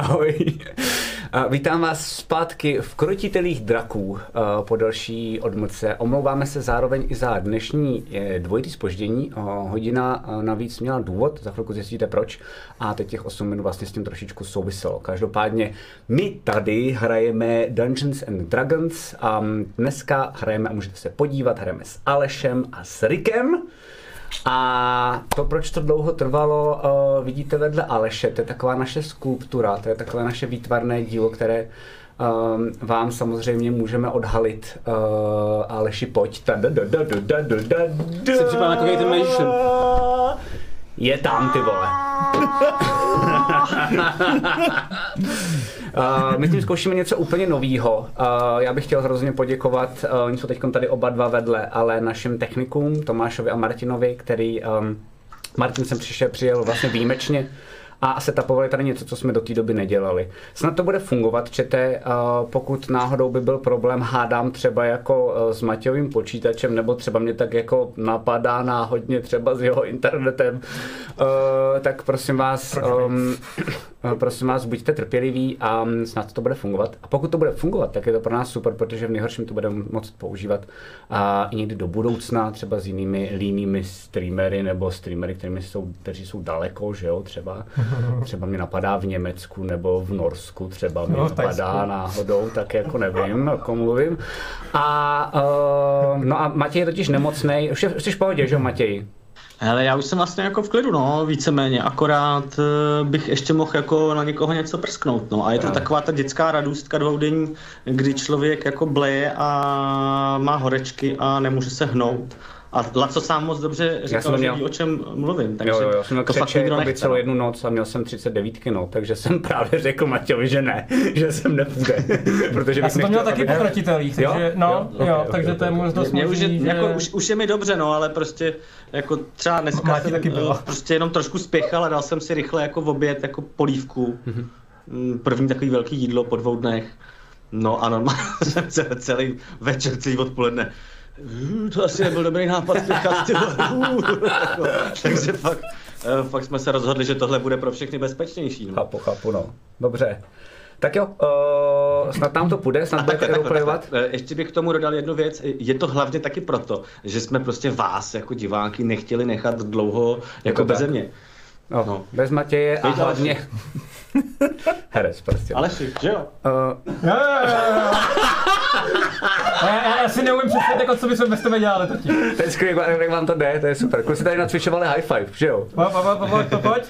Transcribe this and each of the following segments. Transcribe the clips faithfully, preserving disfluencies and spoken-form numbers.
Ahoj. Vítám vás zpátky v Krotitelích draků po další odmlce. Omlouváme se zároveň i za dnešní dvojitý zpoždění. Hodina navíc měla důvod, za chvilku zjistíte proč. A teď těch osm minut vlastně s tím trošičku souviselo. Každopádně my tady hrajeme Dungeons and Dragons a dneska hrajeme, a můžete se podívat, hrajeme s Alešem a s Rikem. A to, proč to dlouho trvalo, uh, vidíte vedle Aleše, to je taková naše skulptura, to je takové naše výtvarné dílo, které um, vám samozřejmě můžeme odhalit. Uh, Aleši, pojď. Se připadá jako ten Magician. Je tam, ty vole. Uh, my tím zkoušíme něco úplně novýho. Uh, já bych chtěl hrozně poděkovat, uh, oni jsou teď tady oba dva vedle, ale našim technikům, Tomášovi a Martinovi, který, um, Martin sem přišel, přijel vlastně výjimečně a setapovali tady něco, co jsme do té doby nedělali. Snad to bude fungovat, čete, uh, pokud náhodou by byl problém, hádám třeba jako uh, s Matějovým počítačem, nebo třeba mě tak jako napadá náhodně třeba s jeho internetem, uh, tak prosím vás, um, prosím vás, buďte trpěliví a snad to bude fungovat. A pokud to bude fungovat, tak je to pro nás super, protože v nejhorším to budeme moct používat a i někdy do budoucna, třeba s jinými línými streamery nebo streamery, kterými jsou, kteří jsou daleko, že jo, třeba. Třeba mě napadá v Německu nebo v Norsku, třeba mě no, napadá náhodou, tak jako nevím, o kom mluvím. A, uh, no a Matěj je totiž nemocnej, už jsi v pohodě, že jo, Matěj? Hele, já už jsem vlastně jako v klidu, no, víceméně, akorát uh, bych ještě mohl jako na někoho něco prsknout, no, a je to taková ta dětská radůstka dvoudenní, kdy člověk jako bleje a má horečky a nemůže se hnout. A Laco sám moc dobře říkal, že ví, o čem mluvím, takže jo, jo, jo, jsem to křeče, fakt nikdo jako nechce. celou jednu noc a měl jsem třicet devět, no, takže jsem právě řekl Matějovi, že ne, že jsem nepůjde. Protože já jsem to měl taky po krotitelích, takže jo? no, jo, okay, jo, okay, takže okay, to je okay. možnost Mě možný, už, je, že... jako, už, už je mi dobře, no, ale prostě jako třeba dneska Mátě jsem taky bylo. prostě jenom trošku spěchal a dal jsem si rychle jako v oběd jako polívku. Mm-hmm. První takový velký jídlo po dvou dnech. No a normálně jsem celý večer, celý odpoledne. To asi nebyl dobrý nápad spěchat, ty takže fakt, fakt jsme se rozhodli, že tohle bude pro všechny bezpečnější. No. Chápu, chápu, no. Dobře. Tak jo, uh, snad nám to půjde, snad budete roleplayovat. Ještě bych k tomu dodal jednu věc, je to hlavně taky proto, že jsme prostě vás jako diváky nechtěli nechat dlouho jako beze mě. No, no. Bez Matěje a hlavně... Herec prostě. Aleši, že jo? Uh... já, já si neumím představit, jako co bychom bez tebe dělali totiž. To je skvělé, jak vám to jde, to je super. Kluci tady nacvičovali high five, že jo? Pojď, pojď, pojď, pojď.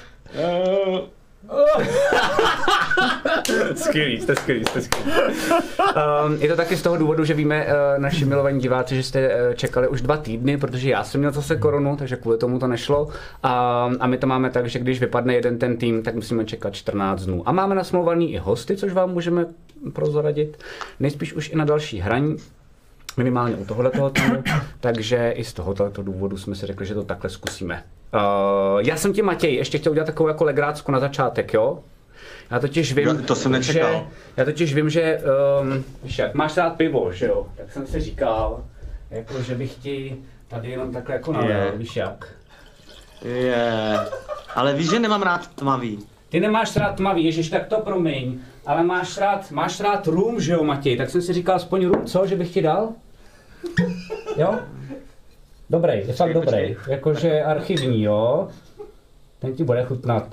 Skvělý, jste skvělý, jste skvělý. Um, je to taky z toho důvodu, že víme, uh, naši milovaní diváci, že jste uh, čekali už dva týdny, protože já jsem měl zase koronu, takže kvůli tomu to nešlo. Um, a my to máme tak, že když vypadne jeden ten tým, tak musíme čekat čtrnáct dnů. A máme nasmlouvaný i hosty, což vám můžeme prozradit. Nejspíš už i na další hraní. Minimálně u tohoto týmu, takže i z tohoto důvodu jsme si řekli, že to takhle zkusíme. Uh, já jsem ti, Matěj, ještě chtěl udělat takovou jako legrácku na začátek, jo? Já totiž vím, jo, to jsem nečekal. Že, já totiž vím, že um, víš jak, máš rád pivo, že jo? Tak jsem si říkal, jako, že bych ti tady jenom takhle jako nalil, yeah. Víš jak? Je, yeah. Ale víš, že nemám rád tmavý. Ty nemáš rád tmavý, ježiš, tak to promiň, ale máš rád, máš rád rum, že jo, Matěj? Tak jsem si říkal aspoň rum, co, že bych ti dal? Jo? Dobrý, je fakt dobrý, jakože archivní, jo? Ten ti bude chutnat.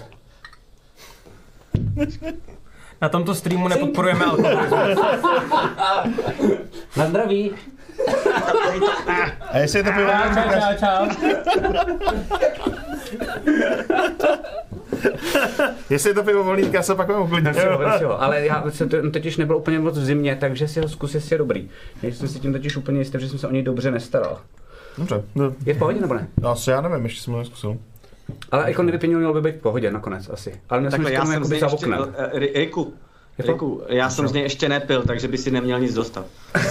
Na tomto streamu nepodporujeme alkoholismus. Na zdraví. A jestli je to pivo, Čau, čau, čau. jestli je to pivo volný, tak já se pak mám uklidnit. Ale já jsem to totiž nebyl úplně moc v zimě, takže si ho zkus, jestli je dobrý. Nejsem si tím totiž úplně jistý, že jsem se o něj dobře nestaral. Dobře. No. Je v pohodě nebo ne? Asi já nevím, ještě jsem ho neskusil. Ale jako nevypěnil, měl by být v pohodě nakonec asi. Ale měl takhle, jsem já jsem jakoby z něj za ještě, oknem. Riku, Riku, já jsem z něj ještě nepil, takže by si neměl nic dostat.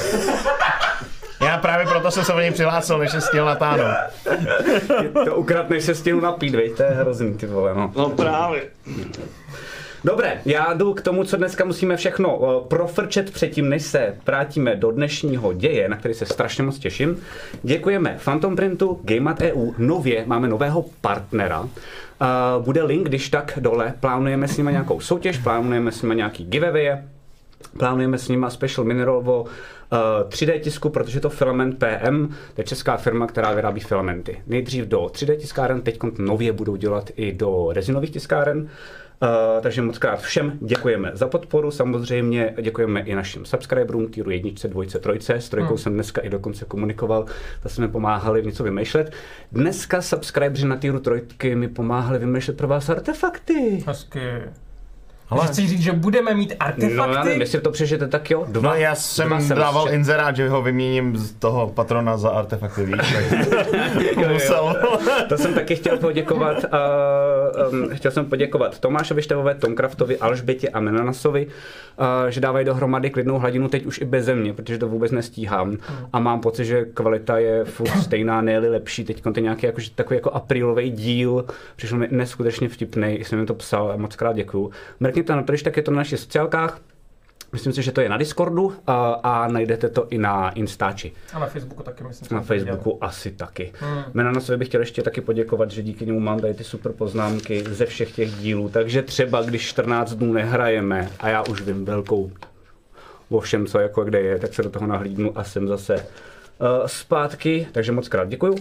Já právě proto jsem se o něj přihlásil, než jsem stihl natáhnout. To ukradneš se stěnu napít, veď, to je hrozný, ty vole, no. No právě. Dobré, já jdu k tomu, co dneska musíme všechno uh, profrčet předtím, než se vrátíme do dnešního děje, na který se strašně moc těším. Děkujeme Phantom Printu, Gamemat tečka e u, nově máme nového partnera. Uh, bude link, když tak dole, plánujeme s nimi nějakou soutěž, plánujeme s nimi nějaký giveaway, plánujeme s nimi special mineralovo uh, tři dé tisku, protože to Filament P M, to je česká firma, která vyrábí filamenty. Nejdřív do tři dé tiskáren, teď nově budou dělat i do rezinových tiskáren. Uh, takže moc krát všem děkujeme za podporu, samozřejmě děkujeme i našim subscriberům, týru jedničce, dvojce, trojce, s trojkou hmm. jsem dneska i dokonce komunikoval, zase jsme pomáhali něco vymýšlet. Dneska subscribeři na týru trojky mi pomáhali vymýšlet pro vás artefakty. Hezky. Ale chci říct, že budeme mít artefakty? No já nevím, jestli to přežijete, tak jo. Dva, no já jsem dával jsem inzerát, že ho vyměním z toho patrona za artefakty, víš, tak musel. To jsem taky chtěl poděkovat, uh, um, chtěl jsem poděkovat Tomášovi Števové, Tomkraftovi, Alžbětě a Menanasovi, uh, že dávají dohromady klidnou hladinu teď už i beze mě, protože to vůbec nestíhám a mám pocit, že kvalita je furt stejná, ne-li lepší. Teď to nějaký jako, takový jako aprílový díl, přišel mi neskutečně vtipnej, jsem jim to psal a moc krát děkuju. Mrkněte na to, když tak je to na našich sociálkách. Myslím si, že to je na Discordu a, a najdete to i na Instači. A na Facebooku taky, myslím. Na Facebooku dělal. Asi taky. Hmm. Menanasovi bych chtěl ještě taky poděkovat, že díky němu mám tady ty super poznámky ze všech těch dílů. Takže třeba, když čtrnáct dnů nehrajeme a já už vím velkou o všem, co jako kde je, tak se do toho nahlídnu a jsem zase uh, zpátky. Takže moc krát děkuju.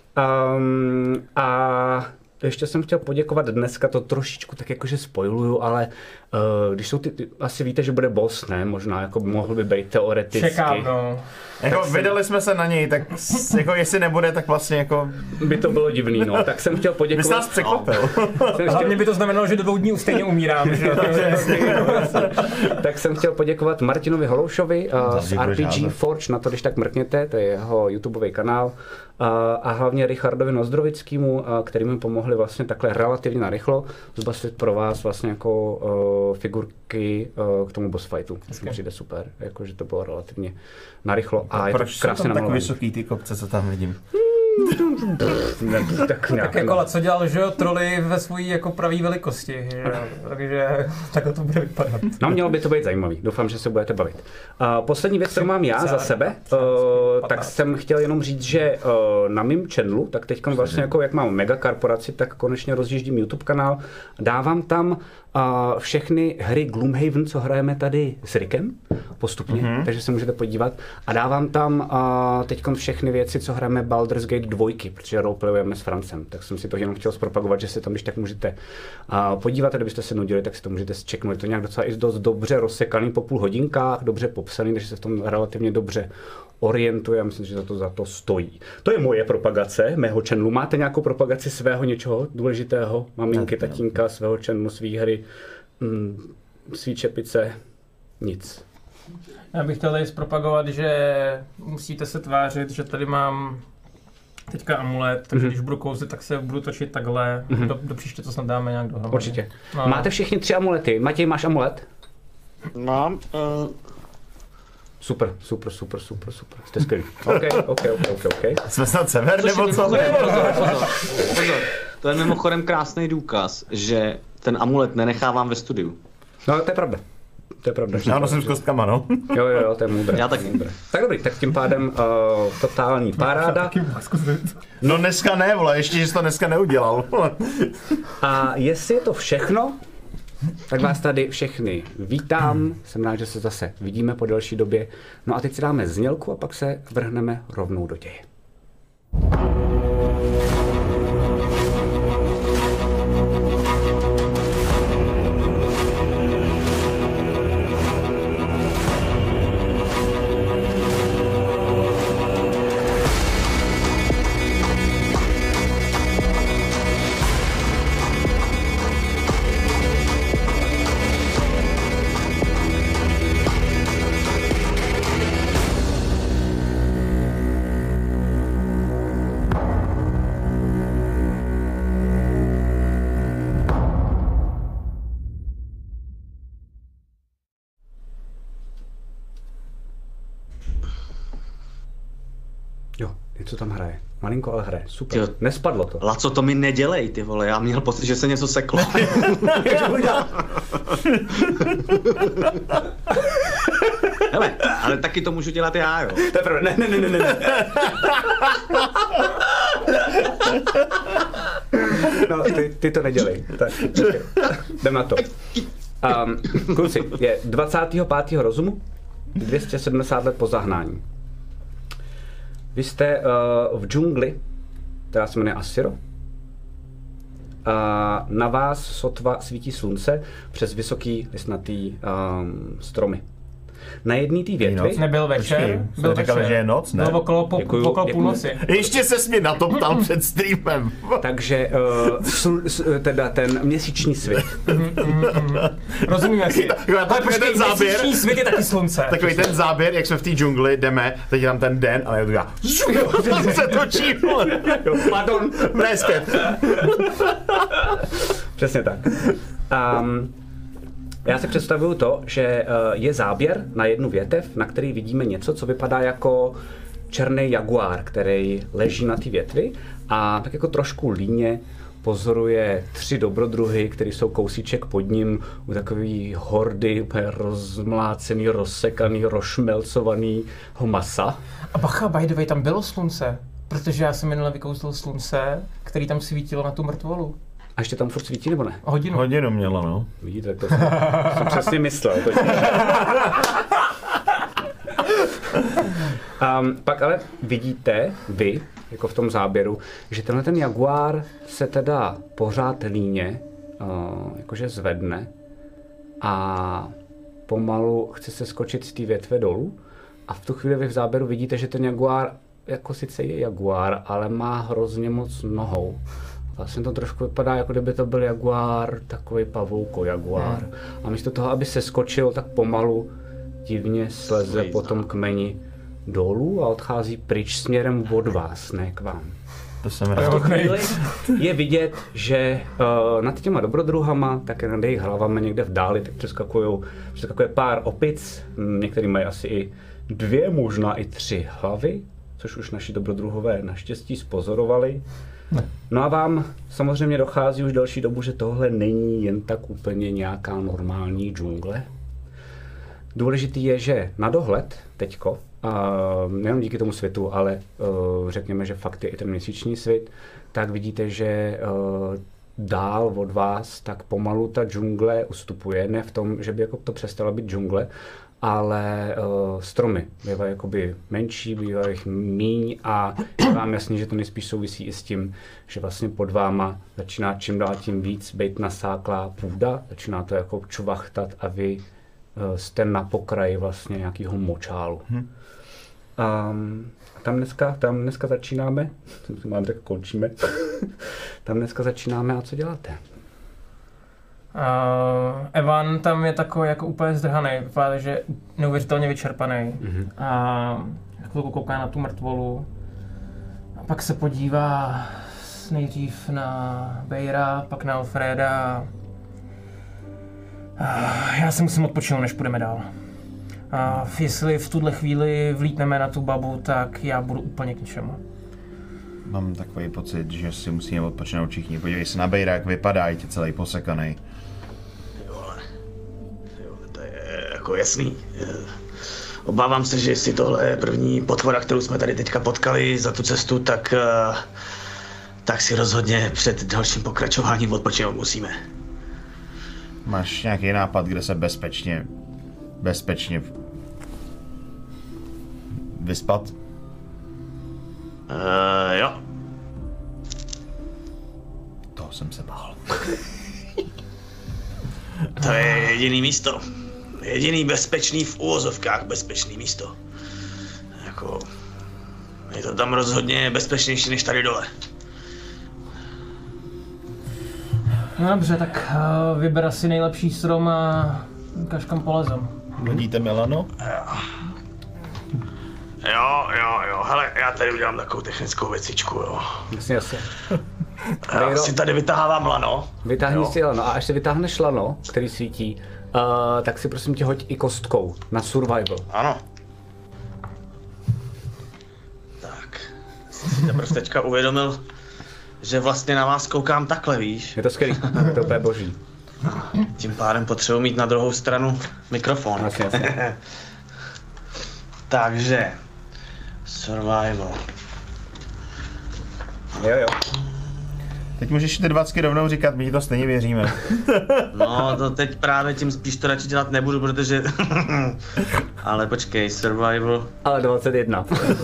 Um, a ještě jsem chtěl poděkovat dneska, to trošičku tak jakože spoiluju, ale uh, když jsou ty, ty, asi víte, že bude boss, ne? Možná jako by mohl by být teoreticky. Čekám, no. Jako jsem... vydali jsme se na něj, tak jako jestli nebude, tak vlastně jako... By to bylo divný, no. Tak jsem chtěl poděkovat... Vy jsi nás překvapil. Hlavně by to znamenalo, že do dvou dní stejně umírám, že? Tak jsem chtěl poděkovat Martinovi Holoušovi uh, z R P G Forge, na to když tak mrkněte, to je jeho YouTubeový kanál. Uh, a hlavně Richardovi Nozdrovickému, uh, který mi pomohli vlastně takhle relativně narychlo zbastit pro vás vlastně jako uh, figurky uh, k tomu boss fightu. Myslím, že jde super, jakože to bylo relativně narychlo a je to krásně namalováno. Proč jsou tam tak vysoký ty kopce, co tam vidím? tak, tak jako, co dělal, že jo, troly ve svojí jako pravý velikosti, že? Takže takhle to bude vypadat. No, mělo by to být zajímavý, doufám, že se budete bavit. Uh, poslední věc, kterou mám já za sebe, uh, tak jsem chtěl jenom říct, že uh, na mým channelu, tak teď vlastně jako jak mám mega korporaci, tak konečně rozjíždím YouTube kanál, dávám tam uh, všechny hry Gloomhaven, co hrajeme tady s Rickem, postupně, mm-hmm. takže se můžete podívat a dávám tam uh, teď všechny věci, co hrajeme Baldur's Gate dvojky, protože roleplayujeme s Francem, tak jsem si to jenom chtěl zpropagovat, že si tam když tak můžete uh, podívat, a kdybyste se nudili, tak si to můžete zčeknout. Je to nějak docela i dost dobře rozsekaný po půl hodinkách, dobře popsaný, takže se v tom relativně dobře orientuje a myslím, že za to za to stojí. To je moje propagace mého channelu. Máte nějakou propagaci svého něčeho důležitého? Maminky, tatínka, svého channelu, svý hry, mm, svý čepice? Nic. Já bych chtěl tady zpropagovat, že musíte se tvářit, že tady mám teďka amulet, takže mm-hmm. když budu kouzlit, tak se budu točit takhle. Mm-hmm. Do, do příště to snad dáme nějak dohromady. Určitě. No. Máte všichni tři amulety. Matěj, máš amulet? Mám. Uh... Super, super, super, super, super. Jste skvělý. OK, OK, OK, OK, OK. Jsme snad sever, nebo co? Pozor, pozor, pozor. To je mimochodem krásný důkaz, že ten amulet nenechávám ve studiu. No, to je pravda. To je pravda. Já nosím s kostkama, no. Jo, jo, jo, to je moudré. Já taky. Moudré. Tak dobrý, tak tím pádem uh, totální paráda. No dneska ne, vole, ještě, že jsi to dneska neudělal. A jestli je to všechno, tak vás tady všechny vítám. Jsem rád, že se zase vidíme po delší době. No a teď si dáme znělku a pak se vrhneme rovnou do děje. Co tam hraje? Malinko, ale hraje. Super. Jo. Nespadlo to. Laco, to mi nedělej, ty vole, já měl pocit, že se něco seklo. Hele, ale taky to můžu dělat já, jo. To je pravda. Ne, ne, ne, ne, ne. No, ty, ty to nedělej. Tak, okay. Jdem na to. Um, kluci, je dvacátého pátého rozumu, dvě stě sedmdesát let po zahnání. Vy jste uh, v džungli, která se jmenuje Asiro. A na vás sotva svítí slunce přes vysoký listnatý um, stromy. Na jedné té větvi... Nebyl večer, byl říkali, večer. že je noc, ne? Byl okolo, po, Děkuju, okolo děkuju. půlnoci. Ještě se mě na to ptal před streamem. Takže uh, sl, s, teda ten měsíční svit. Rozumíme si. Takový Ale počkej, ten záběr, měsíční svět je taky slunce. takový ten záběr, jak jsme v té džungli, jdeme, teď je tam ten den, ale já to já se točí, Pardon. Presket. Přesně tak. Um, já si představuju to, že uh, je záběr na jednu větev, na který vidíme něco, co vypadá jako černý jaguár, který leží na té větvi a tak jako trošku líně pozoruje tři dobrodruhy, které jsou kousíček pod ním u takový hordy úplně rozmlácený, rozsekaný, rozšmelcovanýho masa. A bacha, by the way, tam bylo slunce. Protože já jsem minule vykousl slunce, který tam svítilo na tu mrtvolu. A ještě tam furt svítí, nebo ne? Hodinu. Hodinu měla, no. Vidíte, to jsem, jsem přesně myslel. um, pak ale vidíte vy, jako v tom záběru, že tenhle ten jaguár se teda pořád líně, uh, jakože zvedne a pomalu chce se skočit z té větve dolů. A v tu chvíli vy v záběru vidíte, že ten jaguár jako sice je jaguár, ale má hrozně moc nohou. Vlastně to trošku vypadá, jako kdyby to byl jaguár, takový pavouko jaguár. Hmm. A místo toho, aby se skočil, tak pomalu divně sleze po tom kmeni dolů a odchází pryč směrem od vás, ne k vám. To jsem V rád. tu chvíli je vidět, že uh, nad těma dobrodruhama, také nad jejich hlavami někde v dáli, tak přeskakujou, přeskakuje pár opic, některý mají asi i dvě, možná i tři hlavy, což už naši dobrodruhové naštěstí spozorovali. Ne. No a vám samozřejmě dochází už delší dobu, že tohle není jen tak úplně nějaká normální džungle. Důležitý je, že na dohled teďko, uh, nejen díky tomu světu, ale uh, řekněme, že fakt je i ten měsíční svět, tak vidíte, že uh, dál od vás tak pomalu ta džungle ustupuje, ne v tom, že by jako to přestala být džungle, ale uh, stromy bývají jakoby menší, bývají jich míň a je vám jasný, že to nejspíš souvisí i s tím, že vlastně pod váma začíná čím dál tím víc být nasáklá půda, začíná to jako čvachtat a vy uh, jste na pokraji vlastně nějakého močálu. Hmm. Um, tam dneska, tam dneska začínáme, mám tak končíme, tam dneska začínáme a co děláte? Uh, Evan tam je takový jako úplně zdrhaný, vypadá, že neuvěřitelně vyčerpaný. Mm-hmm. A chvilku kouká na tu mrtvolu. A pak se podívá nejdřív na Bejra, pak na Alfreda. Uh, já si musím odpočinout, než půjdeme dál. Uh, jestli v tuhle chvíli vlítneme na tu babu, tak já budu úplně k ničemu. Mám takový pocit, že si musíme odpočinout všichni. Podívej se na Bejra, jak vypadá, je celý posekaný. Jako jasný. Obávám se, že jestli tohle je první potvora, kterou jsme tady teďka potkali za tu cestu, tak, tak si rozhodně před dalším pokračováním odpočinout musíme. Máš nějaký nápad, kde se bezpečně, bezpečně vyspat? Uh, jo. Toho jsem se bál. To je jediný místo. Jediný bezpečný v úvozovkách bezpečný místo. Jako... Je to tam rozhodně bezpečnější než tady dole. No dobře, tak uh, vyber asi nejlepší strom a ukaž kam polezem. Hodíte Milano? Jo, jo, jo, hele, já tady udělám takovou technickou věcičku, jo. Jasně, jasně. Já si tady vytahávám lano. Vytáhni jo. si lano a až si vytáhneš lano, který svítí, uh, tak si prosím tě hoď i kostkou na survival. Ano. Tak. Já prostě teďka uvědomil, že vlastně na vás koukám takhle, víš? Je to skvělý, je to úplně boží. Tím pádem potřebuji mít na druhou stranu mikrofon. Jasně, jasně. Takže, survival. Jo, jo. Teď můžeš ty dvacky rovnou říkat, my ti to stejně věříme. No, to teď právě tím spíš to radši dělat nebudu, protože... Ale počkej, survival... Ale dvacet jedna.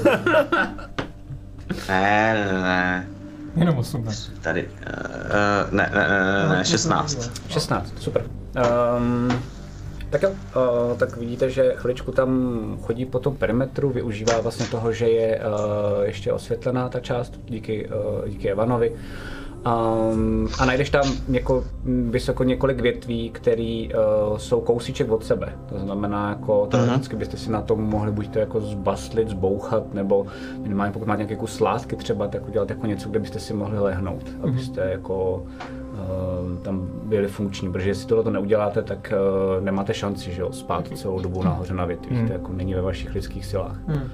Ne, ne, ne. Jenom osm, ne? Tady, uh, ne, ne, ne, ne, šestnáct. šestnáct, super. Um, tak jo, uh, tak vidíte, že chviličku tam chodí po tom perimetru, využívá vlastně toho, že je uh, ještě osvětlená ta část díky, uh, díky Evanovi. Um, a najdeš tam něko, vysoko několik větví, které uh, jsou kousíček od sebe. To znamená, jako teoreticky byste si na tom mohli buď to jako zbastlit, zbouchat, nebo minimálně pokud máte nějaký kus lásky třeba, tak udělat jako něco, kde byste si mohli lehnout, mm-hmm. abyste jako uh, tam byli funkční, protože jestli tohle to neuděláte, tak uh, nemáte šanci, že jo, spát celou dobu nahoře na větvích, mm. to jako není ve vašich lidských silách. Mm.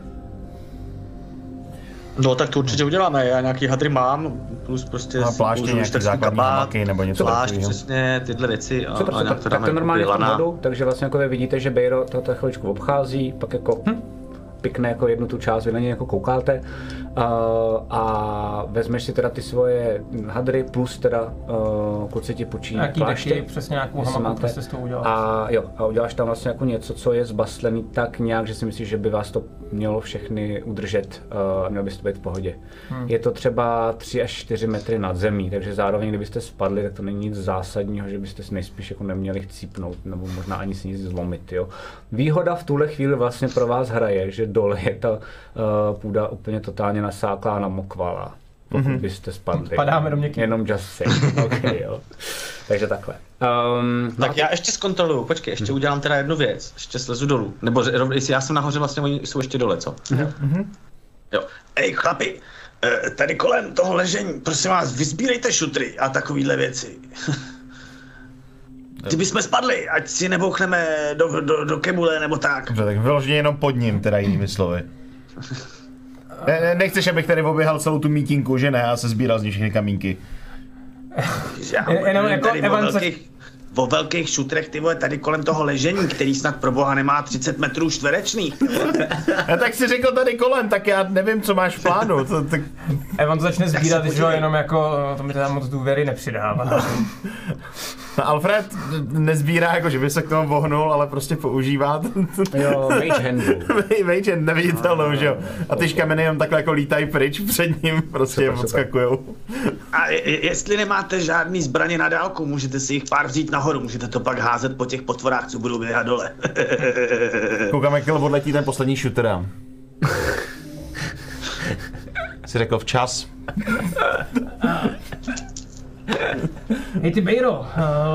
No tak to určitě uděláme, já nějaký hadry mám, plus prostě a pláště nějaký základní hamaky nebo něco plášť, přesně tyhle věci a, super, a nějak super, to tak dáme to normálně jako vodu, takže vlastně jako vy vidíte, že Bejro to chviličku obchází, pak jako hm, pikne jako jednu tu část, vy na něj jako koukáte uh, a vezmeš si teda ty svoje hadry plus teda uh, kluci ti půjčí pláště. Přesně nějakou hamaku prostě s tou udělat. A jo, a uděláš tam vlastně jako něco, co je zbastlený tak nějak, že si myslíš, že by vás to mělo všechny udržet a uh, mělo byste být v pohodě. Hmm. Je to třeba tři až čtyři metry nad zemí, takže zároveň kdybyste spadli, tak to není nic zásadního, že byste si nejspíš jako neměli chcípnout, nebo možná ani si nic zlomit, jo. Výhoda v tuhle chvíli vlastně pro vás hraje, že dole je ta uh, půda úplně totálně nasáklá, namokvalá, pokud mm-hmm. byste spadli. Padáme do měkký. Jenom just say, okay, jo. Takže takhle. Um, tak já ještě zkontroluju, počkej, ještě hmm. udělám teda jednu věc, ještě slezu dolů, nebo jestli já jsem nahoře, vlastně oni jsou ještě dole, co? Mm-hmm. Jo. Ej chlapi, tady kolem toho ležení, prosím vás, vyzbírejte šutry a takovýhle věci. Kdybychom spadli, ať si nebouchneme do, do, do kebule nebo tak. Dobře, tak vyloženě jenom pod ním, teda jinými slovy. Ne, ne, nechceš, abych tady oběhal celou tu mítinku, že ne? A se sbíral z ní všechny kamínky. Já jenom jako Evan o velkých, o velkých šutrech, ty vole, tady kolem toho ležení, který snad pro boha nemá třicet metrů čtverečných. A tak si řekl tady kolem, tak já nevím, co máš v plánu. To, tak... Evan to začne sbírat, že jo, jenom jako, to mi teda moc důvěry nepřidává. Alfred nezbírá, jako že by se k tomu vohnul, ale prostě používá. Jo, mage handu. Mage hand, neviditelnou, že jo. A ty škameny jenom takhle jako lítají pryč před ním, prostě super, odskakujou. A je, jestli nemáte žádný zbraně na dálku, můžete si jich pár vzít nahoru, můžete to pak házet po těch potvorách, co budou běhat dole. Koukám, jak odletí ten poslední shooter. Jsi řekl včas. Hej ty Bejro, uh,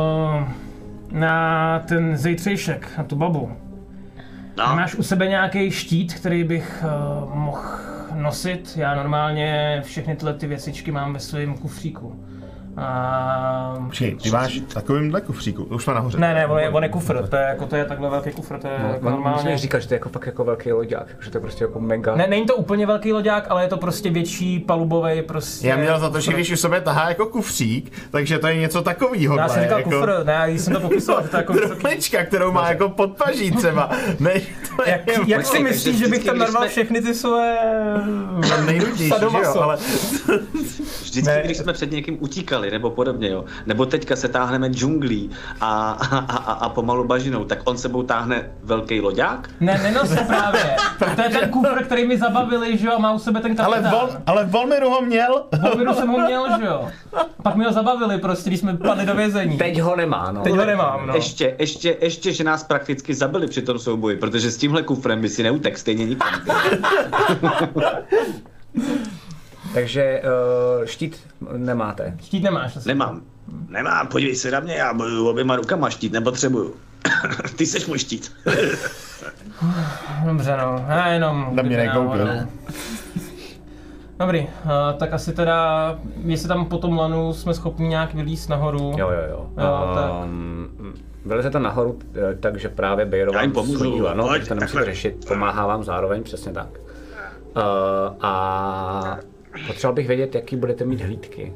na ten zejtřejšek, na tu babu. No. Máš u sebe nějaký štít, který bych uh, mohl nosit? Já normálně všechny tyhle ty věcičky mám ve svém kufříku. A... Počkej, ty máš takovýmhle kufříku, už jsme nahoře. Ne, ne, on je, on je kufr, to je, jako, to je takhle velký kufr, to je no, jako normálně. Musím říkat, že to je jako fakt jako velký loďák, že to je prostě jako mega. Ne, není to úplně velký loďák, ale je to prostě větší palubový prostě. Já měl za to, že když u sobě tahá jako kufřík, takže to je něco takovýho. Já jsem říkal jako... kufr, ne, já jsem to popisoval, že to je jako trpečka, kterou má jako podpaží třeba. Ne, to je jak, jak, jak si myslíš, že bych tam narval jsme... všechny ty svoje nejnudnější, že jo, ale... Vždycky, ne. Když jsme před někým utíkali nebo podobně, jo, nebo teďka se táhneme džunglí a, a, a, a pomalu bažinou, tak on sebou táhne velký loďák? Ne, nenos právě. To je ten kufr, který mi zabavili, že jo, a má u sebe ten kapitán. Ale, vol, ale v Volmiru ho měl. V Volmiru jsem ho měl, že jo. Pak mi ho zabavili prostě, když jsme padli do vězení. Teď ho nemá, no. Teď ho nemám, no. Ještě, ještě, ještě, že nás prakticky zabili při tom souboji, protože s tímhle kufrem by si neutek stejně nikam. Takže uh, štít nemáte? Štít nemáš? Asi. Nemám. Nemám, podívej se na mě, já bojuju oběma rukama, štít nepotřebuju. Ty seš můj štít. Dobře no, já jenom... Na mě nekoukl. Dobrý, uh, tak asi teda, jestli tam po tom lanu jsme schopni nějak vylízt nahoru. Jo, jo, jo. jo tak. Um, vylezete nahoru, takže právě Bejro vám schodí lano, takže to nemusíte řešit, pomáhá vám zároveň, přesně tak. a potřeboval bych vědět, jaký budete mít hlídky.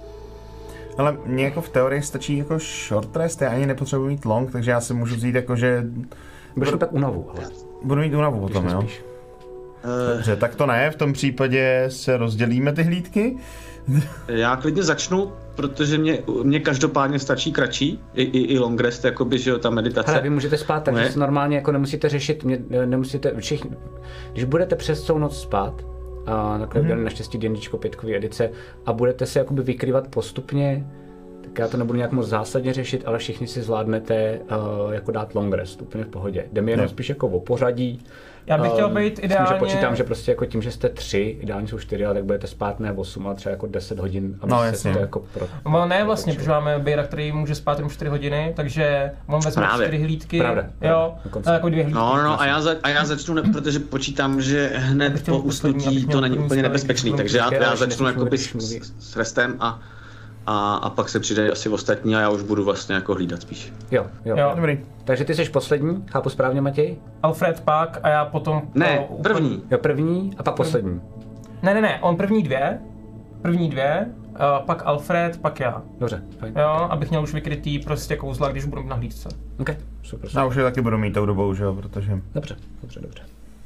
Ale mně jako v teorii stačí jako short rest, já ani nepotřebuji mít long, takže já si můžu vzít jako, že... Budeš mít tak únavu, ale... Budu mít únavu potom, jo? Dobře, tak to ne, v tom případě se rozdělíme ty hlídky. Já klidně začnu, protože mě, mě každopádně stačí kratší, i, i, i long rest, jakoby, že jo, ta meditace. Hele, vy můžete spát, takže ne. si normálně jako nemusíte řešit, mě, nemusíte, všichni, když budete přes celou noc spát, a takhle udělali mm-hmm. naštěstí D and D pětkový edice, a budete se jakoby vykrývat postupně, tak já to nebudu nějak moc zásadně řešit, ale všichni si zvládnete uh, jako dát long rest, úplně v pohodě. Jde mi jenom ne. spíš jako o pořadí. Já bych chtěl být ideálně... Že počítám, že prostě jako tím, že jste tři, ideálně jsou čtyři, ale tak budete spát ne osm, ale třeba jako deset hodin. No jasně. To jako pro, no ne vlastně, protože máme Bejra, který může spát jenom čtyři hodiny, takže on vezme čtyři hlídky. Pravda. Jo, pravda. jako dvě hlídky. No, no, a já, za, a já začnu, ne, protože počítám, že hned po usnutí to není úplně nebezpečný, takže já, já začnu jakoby s, s restem a A, a pak se přidají asi ostatní a já už budu vlastně jako hlídat spíš. Jo, jo. jo. Dobrý. Takže ty jsi poslední, chápu správně, Matěj? Alfred pak a já potom... Ne, to, první. Jo, první a pak poslední. Ne, ne, ne, on první dvě, první dvě, uh, pak Alfred, pak já. Dobře, fajn. Jo, abych měl už vykrytý prostě kouzla, když budu na hlídce. Ok, super, super. Já už je taky budu mít tou dobou, že jo, protože... Dobře, dobře, dobře.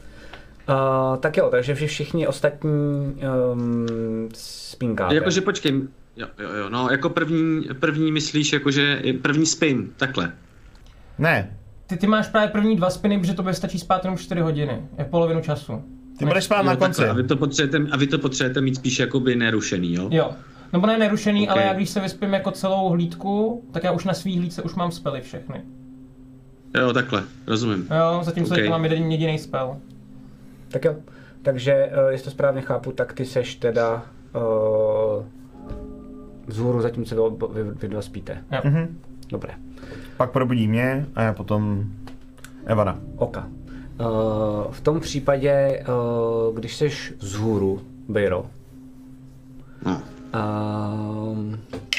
Uh, tak jo, takže všichni ostatní um, spínkáte. Jakože počkej, jo, jo, jo, no jako první, první myslíš, jakože první spin, takhle. Ne. Ty, ty máš právě první dva spiny, protože tobě stačí spát jenom čtyři hodiny, je polovinu času. Ty budeš spát na konci. A vy to potřebujete, a vy to potřebujete mít spíš jakoby nerušený, jo? Jo. Nebo ne nerušený, Okay. ale já když se vyspím jako celou hlídku, tak já už na svý hlídce už mám spely všechny. Jo, takhle, rozumím. Jo, zatímco Okay. teď mám jeden jediný spell. Tak jo, takže uh, jestli to správně chápu, tak ty seš teda uh, vzhůru, zatímco vy, vy, vy dva spíte. Jo. Mhm. Dobré. Pak probudí mě a já potom Evana. Oka. Uh, v tom případě, uh, když seš vzhůru, Bejro, No. uh,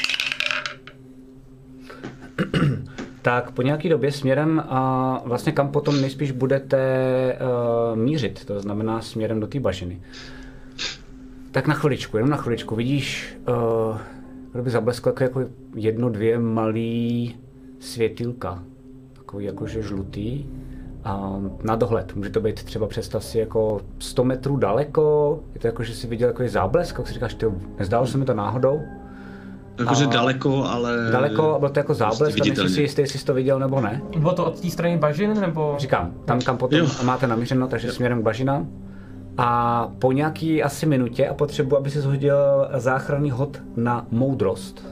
tak po nějaký době směrem a uh, vlastně kam potom nejspíš budete uh, mířit, to znamená směrem do té bažiny. Tak na chviličku, jenom na chviličku, vidíš, uh, kdyby zablesklo jako, jako jedno, dvě malý světýlka, takový jakože žlutý. A na dohled, může to být třeba, představ si, jako sto metrů daleko, je to jako, že jsi viděl takový záblesk, jak si říkáš, ty, nezdálo se mi to náhodou. Jakože daleko, ale... Daleko, byl to jako záblesk, a nejsi si jistý, jestli jsi to viděl nebo ne. Bylo to od té strany bažin, nebo? Říkám, tam kam potom jo. máte namířeno, takže jo. směrem k bažinám. A po nějaký asi minutě a potřebuji, aby si zhodil záchranný hod na moudrost.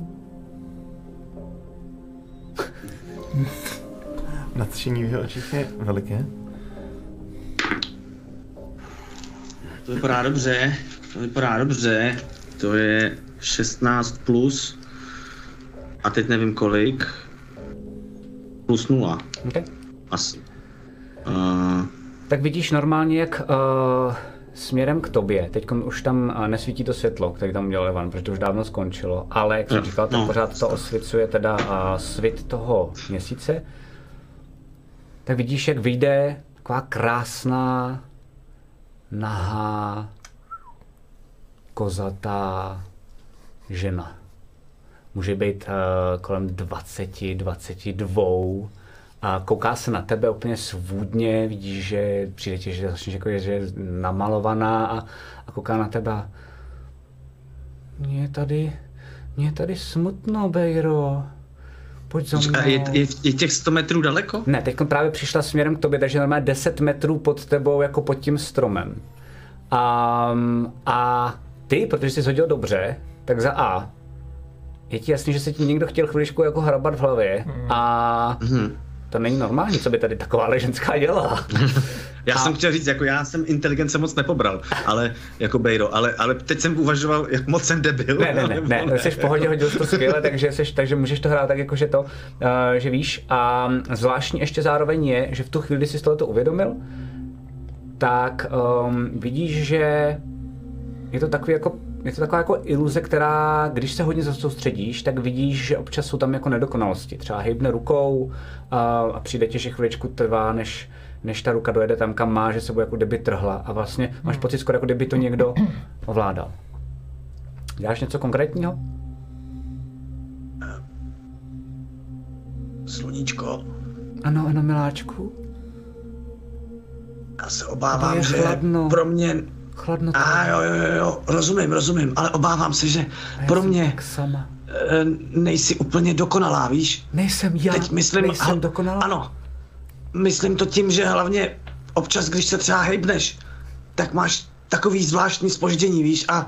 Nadšení v jeho očích je veliké. To vypadá dobře, to vypadá dobře. To je šestnáct plus. A teď nevím kolik. Plus nula. Okay. Asi. Uh... Tak vidíš normálně, jak uh, směrem k tobě, teď už tam uh, nesvítí to světlo, který tam udělal Evan, protože to už dávno skončilo, ale jak jsem no, říkal, tak no. pořád to osvěcuje teda uh, svit toho měsíce. Tak vidíš, jak vyjde taková krásná, nahá, kozatá žena. Může být uh, kolem dvacet, dvacet dva a kouká se na tebe úplně svůdně, vidíš, že přijde ti, že začneš jako je, že je namalovaná a, a kouká na tebe. Mně je tady, mně je tady smutno, Bejro. Pojď za mnou. Je, je, je těch sto metrů daleko? Ne, teď právě přišla směrem k tobě, takže normálně deset metrů pod tebou, jako pod tím stromem. Um, a ty, protože jsi hodil dobře, tak za A, je ti jasný, že se ti někdo chtěl chviličku jako hrabat v hlavě mm. a mm. to není normální, co by tady taková ženská dělala. Já a... jsem chtěl říct, jako já jsem inteligence moc nepobral, ale jako Bejro, ale, ale teď jsem uvažoval, jak moc jsem debil. Ne, ne, ne, ne, ne jsi v pohodě, hodil jsi to skvěle, takže, jsi, takže můžeš to hrát tak, jako že to, uh, že víš. A zvláštní ještě zároveň je, že v tu chvíli, kdy jsi tohleto uvědomil, tak um, vidíš, že je to takový jako Je to taková jako iluze, která, když se hodně soustředíš, tak vidíš, že občas jsou tam jako nedokonalosti. Třeba hejbne rukou a, a přijde ti, že chviličku trvá, než, než ta ruka dojede tam, kam má, že se bude jako kdyby trhla a vlastně máš pocit skoro, jako kdyby to někdo ovládal. Děláš něco konkrétního? Sluníčko. Ano, ano, miláčku. Já se obávám, je že chladno. pro mě... Chladno to. A jo, jo, jo, jo, rozumím, rozumím, ale obávám se, že pro mě tak sama. e, nejsi úplně dokonalá, víš? Nejsem já, Teď myslím, nejsem hal- dokonalá. Ano, myslím to tím, že hlavně občas, když se třeba hejbneš, tak máš takový zvláštní zpoždění, víš, a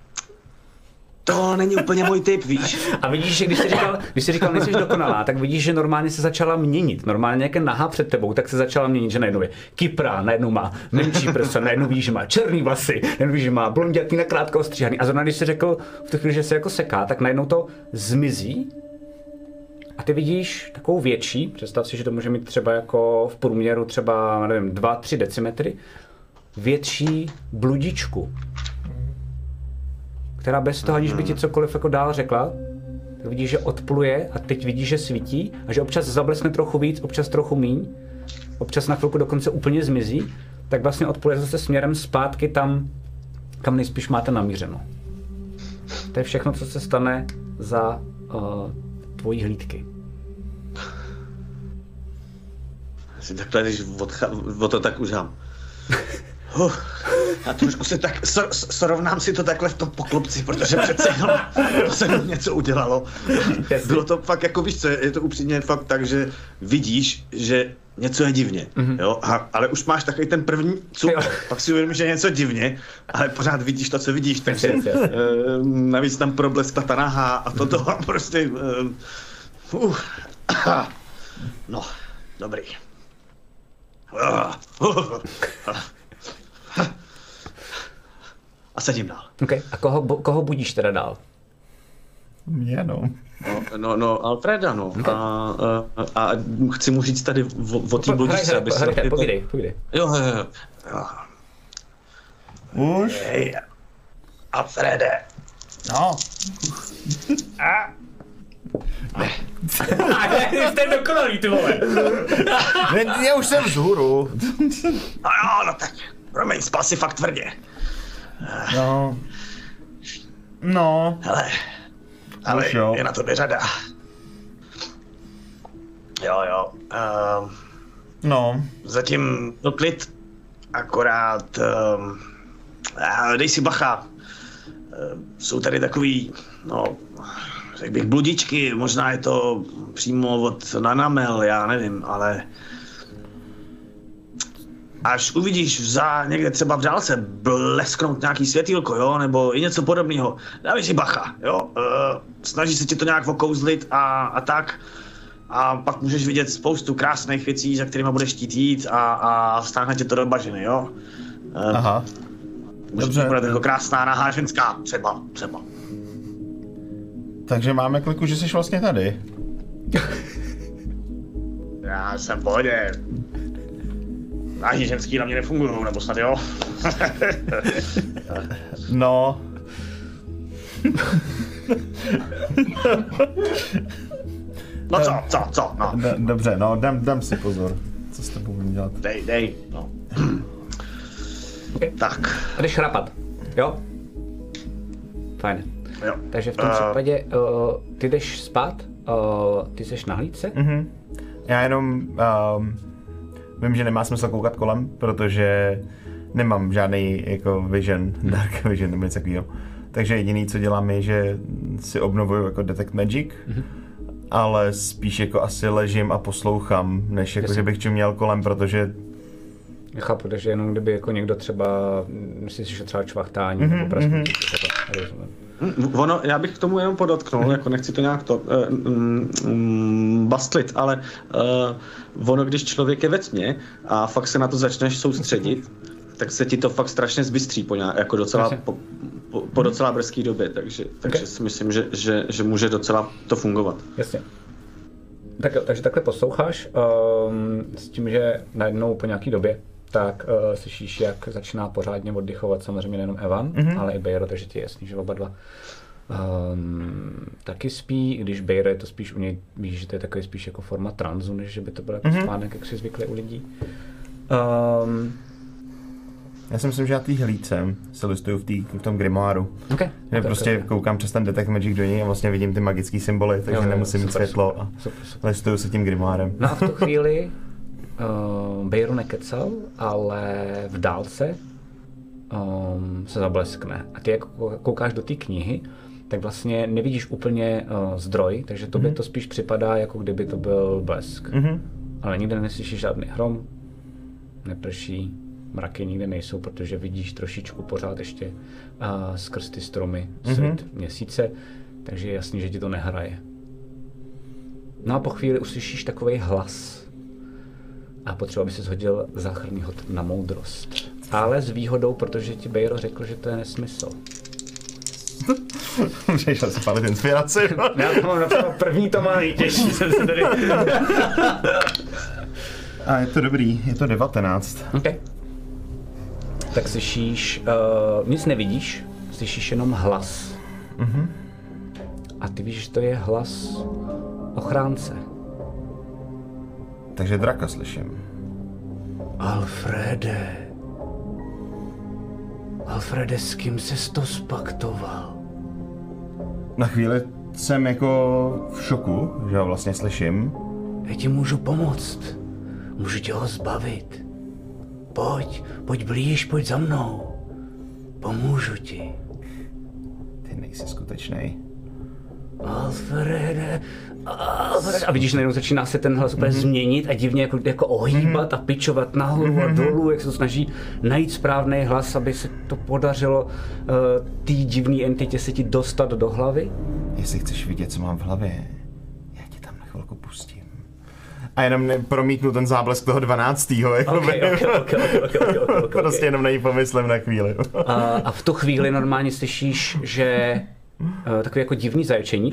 to není úplně můj typ, víš. A vidíš, že když jsi říkal, když jsi říkal, nejsi dokonalá, tak vidíš, že normálně se začala měnit. Normálně jak je nahá před tebou, tak se začala měnit, že najednou je kyprá, najednou má menší prsa, najednou vidíš, že má černý vlasy, najednou vidíš, že má blondětý na krátko ostříhaný. A zrovna když jsi řekl v tu chvíli, že se jako seká, tak najednou to zmizí. A ty vidíš takovou větší, představ si, že to může mít třeba jako v průměru třeba, nevím, dva tři decimetry, větší bludičku, která bez toho, aniž by ti cokoliv jako dál řekla, tak vidíš, že odpluje a teď vidíš, že svítí a že občas zablesne trochu víc, občas trochu míň, občas na chvilku dokonce úplně zmizí, tak vlastně odpluje zase směrem zpátky tam, kam nejspíš máte namířeno. To je všechno, co se stane za uh, tvojí hlídky. Si takhle, když odcha- o to tak užám. Uh, já trošku se tak, so, srovnám si to takhle v tom poklopci, protože přece jenom to se mnou něco udělalo. Bylo to fakt jako, víš co, je to upřímně fakt tak, že vidíš, že něco je divně, mm-hmm. jo, a, ale už máš takový ten první cup, pak si uvědomíš, že je něco divně, ale pořád vidíš to, co vidíš, takže uh, navíc tam probleskla ta nahá a toto a prostě, uh, uh, no, dobrý. Uh, uh, uh. A sedím dál. Okay. A koho, koho budíš teda dál? Mě no. No, no, no Alfreda, no. Okay. A, a, a chci mu říct tady o, o té bludičce, aby se... Povídej, povídej, povídej. Jo, jo, jo. Už? Hej, Alfrede. No. A? Jste dokonalý, ty vole. Ne, já už jsem vzhůru. No jo, no tak, promiň, spal si fakt tvrdě. No. No. Hele, ale jo. je na to řada. Jo, jo. Um, No. zatím to klid, akorát um, dej si bacha. Um, jsou tady takový, no, řekl bych bludičky, možná je to přímo od Nanamel, já nevím, ale až uvidíš za někde třeba v dálce blesknout nějaký světýlko, jo, nebo i něco podobného, dávej si bacha, jo, uh, snaží se ti to nějak okouzlit a, a tak. A pak můžeš vidět spoustu krásných věcí, za kterými budeš chtít jít a, a stáhne tě to do bažiny, jo. Uh, Aha. Může Dobře. to bude jako krásná nahá ženská, třeba, třeba. Takže máme kliku, že jsi vlastně tady. Já jsem v pohodě. Nahý ženský na mě nefungují, nebo snad jo? No. No co, co, co, no. D- dobře, no, dám, dám si pozor. Co s tebou budu dělat? Dej, dej, no. Okay. Tak. A jdeš chrapat, jo? Fajn. Jo. Takže v tom Uh, případě uh, ty jdeš spát, uh, ty jsi na hlídce? Mhm. Já jenom um, vím, že nemá smysl koukat kolem, protože nemám žádný jako vision, dark vision nebo něco takového. Takže jediný, co dělám, je, že si obnovuju jako Detect Magic, mm-hmm. ale spíš jako asi ležím a poslouchám, než jako, že bych čuměl kolem, protože... Chápu, takže jenom kdyby jako někdo třeba, myslíš, že třeba čvachtání mm-hmm, nebo prasknutí, mm-hmm. Ono, já bych k tomu jenom podotknul, mm. jako nechci to nějak to uh, um, bastlit, ale uh, ono, když člověk je ve tmě a fakt se na to začneš soustředit, tak se ti to fakt strašně zbystří po, nějak, jako docela, po, po, po docela brzký době, takže, takže okay. si myslím, že, že, že může docela to fungovat. Jasně. Tak, takže takhle posloucháš um, s tím, že najednou po nějaký době tak uh, slyšíš, jak začíná pořádně oddychovat samozřejmě nejenom Evan, mm-hmm. ale i Bejro, takže ti je jasný, že oba dva um, taky spí, i když Bejro je to spíš u něj, víš, že to je takový spíš jako forma transu, než že by to byl jako mm-hmm. spánek, jak si zvykli u lidí. Um, Já si myslím, že já tý hlídcem se listuju v, tý, v tom grimoáru. okay. Že okay, prostě okay. koukám přes ten Detect Magic do něj a vlastně vidím ty magické symboly, takže jo, jo, nemusím mít super, světlo a super, super. listuju se tím grimoárem. No a v tu chvíli uh, Bejru nekecal, ale v dálce um, se zableskne. A ty jak koukáš do té knihy, tak vlastně nevidíš úplně uh, zdroj, takže tobě mm-hmm. to spíš připadá, jako kdyby to byl blesk. Mm-hmm. Ale nikde neslyšíš žádný hrom, neprší, mraky nikde nejsou, protože vidíš trošičku pořád ještě uh, skrz ty stromy svit mm-hmm. měsíce, takže je jasný, že ti to nehraje. No a po chvíli uslyšíš takovej hlas a potřeba by se shodil záchranný hod na moudrost. Ale s výhodou, protože ti Bejro řekl, že to je nesmysl. Můžeš asi palit inspiraci. Já to mám například první, to má nejtěžší, jsem se tady... A je to dobrý, je to devatenáct. OK. Tak slyšíš, uh, nic nevidíš, slyšíš jenom hlas. Mhm. A ty víš, že to je hlas ochránce. Takže draka slyším. Alfrede. Alfrede, s kým ses to spaktoval? Na chvíli jsem jako v šoku, že ho vlastně slyším. Já ti můžu pomoct. Můžu tě ho zbavit. Pojď, pojď blíž, pojď za mnou. Pomůžu ti. Ty nejsi skutečnej. Alfrede, Alfrede. A vidíš, najednou začíná se ten hlas úplně mm-hmm. změnit a divně jako, jako ohýbat mm-hmm. a pičovat nahoru mm-hmm. a dolů, jak se to snaží najít správný hlas, aby se to podařilo uh, té divné entitě se ti dostat do hlavy. Jestli chceš vidět, co mám v hlavě, já ti tam na chvilku pustím. A jenom ne, promítnu ten záblesk toho dvanáctého. Jako okay, okay, okay, okay, okay, okay, okay, okay. Prostě jenom na ní pomyslím na chvíli. a, a v tu chvíli normálně slyšíš, že uh, takový jako divný zaječení.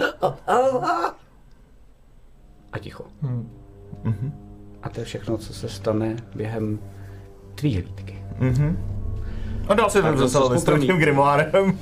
A ticho. Hmm. Mm-hmm. A to je všechno, co se stane během tvý hlídky. Mm-hmm. A dal si ten zase vystrojným grimoárem.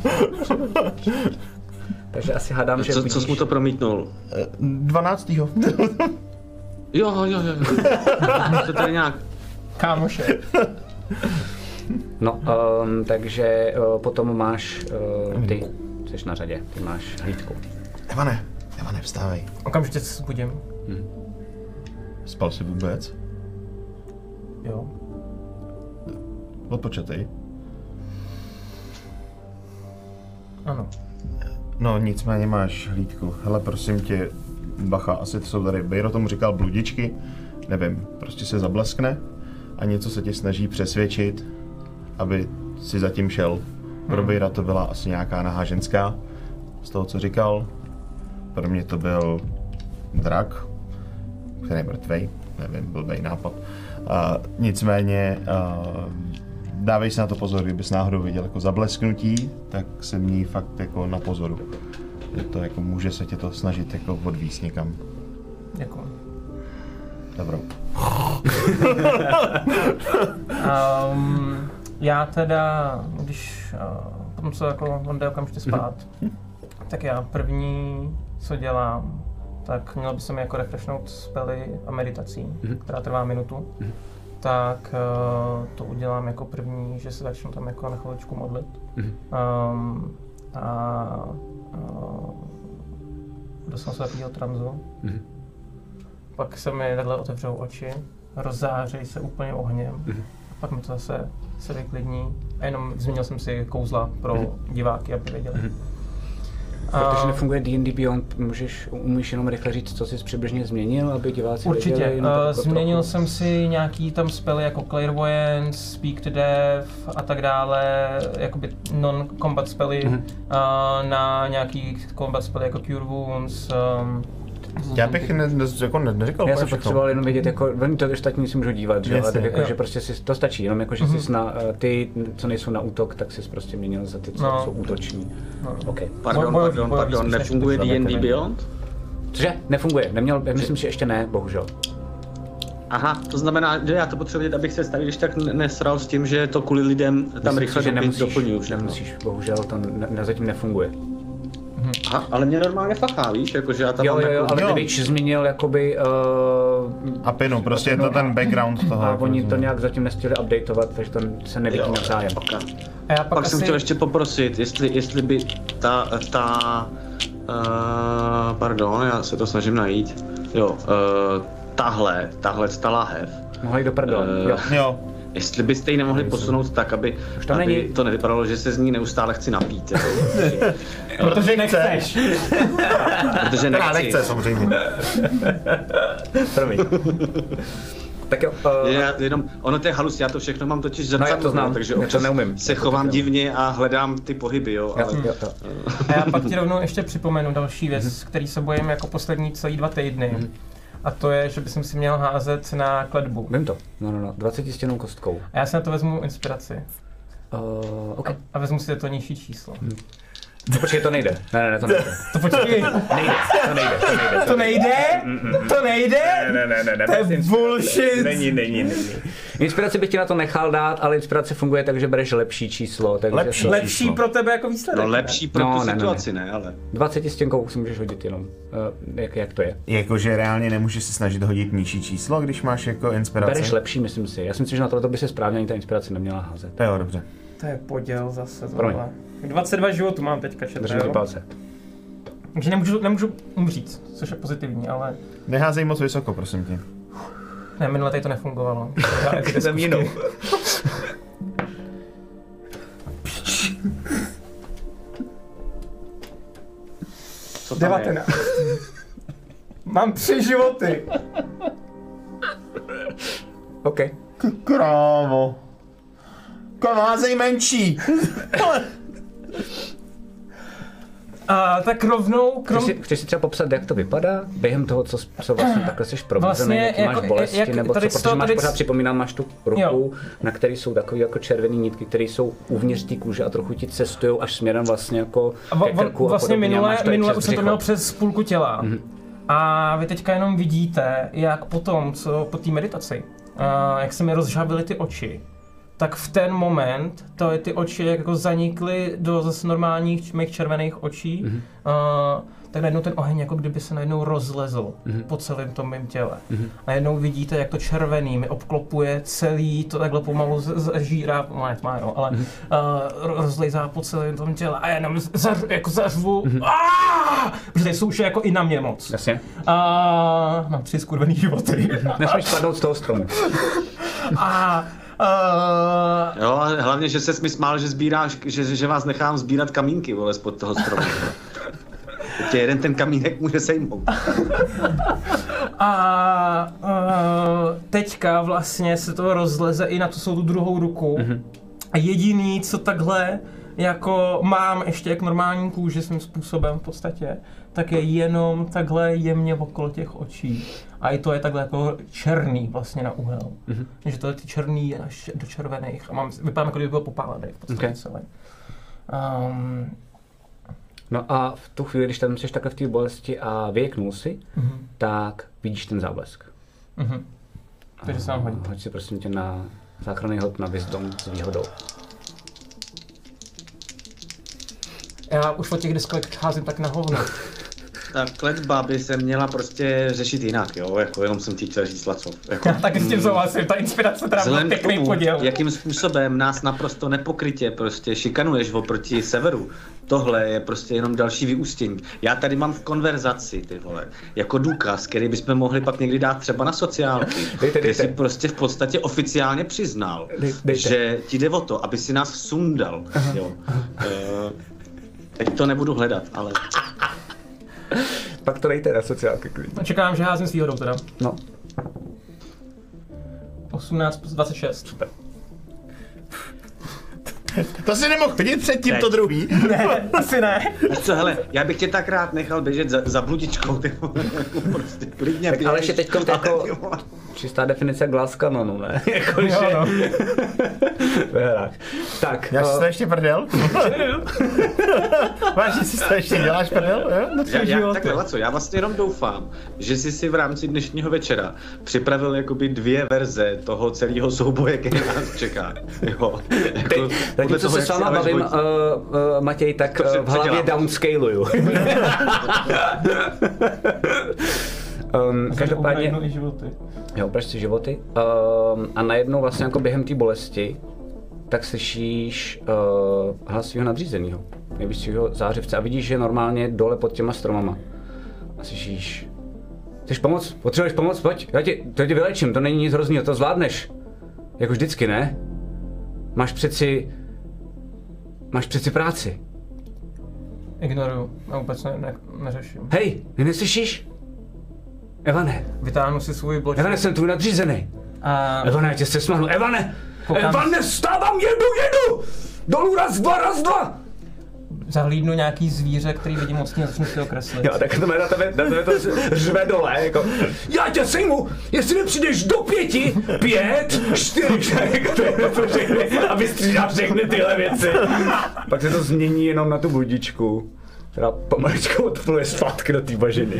Takže asi hádám, že Co, vidíš... co jsi mu to promítnul? dvanáctého. Jo, jo, jo, jo. To tady nějak... Kámoše. No, um, takže uh, potom máš uh, ty, jsi na řadě, ty máš hlídku. Evane, Evane, vstávej. Okamžitě se zbudím. Hmm. Spal jsi vůbec? Jo. Odpočatej. Ano. No, nicméně máš hlídku. Hele, prosím tě, bacha, asi to jsou tady, Bejro tomu říkal bludičky, nevím, prostě se zableskne a něco se tě snaží přesvědčit, aby si zatím šel. Pro Bejra to byla asi nějaká nahá ženská, z toho, co říkal. Pro mě to byl drak, který je mrtvej, nevím, blbej nápad. A nicméně, a dávej si na to pozor, kdybys náhodou viděl jako zablesknutí, tak se měj fakt jako na pozoru. Je to jako, může se tě to snažit jako odvízt někam. Děkuji. Dobrou. um, já teda, když uh, potom co jako on jde okamžitě spát, tak já první, co dělám, tak měl by se mi jako refreshnout spely a meditací, mm-hmm. která trvá minutu. Mm-hmm. Tak uh, to udělám jako první, že se začnu tam jako na chviličku modlit. Mm-hmm. Um, a uh, dostanu se do takového tranzu. Mm-hmm. Pak se mi takhle otevřou oči, rozzářejí se úplně ohněm. Mm-hmm. A pak mi to zase se vyklidní. A jenom změnil jsem si kouzla pro mm-hmm. diváky, aby věděli. Mm-hmm. Protože nefunguje D and D Beyond, můžeš, umíš jenom rychle říct, co jsi přibližně změnil, aby diváci určitě. věděli? Určitě, uh, změnil trochu. jsem si nějaký tam spely jako Clairvoyance, Speak to Death a tak dále, jakoby non-combat spely, mm-hmm. uh, na nějaký combat spely jako Cure Wounds. Um, Já bych ne, ne, jako ne, neříkal. Já jsem potřeboval jenom vědět, jako, oni to ostatní si můžou dívat, že? Jasně, ale tak jako, jo. že prostě si, to stačí, jenom jako, že mm-hmm. jsi na ty, co nejsou na útok, tak jsi prostě měnil za ty, co no. jsou útoční. No. Okay. Pardon, Boj, pardon, boj, pardon, boj, nefunguje D and D Beyond? Cože? Nefunguje, neměl, já myslím, že ještě ne, bohužel. Aha, to znamená, že já to potřebuji, abych se stavil, když tak nesral s tím, že to kvůli lidem tam myslím rychle si, že nemusíš, nemusíš, doplňuju všechno. Nemusíš, bohužel to ne, ne, zatím nefunguje. Mm-hmm. Aha, ale mě normálně fachá, víš, jakože já tam Jo, mám jo, jo, jako... ale jo. když zmínil jakoby... Uh, A pinu, prostě je to ten background toho. a jako oni to rozumím. nějak zatím nestihli updateovat, takže to se nevidí navzájem. Okay. A já pak, Pak asi... jsem chtěl ještě poprosit, jestli, jestli by ta, ta, uh, pardon, já se to snažím najít, jo, uh, tahle, tahle ta lahev, Mohli do prdele, Eh, jo. Jo. jestli byste ji nemohli posunout tak, aby, to aby není. to nevypadalo, že se z ní neustále chci napít, jako, Protože nechceš. protože Teda nechci. nechce samozřejmě. Promiň. Tak jo, uh, Já, jenom, ono to je halus, já to všechno mám totiž No, já to zrcadlo, znám, takže já to občas neumím. se Já to chovám taky divně a hledám ty pohyby, jo, jo, ale jo, jo. A já pak ti rovnou ještě připomenu další věc, který se bojím jako poslední celý dva týdny. A to je, že bych si měl házet na kletbu. Vím to, no, no, no, dvacetistěnnou kostkou. A já si na to vezmu inspiraci. Uh, OK. A vezmu si to nižší číslo. No, počkej, to nejde. Ne, ne, ne, to nejde. To počkej, Nejde, to nejde, to nejde. to nejde? To nejde? Ne, ne, ne, ne. To je bullshit. Není, není, není. Inspiraci bych ti na to nechal dát, ale inspirace funguje tak, že bereš lepší číslo. Takže Lepší. Lepší číslo. pro tebe jako výsledek. no lepší pro No, tu ne, ne, ne. situaci, ne, ale... dvacetistěnkou si můžeš hodit jenom, uh, jak, jak to je. Jakože reálně nemůžeš si snažit hodit nižší číslo, když máš jako inspiraci. Bereš lepší, myslím si. Já si myslím, že na tohle by se správně ani ta inspirace neměla házet. To jo, dobře. To je poděl zase Promiň. tohle. dvacet dva životů mám teďka četře, Držím ti jo? palce. Takže nemůžu, nemůžu umřít, což je pozitivní, ale Neházej moc vysoko, prosím tě. ne, minule tady to nefungovalo. Jsem jinou. Co tam je? devatenáct. Mám tři životy. OK. Krávo. Kam házej menší. A tak rovnou, Chceš krom... si, chceš si třeba popsat, jak to vypadá během toho, co, co vlastně takhle jsi probuzený, Vlastně jaký jako- máš bolesti, jak- nebo co, tady protože sto- máš tady- pořád, připomínám, máš tu ruku, Jo. na který jsou takové jako červené nitky, které jsou uvnitř té kůže a trochu ti cestují až směrem vlastně jako A va- ke krku a vlastně podobně, a minule, máš to i minule přes už jsem to břicho. měl přes půlku těla. Mhm. A vy teďka jenom vidíte, jak potom, co po té meditaci, a jak se mi rozžhavily ty oči, tak v ten moment to je ty oči jak jako zanikly do zase normálních mých červených očí, Mhm. a, tak najednou ten oheň jako kdyby se najednou rozlezl Mhm. po celém tom mém těle. Mhm. A najednou vidíte, jak to červený mi obklopuje celý, to takhle pomalu z- zažírá, no ne, má, no, ale Mhm. uh, rozlejzá po celém tom těle a jenom zař, jako zařvu, Mhm. aaaah, protože tady jsou už jako i na mě moc. Jasně. A mám tři skurvený životy. Nesmíš spadnout z toho stromu. A uh, Jo, a hlavně, že ses mi smál, že sbíráš, že, že vás nechám sbírat kamínky, vole, spod toho stromu. Tě jeden ten kamínek může sejmout. A uh, teďka vlastně se to rozleze i na tu svou tu druhou ruku. Mhm. A jediný, co takhle jako mám ještě jak normální kůži svým způsobem v podstatě, tak je jenom takhle jemně okolo těch očí. A i to je takhle jako černý vlastně na úhel. Mhm. Že to je ty černý až do červených. A mám, vypadám jako kdyby byl popálený v podstatě Okay. celý. Um, No a v tu chvíli, když tam jsi takhle v té bolesti a vyjeknul si, mhm, tak vidíš ten záblesk. mhm. Takže se vám hodí. Hoď si prosím tě na záchranný hod na Wisdom s výhodou. Já už od těch deskovek házím tak na hovno. Ta kletba by se měla prostě řešit jinak, jo, jako jenom jsem ti chtěl říct Lacov. Jako, Já taky s tím souhlasím, ta inspirace teda byla vzhledem k pěkný tomu, poděl. jakým způsobem nás naprosto nepokrytě prostě šikanuješ oproti severu, tohle je prostě jenom další vyústění. Já tady mám v konverzaci, ty vole, jako důkaz, který bychom mohli pak někdy dát třeba na sociálky, Dejte, kde dejte. si prostě v podstatě oficiálně přiznal, Dej- dejte. že ti jde o to, aby si nás sundal, jo. Uh, teď to nebudu hledat, ale... Pak to dejte na sociálky klidně. Čekám, že házím s výhodou teda. No, osmnáct plus dvacet šest. super. To si nemohl chodit předtím Ne. to druhý. Ne, asi ne. A co, hele, já bych tě tak rád nechal běžet za, za bludičkou, ty vole, jako prostě klidně Tak běž. ale ještě teďkom to jako- Ale, ty vole. Čistá definice glass kanonu, ne? Jako, Jo, že... no. Ve hrách. Tak, Já si eh, to ještě prdel? Vážně si to ještě děláš prdel? Jo? No, Já, já, takhle, Laco, já vlastně jenom doufám, že jsi si v rámci dnešního večera připravil jakoby dvě verze toho celého souboje, který nás čeká. Jo, jako, teď, teď zatímco se s váma bavím, uh, uh, Matěj, tak uh, v hlavě downscaluju. um, každopádně... Jo, upraž si životy. Um, a najednou vlastně jako během té bolesti, tak slyšíš uh, hlas svého nadřízeného, nejvyššího zářivce a vidíš, že normálně dole pod těma stromama. A slyšíš, chceš pomoct? Potřebuješ pomoc? Pojď, já tě, to tě vylečím, to není nic hroznýho, to zvládneš. Jako vždycky, ne? Máš přeci, máš přeci práci. Ignoruju, já vůbec ne, ne, neřeším. Hej, ty neslyšíš? Evane. Vytáhnu si svůj bloček. Evane, jsem tvůj nadřízený. A... Evane, já tě se smahnu. Evane! Koukám. Evane, stávám, jedu, jedu! Dolů, raz, dva, raz, dva! Zahlídnu nějaký zvíře, který vidím mocně a začnu si ho kreslit. Jo, tak to na tebe, na tebe to řve dole, jako já tě sejmu, jestli nepřijdeš do pěti, pět, čtyři, jako to je to všechny, a vystřídáš všechny tyhle věci. Pak se to změní jenom na tu budičku, která pomaličku odpluje zpátky do té bažiny.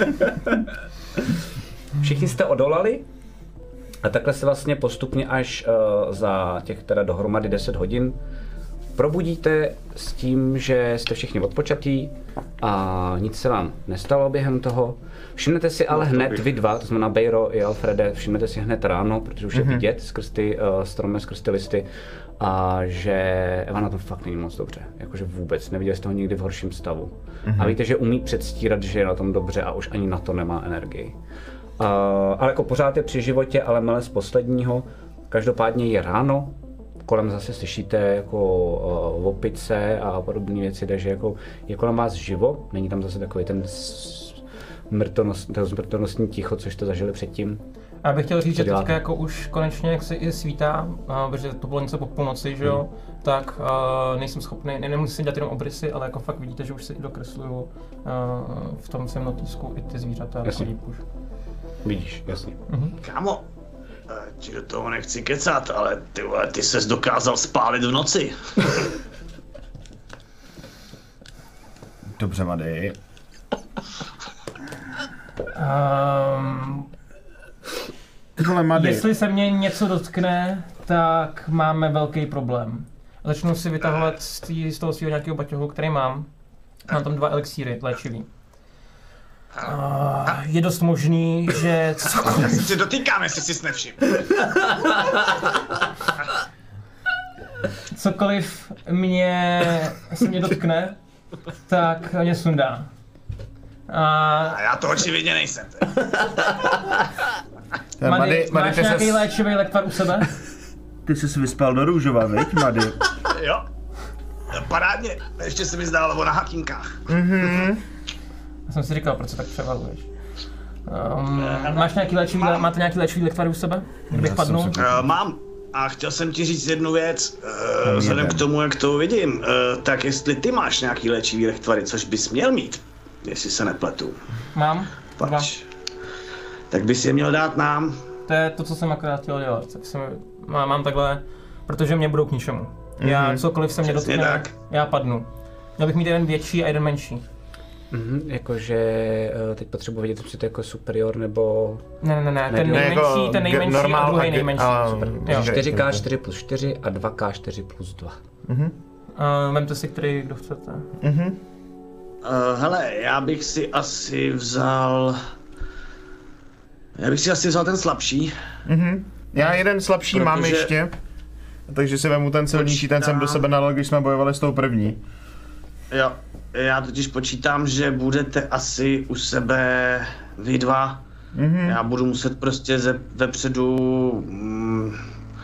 Všichni jste odolali a takhle se vlastně postupně až uh, za těch teda dohromady deset hodin probudíte s tím, že jste všichni odpočatí a nic se vám nestalo během toho. Všimnete si ale hned vy dva, to znamená Bejro i Alfrede, všimnete si hned ráno, protože už je vidět skrz ty uh, stromy, skrz ty listy, a že Eva na tom fakt není moc dobře, jakože vůbec, neviděli jste ho nikdy v horším stavu. A víte, že umí předstírat, že je na tom dobře a už ani na to nemá energii. Uh, ale jako pořád je při životě, ale mele z posledního. Každopádně je ráno, kolem zase slyšíte jako uh, opice a podobné věci, takže jako je kolem vás živo, není tam zase takový ten smrtonost, smrtonostní ticho, což jste zažili předtím. A bych chtěl říct, že teďka jako už konečně jak se i svítá, uh, protože to bylo něco po půlnoci, že jo, hmm. tak uh, nejsem schopný, ne, nemusím si dělat jenom obrysy, ale jako fakt vidíte, že už si dokresluju uh, v tom svém notýsku i ty zvířata. Jasně. Už. Vidíš, jasně. Mhm. Kámo, ti do toho nechci kecat, ale ty vole, ty ses dokázal spálit v noci. Dobře, Mady. Um, Tohle Mady. Jestli se mě něco dotkne, tak máme velký problém. Začnu si vytahovat z, tý, z toho svého nějakého baťohu, který mám. Mám tam dva elixíry léčivý. Uh, je dost možný, že cokoliv... Já se dotýkám, jestli jsi nevšiml. Cokoliv mě, se mě dotkne, tak mě sundá. A... A já to očividně nejsem. Mady, Mady, máš Mady, nějaký ses... léčivý lektvar u sebe? Ty jsi vyspal do růžova, viď, Mady? Jo. Parádně. Ještě se mi zdálo na hakinkách. Mhm. Já jsem si říkal, proč se tak převaluješ. Um, máš nějaký léčivý, mám. Máte nějaký léčivý lektvary u sebe? Kdybych padnul? Uh, mám. A chtěl jsem ti říct jednu věc, uh, vzhledem k tomu, jak to vidím, uh, tak jestli ty máš nějaký léčivý lektvary, což bys měl mít, jestli se nepletu. Mám. Pač. Tak bys je měl dát nám. To je to, co jsem akorát chtěl dělat. Jsem, mám, mám takhle, protože mě budou k ničemu. Já, cokoliv se mě dotkne, tak. Já padnu. Měl bych mít jeden větší a jeden menší. Mhm, jakože teď potřebuji vědět, jestli to je jako superior nebo... Ne, ne, ne, ten ne, nejmenší, jako ten nejmenší normál, a druhý nejmenší. čtyři ká čtyři plus čtyři a dva ká čtyři plus dva. Mhm. Uh, vemte si, který, kdo chcete. Mhm. Uh, hele, já bych si asi vzal... Já bych si asi vzal ten slabší. Mhm. Já jeden slabší protože... mám ještě. Takže si vemu ten silnější, ten jsem do sebe nalil, když jsme bojovali s tou první. Jo. Já totiž počítám, že budete asi u sebe vy dva. Mm-hmm. Já budu muset prostě ze, vepředu... Mm,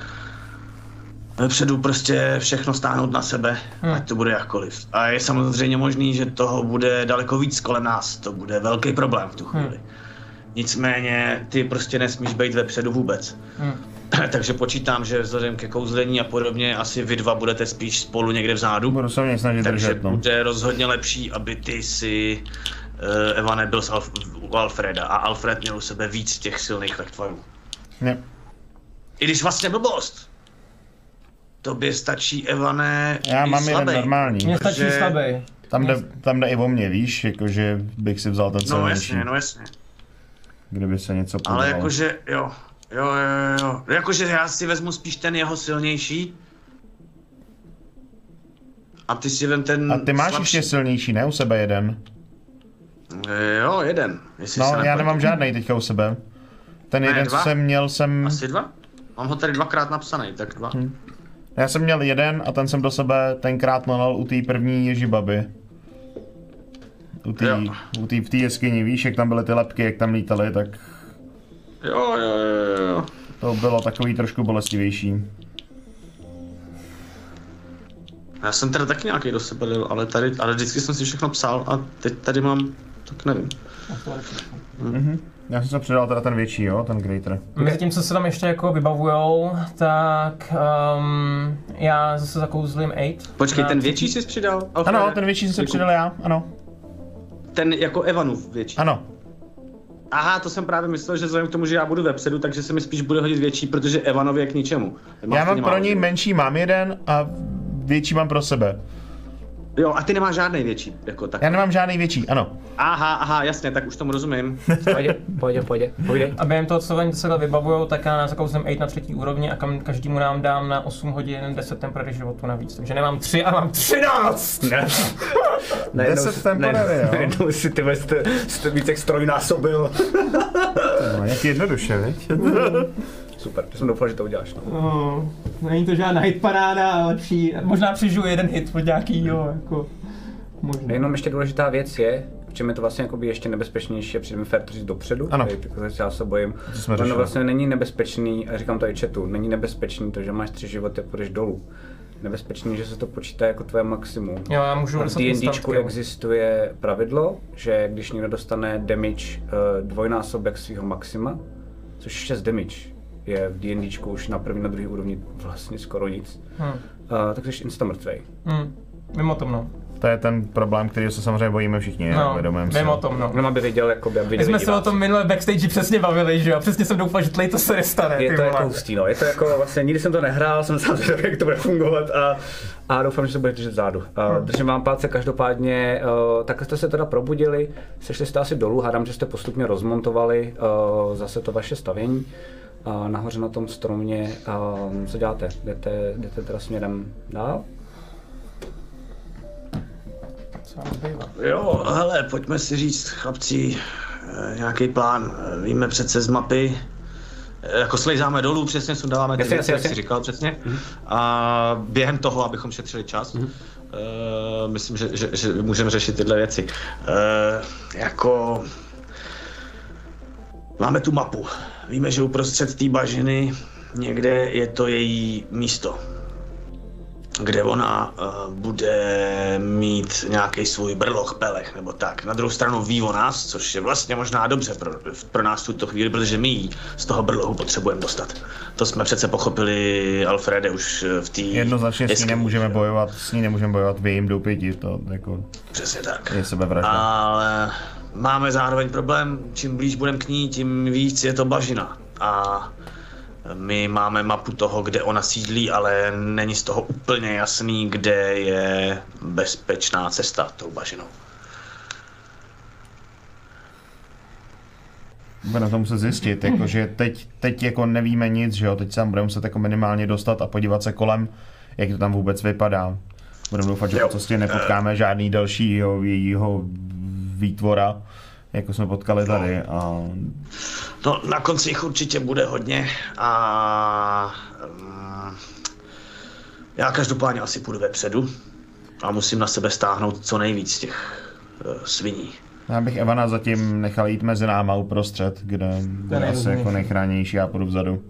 vepředu prostě všechno stáhnout na sebe, mm. ať to bude jakkoliv. A je samozřejmě možný, že toho bude daleko víc kolem nás. To bude velký problém v tu chvíli. Mm. Nicméně ty prostě nesmíš být vepředu vůbec. Mm. Takže počítám, že vzhledem ke kouzlení a podobně asi vy dva budete spíš spolu někde vzadu. Budu se mě snažit takže držet, no. bude rozhodně lepší, aby ty si uh, Eva nebyl s Alf, u Alfreda a Alfred měl u sebe víc těch silných lektvarů. Ne. I když vlastně blbost. Tobě stačí, Evane, já mám slabej, jeden normální. Mně stačí že... slabý. Tam jde, tam jde i o mě, víš, jakože bych si vzal ten silnější. No jasně, no jasně. Kdyby se něco podalo. Ale jakože, jo. Jo, jo, jo, jakože já si vezmu spíš ten jeho silnější. A ty si vem ten A ty máš slabší. ještě silnější, ne? U sebe jeden. E, jo, jeden. Jestli No, se já nepletu. nemám žádnej teďka u sebe. Ten Ne, jeden, co dva? jsem měl, jsem... Asi dva? Mám ho tady dvakrát napsaný, tak dva. Hm. Já jsem měl jeden a ten jsem do sebe tenkrát nalal u té první ježibaby. U té, Jo. u té, v té jeskyni, víš, jak tam byly ty lepky, jak tam lítaly, tak Jo, jo, jo, jo. to bylo takový trošku bolestivější. Já jsem teda taky nějaký do sebe dal, ale tady, ale vždycky jsem si všechno psal a teď tady mám, tak nevím. Mhm. Já jsem se přidal teda ten větší, jo, ten Greater. Mezi tím, co se tam ještě jako vybavujou, tak um, já zase zakouzlím osm. Počkej, Na ten třetí- větší jsi přidal? Alfrede? Ano, ten větší jsem se Děkuju. přidal já, ano. Ten jako Evanův větší. Ano. Aha, to jsem právě myslel, že vzhledem k tomu, že já budu vepředu, takže se mi spíš bude hodit větší, protože Evanovi je k ničemu. Má Já mám stejně pro málo, něj že? menší, mám jeden a větší mám pro sebe. Jo, a ty nemáš žádný větší, jako tak. Já nemám žádný větší, ano. Aha, aha, jasně, tak už tomu rozumím. Pojď, pojď, pojď, pojď. A během toho, co oni se vybavujou, tak já zakouzlím osm na třetí úrovni a kam každému nám dám na osm hodin deset temporary životu navíc. Takže nemám tři a mám třináct! Deset temporary, jo. Najednou si ty jste, jste víc jak strojnásobil. No, jak jednoduše, viď? Super, to jsem doufal, že to uděláš. No. No, není to žádná hitparáda, ale lepší. Možná přežiju jeden hit od nějakýho, jako... Možná. Jenom ještě důležitá věc je, v čem je to vlastně jakoby ještě nebezpečnější a přijdeme fér to říct dopředu, Ano. takže já se bojím. jsme Ono řešili. vlastně není nebezpečný, a říkám to i chatu, není nebezpečný to, že máš tři životy a půjdeš dolů. Nebezpečný, že se to počítá jako tvoje maximum. Jo, já můžu A v dostat D and instant Dčku kill. existuje pravidlo, že když někdo dostane damage uh, dvojnásobek svého maxima, což šest damage je v D and Dčku už na první, na druhé úrovni vlastně skoro nic, Hmm. uh, tak jsi insta mrtvej. Hmm. Vím o tom, no. To je ten problém, který se samozřejmě bojíme všichni, No, uvědomujeme si. vím o tom, no. Jenom aby věděl, jakoby, aby My jsme viděli se o diváci. tom minule backstage přesně bavili, že jo? Přesně jsem doufal, že tady to se nestane, Je ty to vole. jako hustý, no. Je to jako vlastně, nikdy jsem to nehrál, jsem sám zvědavý, jak to bude fungovat a, a doufám, že se bude držet zádu. Uh, držím vám palce každopádně, uh, tak jste se teda probudili, sešli jste asi dolů, hádám, že jste postupně rozmontovali uh, zase to vaše stavění. Uh, nahoře na tom stromě, uh, co děláte? Jdete, jdete teda směrem dál? Co vám zbývá? Jo, hele, pojďme si říct, chlapci, eh, nějaký plán. Eh, Víme přece z mapy, eh, jako slejzáme dolů, přesně sundáváme ty Jasně, věci, jak jasně, jsi říkal přesně. A během toho, abychom šetřili čas, uh, myslím, že, že, že můžeme řešit tyhle věci. Uh, jako... Máme tu mapu. Víme, že uprostřed té bažiny někde je to její místo, kde ona uh, bude mít nějaký svůj brloch, pelech nebo tak. Na druhou stranu ví o nás, což je vlastně možná dobře pro, pro nás v tuto chvíli, protože my ji z toho brlohu potřebujeme dostat. To jsme přece pochopili, Alfrede, už v té... Jednoznačně s ní nemůžeme bojovat, s ní nemůžeme bojovat v jejím doupěti, to jako Přesně tak. je sebevražda. Ale máme zároveň problém, čím blíž budeme k ní, tím víc je to bažina. A my máme mapu toho, kde ona sídlí, ale není z toho úplně jasný, kde je bezpečná cesta tou bažinou. Budeme to muset zjistit, jakože teď, teď jako nevíme nic, že jo, teď se tam budeme muset jako minimálně dostat a podívat se kolem, jak to tam vůbec vypadá. Budeme doufat, že po cestě nepotkáme žádný dalšího jejího výtvora, jako jsme potkali tady. A... No, na konci jich určitě bude hodně a um, já každopádně asi půjdu vepředu a musím na sebe stáhnout co nejvíc těch uh, sviní. Já bych Evana zatím nechal jít mezi náma uprostřed, kde bude asi jako nejchránější, já půjdu vzadu.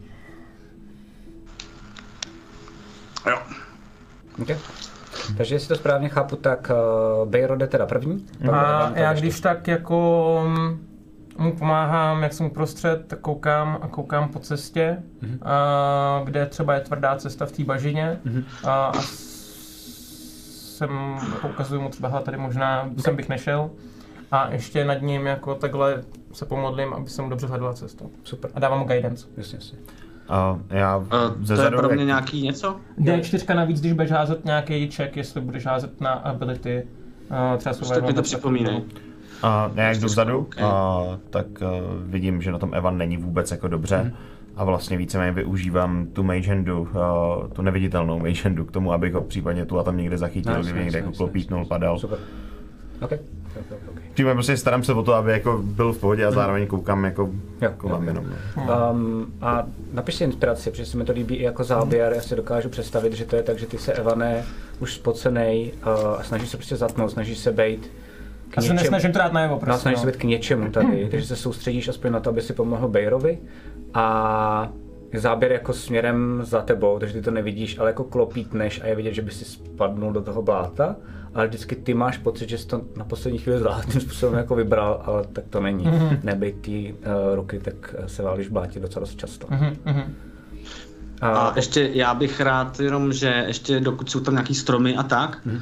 Jo. Okay. Takže jestli to správně chápu, tak uh, Bejro jde teda první. A já když tak jako mu pomáhám, jak jsem uprostřed, tak koukám a koukám po cestě, mm-hmm. a, kde třeba je tvrdá cesta v té bažině mm-hmm. a, a jsem, jako ukazuju mu třeba, tady možná okay. sem bych nešel a ještě nad ním jako takhle se pomodlím, aby jsem mu dobře hledala cestu. Super. A dávám mu guidance. Jasně, jasně. A já Uh, ze to je zadu, pro mě jak... nějaký něco? D čtyři navíc, když budeš házet nějaký check, jestli budeš házet na ability, uh, třeba Prostě mi to připomínej. A já jak jdu vzadu, Okay. a, tak uh, vidím, že na tom Evan není vůbec jako dobře. Hmm. a vlastně víceméně využívám tu mage handu, uh, tu neviditelnou mage handu k tomu, abych ho případně tu a tam někde zachytil, nice, kdyby nice, někde nice, jako klopítnul, nice, padal. Super. Okay. Okay, okay. Tím prostě starám se o to, aby jako byl v pohodě a zároveň koukám jako kolem jenom. Um, a napiš si inspiraci, protože se mi to líbí i jako záběr, já si dokážu představit, že to je tak, že ty se, Evane, už spocenej uh, a snažíš se prostě zatnout, snažíš se bejt k Já se nesnažím to dát najevo prostě. No, snažíš se být k něčemu tady, takže se soustředíš aspoň na to, aby si pomohl Bejrovi a záběr jako směrem za tebou, takže ty to nevidíš, ale jako klopítneš a je vidět, že by si spadnul do toho bláta, ale vždycky ty máš pocit, že jsi to na poslední chvíli zvláštním způsobem jako vybral, ale tak to není. Mm-hmm. Nebej ty uh, ruky, tak se válíš v blátě docela dost často. Mm-hmm. A, a ještě já bych rád jenom, že ještě dokud jsou tam nějaký stromy a tak, mm-hmm.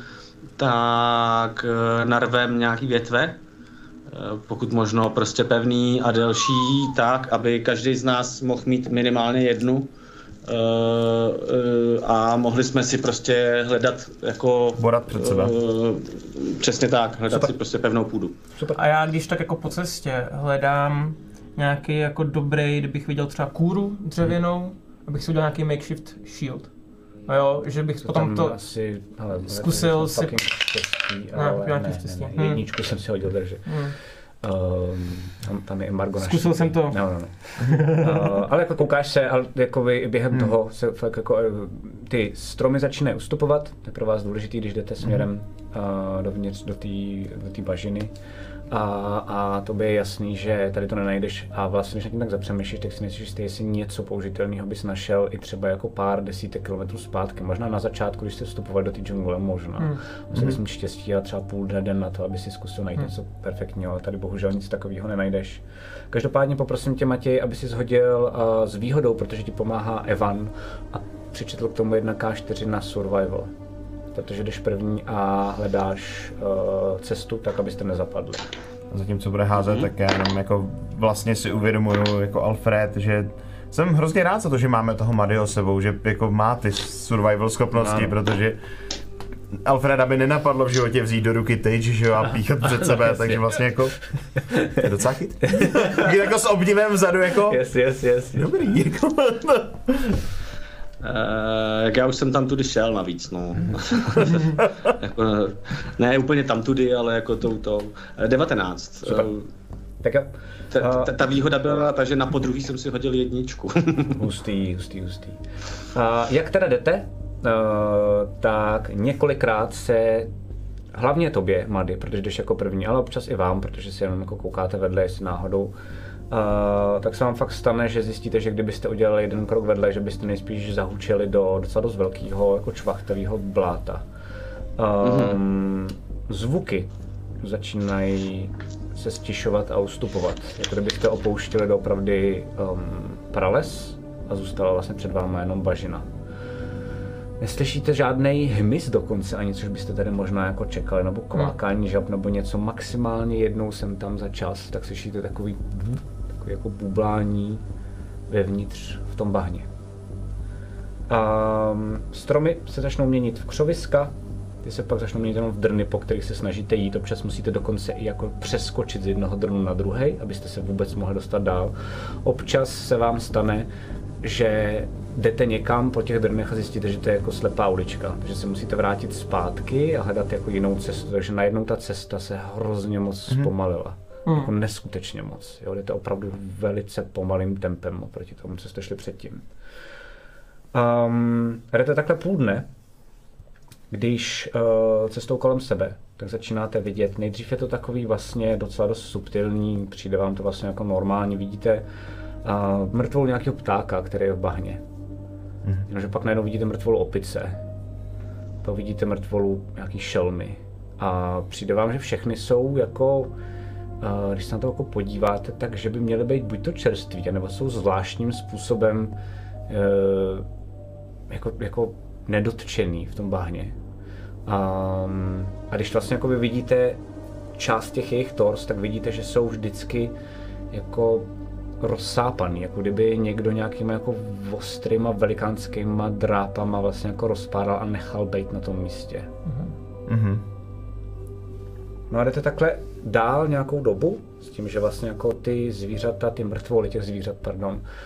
tak uh, narvem nějaký větve, uh, pokud možno prostě pevný a delší, tak, aby každý z nás mohl mít minimálně jednu. Uh, uh, a mohli jsme si prostě hledat jako... Borat před sebe. Uh, přesně tak, hledat Super. si prostě pevnou půdu. Super. A já když tak jako po cestě hledám nějaký jako dobrý, kdybych viděl třeba kůru dřevěnou, hmm. abych si udělal nějaký makeshift shield. A jo, že bych to potom to asi, hele, zkusil si... Štěstí, no, ale nějaký ne, štěstí. ne, ne. Jedničku jsem si hodil, takže... Hmm. Um, tam, tam je embargo na Zkusil jsem to. No, no, no. uh, ale jako koukáš se, ale jako vy, během hmm. toho se fakt jako ty stromy začínají ustupovat, to je pro vás důležitý, když jdete směrem uh, dovnitř do té do té bažiny. A, a to by je jasný, že tady to nenajdeš a vlastně, když nad tím tak zapřemýšlíš, tak si myslíš, že jestli něco použitelného bys našel i třeba jako pár desítek kilometrů zpátky. Možná na začátku, když jste vstupovali do té džungle, možná. Hmm. Musel bys mít štěstí a třeba půl dne den na to, aby si zkusil najít hmm. něco perfektního, ale tady bohužel nic takového nenajdeš. Každopádně poprosím tě, Matěj, aby si shodil uh, s výhodou, protože ti pomáhá Evan a přičetl k tomu jedna ká čtyři na survival. Protože jdeš první a hledáš uh, cestu, tak abyste nezapadli. A zatímco bude házet, mm-hmm. tak já jenom jako vlastně si uvědomuju jako Alfred, že jsem hrozně rád za to, že máme toho Madio sebou, že jako má ty survival schopnosti, no. protože Alfreda by nenapadlo v životě vzít do ruky tyč, že jo, a píchat před sebe, takže vlastně jako je docela chyt. Jako s obdivem vzadu jako yes, yes, yes. Dobrý, jako Uh, jak já už jsem tam tudy šel navíc, no. jako, ne úplně tam tudy, ale jako touto. devatenáct. Uh, tak jo. Ta, ta, ta výhoda byla ta, že na podruhý jsem si hodil jedničku. hustý, hustý, hustý. Uh, jak teda jdete, uh, tak několikrát se, hlavně tobě, Mady, protože jdeš jako první, ale občas i vám, protože si jenom jako koukáte vedle, jestli náhodou. Uh, tak se vám fakt stane, že zjistíte, že kdybyste udělali jeden krok vedle, že byste nejspíš zahučeli do docela dost velkého jako čvachtavého bláta. Um, mm-hmm. Zvuky začínají se stišovat a ustupovat, jako kdybyste opouštěli doopravdy um, prales a zůstala vlastně před váma jenom bažina. Neslyšíte žádnej hmyz dokonce ani, což byste tady možná jako čekali, nebo kvákání žab, nebo něco maximálně jednou sem tam za čas, tak slyšíte takový, takový jako bublání vevnitř v tom bahně. Um, stromy se začnou měnit v křoviska, ty se pak začnou měnit jenom v drny, po kterých se snažíte jít, občas musíte dokonce i jako přeskočit z jednoho drnu na druhý, abyste se vůbec mohli dostat dál. Občas se vám stane, že jdete někam po těch drnech a zjistíte, že to je jako slepá ulička, takže se musíte vrátit zpátky a hledat jako jinou cestu, takže najednou ta cesta se hrozně moc mm. zpomalila, mm. jako neskutečně moc, jo, jdete opravdu velice pomalým tempem oproti tomu, co jste šli předtím. Um, jdete takhle půl dne, když uh, cestou kolem sebe, tak začínáte vidět, nejdřív je to takový vlastně docela dost subtilní, přijde vám to vlastně jako normální, vidíte uh, mrtvolu nějakého ptáka, který je v bahně. Mm. Jenomže pak najednou vidíte mrtvolu opice, pak vidíte mrtvolu nějaký šelmy a přijde vám, že všechny jsou jako, uh, když se na to jako podíváte, tak že by měly být buď to čerství, nebo jsou zvláštním způsobem uh, jako, jako nedotčený v tom bahně. Um, a když vlastně jako vy vidíte část těch jejich tors, tak vidíte, že jsou vždycky jako rozsápaný, jako kdyby někdo nějakýma jako ostrýma velikánskýma drápama vlastně jako rozpádal a nechal bejt na tom místě. Mm-hmm. No a jdete takhle dál nějakou dobu, s tím, že vlastně jako ty zvířata, ty mrtvoly těch zvířat, pardon,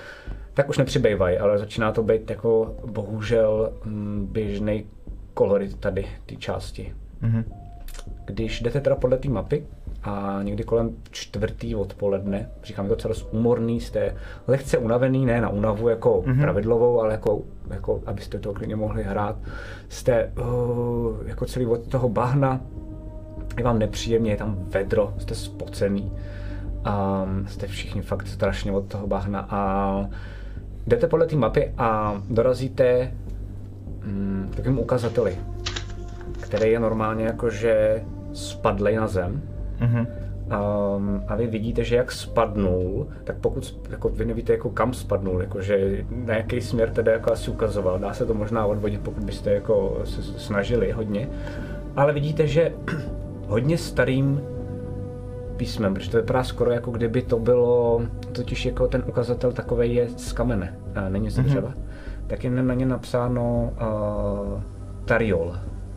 tak už nepřibývají, ale začíná to být jako bohužel běžný kolorit tady, ty části. Mm-hmm. Když jdete teda podle té mapy a někdy kolem čtvrtý odpoledne, říkám to docela úmorný, jste lehce unavený, ne na únavu jako mm-hmm. pravidlovou, ale jako, jako abyste to klidně mohli hrát, jste uh, jako celý od toho bahna, je vám nepříjemně, je tam vedro, jste spocený. Um, jste všichni fakt strašně od toho bahna a jdete podle té mapy a dorazíte mm, takovým ukazateli, který je normálně jakože spadlej na zem. Mm-hmm. Um, a vy vidíte, že jak spadnul, tak pokud jako vy nevíte, jako kam spadnul, jakože na jaký směr teda jako asi ukazoval, dá se to možná odvodit, pokud byste jako se snažili hodně, ale vidíte, že hodně starým písmem, protože to vypadá skoro jako kdyby to bylo, totiž jako ten ukazatel takovej je z kamene, a není z dřeva, mm-hmm. tak je na ně napsáno uh, Tariol.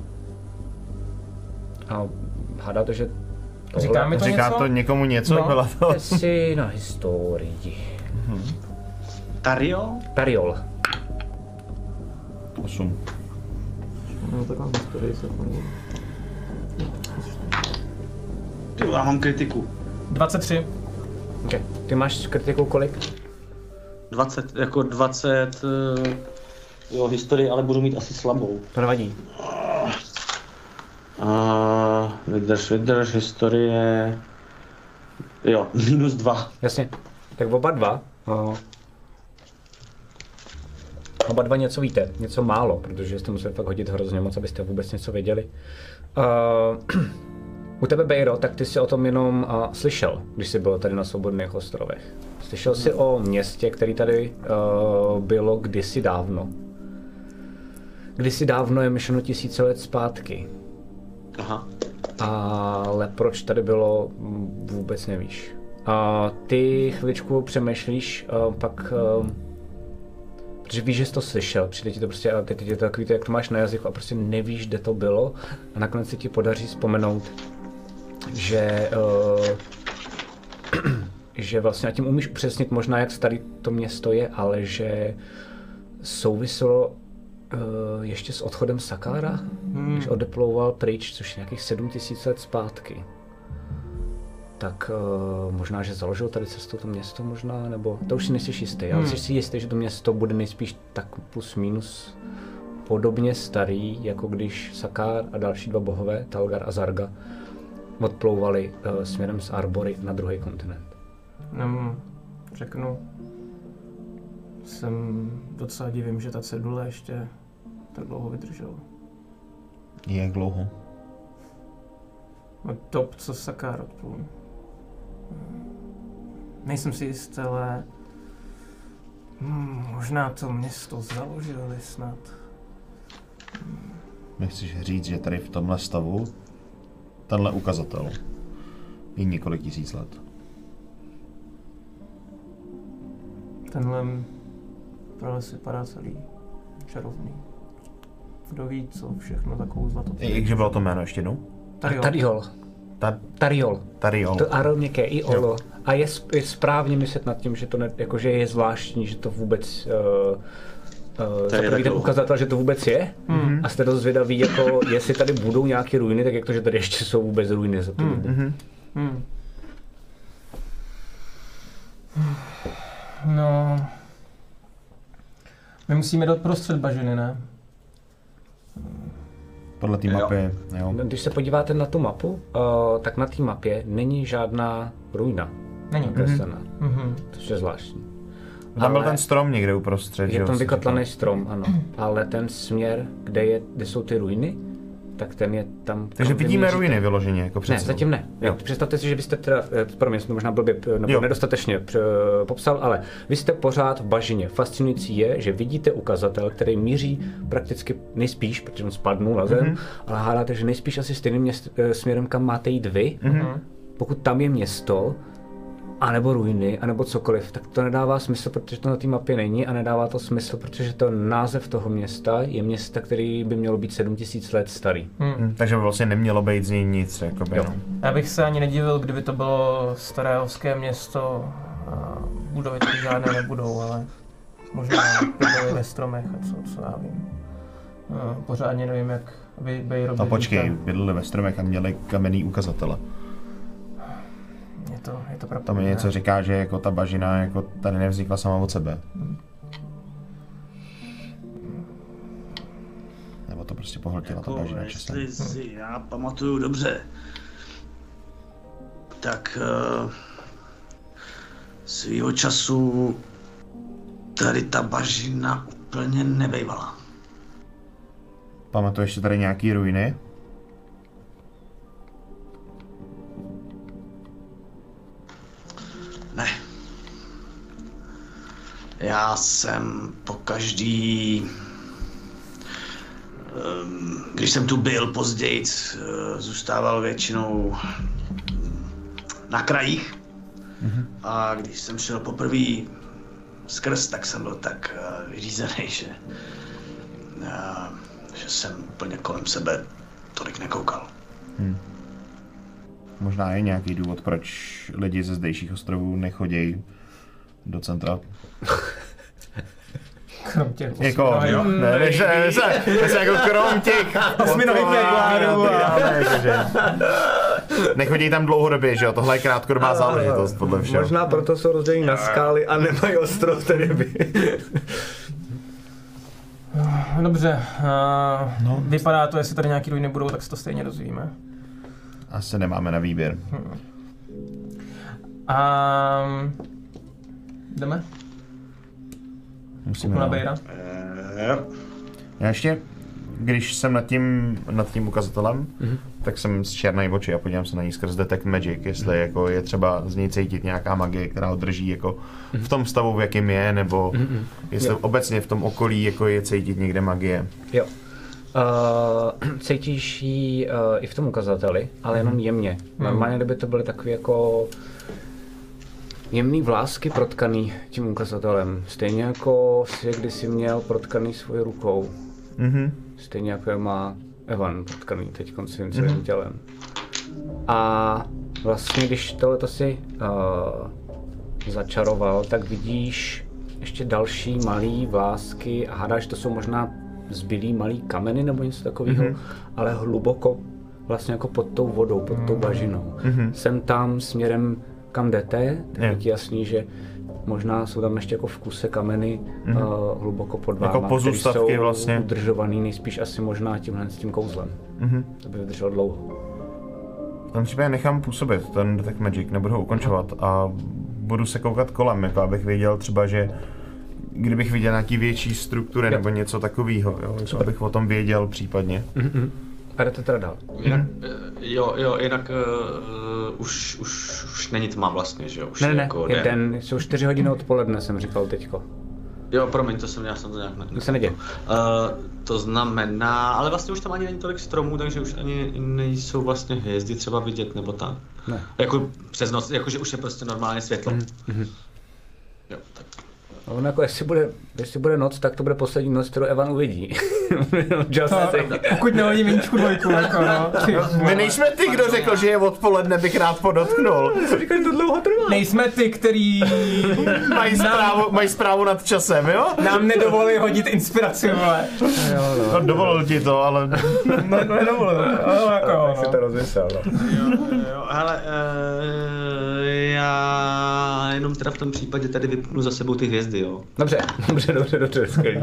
A hádáte, že tohle... Říká mi to Říká něco? to někomu něco? No. Byla to... si na historii. Mm-hmm. Tario? Tariol. Osm. No taková historie se pojde. Já mám kritiku. dvacet tři. Okay. Ty máš kritiku kolik? dvacet, jako dvacet, jo, historii, ale budu mít asi slabou. To nevadí. Uh, vydrž, vydrž, historie, jo, minus dva. Jasně. Tak oba dva. Uh, oba dva něco víte, něco málo, protože jste museli fakt hodit hrozně moc, abyste vůbec něco věděli. Uh, U tebe, Bejro, tak ty jsi o tom jenom uh, slyšel, když jsi byl tady na Svobodných ostrovech. Slyšel jsi o městě, který tady uh, bylo kdysi dávno. Kdysi dávno je myšleno tisíce let zpátky. Aha. Ale proč tady bylo, vůbec nevíš. A ty chviličku přemýšlíš, uh, pak, uh, protože víš, že jsi to slyšel, přijde ti to prostě, a teď je to takový to, jak to máš na jazyku a prostě nevíš, kde to bylo a nakonec se ti podaří vzpomenout, že, uh, že vlastně a tím umíš upřesnit možná, jak starý to město je, ale že souviselo uh, ještě s odchodem Sakára, hmm. když odeplouval pryč, což je nějakých sedm tisíc let zpátky. Tak uh, možná, že založil tady cestou to město možná, nebo to už si nejsi jistý, ale jsi si jistý, že to město bude nejspíš tak plus minus podobně starý, jako když Sakár a další dva bohové, Talgar a Zarga, odplouvali uh, směrem z Arbory na druhý kontinent. Nem, řeknu, jsem docela divím, že ta cedule ještě tak dlouho vydržela. Jak dlouho? Od dob, co Sakár odplul. Nejsem si jistý, ale hmm, možná to město založili snad. Nechceš říct, že tady v tomhle stavu tenhle ukazatel je několik tisíc let. Tenhle prales vypadá celý čarovný. Kdo ví, co všechno takovou zlato. Jakže bylo to jméno ještě jednou? Tariol. Tariol. Ta, Tariol. Tariol. To aro měkké i olo. A je, je správně myslet nad tím, že to ne, jakože je zvláštní, že to vůbec uh, Uh, za první ten ukazatel, že to vůbec je, mm-hmm. a jste dost zvědaví, jako jestli tady budou nějaké ruiny, tak jak to, že tady ještě jsou vůbec ruiny za tu dobu. Mm-hmm. Mm. No, my musíme do prostřed bažiny, ne? Podle té mapy, jo. Když se podíváte na tu mapu, uh, tak na té mapě není žádná ruina. Není. Kreslená. Mm-hmm. To je zvláštní. Tam byl ten strom někde uprostřed. Je tam vykotlaný strom, ano. Ale ten směr, kde, je, kde jsou ty ruiny, tak ten je tam... Takže vidíme ruiny vyloženě, jako před Ne, zatím ne. Jo. Představte si, že byste teda, pro mě jsem to možná blbě nebo jo. nedostatečně popsal, ale vy jste pořád v bažině. Fascinující je, že vidíte ukazatel, který míří prakticky nejspíš, protože on spadnul na zem, mm-hmm. ale hádáte, že nejspíš asi stejným měst, směrem, kam máte jít vy. Mm-hmm. Pokud tam je město, anebo ruiny, anebo cokoliv, tak to nedává smysl, protože to na té mapě není, a nedává to smysl, protože to název toho města je města, který by mělo být sedm tisíc let starý. Hmm. Takže by vlastně nemělo být z něj nic, jakoby, no. Já bych se ani nedivil, kdyby to bylo staré elfské město a budovy taky žádné nebudou, ale možná bydleli ve stromech a co, co já vím. No, pořádně nevím, jak by Bejro A počkej, bydleli ve stromech a měli kamenný ukazatele. Je to, je to pravda. Tam je něco říká, že jako ta bažina jako tady nevznikla sama od sebe. Hmm. Nebo to prostě pohltila jako, ta bažina časem. Jestli si já pamatuju dobře, tak uh, svýho času tady ta bažina úplně nebejvala. Pamatuješ si tady nějaký ruiny? Ne. Já jsem po každý, když jsem tu byl později, zůstával většinou na krajích. Mm-hmm. A když jsem šel poprvé skrz, tak jsem byl tak vyřízený, že, že jsem úplně kolem sebe tolik nekoukal. Hmm. Možná je nějaký důvod, proč lidi ze zdejších ostrovů nechodějí do centra. Krom těch osmi jako, jo, ne, než ne, se jako krom těch osminových jaguárů. Nechodí tam dlouhodobě, že jo, tohle je krátkodobá záležitost podle všeho. Možná proto jsou rozdělení na skály a nemají ostrov té ryby. Dobře, uh, no. Vypadá to, jestli tady nějaký ruiny budou, tak se to stejně dozvíme. Asi nemáme na výběr. Hmm. Um, jdeme? Musíme na Bejra. Já ještě, když jsem nad tím, nad tím ukazatelem, mm-hmm. tak jsem z černé oči a podívám se na ní skrz Detect Magic, jestli jako je třeba z něj cítit nějaká magie, která ho drží jako mm-hmm. v tom stavu, v jakém je, nebo mm-hmm. jestli jo. obecně v tom okolí jako je cítit někde magie. Jo. Uh, cítíš ji uh, i v tom ukazateli, ale jenom jemně. Mm. Normálně, kdyby to byly takové jako jemný vlásky protkaný tím ukazatelem. Stejně jako si kdysi měl protkaný svojí rukou. Mm-hmm. Stejně jako je má Evan protkaný teď svým celým mm-hmm. tělem. A vlastně, když tohleto si uh, začaroval, tak vidíš ještě další malý vlásky a hádáš, to jsou možná zbylý malý kameny nebo něco takového, mm-hmm. ale hluboko vlastně jako pod tou vodou, pod tou bažinou. Mm-hmm. Sem tam směrem kam jdete, tak je ti jasný, že možná jsou tam ještě jako v kuse kameny mm-hmm. uh, hluboko pod váma, jako pozůstatky které jsou vlastně udržovaný nejspíš asi možná tímhle s tím kouzlem. Mm-hmm. To by vydrželo dlouho. V tom případě nechám působit ten Detect Magic, nebudu ho ukončovat a budu se koukat kolem, jako abych věděl třeba, že kdybych viděl nějaký větší struktury nebo něco takového, jo, abych o tom věděl případně. Mm-hmm. A jdete teda dál. Jinak, jo, jo, jinak uh, už, už, už není tma vlastně, že jo? Už ne, je ne, jako je den, jsou čtyři hodiny odpoledne, jsem říkal teďko. Jo, promiň, to jsem, já jsem to nějak ne... Nic se neděje. Uh, to znamená, ale vlastně už tam ani není tolik stromů, takže už ani nejsou vlastně hvězdy třeba vidět, nebo tak. Ne. Jako přes noc, jakože už je prostě normálně světlo. Mm-hmm. Jo, tak. A ono jako, jestli bude, jestli bude noc, tak to bude poslední noc, kterou Evan uvidí. To, pokud nehodí Viničku dvojku, jako no. My nejsme ty, kdo řekl, že je odpoledne, bych rád podotknul. Co říkáš, to dlouho trvá? Nejsme ty, který mají zprávu, mají zprávu nad časem, jo? Nám nedovolí hodit inspiraci, vole. Jo, no. No, dovolil ti to, ale... ne, nedovolil, ale jako jo, no. Si to rozmyslel, no. Jo, jo, hele, uh, já jenom teda v tom případě tady vypnu za sebou ty hvězdy, jo. Dobře, dobře, dobře, dobře, skvělý.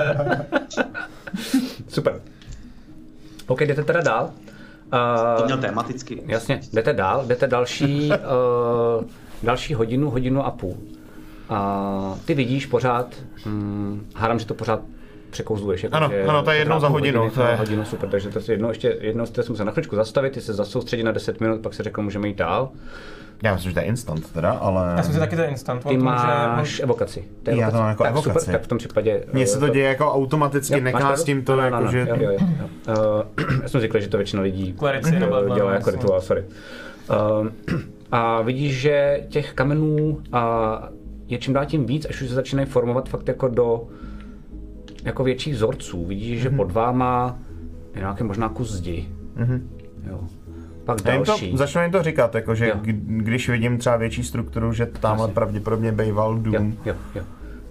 Super. OK, jdete teda dál. Uh, to měl tematicky. Jasně, jdete dál, jdete další, uh, další hodinu, hodinu a půl. Uh, ty vidíš pořád, hm, hádám, že to pořád překouzluješ. Jako, ano, ano, to je jednou za hodinu. Hodiny, to je hodinu, super, takže to si jednou, ještě jednou jste se musel na chvíličku zastavit, ty se zasoustředit na deset minut, pak se řekl, můžeme jít dál. Já myslím, že to je instant teda, ale... Já jsem si taky to je instant. Ty máš že... evokaci. To je Já to mám jako tak, evokaci. Super, tak v tom případě... Mně se to děje jako automaticky, nechá s tím to no, no, jako, no, že... Jo, jo, jo. Uh, já jsem říkal, že to většina lidí Klarici, uh, dělá jako rituál, sorry. Uh, a vidíš, že těch kamenů uh, je čím dál tím víc, až už se začínají formovat fakt jako do jako větších vzorců. Vidíš, že mm-hmm. pod váma je nějaký možná kus zdi. Mm-hmm. Jo. Pak další. To, začnu jim to říkat, jako, že když vidím třeba větší strukturu, že tamhle pravděpodobně bejval dům. Jo, jo, jo.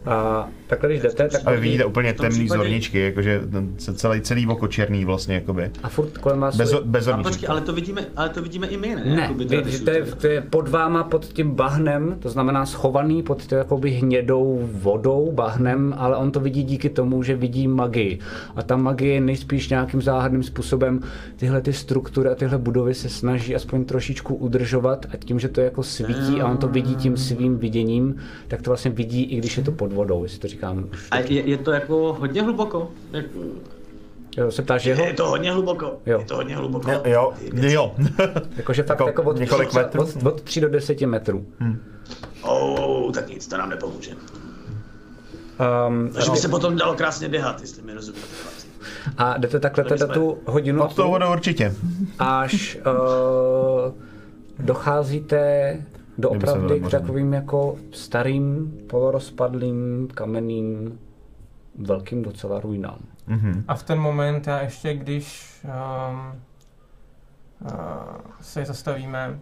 A takhle, když jdete, tak... A vy vidíte úplně temný případě... zorničky, jakože celý, celý oko černý vlastně, jakoby. A furt kolem vás... Bez, bez zorničky. Počkej, ale to vidíme, ale to vidíme i my, ne? Ne, vy, to, je, to je pod váma, pod tím bahnem, to znamená schovaný pod tím jakoby hnědou vodou, bahnem, ale on to vidí díky tomu, že vidí magii. A ta magie nejspíš nějakým záhadným způsobem tyhle ty struktury a tyhle budovy se snaží aspoň trošičku udržovat a tím, že to jako svítí a on to vidí tím svým viděním, tak to vlastně vidí, i když je to pod vodou, jestli to říkám. A je, je to jako hodně hluboko? Jak... Jo, se ptáš jeho? Je to hodně hluboko. Jo. Je to hodně hluboko. Jo, jo. jo. Jakože fakt jako, jako od, několik tři, metrů? Od, od tří do deseti metrů. Hmm. Oh, tak nic, to nám nepomůže. Um, Takže by se potom dalo krásně běhat, jestli mi rozumíte. A jdete takhle teda tu hodinu pod tou vodou určitě. Až uh, docházíte doopravdy k takovým jako starým, polorozpadlým, kamenným, velkým docela ruinám. Mm-hmm. A v ten moment já ještě, když um, uh, se zastavíme,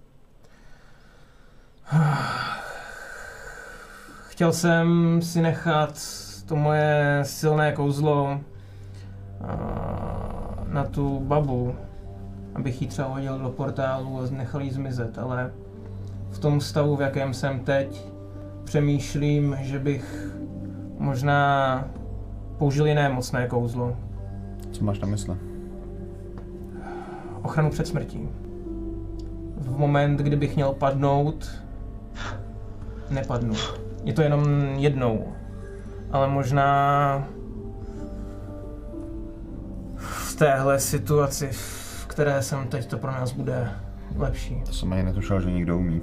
chtěl jsem si nechat to moje silné kouzlo uh, na tu babu, abych ji třeba hodil do portálu a nechal jí zmizet, ale v tom stavu, v jakém jsem teď, přemýšlím, že bych možná použil jiné mocné kouzlo. Co máš na mysli? Ochranu před smrtí. V moment, kdybych měl padnout, nepadnu. Je to jenom jednou. Ale možná v téhle situaci, v které jsem teď, to pro nás bude lepší. To jsem ani netušil, že někdo umí.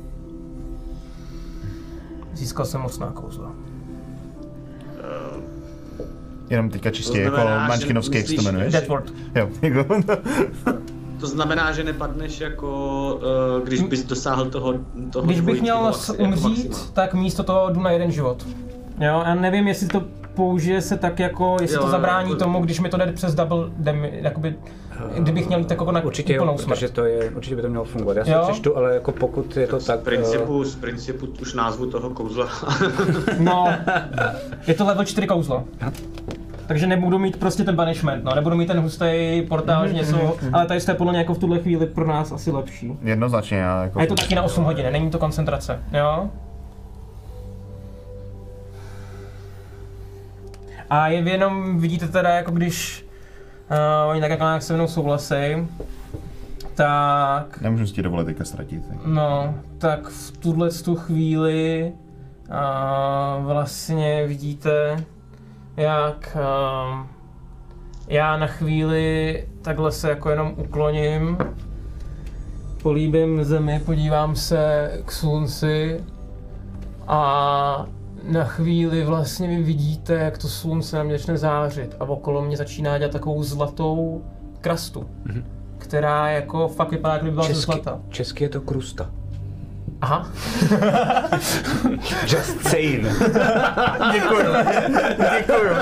Získal jsem mocná kouzla. Jenom teďka čistě jako Mančkinovský, jak se to jmenuje? Deadward. Jo, jako... To znamená, že nepadneš jako, uh, když bys dosáhl toho, toho Když bych měl maxi, umřít, jako tak místo toho jdu na jeden život. Jo, já nevím, jestli to použije se tak jako, jestli jo, to zabrání jako... tomu, když mi to jde přes double damage, jakoby, kdybych měl jít jako na určitě úplnou jo, smrt. Protože to je, určitě by to mělo fungovat. Já si to přečtu, ale jako pokud je to z tak... Principu, z principu už názvu toho kouzla. No, je to level čtyři kouzlo. Takže nebudu mít prostě ten banishment, no, nebudu mít ten hustý portál, že něco, ale tady jste podle mě jako v tuhle chvíli pro nás asi lepší. Jednoznačně, já jako... A je to taky na osm hodin, není to koncentrace, jo? A je jenom, vidíte teda, jako když uh, oni tak jako nějak se mnou souhlasí, tak... Nemůžu si ti dovolit teďka ztratit. Tak. No, tak v tuhle tu chvíli uh, vlastně vidíte, jak uh, já na chvíli takhle se jako jenom ukloním, políbím zemi, podívám se k slunci a na chvíli vlastně vy vidíte, jak to slunce na mě začne zářit a okolo mě začíná dělat takovou zlatou krastu, mm-hmm. která jako fakt vypadá, jak by byla ze zlata. Česky je to krusta. Aha. Just saying. Děkuju. Děkuju.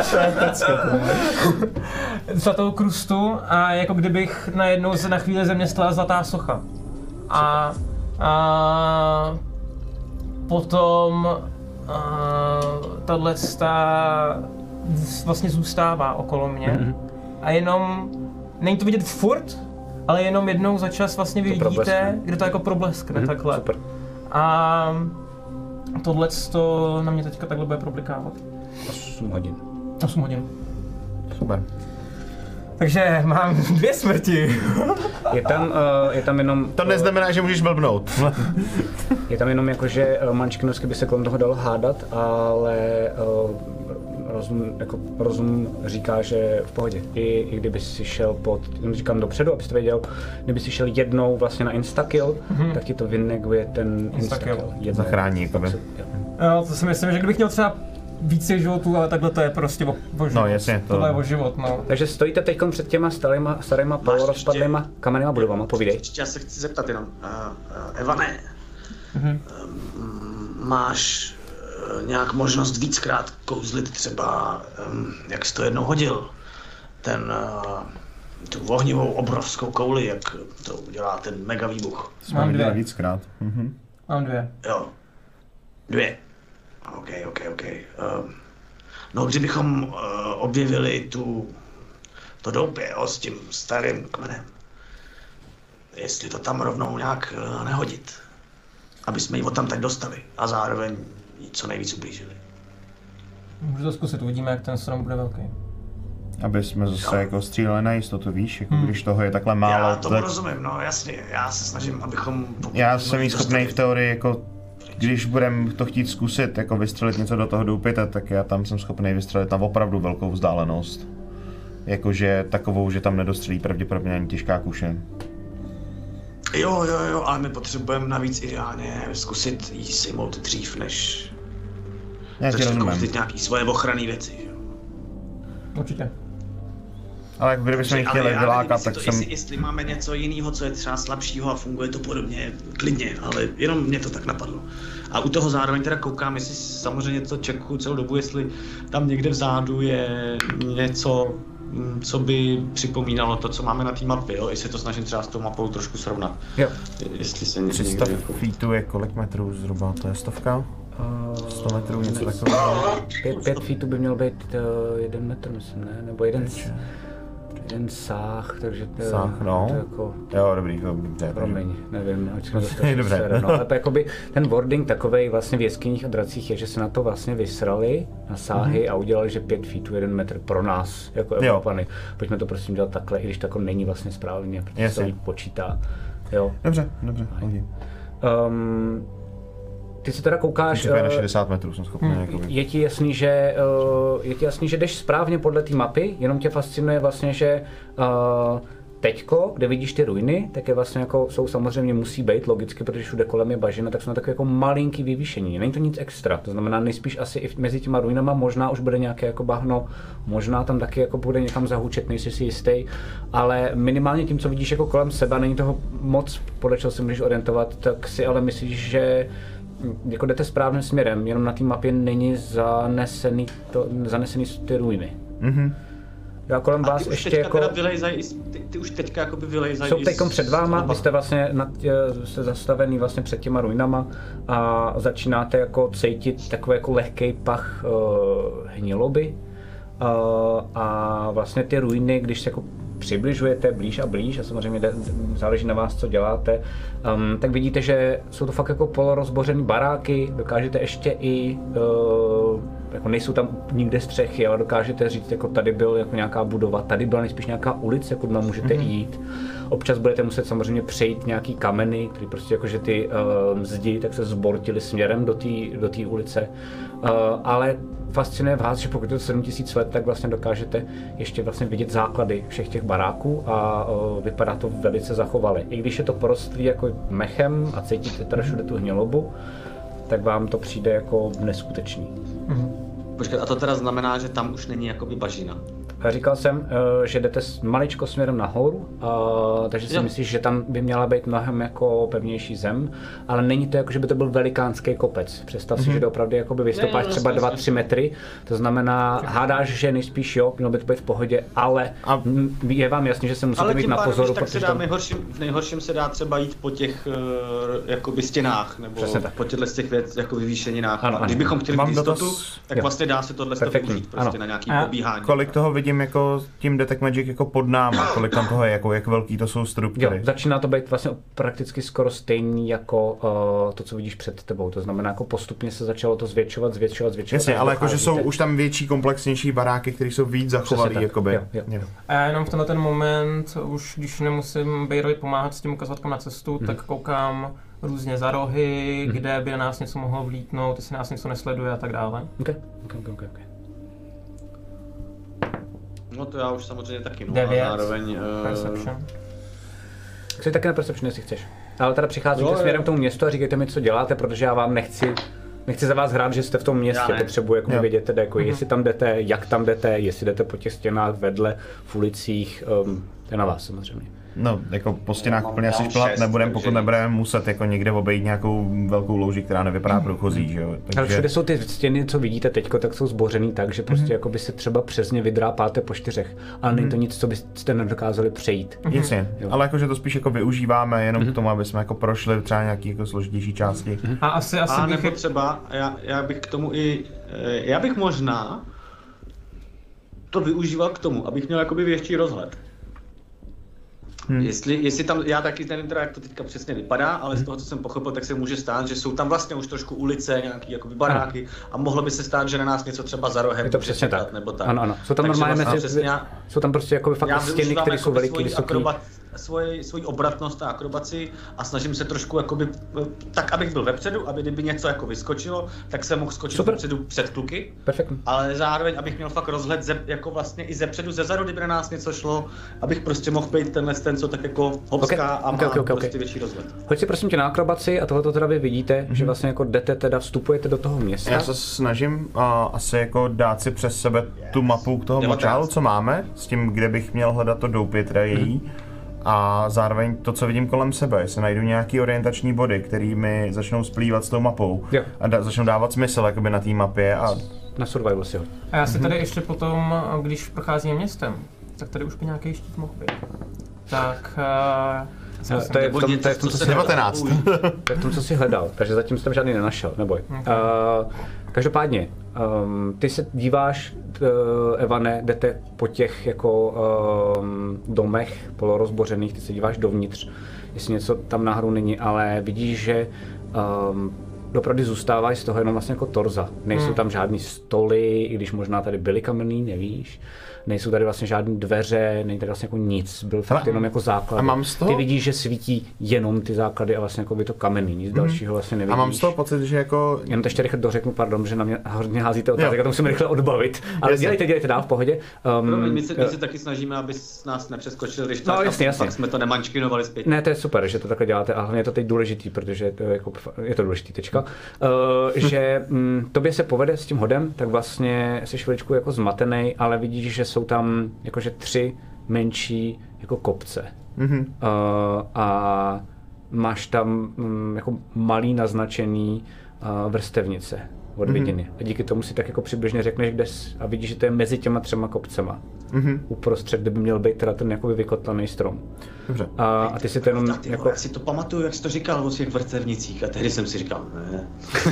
Zlatou krustu a jako kdybych najednou na chvíli ze mě stala zlatá socha. A, a potom tahle vlastně zůstává okolo mě. Mm-hmm. A jenom, není to vidět furt, ale jenom jednou za čas vlastně vy vidíte, kde to jako probleskne, mm-hmm. takhle. Super. A tohle to na mě teďka takhle bude problikávat. osm hodin. osm hodin. Super. Takže mám dvě smrti. Je tam, uh, je tam jenom... To neznamená, že můžeš blbnout. Je tam jenom jako, že Mančkinovsky by se kolem toho dalo hádat, ale uh, rozum, jako, rozum říká, že v pohodě. I, i kdyby si šel pod, říkám dopředu, abys to věděl, kdyby si šel jednou vlastně na instakill, mm-hmm. tak ti to vyneguje ten instakill. instakill. Zachrání, jako by. Jo, to si myslím, že kdybych měl třeba více životů, ale takhle to je prostě o, o život. No jasně, to... Tohle je o život, no. Takže stojíte teď před těma starýma, starýma polorozpadlýma kamennýma budovama, povídej. Ještě já se chci zeptat jenom, uh, uh, Evane, mm-hmm. um, máš uh, nějak možnost víckrát kouzlit třeba, um, jak jsi to jednou hodil, ten, uh, tu ohnivou obrovskou kouli, jak to udělá ten mega výbuch. Mám dvě. Víckrát. Mhm. Mám dvě. Jo, dvě. OK, OK, OK. Um, no, kdybychom uh, objevili tu, to doupě, jo, s tím starým kmenem, jestli to tam rovnou nějak uh, nehodit, aby jsme ji od tam tak dostali a zároveň ji co nejvíc ublížili. Můžu to zkusit, uvidíme, jak ten strom bude velký. Aby jsme zase Jo. jako stříleli na jistotu, víš, jako Hmm. když toho je takhle málo, Já tomu tak rozumím, no jasně, já se snažím, abychom... já jsem jí schopný v teorii jako, když budem to chtít zkusit, jako vystřelit něco do toho doupěte, tak já tam jsem schopný vystřelit na opravdu velkou vzdálenost. Jakože takovou, že tam nedostřelí pravděpodobně ani těžká kuše. Jo, jo, jo, ale my potřebujeme navíc ideálně zkusit jí sejmout dřív, než Já ti začne rozumím. kouzlit nějaký svoje ochranné věci, jo. Určitě. Ale jako kdybychom ji Ale chtěli já vylákat, nevím, tak to, jsem... jestli, jestli máme něco jiného, co je třeba slabšího a funguje to podobně, klidně, ale jenom mě to tak napadlo. A u toho zároveň teda koukám, jestli samozřejmě to čekuju celou dobu, jestli tam někde vzadu je něco, mm, co by připomínalo to, co máme na té mapě, jo? Jestli to snažím třeba s tou mapou trošku srovnat. Jo. Jestli se někde... tři sta někde- feetů je kolik metrů zhruba? To je stovka? sto metrů, něco takového. Pět, pět feetů by měl být uh, jeden metr, myslím, ne? Nebo jeden, s- jeden sáh, takže to, Sáh, no. to jako... Jo, dobrý, to dobře. Promiň, nevím, ať jsme to Dobře. dobře. No, ale to jakoby ten wording takovej vlastně v jeskyních a dracích je, že se na to vlastně vysrali na sáhy mm-hmm. a udělali, že pět feetů, jeden metr pro nás, jako Evropany. Pojďme to prosím dělat takhle, i když to jako není vlastně správně, protože Jasně. se to líp počítá. Jo. Dobře, dobře, hodí. Um, ty se teda koukáš, Třeba na eh, šedesát metrů jsem schopný, jakoby. je ti jasný, že uh, je ti jasný, že jdeš správně podle té mapy, jenom tě fascinuje vlastně, že uh, teďko, kde vidíš ty ruiny, tak je vlastně jako, jsou samozřejmě musí být logicky, protože všude kolem je bažina, tak jsou na takové jako malinký vyvýšení. Není to nic extra, to znamená nejspíš asi i mezi těma ruinama možná už bude nějaké jako bahno, možná tam taky jako bude někam zahučet, nejsi si jistý, ale minimálně tím, co vidíš jako kolem sebe, není toho moc, podle čeho se můžeš orientovat, tak si ale myslíš, že jako jdete správným směrem, jenom na té mapě není zanesený, to, zanesený ty ruiny. Mhm. Já kolem A vás ty už ještě teďka jako... teda vylejzají, ty, ty už teďka jakoby vylejzají Jsou teďkom z- před z váma, toho vy jste vlastně nad, jste zastavený vlastně před těma ruinama a začínáte jako cítit takový jako lehký pach uh, hniloby uh, a vlastně ty ruiny, když se jako přibližujete blíž a blíž a samozřejmě jde- záleží na vás, co děláte, um, tak vidíte, že jsou to fakt jako polorozbořený baráky, dokážete ještě i, uh, jako nejsou tam nikde střechy, ale dokážete říct, jako tady byl jako nějaká budova, tady byla nejspíš nějaká ulice, kudy můžete mm-hmm. jít. Občas budete muset samozřejmě přejít nějaký kameny, které prostě jakože ty uh, zdi tak se zbortily směrem do té do té ulice. Uh, ale fascinuje vás, že pokud je to sedm tisíc let, tak vlastně dokážete ještě vlastně vidět základy všech těch baráků a uh, vypadá to velice zachovale. I když je to porostlý jako mechem a cítíte teda všude tu hnilobu, tak vám to přijde jako neskutečný. Počkej, a to teda znamená, že tam už není jakoby bažina. A říkal jsem, eh, že jdete s- maličko směrem nahoru, a, takže si Jo. myslíš, že tam by měla být mnohem jako pevnější zem, ale není to jako, že by to byl velikánský kopec. Představ si, že to opravdu jakoby vystupáš Jo, jo, třeba jasně, dva jasně. tři metry, to znamená, hádáš, že nejspíš jo, mělo by to být v pohodě, ale A- m, je vám jasně, že se musíte Ale mít tím na pádem, pozoru, víš, tak se protože dá tam... nejhorším, v nejhorším se dá třeba jít po těch uh, jakoby stěnách, nebo Přesně tak. po těchto z těch věc, jako vyvýšeninách. Ano, A ano. když bychom chtěli Mám mít jistotu, dotaz. tak Jo. vlastně dá se tohle Perfektní, využít prostě ano. na nějaký A pobíhání. Kolik toho vidím jako tím Detect Magic jako pod náma, kolik tam toho je, jako jak velký to jsou Jo, struktury. začíná to být vlastně prakticky skoro stejný jako uh, to, co vidíš před tebou. To znamená, jako postupně se začalo to zvětšovat, zvětšovat, zvětšovat. Jasně, až ale jakože jsou docházíte- už tam větší, komplexnější baráky, které jsou víc zachovalý, tak. jakoby. Jo, jo. Jo. A já jenom v tenhle ten moment, už když nemusím Bejrovi pomáhat s tím ukazatkom na cestu, Mhm. tak koukám různě za rohy, kde by na nás něco mohlo vlítnout, jestli nás něco nesleduje a tak dále. Okay. Okay, okay, okay. No to já už samozřejmě taky, no Devět. a zároveň... Uh, Perception. Chci taky na Perception, jestli chceš. Ale teda přicházíte Jo, jo. směrem k tomu městu a říkejte mi, co děláte, protože já vám nechci, nechci za vás hrát, že jste v tom městě. Já ne. Potřebuji jako Jo. vědět, teda, jako, jestli tam jdete, jak tam jdete, jestli jdete po těch stěnách, vedle, v ulicích, um, to je na vás samozřejmě. No, jako po stěnách mám- úplně já asi mám šplhat šest, nebudeme, takže pokud nic. nebudeme muset jako někde obejít nějakou velkou louži, která nevypadá průchozí, že jo. Ale všude jsou ty stěny, co vidíte teďko, tak jsou zbořený tak, že prostě jako by se třeba přes ně vydrápáte po čtyřech, ale není to nic, co byste nedokázali přejít. Jasně, Jo. ale jakože to spíš jako využíváme jenom k tomu, aby jsme jako prošli třeba nějaký jako složitější části. A asi, asi A bych... nebo třeba, já, já bych k tomu i, eh, já bych možná to využíval k tomu, abych měl jakoby větší rozhled. Hmm. Jestli, jestli tam, já taky nevím teda, jak to teďka přesně vypadá, ale z toho, co jsem pochopil, tak se může stát, že jsou tam vlastně už trošku ulice, nějaký jakoby baráky a mohlo by se stát, že na nás něco třeba za rohem Je to může přesně čekat, tak. nebo tak. Ano, ano. Jsou tam Takže normálně vlastně mezi, přesně já- jsou tam prostě jako Já fakt stěny, využívám které jsou jakoby veliký, svoji vysoký. akrobat, svoji, svoji obratnost a akrobaci a snažím se trošku jakoby, tak, abych byl vepředu, aby kdyby něco jako vyskočilo, tak jsem mohl skočit Super. vepředu před kluky. Perfektní. Ale zároveň, abych měl fakt rozhled ze, jako vlastně i zepředu, zezadu, kdyby na nás něco šlo, abych prostě mohl být tenhle ten, co tak jako hopská Ok, a ok, má ok, ok, ok. prostě větší rozhled. Hoď si prosím tě na akrobaci a tohoto teda vy vidíte, mm-hmm. že vlastně jako jdete teda, vstupujete do toho města. Já se snažím uh, asi jako dát si přes sebe tu mapu k toho devatenáct. močálu, co máme, s tím, kde bych měl hledat to doupě, teda její. A zároveň to, co vidím kolem sebe, jestli najdu nějaký orientační body, který mi začnou splývat s tou mapou Jo. a da- začnou dávat smysl jakoby na té mapě a Na survival si ho. A já si tady ještě potom, když procházím městem, tak tady už by nějaký štít mohl být. Tak... Uh, No, to je v Nebo tom, něco, to je v tom, co co se jsi, devatenáct. to je v tom, co jsi hledal, takže zatím jsem tam žádný nenašel, neboj. Okay. Uh, každopádně, um, ty se díváš, uh, Evane, jdete po těch jako um, domech polorozbořených, ty se díváš dovnitř, jestli něco tam náhodou není, ale vidíš, že um, opravdu zůstávají z toho jenom vlastně jako torza. Nejsou Hmm. tam žádný stoly, i když možná tady byly kamenný, nevíš. Nejsou tady vlastně žádné dveře, není tady vlastně jako nic, byl fakt Hele, jenom jako základ. a mám z toho- Ty vidíš, že svítí jenom ty základy a vlastně jako by to kamenný, nic dalšího vlastně nevidíš. a mám z toho pocit, že jako Jenom to ještě rychle dořeknu, pardon, že na mě hodně házíte otázky, Jo. já to musím rychle odbavit. Ale Jasně. dělejte, dělejte dál v pohodě. Um, Promiň, my se, my eh, se taky snažíme, aby s nás nepřeskočil, když No, tak, jasně, a jasně. pak jsme to nemančkinovali zpět. Ne, to je super, že to takhle děláte a hlavně je to teď důležitý, protože to je, jako, je to důležitý, tečka. Uh, že mm, tobě se povede s tím hodem, tak vlastně jsi chviličku jako zmatený, ale vidíš, že jsou tam jakože tři menší jako kopce. mhm. Uh, a máš tam mm, jako malý naznačený uh, vrstevnice od vidiny. A díky tomu si tak jako přibližně řekneš, kde jsi, a vidíš, že to je mezi těma třema kopcema. Mhm. Uprostřed, kde by měl být teda ten jakoby vykotlaný strom. Dobře. A, a ty si to jenom Ty vole, jako... já si to pamatuju, jak jsi to říkal o těch vrtevnicích a tehdy jsem si říkal, ne.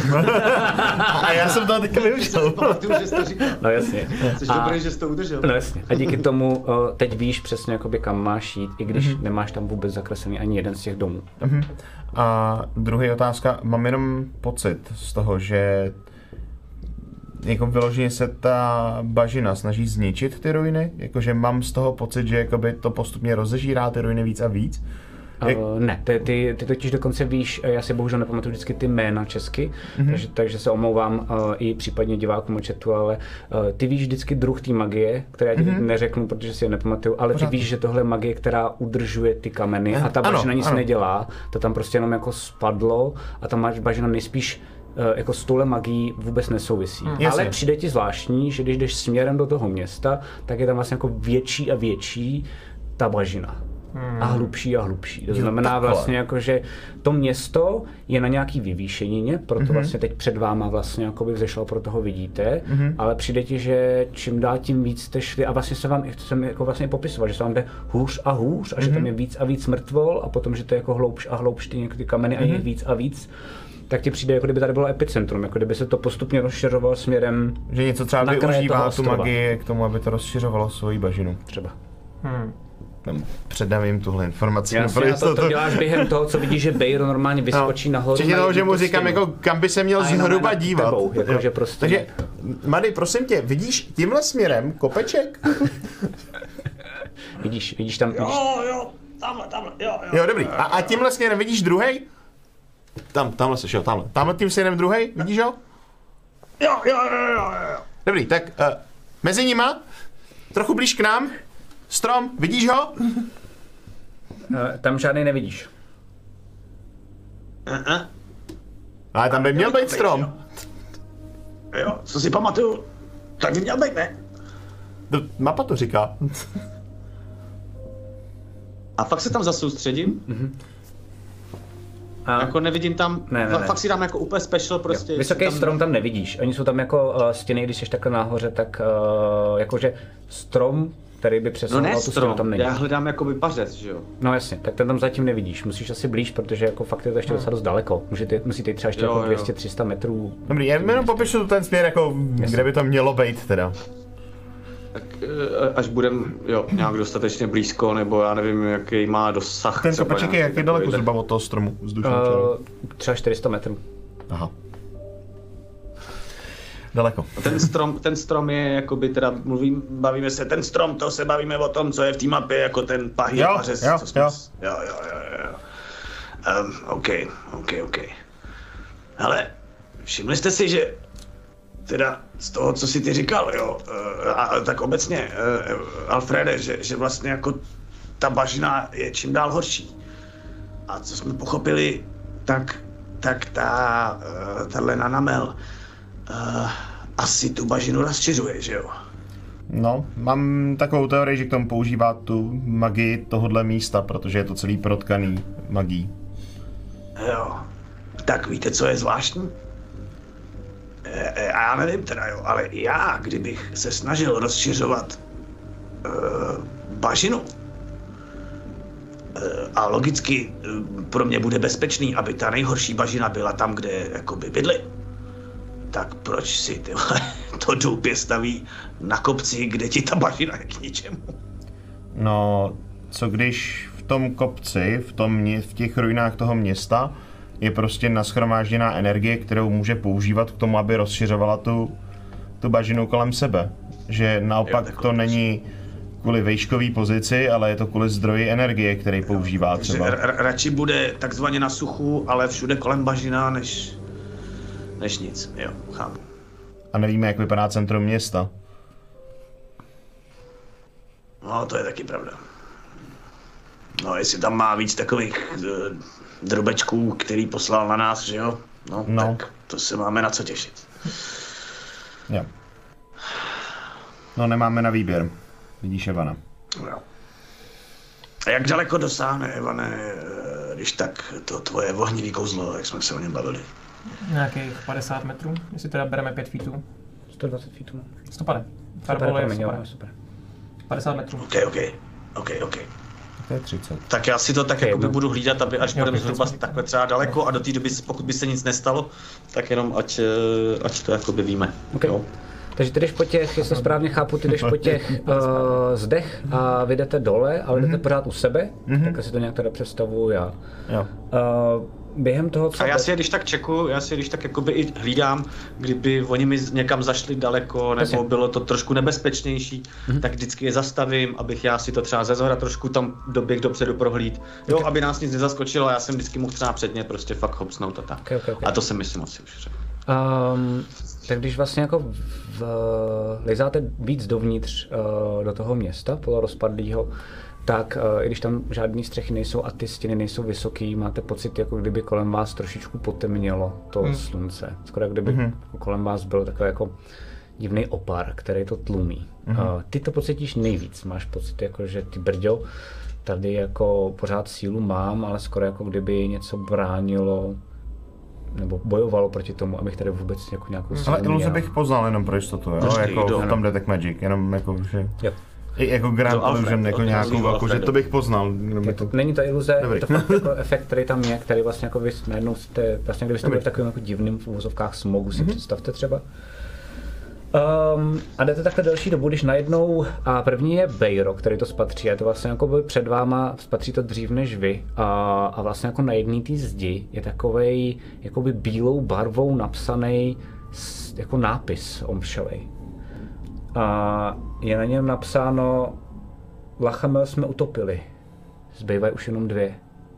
A já jsem to teďka využil. Pamatuju, že jsi to říkal. No jasně. Jsi A- dobrý, že jsi to udržel. No jasně. A díky tomu uh, teď víš přesně, jakoby, kam máš jít, i když mm-hmm. nemáš tam vůbec zakreslený ani jeden z těch domů. Mhm. A druhá otázka, mám jenom pocit z toho, že jako vyloženě se ta bažina snaží zničit ty ruiny, jakože mám z toho pocit, že jakoby to postupně rozežírá ty ruiny víc a víc. Jak- Uh, ne, ty, ty, ty totiž dokonce víš, já si bohužel nepamatuju vždycky ty jména česky, mm-hmm. takže, takže se omlouvám uh, i případně divákům o chatu, ale uh, ty víš vždycky druh té magie, které já ti mm-hmm. neřeknu, protože si je nepamatuju, ale Pořád. ty víš, že tohle je magie, která udržuje ty kameny a ta Ano, bažina nic ano. nedělá, to tam prostě jenom jako spadlo a ta bažina nejspíš uh, jako s touhle magií vůbec nesouvisí. Mm. Ale Jasně. přijde ti zvláštní, že když jdeš směrem do toho města, tak je tam vlastně jako větší a větší ta bažina. Hmm. A hlubší a hlubší. To Jo, znamená takhle. vlastně jako, že to město je na nějaký vyvýšenině, proto mm-hmm. vlastně teď před váma vlastně jakoby vzešlo, proto ho vidíte, mm-hmm. ale přijde ti, že čím dál tím víc jste šli a vlastně se vám, jsem jako vlastně popisoval, že se vám jde hůř a hůř a mm-hmm. že tam je víc a víc mrtvol a potom, že to je jako hloubš a hloubš ty, ty kameny mm-hmm. a je víc a víc, tak ti přijde, jako kdyby tady bylo epicentrum, jako kdyby se to postupně rozšiřovalo směrem Že něco třeba na kraje toho využívá tu ostrova. magii k tomu, aby to rozšiřovalo svoji bažinu. třeba. Hmm. Tam Předávím tuhle informaci. Jasně, pro a to, to jistotu. děláš během toho, co vidíš, že Bejro normálně vyskočí No. nahoru. Včetně na toho, že jednu mu tu říkám, stěnu. jako, kam by se měl A jenom zhruba nad dívat. tebou, jako Jo. že prostě- Takže, Mady, prosím tě, vidíš tímhle směrem kopeček? Vidíš, vidíš tam, vidíš, Jo, jo, tamhle, tamhle, jo, jo. Jo, dobrý. A, a tímhle směrem vidíš druhej? Tam, tamhle seš, jo, tamhle. Tamhle tím směrem druhej, vidíš ho? Jo, jo, jo, jo, jo. Dobrý, tak uh, mezi nima, trochu blíž k nám, strom, vidíš ho? Eh, tam žádný nevidíš. Uh-uh. Ale tam by měl být strom. Jo, co si pamatuju, tak by měl být, ne? To, mapa to říká. A fakt se tam zasoustředím? Mm-hmm. A... Jako nevidím tam, ne, ne, ne. fakt si dám jako úplně special prostě. Jo. Vysoký tam... strom tam nevidíš, oni jsou tam jako uh, stěny, když jsi takhle nahoře, tak uh, jakože strom, který by přesahoval no tu stěnu, tam není. Já hledám jakoby pařez, že jo? No jasně, tak ten tam zatím nevidíš, musíš asi blíž, protože jako fakt je to ještě docela dost daleko, musíte, musíte jít třeba ještě jo, jako dvě stě tři sta metrů. Dobrý, já jenom popíšu ten směr, jako, kde by to mělo být teda. Tak až budem, jo, nějak dostatečně blízko, nebo já nevím, jaký má dosah. Ten kopeček je jak je daleko zhruba od toho stromu vzdušného uh, třeba čtyři sta metrů. Aha. Daleko. Ten strom, ten strom je jakoby teda, mluvím, bavíme se, ten strom, to se bavíme o tom, co je v té mapě, jako ten pahý pařez. Jo, co jsme jo. S... jo, jo, jo, jo. Um, OK, OK, OK. Hele, všimli jste si, že teda z toho, co jsi ty říkal, jo, a tak obecně, Alfrede, že, že vlastně jako ta bažina je čím dál horší. A co jsme pochopili, tak, tak ta, tahle Nanamel uh, asi tu bažinu rozšiřuje, že jo? No, mám takovou teorii, že k tomu používá tu magii tohohle místa, protože je to celý protkaný magií. Jo, tak víte, co je zvláštní? A já nevím teda, jo, ale já, kdybych se snažil rozšiřovat uh, bažinu, uh, a logicky uh, pro mě bude bezpečný, aby ta nejhorší bažina byla tam, kde jakoby bydli, tak proč si ty vole, to doupě staví na kopci, kde ti ta bažina je k ničemu? No, co když v tom kopci, v, tom, v těch ruinách toho města, je prostě nashromážděná energie, kterou může používat k tomu, aby rozšiřovala tu, tu bažinu kolem sebe. Že naopak jo, to není kvůli vejškový pozici, ale je to kvůli zdroji energie, který používá třeba. R- radši bude takzvaně na suchu, ale všude kolem bažina, než, než nic. Jo, chápu. A nevíme, jak vypadá centrum města. No, to je taky pravda. No, jestli tam má víc takových uh, drobečků, který poslal na nás, že jo? No, no, tak to se máme na co těšit. Jo. No, nemáme na výběr. Vidíš, Evana. No. A jak daleko dosáhne, Evane, když tak to tvoje ohnivý kouzlo, jak jsme se o něm bavili? Nějakých padesát metrů, jestli teda bereme pět feetů. sto dvacet feetů. sto padesát. Fireball je super. super. padesát metrů. OK, OK, OK, OK. To je třicet. Tak já si to tak okay, jakoby no. budu hlídat, aby až budeme zhruba takhle třeba daleko a do té doby, pokud by se nic nestalo, tak jenom ať, ať to jakoby víme. Okay. Jo. Takže ty jdeš po těch, jestli správně chápu, ty jdeš po těch uh, zdech a vy jdete dole, ale jdete pořád u sebe, mm-hmm. tak asi to nějak teda představuju já. Jo. Uh, během toho, co... A já si je když tak čeku, já si je když tak jakoby i hlídám, kdyby oni mi někam zašli daleko, nebo Jasně. bylo to trošku nebezpečnější, mm-hmm. tak vždycky je zastavím, abych já si to třeba ze zhora trošku tam doběh dopředu prohlíd. Jo, okay. aby nás nic nezaskočilo, já jsem vždycky mohl třeba předně prostě fakt hopsnout a tak. Okay, okay, okay. A to jsem myslím asi už řekl. Um, tak když vlastně jako v, lezáte víc dovnitř uh, do toho města polorozpadlýho, tak uh, i když tam žádný střechy nejsou a ty stěny nejsou vysoký, máte pocit, jako kdyby kolem vás trošičku potemnělo to hmm. slunce. Skoro jako kdyby hmm. kolem vás byl takový jako divný opar, který to tlumí. Hmm. Uh, ty to pocítíš nejvíc, máš pocit, jako, že ty brďo, tady jako pořád sílu mám, ale skoro jako kdyby něco bránilo nebo bojovalo proti tomu, abych tady vůbec jako nějakou sílu ale iluze bych poznal jenom pro jistotu, jo? Prostě jako v tom Detect Magic, jenom jako, že... Jo. I jako Grand Illusion, jako nějakou velkou, že to bych poznal. To... Není to iluze, Dobrý. Je to fakt jako efekt, který tam je, který vlastně jako vy najednou jste, vlastně kdybyste byli v takovém jako divným v uvozovkách smogu, si mm-hmm. představte třeba. Um, a jdete takhle delší dobu, když najednou, a první je Bejro, který to spatří, a je to vlastně jako by před váma, spatří to dřív než vy, a, a vlastně jako na jedné té zdi je takovej jakoby bílou barvou napsaný jako nápis omšelej. A je na něm napsáno Lachamel jsme utopili, zbývají už jenom dvě.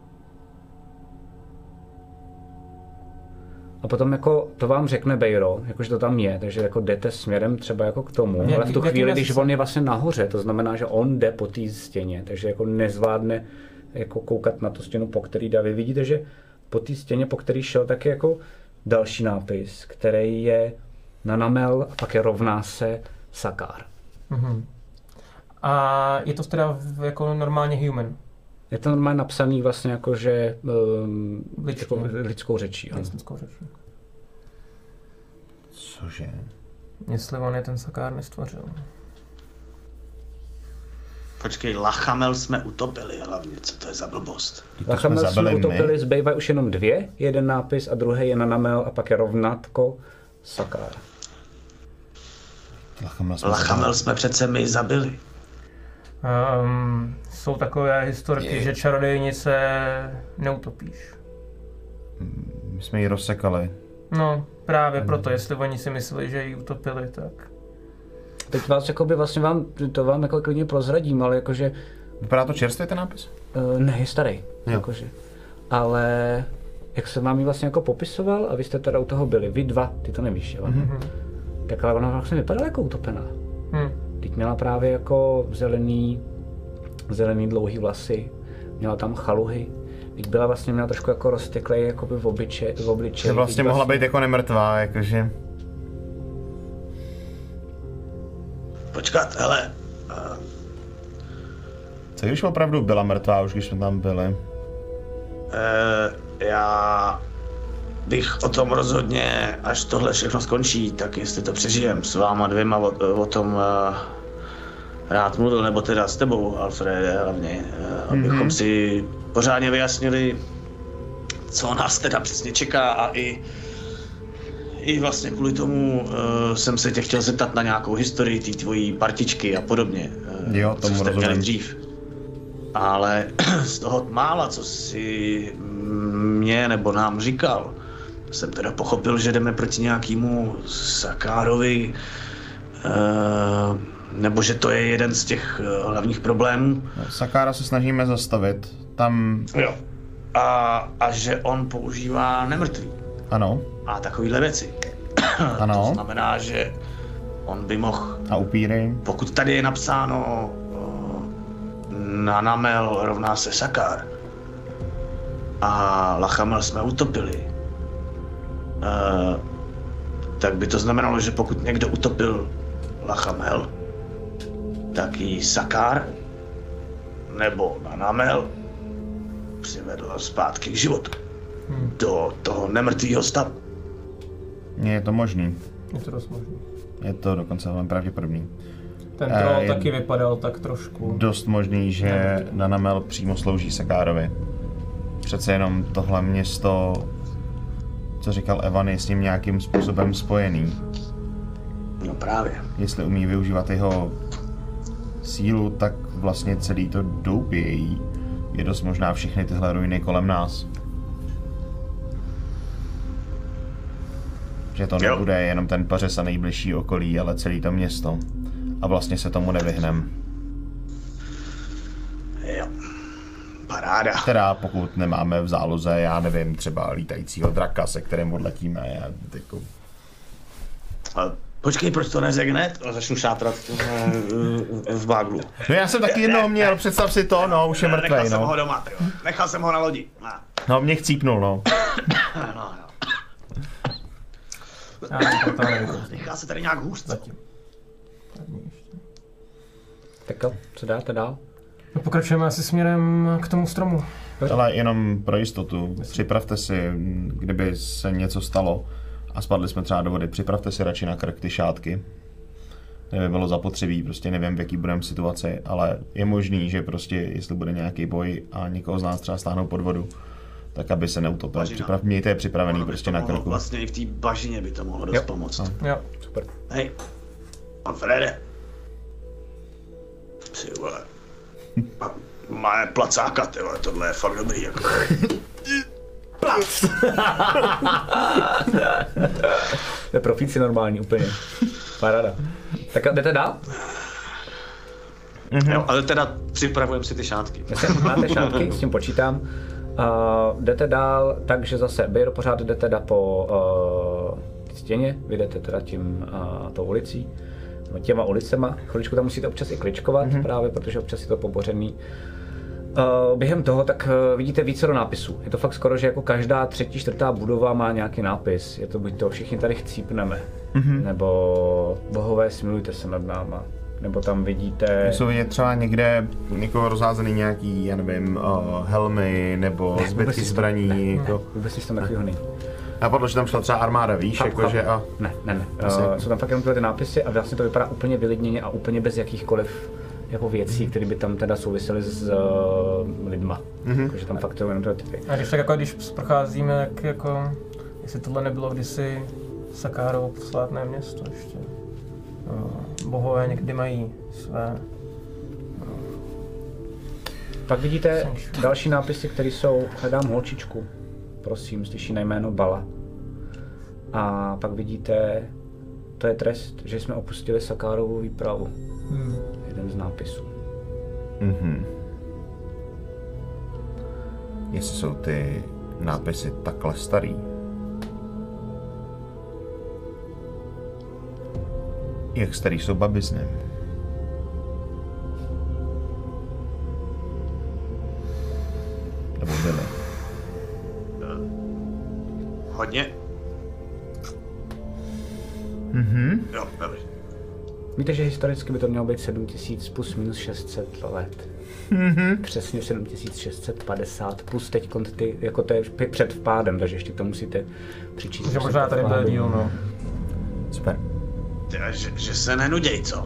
A potom jako to vám řekne Bejro, jakože to tam je, takže jako jdete směrem třeba jako k tomu, jak, ale v tu chvíli, když on je vlastně nahoře, to znamená, že on jde po té stěně, takže jako nezvládne jako koukat na tu stěnu, po který jde. Vy vidíte, že po té stěně, po který šel, tak je jako další nápis, který je Nanamel a pak je rovná se Sakár. Mm-hmm. A je to teda jako normálně human? Je to normálně napsaný vlastně jako, že um, Lidskou. jako lidskou řečí. Ano. Lidskou řečí. Cože? Jestli on je ten Sakár nestvořil. Počkej, Lachamel jsme utopili hlavně, co to je za blbost? Lachamel jsme utopili, zbývají už jenom dvě, jeden nápis a druhý je Nanamel a pak je rovnátko Sakár. Lachamel jsme, Lachamel jsme přece my zabili. Um, jsou takové historky, je. že čarodějnice neutopíš. My jsme ji rozsekali. No, právě hmm. proto, jestli oni si mysleli, že ji utopili, tak... Teď vás jakoby vlastně vám, to vám jako klidně prozradím, ale jakože... Vypadá to čerstvě ten nápis? Uh, ne, je starý, jakože. Ale jak jsem vám ji vlastně jako popisoval a vy jste teda u toho byli, vy dva, ty to nevíš, jo? Mm-hmm. Tak ale ona vlastně vypadala jako utopená. Mm. Teď měla právě jako zelený, zelený dlouhý vlasy, měla tam chaluhy. Teď byla vlastně, měla trošku jako rozteklej jakoby v obličeji. V obličeji. Vlastně mohla být jako nemrtvá, jakože... Počkat, hele. Uh... Co když opravdu byla mrtvá, už když jsme tam byli? Uh, já bych o tom rozhodně, až tohle všechno skončí, tak jestli to přežijem s váma dvěma o, o tom uh, rád mluvil, nebo teda s tebou, Alfrede, hlavně, uh, abychom mm-hmm. si pořádně vyjasnili, co nás teda přesně čeká a i I vlastně kvůli tomu uh, jsem se tě chtěl zeptat na nějakou historii té tvojí partičky a podobně, uh, jo, tomu co jste rozumím. měli dřív. Ale z toho mála, co si mě nebo nám říkal, jsem teda pochopil, že jdeme proti nějakému Sakárovi, uh, nebo že to je jeden z těch uh, hlavních problémů. Sakára se snažíme zastavit, tam... Jo. A, a že on používá nemrtvý. Ano. A takovýhle věci. Ano. To znamená, že on by mohl... A upíry. Pokud tady je napsáno uh, Nanamel rovná se Sakár a Lachamel jsme utopili, uh, tak by to znamenalo, že pokud někdo utopil Lachamel, tak i Sakár nebo Nanamel přivedl zpátky k životu. Hmm. Do toho nemrtvýho stavu. Je to možný. Je to dost možný. Je to dokonce velmi pravděpodobný. Ten troll taky vypadal tak trošku... Dost možný, že Nanamel přímo slouží Sakárovi. Přece jenom tohle město, co říkal Evan, je s ním nějakým způsobem spojený. No právě. Jestli umí využívat jeho sílu, tak vlastně celý to doupějí. Je dost možná všechny tyhle ruiny kolem nás. Že to jo. nebude jenom ten pařez a nejbližší okolí, ale celé to město. A vlastně se tomu nevyhnem. Jo. Paráda. Teda pokud nemáme v záloze, já nevím, třeba lítajícího draka, se kterým odletíme. Já tyku... A počkej, proč to neřekl hned? A začnu šátrat v báglu. No já jsem taky jednoho měl, představ si to, no, už je mrtvej, no. Nechal jsem ho doma, jo. Nechal jsem ho na lodi. No, no mě chcípnul, no. no, no. Nechá se tady nějak hůř, co? Tak jo, co dáte dál? No, pokračujeme asi směrem k tomu stromu. Ale jenom pro jistotu, připravte si, kdyby se něco stalo a spadli jsme třeba do vody, připravte si radši na krk ty šátky. Kdyby bylo zapotřebí, prostě nevím, v jaký budeme situaci, ale je možný, že prostě, jestli bude nějaký boj a někoho z nás třeba stáhnou pod vodu, tak aby se neutopil. Připrav, mějte je připravený prostě na krku. Vlastně i v té bažině by to mohlo dost pomoct. No. Jo, super. Hej, Alfrede. Ty vole. Má placáka, ty vole, tohle je fakt dobrý, jako. Plac! To je profíci normální, úplně. Paráda. Tak jdete dál? Mm-hmm. Jo, ale teda připravujeme si ty šátky. Máte šátky, s tím počítám. Uh, jdete dál, takže zase Bejro pořád jdete teda po uh, stěně, vy jdete teda tím uh, tou ulicí, těma ulicema. Chviličku tam musíte občas i kličkovat, mm-hmm. právě protože občas je to pobořený. Uh, během toho tak uh, vidíte více do nápisů. Je to fakt skoro, že jako každá třetí, čtvrtá budova má nějaký nápis. Je to buď to všichni tady chcípneme, mm-hmm. nebo bohové smilujte se nad náma. Nebo tam vidíte... Jsou vidět třeba někde někoho rozházený nějaký, já nevím, uh, helmy nebo ne, zbytky zbraní. Ne, jako... ne, vůbec si to takového nejde. A podle, že tam šla třeba armáda, víš, jakože a... Ne, ne, ne. Uh, jsou tam fakt jenom tyhle ty nápisy a vlastně to vypadá úplně vylidněně a úplně bez jakýchkoliv jako věcí, které by tam teda souvisely s uh, lidma. Mm-hmm. Jakože tam fakt jenom tyhle ty. A když tak jako, když procházíme, tak jako, jestli tohle nebylo kdysi Sakárovo posvátné město ještě. Uh, bohové někdy mají své... Pak vidíte další nápisy, které jsou hledám holčičku. Prosím, slyší na jméno Bala. A pak vidíte, to je trest, že jsme opustili Sakárovu výpravu. Hmm. Jeden z nápisů. Mhm. Jestli jsou ty nápisy takhle starý. Jak starý jsou babizny? Nebo byly? Hodně. Mhm. Jo, dobře. Víte, že historicky by to mělo být sedm tisíc plus minus šest set let. Mhm. Přesně sedm tisíc šest set padesát plus teď ty, jako to je před vpádem, takže ještě to musíte přičíst. Takže možná tady byl díl, no. Super. Tyhle, že, že se nenuděj, co?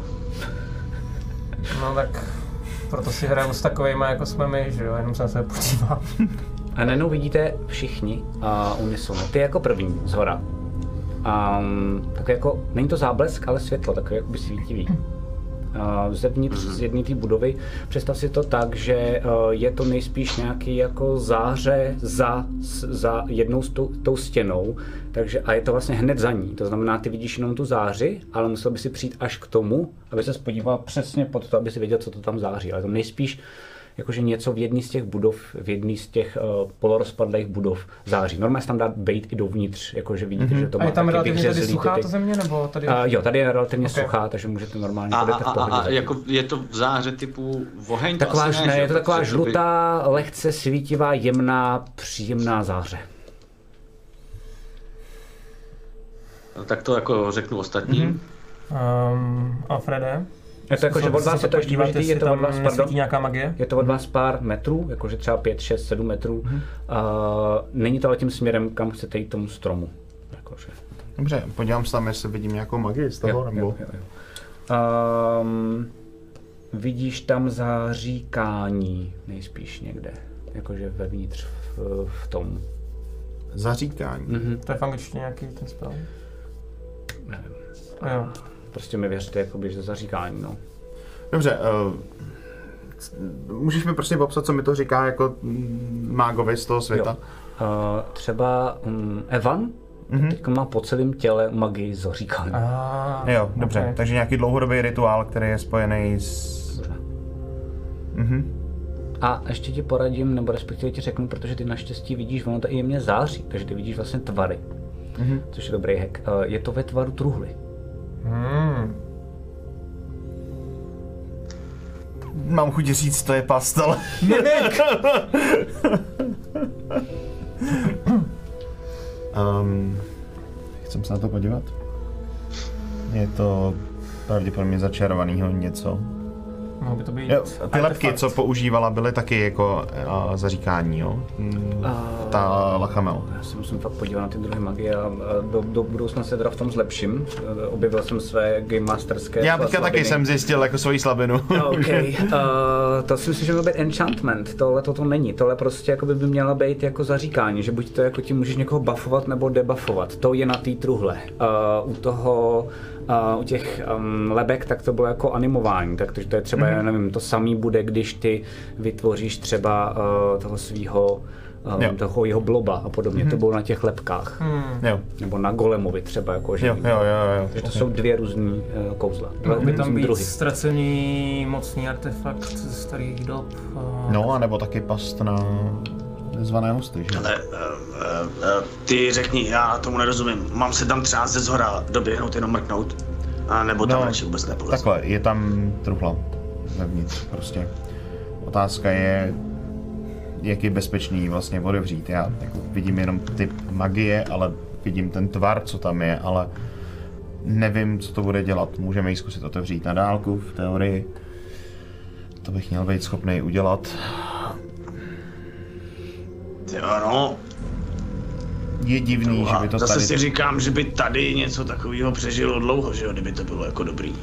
No tak, proto si hraju s takovejma, jako jsme my, že jo, jenom jsem se podíval. A najednou vidíte všichni a uh, unisono. Ty jako první zhora. Um, tak jako, není to záblesk, ale světlo, takový jakoby svítivý. Uh, zevnitř z jedné té budovy. Představ si to tak, že uh, je to nejspíš nějaký jako záře za, za jednou s tou, tou stěnou, takže, a je to vlastně hned za ní. To znamená, ty vidíš jenom tu záři, ale musel by si přijít až k tomu, aby se podíval přesně pod to, aby si věděl, co to tam září. Ale to nejspíš jakože něco v jedné z těch budov, v jedné z těch uh, polorozpadlých budov září. Normálně se tam dá bejt i dovnitř, jakože vidíte, mm-hmm. že to má taky vyhřezlý. A je tam relativně tady suchá ty... ta země, nebo tady? Uh, jo, tady je relativně okay. suchá, takže můžete normálně a, chodit v pohodě. A, a jako je to v záře typu oheň? Taková, to asi ne, ne, je to taková by... žlutá, lehce svítivá, jemná, příjemná záře. No, tak to jako řeknu ostatním. Mm-hmm. Um, Alfrede? Je to jako, že od vás je to ještě důležitý, je to od vás, pardon, nějaká magie? Je to od vás pár metrů, jakože třeba pět, šest, sedm metrů. Mm-hmm. Uh, není to ale tím směrem, kam chcete jít tomu stromu. Jakože. Dobře, podívám se tam, jestli vidím nějakou magii z toho, jo, nebo... Jo, jo, jo. Um, vidíš tam zaříkání, nejspíš někde, jakože vevnitř v, v tom. Zaříkání? Mm-hmm. To je v angličtině nějaký ten spell? Nevím. Jo. Prostě mi věřte, jakoby, že zaříkání, no. Dobře, uh, můžeš mi prostě popsat, co mi to říká jako mágovi z toho světa? Uh, třeba um, Evan mm-hmm. teď má po celém těle magii zaříkání. Ah, jo, dobře, okay. Takže nějaký dlouhodobý rituál, který je spojený s... Mhm. A ještě ti poradím, nebo respektive ti řeknu, protože ty naštěstí vidíš, ono to i jemně září, takže ty vidíš vlastně tvary, mm-hmm. což je dobrý hack. Uh, je to ve tvaru truhly. Hmm. Mám chuť říct, to je pastel. um, chcem se na to podívat. Je to pravděpodobně začarovanýho něco. Mohlo by to být jo, ty lepky, co používala, byly taky jako uh, zaříkání, jo? Mm, uh, ta Lachamel. Já se musím fakt podívat na ty druhy magie a do, do budoucna se teda v tom zlepším. Objevil jsem své game masterské Já teďka taky jsem zjistil jako svoji slabinu. OK, uh, to si myslím, že mělo být enchantment, tohle toto není. Tohle prostě jako by mělo být jako zaříkání, že buď to jako ti můžeš někoho buffovat nebo debuffovat. To je na té truhle. Uh, u toho Uh, u těch um, lebek, tak to bylo jako animování, tak to, to je třeba, mm-hmm. já nevím, to samý bude, když ty vytvoříš třeba uh, toho svýho, um, toho jeho bloba a podobně, mm-hmm. to bylo na těch lepkách. Mm. Jo. Nebo na golemovi třeba, jako, že jo, jo, jo, jo. To okay. jsou dvě různé uh, kouzla. Mohl by tam být druhy. Ztracený mocný artefakt ze starých dob. Uh... No, anebo taky past na zvané hosty, že? Ale uh, uh, uh, ty řekni, já tomu nerozumím. Mám se tam třeba ze zhora doběhnout, jenom mrknout? A nebo tam no, radši vůbec nepolez? Takhle, je tam truhla vevnitř prostě. Otázka je, jak je bezpečný vlastně otevřít. Já jako vidím jenom typ magie, ale vidím ten tvar, co tam je, ale nevím, co to bude dělat. Můžeme ji zkusit otevřít na dálku, v teorii. To bych měl být schopný udělat. Jo, no. Je divný, že by to Zase tady... si říkám, že by tady něco takového přežilo dlouho, že jo, kdyby to bylo jako dobrý.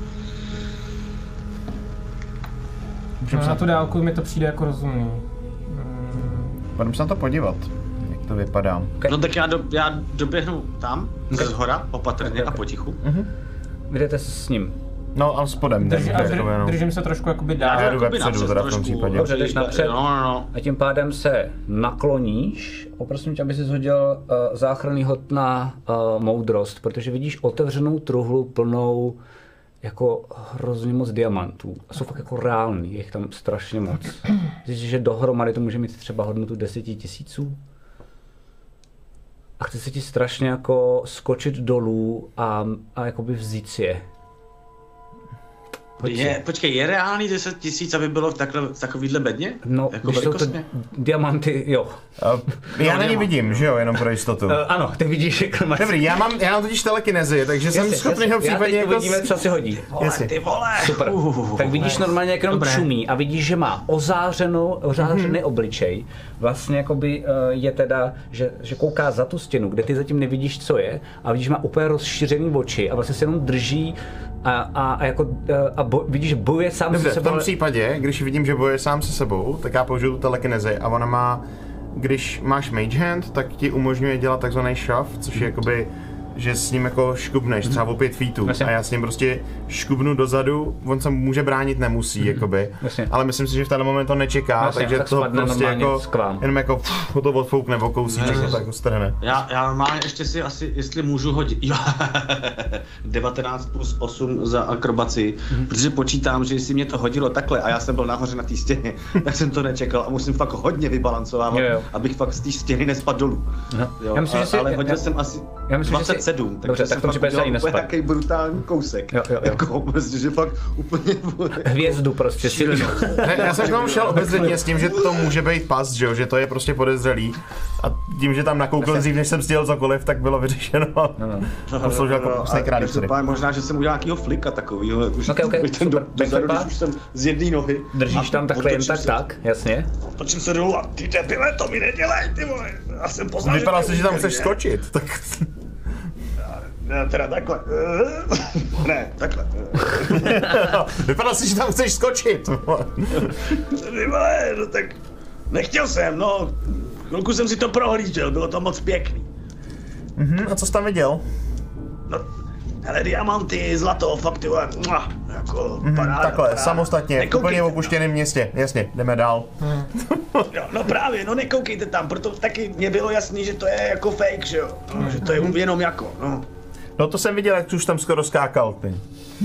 No, na tu dálku mi to přijde jako rozumný. Pojďme se na to podívat, jak to vypadá. Okay. No tak já, do, já doběhnu tam, okay. ze zhora, opatrně okay, okay. a potichu. Uh-huh. Jdete s ním. No a spodem. Drž, a drž, držím se trošku jakoby dál. Já jdu vepředu teda v tom případě. Dobře, jdeš napřed no, no, no. a tím pádem se nakloníš. Poprosím tě, aby si zhodil uh, záchranný hod na uh, moudrost, protože vidíš otevřenou truhlu plnou jako hrozně moc diamantů. A jsou fakt jako reální, je jich tam strašně moc. Zjistíš, že dohromady to může mít třeba hodnotu deseti tisíců. A chce se ti strašně jako skočit dolů a, a jakoby vzít si je. Je, počkej, je reálný deset tisíc, aby bylo v, takhle, v takovýhle bedně? No, jako když jsou to diamanty, jo. Uh, já no, na ně vidím, že jo, jenom pro jistotu. Uh, ano, ty vidíš, jak máš... Dobrý, já mám, já mám totiž telekinezi, takže jasně, jsem schopný ho případně jako... Já teď uvidíme, co si hodí. Vole, ty vole! Super. Uh, tak vidíš normálně, jak jenom dobré. Čumí a vidíš, že má ozářenou, ozářený mm-hmm. obličej. Vlastně jakoby uh, je teda, že, že kouká za tu stěnu, kde ty zatím nevidíš, co je, a vidíš, má úplně rozšířený oči a vlastně se jenom drží a, a, a jako a bo, vidíš, že bojuje sám Dobře, se sebou. v tom případě, když vidím, že bojuje sám se sebou, tak já použiju tu telekinezi a ona má, když máš mage hand, tak ti umožňuje dělat takzvaný shove, což je jakoby, že s ním jako škubneš třeba o pět feetů a já s ním prostě škubnu dozadu, on se může bránit, nemusí, jakoby, Jasně. ale myslím si, že v ten moment to nečeká, Jasně, takže tak to prostě jako, skvám. jenom jako pff, to odfoukne o kousíček, to tak strhne. Já, já normálně ještě si asi, jestli můžu hodit, jo, devatenáct plus osm za akrobaci, mm-hmm. protože počítám, že jestli mě to hodilo takhle a já jsem byl nahoře na té stěně, tak jsem to nečekal a musím fakt hodně vybalancovávat, jo, jo. abych fakt z té stěny nespadl dolů. Jo, já myslím, a, že si, ale hodil já, jsem asi já myslím, dvacet sedm, takže dobře, jsem tak fakt udělal úplně takový brutální kousek, jo, jo, jo. jako prostě, že fakt úplně... Hvězdu prostě silnou. Ne, já jsem k tomu šel obezřetně s tím, že to může být pas, že, jo? Že to je prostě podezřelý a tím, že tam nakoukl dřív, než jsem stihl cokoliv, tak bylo vyřešeno. No, no. Posloužil jako pokusnej králík. Možná, že jsem udělal nějakýho flika takovýho, už okay, okay. ten do, dozadu, když už jsem z jedné nohy. Držíš tam takhle jen tak, se, tak, jasně. Točím se dolů a ty debile, to mi nedělej, ty vole. Já jsem poznal, vypadá se, že tam chceš skočit, tak... Já teda takhle. Ne, takhle. Vypadá se, že tam chceš skočit. Ty vole, no tak... Nechtěl jsem, no. Chvilku jsem si to prohlížel, bylo to moc pěkný. Mhm, a co jsi tam viděl? No, hele, diamanty, zlato, fakt ty vole, jako mm, paráda. Takhle, paráda. samostatně, v úplně opuštěném městě, jasně, jdeme dál. Mm. no, no právě, no nekoukejte tam, proto taky mě bylo jasný, že to je jako fake, že jo, no, že to je jenom jako, no. No to jsem viděl, jak jsi už tam skoro skákal, ty.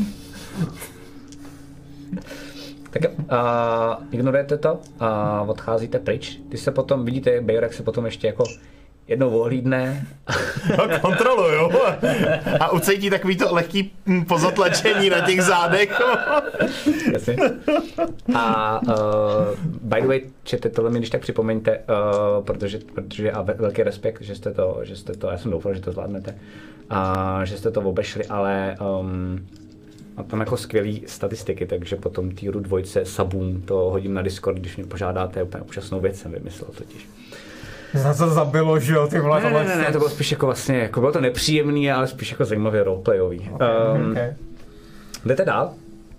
Tak uh, ignorujete to a uh, odcházíte pryč. Ty se potom, vidíte, Bejrek se potom ještě jako jednou ohlídne. No kontroluju. A ucítí takový to lehký pozatlačení na těch zádech. Jasně. A uh, by the way, čete, tohle mi když tak připomeňte, uh, protože, protože a velký respekt, že jste to, že jste to, já jsem doufal, že to zvládnete, a že jste to obešli, ale um, mám tam jako skvělý statistiky, takže potom týru dvojce sabům to hodím na Discord, když mě požádáte, úplně úžasnou věc jsem vymyslel totiž. Znamená to zabilo, že jo, ty vole. Ne, ne, ne, ne, to bylo spíš jako vlastně, jako bylo to nepříjemný, ale spíš jako zajímavě roleplayový. Okay, um, okay. Jdete dál.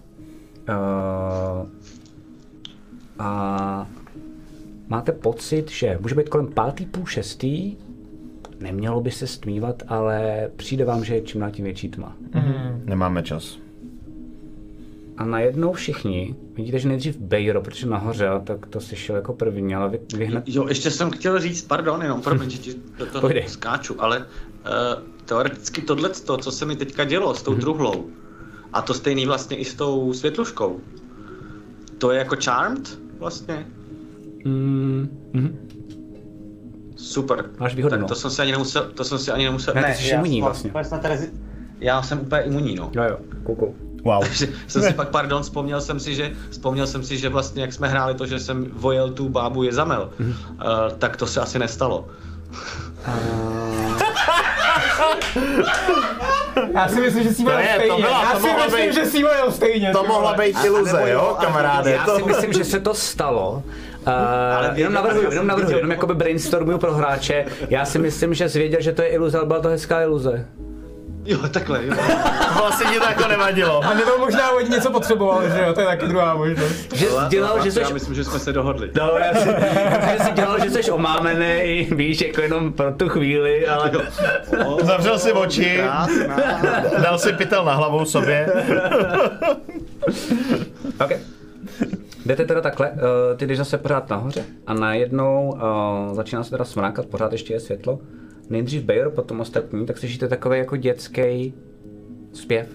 Uh, a máte pocit, že může být kolem pátý, půl šestý, nemělo by se stmívat, ale přijde vám, že je čím dál tím větší tma. Mm. Nemáme čas. A najednou všichni, vidíte, že nejdřív Bejro, protože nahoře, tak to slyšel jako první, ale vy, vy hned... Jo, ještě jsem chtěl říct, pardon, jenom promiň, že ti do toho skáču, ale uh, teoreticky tohleto, co se mi teďka dělo s tou mm-hmm. truhlou, a to stejný vlastně i s tou světluškou, to je jako charmed vlastně? Mm-hmm. Super. Máš výhodu, tak no. to jsem si ani nemusel, to jsem si ani nemusel... Ne, ty jsi imunní vlastně. Já jsem úplně imunní, no. Jo, jo, koukou. Wow. Takže jsem si pak, pardon, vzpomněl jsem si, že, vzpomněl jsem si, že vlastně jak jsme hráli to, že jsem vojel tu bábu Jezamel, mm-hmm. uh, tak to se asi nestalo. Uh... Já si myslím, že si mají stejně. To byla, Já to si myslím, být, že si mají stejně. To mohla být iluze, jo, kamaráde. Já si myslím, že se to stalo. Uh, jenom navrhuji, jenom navrhuji, jenom jakoby brainstormuju pro hráče. Já si myslím, že zvěděl, že to je iluze, ale byla to hezká iluze. Jo, takhle, jo. Vlastně ti to jako nevadilo. A nebo možná oni něco potřeboval, že jo, to je taky druhá možnost. Že dělal, že jsi... Já myslím, že jsme se dohodli. No, já si, že jsi dělal, že jsi omámený, víš, jako jenom pro tu chvíli, ale... Oh, zavřel si oči, krásná. Dal si pytel na hlavu sobě. OK. Jdete teda takhle, uh, ty jdeš zase pořád nahoře a najednou uh, začíná se teda smrákat, pořád ještě je světlo. Nejdřív Bejor, potom ostatní, tak slyšíte takový jako dětský zpěv.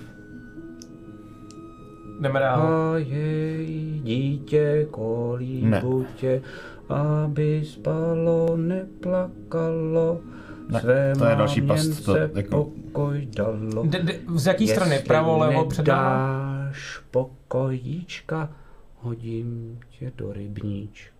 Jdeme dál. A jej, dítě, kolíbu tě, aby spalo, neplakalo. Ne, své to je další past, to jako... pokoj dalo. De, de, z jaký strany? Pravo, levo, před námi? Dáš pokojíčka, hodím tě do rybníčka.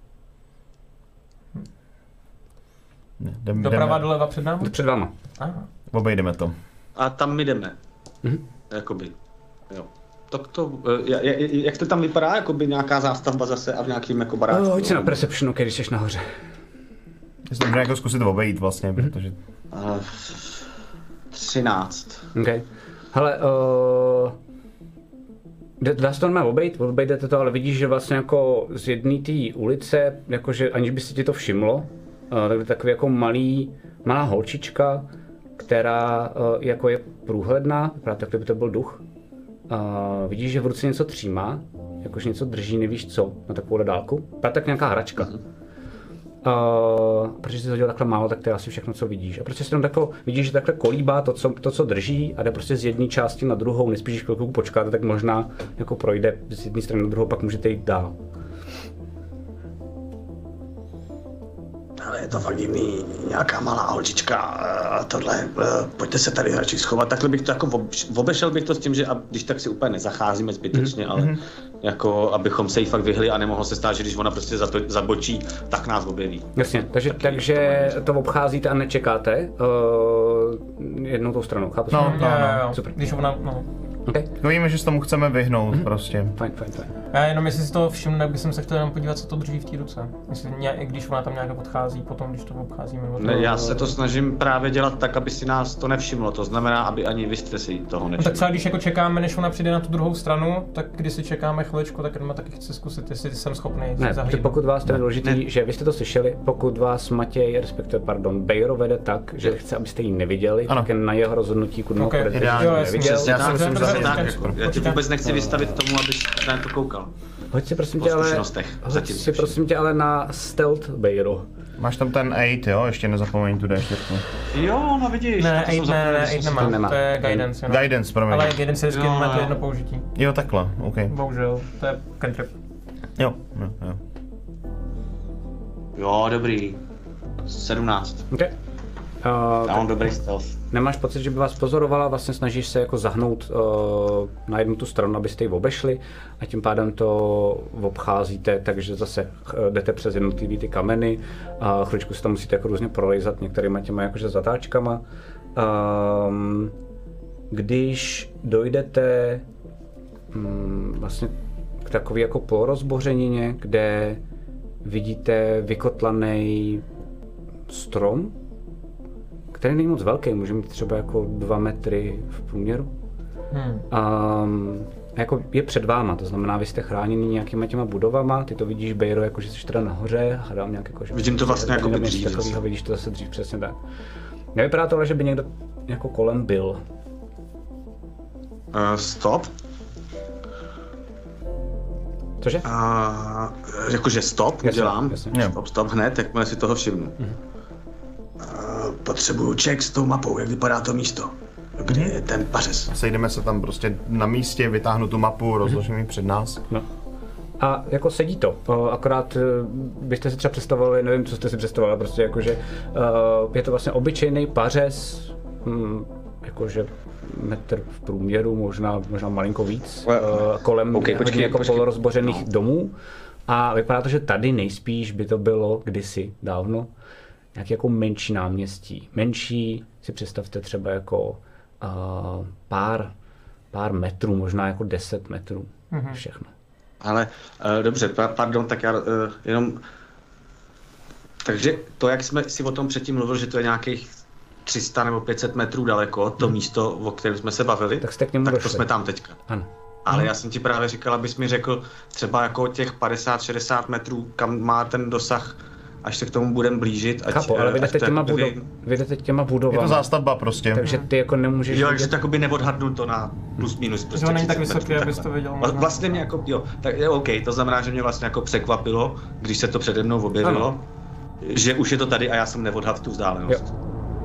Ne, jdem, Doprava, jdeme. doleva, před námi? Před váma. Aha. Obejdeme to. A tam my jdeme. Mhm. Jakoby. Jo. Tak to, jak to tam vypadá, jakoby nějaká zástavba zase a v nějakým jako baráčku? Oh, hoď si na Perception, když jsi nahoře. Já jsem jako zkusit obejít vlastně, protože... Uh, třináct. OK. Hele, uh, dá se to normálně obejít, obejdete to, ale vidíš, že vlastně jako z jedné té ulice, jakože aniž by si ti to všimlo, uh, tak takový jako malý, malá holčička, která uh, jako je průhledná, vypadá to, jako by to byl duch. Uh, vidíš, že v ruce něco třímá, jakože něco drží, nevíš co, na takovou dálku. Vypadá tak nějaká hračka. Uh, protože jsi hodil takhle málo, tak to je asi všechno, co vidíš. A prostě si tam takhle, vidíš, že takhle kolíbá to co, to, co drží a jde prostě z jedné části na druhou, nespíš chvilku počkáte, tak možná jako projde z jedné strany na druhou, pak můžete jít dál. Ale je to fakt divný, nějaká malá holčička a tohle, pojďte se tady radši schovat. Takhle bych to jako obešel bych to s tím, že a, když tak si úplně nezacházíme zbytečně, mm-hmm. ale jako abychom se jí fakt vyhli a nemohlo se stát, že když ona prostě zato, zabočí, tak nás objeví. Jasně, takže, Taky takže to obcházíte a nečekáte uh, jednou tou stranou, chápu? No, no, jo, jo, jo. Super. Když ona, no. Okay. Víme, že se tomu chceme vyhnout mm-hmm. prostě. Fajn, fajn, fajn. Já jenom jestli si to všimnu, tak bych se chtěl jenom podívat, co to drží v té ruce. Jestli ně, když ona tam nějak odchází, potom když to obcházíme. Ne, já se to snažím právě dělat tak, aby si nás to nevšimlo, to znamená, aby ani vy jste si toho nevšimli. No, tak třeba když jako čekáme, než ona přijde na tu druhou stranu, tak když si čekáme chviličku, tak jenom taky chci zkusit, jestli jsem schopný ne, zahlídnout. pokud vás to je důležitý, že vy jste to slyšeli, pokud vás Matěj, respektive pardon, Bejro vede tak, že chce, abyste ji neviděli, ano. tak je na jeho rozhodnutí, kudy okay. půjdete, že jo, neviděl. Já si myslím, že já ti vůbec nechci vystavit tomu, abys na to koukal. Hoď si prosím tě ale, hoď si prosím tě ale na stealth, Bejro. Máš tam ten osm, jo? Ještě nezapomeň tu D čtyři. Jo, no vidíš. Ne, osm ne, ne, osm nemám, nemá. to je guidance, jenom. Guidance, promiň. Ale guidance je vždycky Jo, na to jo. jedno použití. Jo, takhle, OK. Bohužel, to je cantrip. Jo, jo, jo. Jo, dobrý. sedmnáct. Okay. Uh, Já mám dobrý stealth. Nemáš pocit, že by vás pozorovala, vlastně snažíš se jako zahnout uh, na jednu tu stranu, abyste ji obešli a tím pádem to obcházíte, takže zase uh, jdete přes jednotlivý ty kameny a chvíličku se tam musíte jako různě prolejzat některýma těma jakože zatáčkama. Um, když dojdete um, vlastně k takové jako polorozbořenině, kde vidíte vykotlaný strom, který není moc velký, může mít třeba jako dva metry v průměru. Hmm. Um, jako je před váma, to znamená, vy jste chráněni nějakýma těma budovama, ty to vidíš, Bejro, jako že jsi teda nahoře, hledám nějak jako, že... Vidím to vlastně jako by dřív. Takovýho, vidíš to zase dřív, přesně tak. Nevypadá to ale, že by někdo jako kolem byl. Uh, stop. Cože? Uh, jakože stop, Jasně, udělám. jasně. Stop, stop hned, jakmile si toho všimnu. Mhm. Uh, potřebuju check s tou mapou, jak vypadá to místo. Kde je ten pařez? Sejdeme se tam prostě na místě, vytáhnu tu mapu, rozložím ji před nás. No. A jako sedí to, uh, akorát uh, byste si třeba představovali, nevím, co jste si představovali, prostě jakože uh, je to vlastně obyčejný pařez, um, jakože metr v průměru, možná, možná malinko víc, uh, kolem okay, hodně počkej, jako počkej. polorozbořených No. domů. A vypadá to, že tady nejspíš by to bylo kdysi dávno nějaké jako menší náměstí. Menší si představte třeba jako uh, pár, pár metrů, možná jako deset metrů, Mhm. všechno. Ale uh, dobře, pa- pardon, tak já uh, jenom... Takže to, jak jsme si o tom předtím mluvil, že to je nějakých tři sta nebo pět set metrů daleko, to Hmm. místo, o kterém jsme se bavili, Tak jste k němu tak to došli. jsme tam teďka. Ano. Ale já jsem ti právě říkal, abys mi řekl třeba jako těch padesát šedesát metrů, kam má ten dosah, až se k tomu budeme blížit. Ať, Chápu, ale vy ať jdete to těma, jakoby budov, vy- vy jdete těma Je to budovami, zástavba prostě. takže ty jako nemůžeš Jo, takže vidět. to jakoby neodhadnu to na plus minus prostě Že to není tak třicet vysoký, metrů, abys takhle. to viděl Vla- možná. Vlastně mě jako, jo, tak je OK, to znamená, že mě vlastně jako překvapilo, když se to přede mnou objevilo, Ano. že už je to tady a já jsem neodhadl tu vzdálenost. Jo.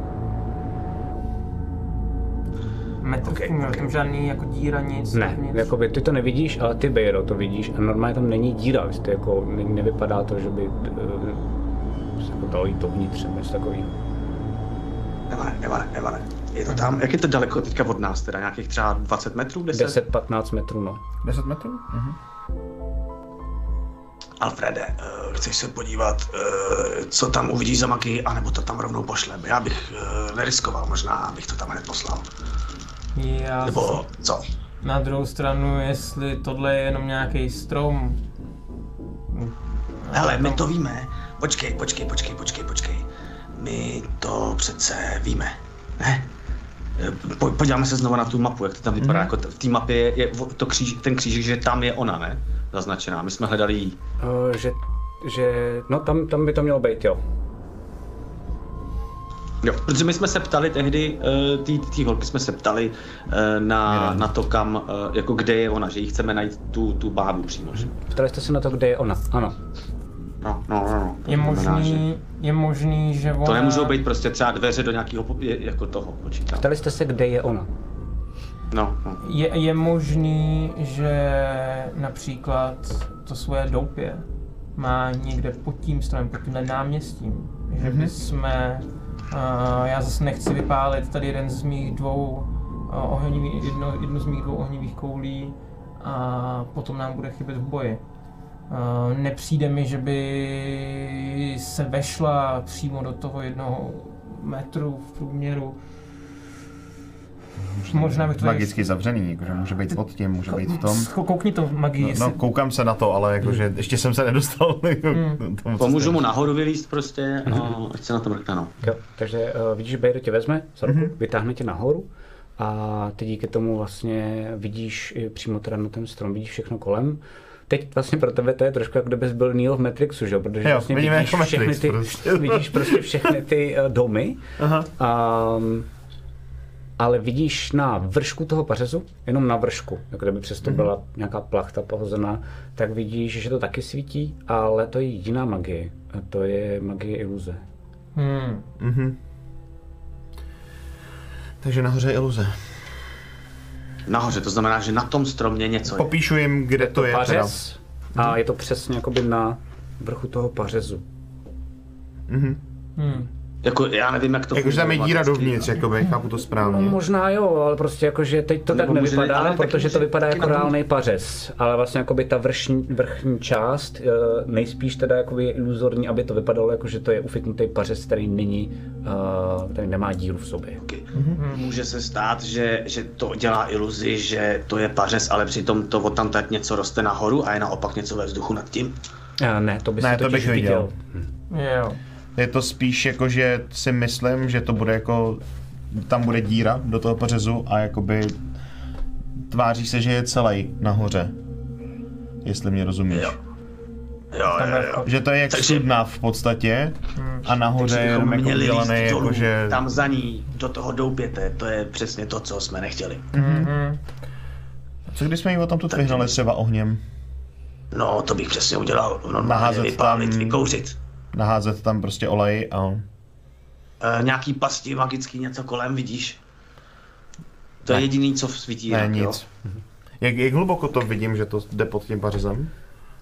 Metr Ok, v průměru, ok. tam žádný jako díra, nic. Ne, nic. jakoby ty to nevidíš, ale ty Bejro to vidíš a normálně tam není díra, víš, to jako ne, nevypadá to, že by uh, se jako dalo jít dovnitř nebo něco takového. Evane, Evane, Evane, je to tam, jak je to daleko teďka od nás, teda nějakých třeba dvacet metrů, deset? deset patnáct metrů, no. deset metrů? Mhm. Alfrede, uh, chceš se podívat, uh, co tam uvidíš za magii, anebo to tam rovnou pošlem. Já bych uh, neriskoval, možná abych to tam hned poslal. Já Nebo co? na druhou stranu, jestli tohle je jenom nějaký strom. Hele, my to víme. Počkej, počkej, počkej, počkej, počkej. My to přece víme, ne? Po, podíváme se znovu na tu mapu, jak to tam vypadá. Mm. Jako t- v té mapě je, je to kříž, ten křížek, že tam je ona, ne? Zaznačená. My jsme hledali jí. Uh, že, že, no tam, tam by to mělo být, jo. Jo, protože my jsme se ptali tehdy, uh, ty, ty holky jsme se ptali uh, na, na to, kam, uh, jako kde je ona, že jí chceme najít tu, tu bábu přímo, že? Ptali jste se na to, kde je ona, ano. No, no, no, no. Je To znamená, že možný, je možný, že ona... To nemůžou být prostě třeba dveře do nějakého, po- je- jako toho, počítám. Ptali jste se, kde je ona. No, no. Je, je možný, že například to svoje doupě má někde pod tím stromem, pod tímhle náměstím. Že Mhm. bychom, uh, já zase nechci vypálit tady jeden z mých dvou uh, ohnivý, jedno, jednu z mých dvou ohnivých koulí a potom nám bude chybět v boji. Uh, nepřijde mi, že by se vešla přímo do toho jednoho metru v průměru. Možná bych to Magicky zavřený, jakože může být pod tím, může být v tom. Kou- Koukni to v magii, No, jestli... no, koukám se na to, ale jakože ještě jsem se nedostal jako Hmm. k tomu, co Pomůžu jste- mu nahoru vylízt prostě, no, ať se na to mrkne, no. Jo, takže uh, vidíš, že Bejro tě vezme za ruku, mm-hmm. vytáhne tě nahoru a ty díky tomu vlastně vidíš i přímo teda na ten strom, vidíš všechno kolem. Teď vlastně pro tebe to je trošku jako kdybys byl Neo v Matrixu, že? Protože Jo, vlastně vidíme vidíš, jako všechny Matrix ty, prostě. vidíš prostě všechny ty uh, domy. Aha. Um, ale vidíš na vršku toho pařezu, jenom na vršku, jako kdyby přesto byla nějaká plachta pohozená, tak vidíš, že to taky svítí, ale to je jiná magie. A to je magie iluze. Hmm. Mhm. Takže nahoře je iluze. Nahoře, to znamená, že na tom stromě něco je. Popíšu jim, kde to je teda. Pařez a je to přesně jakoby na vrchu toho pařezu. Mhm. Hmm. Jako, já nevím, jak to Jakože tam je funguje díra magicky. dovnitř, jakoby, chápu to No, správně. možná jo, ale prostě jakože teď to Nebo tak může- nevypadá, ale taky protože to může vypadá taky jako na tom- reálný pařez, ale vlastně jakoby ta vršní, vrchní část eh, nejspíš teda jakoby je iluzorní, aby to vypadalo jako, že to je ufitnutý pařez, který není, uh, který nemá díru v sobě. Okay. Může se stát, že, že to dělá iluzi, že to je pařez, ale přitom to odtamtud něco roste nahoru a je naopak něco ve vzduchu nad tím. Uh, ne, to bys Ne, ne, to totiž bych viděl. viděl. Hm. Jo. Je to spíš jako, že si myslím, že to bude jako, tam bude díra do toho pařezu a jakoby tváří se, že je celý nahoře. Jestli mě rozumíš. Jo. Jo, Tam jo, je jo. Že to je jak Takže- studna v podstatě a nahoře Takže je bychom jenom jako měli udělaný líst dolů, jakože... tam za ní, do toho doupěte, to je přesně to, co jsme nechtěli. Mhm. Co když jsme ji o tam tu vyhnali třeba ohněm? No, to bych přesně udělal. Normálně Naházet vypálit, tam- vykouřit. Naházet tam prostě olej a... E, nějaký pasti magický něco kolem, vidíš? To je Ne. jediný, co svítí. Ne, jinak, jo? nic. Jak, jak hluboko to vidím, že to jde pod tím pařezem?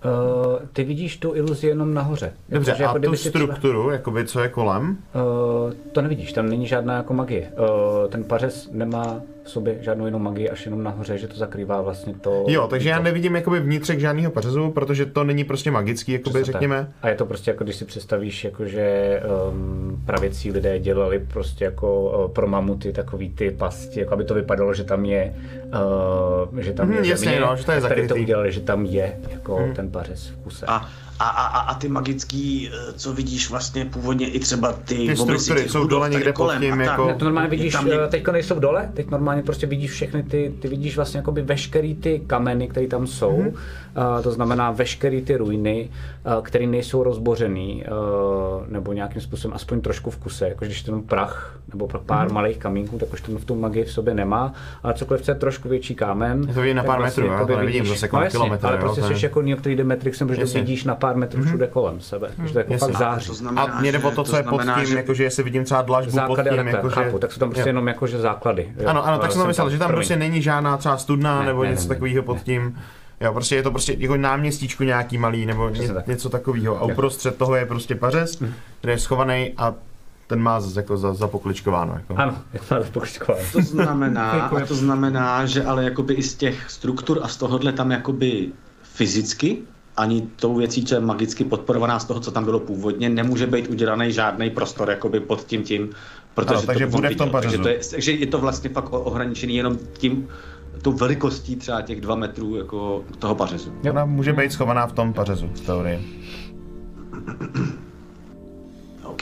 Uh, ty vidíš tu iluzi jenom nahoře. Dobře, jako, a jako tu strukturu, třeba... jakoby, co je kolem? Uh, to nevidíš, tam není žádná jako magie. Uh, ten pařez nemá v sobě žádnou jinou magii, až jenom nahoře, že to zakrývá vlastně to... Jo, takže to... já nevidím jakoby vnitřek žádného pařezu, protože to není prostě magický, jakoby, Přesně řekněme. Tak. A je to prostě jako když si představíš, jako, že um, pravěcí lidé dělali prostě jako uh, pro mamuty takový ty pasti, jako aby to vypadalo, že tam je, uh, že tam hmm, je jasně, země, no, že to je tady zakrytý. to udělali, že tam je jako hmm. ten pařez v kuse. A, a, a, a ty magický, co vidíš vlastně původně i třeba ty, ty struktury jsou dole někde pod tím, jako... Ne, to normálně vidíš, tam je... teďka nejsou dole, teď normálně prostě vidíš všechny ty, ty vidíš vlastně jakoby veškerý ty kameny, které tam jsou, mm-hmm. uh, to znamená veškerý ty ruiny, uh, které nejsou rozbořený, uh, nebo nějakým způsobem aspoň trošku v kuse, jakože když ten prach, nebo pár mm-hmm. malých kamínků, tak už to v tu magii v sobě nemá, ale cokoliv, co je trošku větší kámen. Je to vidím na pár vlastně metrů, já to nevidím zase jako no, na kilometr. Ale prostě jsi jako některý Demetrixem, protože jasně. vidíš na pár metrů všude kolem sebe, takže to jako jasně. fakt září. To znamená, a mě jde o to, co je pod tím, že... jakože jestli vidím třeba dlažbu pod Základy, tím, jakože... chápu, tak jsou tam prostě jo. jenom jakože základy. Jo. Ano, ano, tak jsem to myslel, že tam promiň. prostě není žádná třeba studna Ne, nebo ne, něco ne, takového pod ne. tím. Jo, prostě je to prostě jako náměstíčko nějaký malý nebo ně, tak. něco takového. A uprostřed toho je prostě pařez, hm. který je schovaný a ten má z, jako za, zapokličkováno. Jako. Ano, je to zapokličkováno. To znamená, a to znamená, že ale jakoby i z těch struktur a z tohohle tam jakoby fyzicky, ani tou věcí, co je magicky podporovaná z toho, co tam bylo původně, nemůže být udělaný žádný prostor jakoby pod tím tím, protože ano, takže to bude v tom pařezu. takže, to je, takže je to vlastně fakt ohraničený jenom tím, tou velikostí třeba těch dva metrů jako toho pařezu. Ona může být schovaná v tom pařezu, v teorii. OK.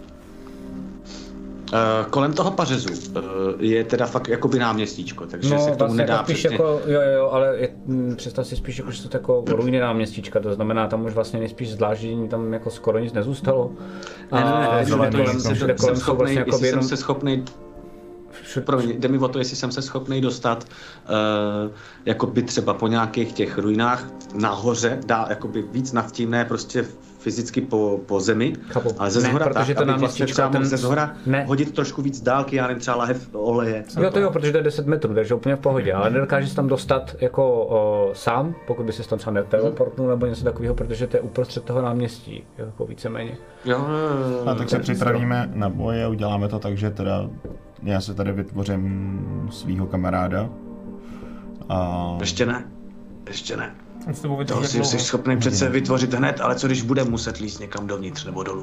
Uh, kolem toho pařezu uh, je teda fakt jakoby náměstíčko, takže no, se k tomu vlastně nedá jako spíš přesně... jako, jo, jo, ale je, m, představ si spíš jako, že to jako ruiny náměstíčka, to znamená, tam už vlastně nejspíš zvláštění, tam jako skoro nic nezůstalo. Ne, ne, ne, a ne, všude ne, kolem, jsem, všude kolem jsem jsou vlastně schopnej, jako jestli jenom... jsem se schopnej, promiň, jde mi o to, jestli jsem se schopnej dostat uh, jakoby třeba po nějakých těch ruinách nahoře, dá jakoby víc nad tím, ne prostě fyzicky po, po zemi, Chápu. ale ze Ne, zhora protože tak, to abych vlastně třeba ten- mohl ze zhora ne. hodit trošku víc dálky, já nevím, třeba lahev oleje. Jo, to jo, protože to je deset metrů, takže úplně v pohodě, ale nedokážeš tam dostat jako o, sám, pokud by se tam třeba neteleportnul nebo něco takového, protože to je uprostřed toho náměstí, jako víceméně. Jo, jo, jo, A tak se připravíme na boje, uděláme to tak, že teda já se tady vytvořím svýho kamaráda. A... Ještě ne, ještě ne. On s tebou To vydrží si dlouho. jsi schopný přece vytvořit hned, ale co když bude muset líst někam dovnitř nebo dolů?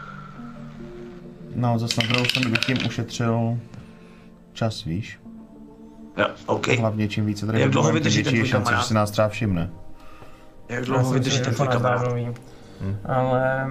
No, zase na druhou stranu bych tím ušetřil čas, víš? Jo, OK. Hlavně čím více tady Jak dlouho budeme, tím vydrží větší ten je tvůj šance, kamarád? že si nás třeba všimne. Jak Já dlouho jsem vydrží si ten tvůj telefonát kamarád? dávno vím. Ale...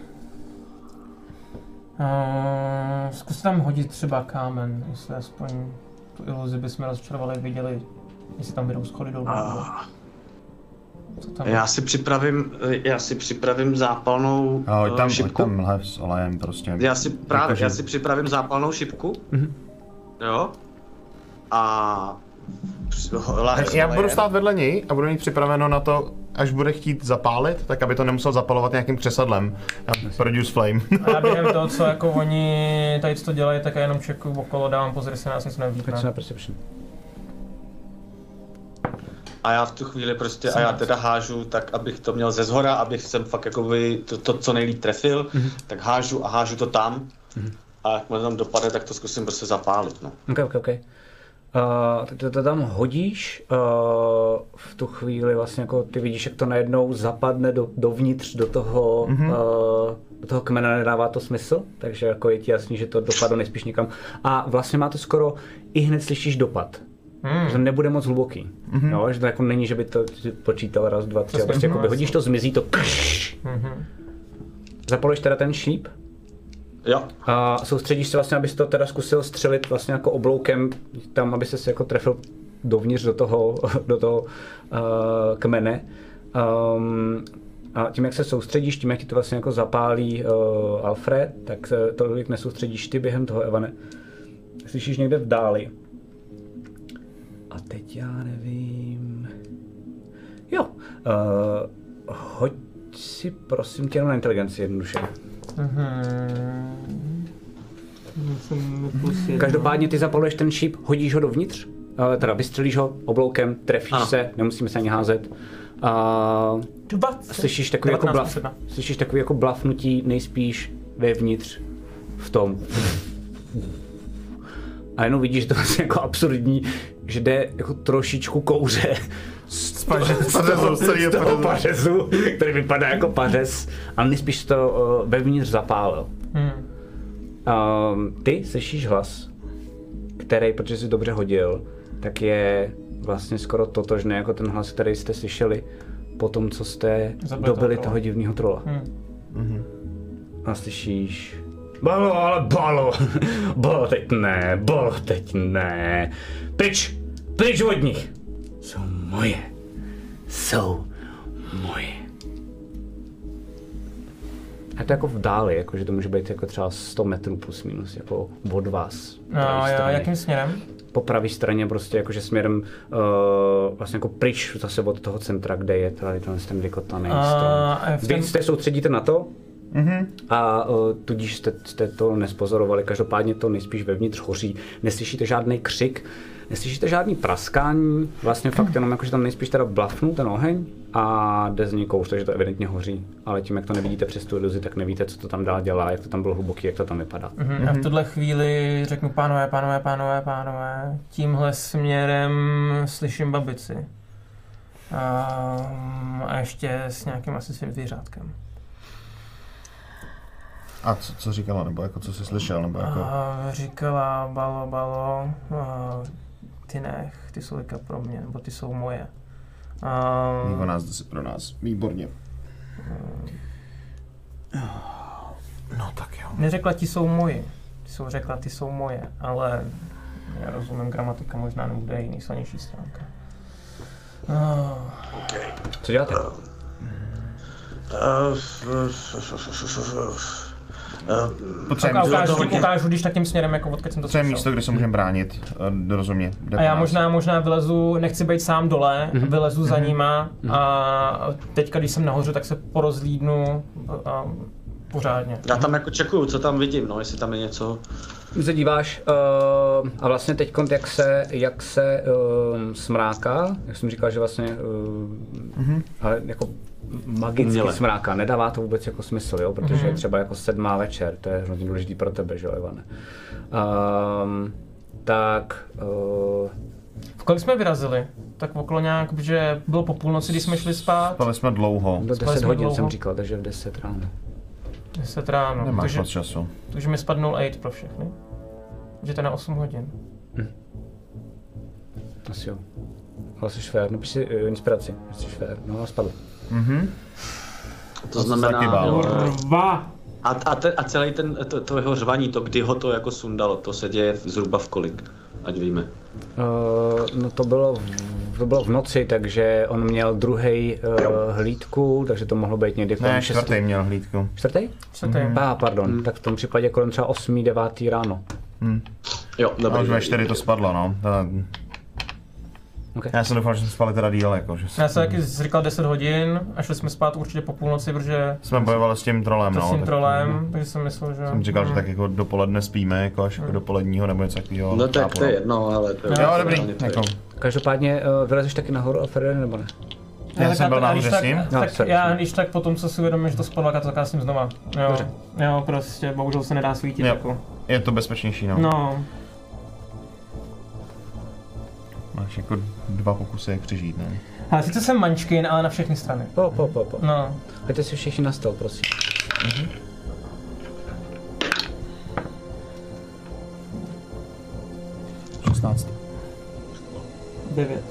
Uh, zkus tam hodit třeba kámen, jestli aspoň tu iluzi bychom rozčarovali, viděli, jestli tam vydou schody dolů. Ah. Co tam Já si připravím, já si připravím zápalnou A hoď eh, tam, hoď šipku. tam mlev s olejem prostě. Já si právě, Jakože- já si připravím zápalnou šipku. Mhm. Jo. A... láhev s Já budu olejem. stát vedle něj a budu mít připraveno na to, až bude chtít zapálit, tak aby to nemusel zapalovat nějakým přesadlem. Já produce flame. A já během toho, co jako oni tady to dělají, tak já jenom čekuju okolo, dávám pozor, jestli nás něco Pojď se na nevlíkne. perception. A já v tu chvíli prostě, a já teda hážu tak, abych to měl ze zhora, abych jsem fakt jakoby to, to co nejlíp trefil, mm-hmm. tak hážu a hážu to tam. Mm-hmm. A jak to tam dopadne, tak to zkusím prostě zapálit, no. Ok, ok, ok. Uh, ty to, to tam hodíš, uh, v tu chvíli vlastně jako ty vidíš, jak to najednou zapadne do, dovnitř do toho, mm-hmm. uh, do toho kmene, nedává to smysl, takže jako je ti jasný, že to dopadlo nejspíš někam. A vlastně má to skoro, i hned slyšíš dopad. Hmm. Že to nebude moc hluboký. Mm-hmm. No, že to jako není, že by to počítal raz, dva, tři, a prostě jako by hodíš to, zmizí to. Mm-hmm. Zapaluješ teda ten šíp Jo. a soustředíš se vlastně, abys to teda zkusil střelit vlastně jako obloukem tam, aby se jako trefil dovnitř do toho, do toho uh, kmene. Um, a tím, jak se soustředíš, tím, jak ti to vlastně jako zapálí uh, Alfred, tak se tolik nesoustředíš ty během toho, Evane. Slyšíš někde v dáli. A teď já nevím... Jo, uh, hoď si prosím tě na inteligenci jednoduše. Mhm. Každopádně ty zapaluješ ten šíp, hodíš ho dovnitř, uh, teda vystřelíš ho obloukem, trefíš ano. se, nemusíme se ani házet. A dvacet. slyšíš takový jako blaf, slyšíš takový jako blafnutí nejspíš vevnitř v tom. A jenom vidíš, že to vlastně jako absurdní, že jde jako trošičku kouře z, Paře, z, toho, z toho pařezu, který vypadá jako pařez, ale nejspíš to uh, vevnitř zapálil. Hmm. Um, ty slyšíš hlas, který, protože jsi dobře hodil, tak je vlastně skoro totožný jako ten hlas, který jste slyšeli po tom, co jste Zabili dobili toho, toho divného trola. Hmm. Mm-hmm. A slyšíš... Balo, ale balo, balo teď ne, balo teď ne. Pryč, pryč od nich. Jsou moje, jsou moje. A to jako v dáli, jakože to může být jako třeba sto metrů plus minus, jako od vás. No jo, jakým směrem? Po pravé straně prostě jakože směrem uh, vlastně jako pryč zase od toho centra, kde je tady ten vykotaný strom. Vy se soustředíte na to? Mm-hmm. A uh, tudíž jste, jste to nespozorovali, každopádně to nejspíš vevnitř hoří, neslyšíte žádný křik, neslyšíte žádný praskání, vlastně mm. fakt jenom jakože tam nejspíš teda blafnul ten oheň a jde z něj kouř, takže to evidentně hoří, ale tím jak to nevidíte přes tu iluzi, tak nevíte, co to tam dál dělá, jak to tam bylo hluboký, jak to tam vypadá. Mm-hmm. A v tuhle chvíli řeknu pánové, pánové, pánové, pánové, tímhle směrem slyším babici a, a ještě s nějakým asi svým zvířátkem. A co, co říkala, nebo jako co jsi slyšel, nebo jako... A říkala, balo, balo, a ty nech, ty jsou teďka pro mě, nebo ty jsou moje. A... Mývo nás, to si pro nás, výborně. No tak jo. Neřekla, ti jsou moji, ty jsou řekla, ty jsou moje, ale já rozumím, gramatika možná nebude jiný silnější stránka. Oh. Okay. Co děláte? Uh, Potřebujeme ukážu, ukážu, když tak tím směrem, jako odkud jsem to slyšel. Místo, kde se můžeme bránit, rozumě. A já možná, možná vylezu, nechci být sám dole, mm-hmm. vylezu mm-hmm. za nima mm-hmm. a teďka, když jsem nahoře, tak se porozhlídnu a pořádně. Já tam jako čekuju, co tam vidím, no, jestli tam je něco. Se díváš uh, a vlastně teď jak se, jak se uh, smráká, jak jsem říkal, že vlastně, uh, mm-hmm. ale jako magický Uměle. smráka, nedává to vůbec jako smysl, jo, protože mm-hmm. třeba jako sedmá večer, to je hrozně důležitý pro tebe, že jo, Ivane. Um, tak... Uh, v kolik jsme vyrazili? Tak okolo nějak, protože bylo po půlnoci, když jsme šli spát. Spali jsme dlouho. Do deset hodin dlouho. Jsem říkal, takže v deset ráno. deset ráno. Nemáš takže, moc času. Takže mi spadnul osm pro všechny. Že to je na osm hodin. Hm. Asi jo. Ale jsi fér, napiš si uh, inspiraci, jsi fér, no a spadl. Mhm. To, to znamená... Kurva! A, a, te, a celý ten, to, to jeho řvaní, to kdy ho to jako sundalo, to se děje zhruba v kolik, ať víme. Uh, no to bylo, v, to bylo v noci, takže on měl druhý uh, hlídku, takže to mohlo být někdy kolem Ne, čtvrtý měl hlídku. Čtvrtý? Čtvrtý. Mm. Ah, pardon, mm. tak v tom případě kolem třeba osmý, devátý ráno. Mm. Jo, dobrý. A už ve čtyři to spadlo, no. Okay. Já jsem doufal, že jsme spali teda díl, jako, že Já jsem taky říkal deset hodin a šli jsme spát určitě po půlnoci, protože... Jsme bojovali s tím trolem, no. S tím tak, trolem, takže jsem myslel, že... Jsem říkal, mm. že tak jako dopoledne spíme, jako až mm. jako dopoledního nebo něco takového. No tak to je jedno, ale to je... Jo, dobrý, jako. Každopádně uh, vylezeš taky nahoru a Ferdinand, nebo ne? Já, já jsem byl nahoře s ním. Tak, tak já když tak potom, co si uvědomím, že to spadlo, tak já s ním znova. Jo, Dobře. jo, prostě bohužel se nedá svítit, jo. jako. Je to bezpečnější, no. No. Máš jako dva pokusy, jak přežít, ne? Ale sice jsem mančkin, ale na všechny strany. Po, po, po, po. No. Pojďte si všichni na stůl, prosím. Mhm. šestnáct. devět.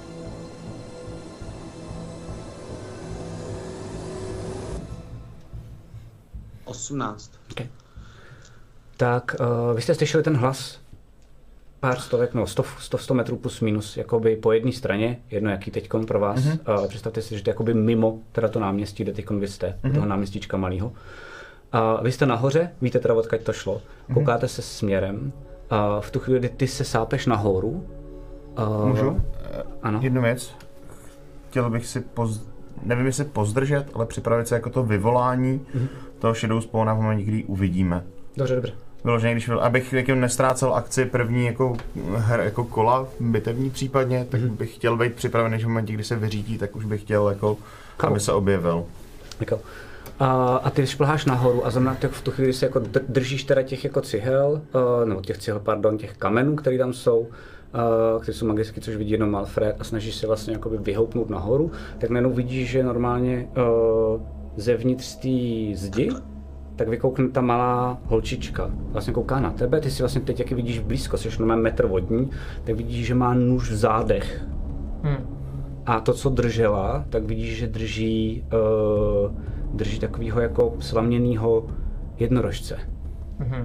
osmnáct. Okay. Tak, uh, vy jste slyšeli ten hlas? Pár stovek, no sto, sto, sto metrů plus minus, jakoby po jedné straně, jedno jaký teďkon pro vás. Mm-hmm. Uh, představte si, že to je jakoby mimo teda to náměstí, kde teďkon vy jste, mm-hmm. toho náměstíčka malýho. Uh, vy jste nahoře, víte teda odkud to šlo, mm-hmm. koukáte se směrem. Uh, v tu chvíli, kdy ty se sápeš nahoru. Uh, Můžu? Uh, ano. Jednu věc. Chtěl bych si, poz... nevím jestli pozdržet, ale připravit se jako to vyvolání mm-hmm. toho Shadow Spawna v momentě, kdy uvidíme. Dobře, dobře. vyloženě, když abych jako nestrácel akci první jako, her, jako kola bitevní případně, tak mm. bych chtěl být připravený, že v momentě, kdy se vyřítí, tak už bych chtěl jako, aby se objevil. Jako. A, a ty šplháš nahoru a znamená v tu chvíli si jako držíš teda těch jako cihel, uh, nebo těch cihel, pardon, těch kamenů, které tam jsou, uh, které jsou magické, což vidí jenom Alfred a snažíš se vlastně jakoby vyhoupnout nahoru, tak najednou vidíš, že normálně uh, zevnitř té zdi, tak vykoukne ta malá holčička, vlastně kouká na tebe, ty si vlastně teď, jak ji vidíš blízko, jsi normálně metr od ní, tak vidíš, že má nůž v zádech. Hmm. A to, co držela, tak vidíš, že drží, uh, drží takového jako slaměnýho jednorožce. Mm-hmm.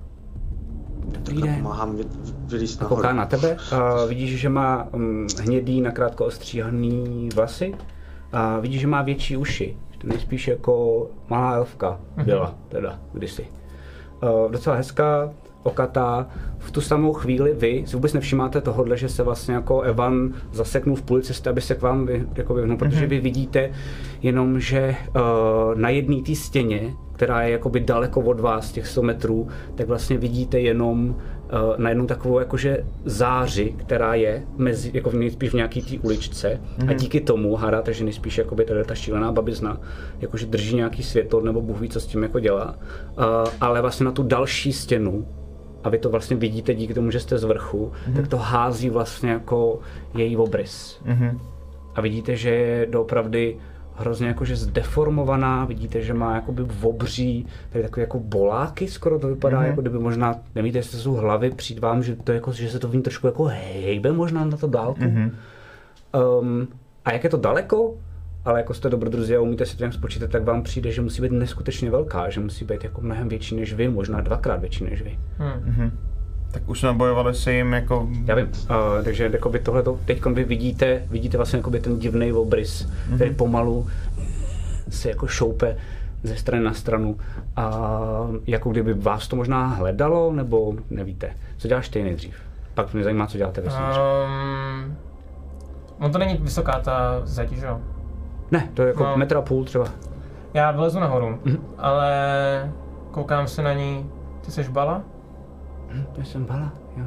Dobrý den. Pomáhám vylíst nahoru. Kouká na tebe, uh, vidíš, že má um, hnědý, nakrátko ostříhaný vlasy a vidíš, že má větší uši. Nejspíš jako malá elfka byla, mm-hmm. teda kdysi. Uh, docela hezká, okatá. V tu samou chvíli vy si vůbec nevšímáte tohodle, že se vlastně jako Evan zaseknul v půli cesty, aby se k vám vy, jako vyhnul, mm-hmm. protože vy vidíte jenom, že uh, na jedné té stěně, která je jakoby daleko od vás, těch sto metrů, tak vlastně vidíte jenom uh, na jednu takovou jakože záři, která je mezi, jako nejspíš v nějaký té uličce mm-hmm. a díky tomu hádá, takže nejspíš jakoby tady ta šílená babizna, jakože drží nějaký světlo nebo Bůh ví, co s tím jako dělá, uh, ale vlastně na tu další stěnu, a vy to vlastně vidíte díky tomu, že jste z vrchu, mm-hmm. tak to hází vlastně jako její obrys. Mm-hmm. A vidíte, že je doopravdy hrozně jakože zdeformovaná, vidíte, že má jakoby obří, tady takové jako boláky skoro to vypadá, mm-hmm. jako kdyby možná, nevíte, jestli to jsou hlavy, přijde vám, že, to jako, že se to v ní trošku jako hejbe možná na to dálku. Mm-hmm. Um, a jak je to daleko, ale jako jste dobrodruzi a umíte si to jen spočítat, tak vám přijde, že musí být neskutečně velká, že musí být jako mnohem větší než vy, možná dvakrát větší než vy. Mm-hmm. Tak už jsme bojovali se jim jako... Já vím, uh, takže jakoby tohleto, teď vy vidíte, vidíte vlastně jakoby ten divný obrys, mm-hmm. který pomalu se jako šoupe ze strany na stranu a jako kdyby vás to možná hledalo, nebo nevíte. Co děláš ty nejdřív? Pak mě zajímá, co děláte vy. Um, on to není vysoká ta zeď, že jo? Ne, to je jako no. metr a půl třeba. Já vylezu nahoru, mm-hmm. ale koukám se na ní. Ty seš Bala? Hm, já jsem Bala, jo.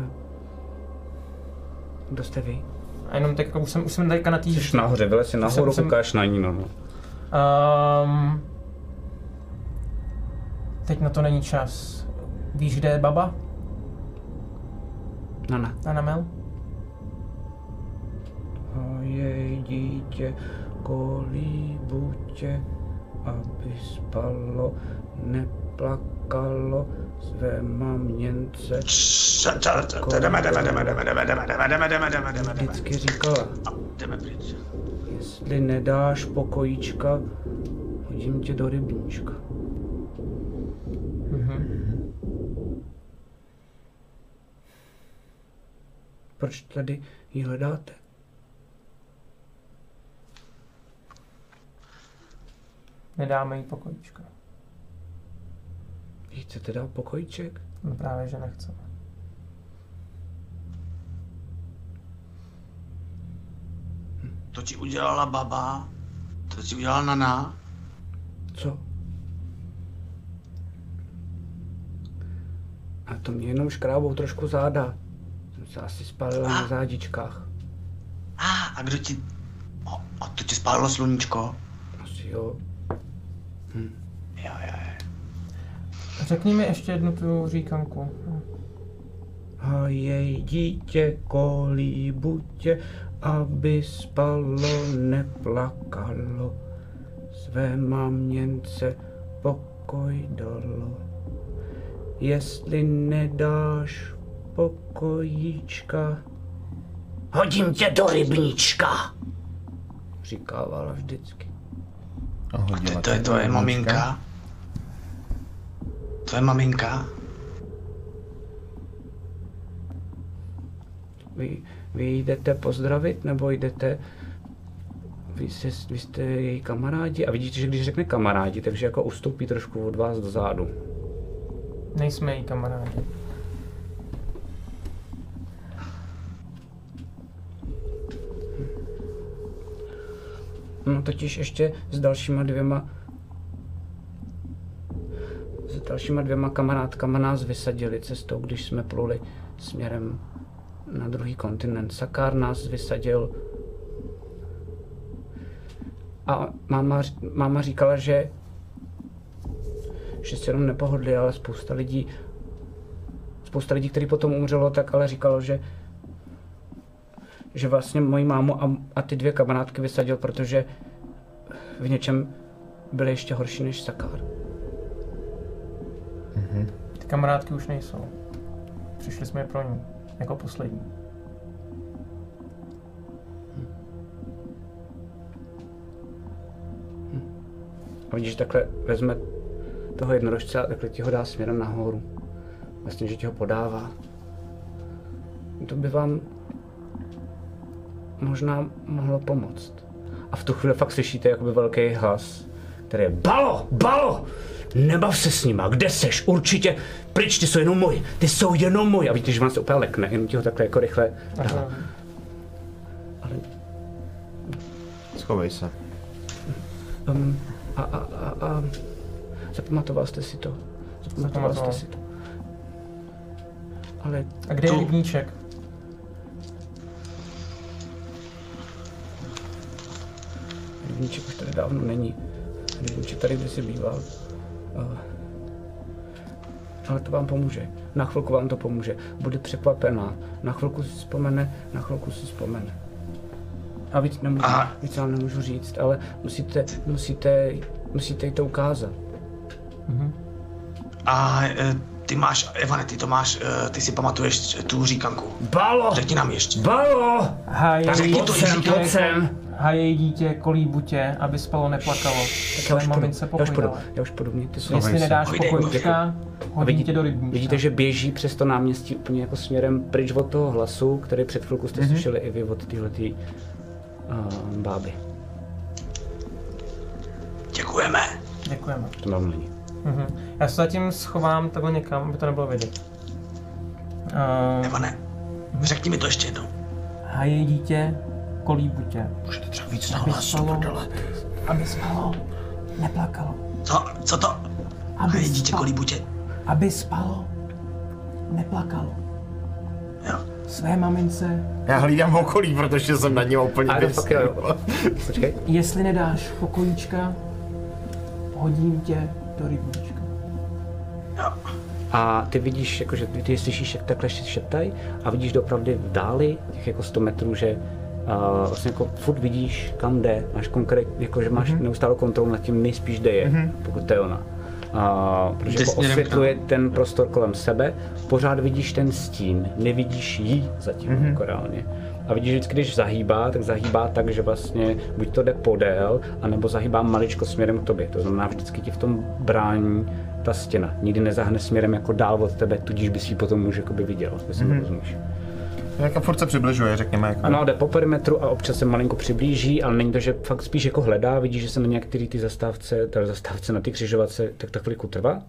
Kdo jste vy? A jenom tak jako už jsem, už jsem teďka na tý... Jsi nahoře, vylez si nahoru, jsem, koukáš jsem... na ní, no. Um, teď na to není čas. Víš, kde je baba? Nana. Nana Mel? O jej dítě, kolíbu tě, aby spalo, neplakalo své maměnce. Jdeme, jdeme, jdeme, jdeme, jdeme, jdeme, jdeme, jdeme, jdeme, jdeme, jdeme. Vždycky říkala, jdeme pryč. Jestli nedáš pokojíčka, hodím tě do rybníčka. Mhm. Proč tady ji hledáte? Nedáme jí pokojíčka. Vy chcete dát pokojíček? No právě, že nechceme. To ti udělala baba? To ti udělala Nana? Co? A to mě jenom škrábou trošku záda. Jsem se asi spálila na zádičkách. A, a kdo ti... O, a to ti spálilo sluníčko? Asi jo. Hm. Jo, jo, jo. Řekni mi ještě jednu tu říkanku. A jej dítě kolíbu tě, aby spalo, neplakalo, své maměnce pokoj dalo. Jestli nedáš pokojíčka, hodím tě do rybníčka, říkávala vždycky. A, a to, to je tvoje maminka? To je maminka? Vy, vy jdete pozdravit, nebo jdete... Vy, se, vy jste její kamarádi a vidíte, že když řekne kamarádi, takže jako ustoupí trošku od vás do zádu. Nejsme její kamarádi. No totiž ještě s dalšíma dvěma... dalšíma dvěma kamarádkama nás vysadili cestou, když jsme pluli směrem na druhý kontinent. Sakár nás vysadil a máma, máma říkala, že že si jenom nepohodli, ale spousta lidí spousta lidí, kteří potom umřelo, tak ale říkalo, že že vlastně moji mámu a, a ty dvě kamarádky vysadil, protože v něčem byly ještě horší než Sakár. Mm-hmm. Ty kamarádky už nejsou. Přišli jsme pro ní, jako poslední. Hm. A vidíš, takhle vezme toho jednorožce a takhle ti ho dá směrem nahoru. Vlastně, že ti ho podává. To by vám možná mohlo pomoct. A v tu chvíli fakt slyšíte jakoby velký hlas, který je Balo! Balo! Nebav se s nima, kde seš? Určitě pryč, ty jsou jenom moji, ty jsou jenom moji. A víte, že vám se úplně lekne, jenom ti ho takhle jako rychle dá. Ale... Schovej se. Um, a, a, a, a... Zapamatoval jste si to. Zapamatoval jste si to. Ale... A kde je rybníček? Rybníček už tady dávno není. Rybníček tady kdysi býval. Uh, ale to vám pomůže. Na chvilku vám to pomůže. Bude překvapená. Na chvilku si vzpomene, na chvilku si vzpomene. A víc nemůžu, víc vám nemůžu říct, ale musíte, musíte, musíte jí to ukázat. Mm-hmm. A e, ty máš, Evane, ty to máš, e, ty si pamatuješ tu říkanku. Balo! Řekni nám ještě. Balo! Hajej, pojď sem, pojď sem. Hajej dítě, kolíbu tě, aby spalo, neplakalo. Tak já už půjdu, já už půjdu, já už půjdu. Mějte se. Jestli nedáš pokojíčka, hodím tě do rybníčka. Vidíte, že běží přes to náměstí úplně jako směrem pryč od toho hlasu, který před chvilkou jste mm-hmm. slyšeli i vy od téhletý uh, báby. Děkujeme. Děkujeme. To mám není. Mm-hmm. Já se zatím schovám takhle někam, aby to nebylo vidět. Uh, Evane, řekni mi to ještě jednou. Hajej dítě, kolíbu tě. Můžete třeba víc na hlasu, prdele. Aby spalo, neplakalo. Co? Co to? Aby Hajej dítě, kolíbu tě. Aby spalo, neplakalo. Jo. Své mamince. Já hlídám okolí, protože jsem na něm úplně vysný. Počkej. Jestli nedáš pokojíčka, hodím tě do rybníčka. Jo. A ty vidíš, jakože ty slyšíš, jak takhle šeptají a vidíš doopravdy v dáli, těch jako sto metrů, že uh, vlastně jako furt vidíš, kam jde, máš konkrétně, jakože máš mm-hmm. neustálou kontrolu nad tím, nejspíš jde je, mm-hmm. pokud to je ona. Uh, protože jako osvětluje ten prostor kolem sebe, pořád vidíš ten stín, nevidíš jí zatím mm-hmm. jako reálně. A vidíš, vždycky, když zahýbá, tak zahýbá tak, že vlastně buď to jde podél, anebo zahýbá maličko směrem k tobě. To znamená, vždycky ti v tom brání ta stěna. Nikdy nezahne směrem jako dál od tebe, tudíž bys ji potom už jakoby viděl, jestli mm-hmm. mi rozumíš. Jak furt se přibližuje, řekněme. Jako... Ano, jde po perimetru a občas se malinko přiblíží, ale není to, že fakt spíš jako hledá, vidíš, že se na některé ty zastávce, teda zastávce na ty křižovatce, tak to chvilku trvá.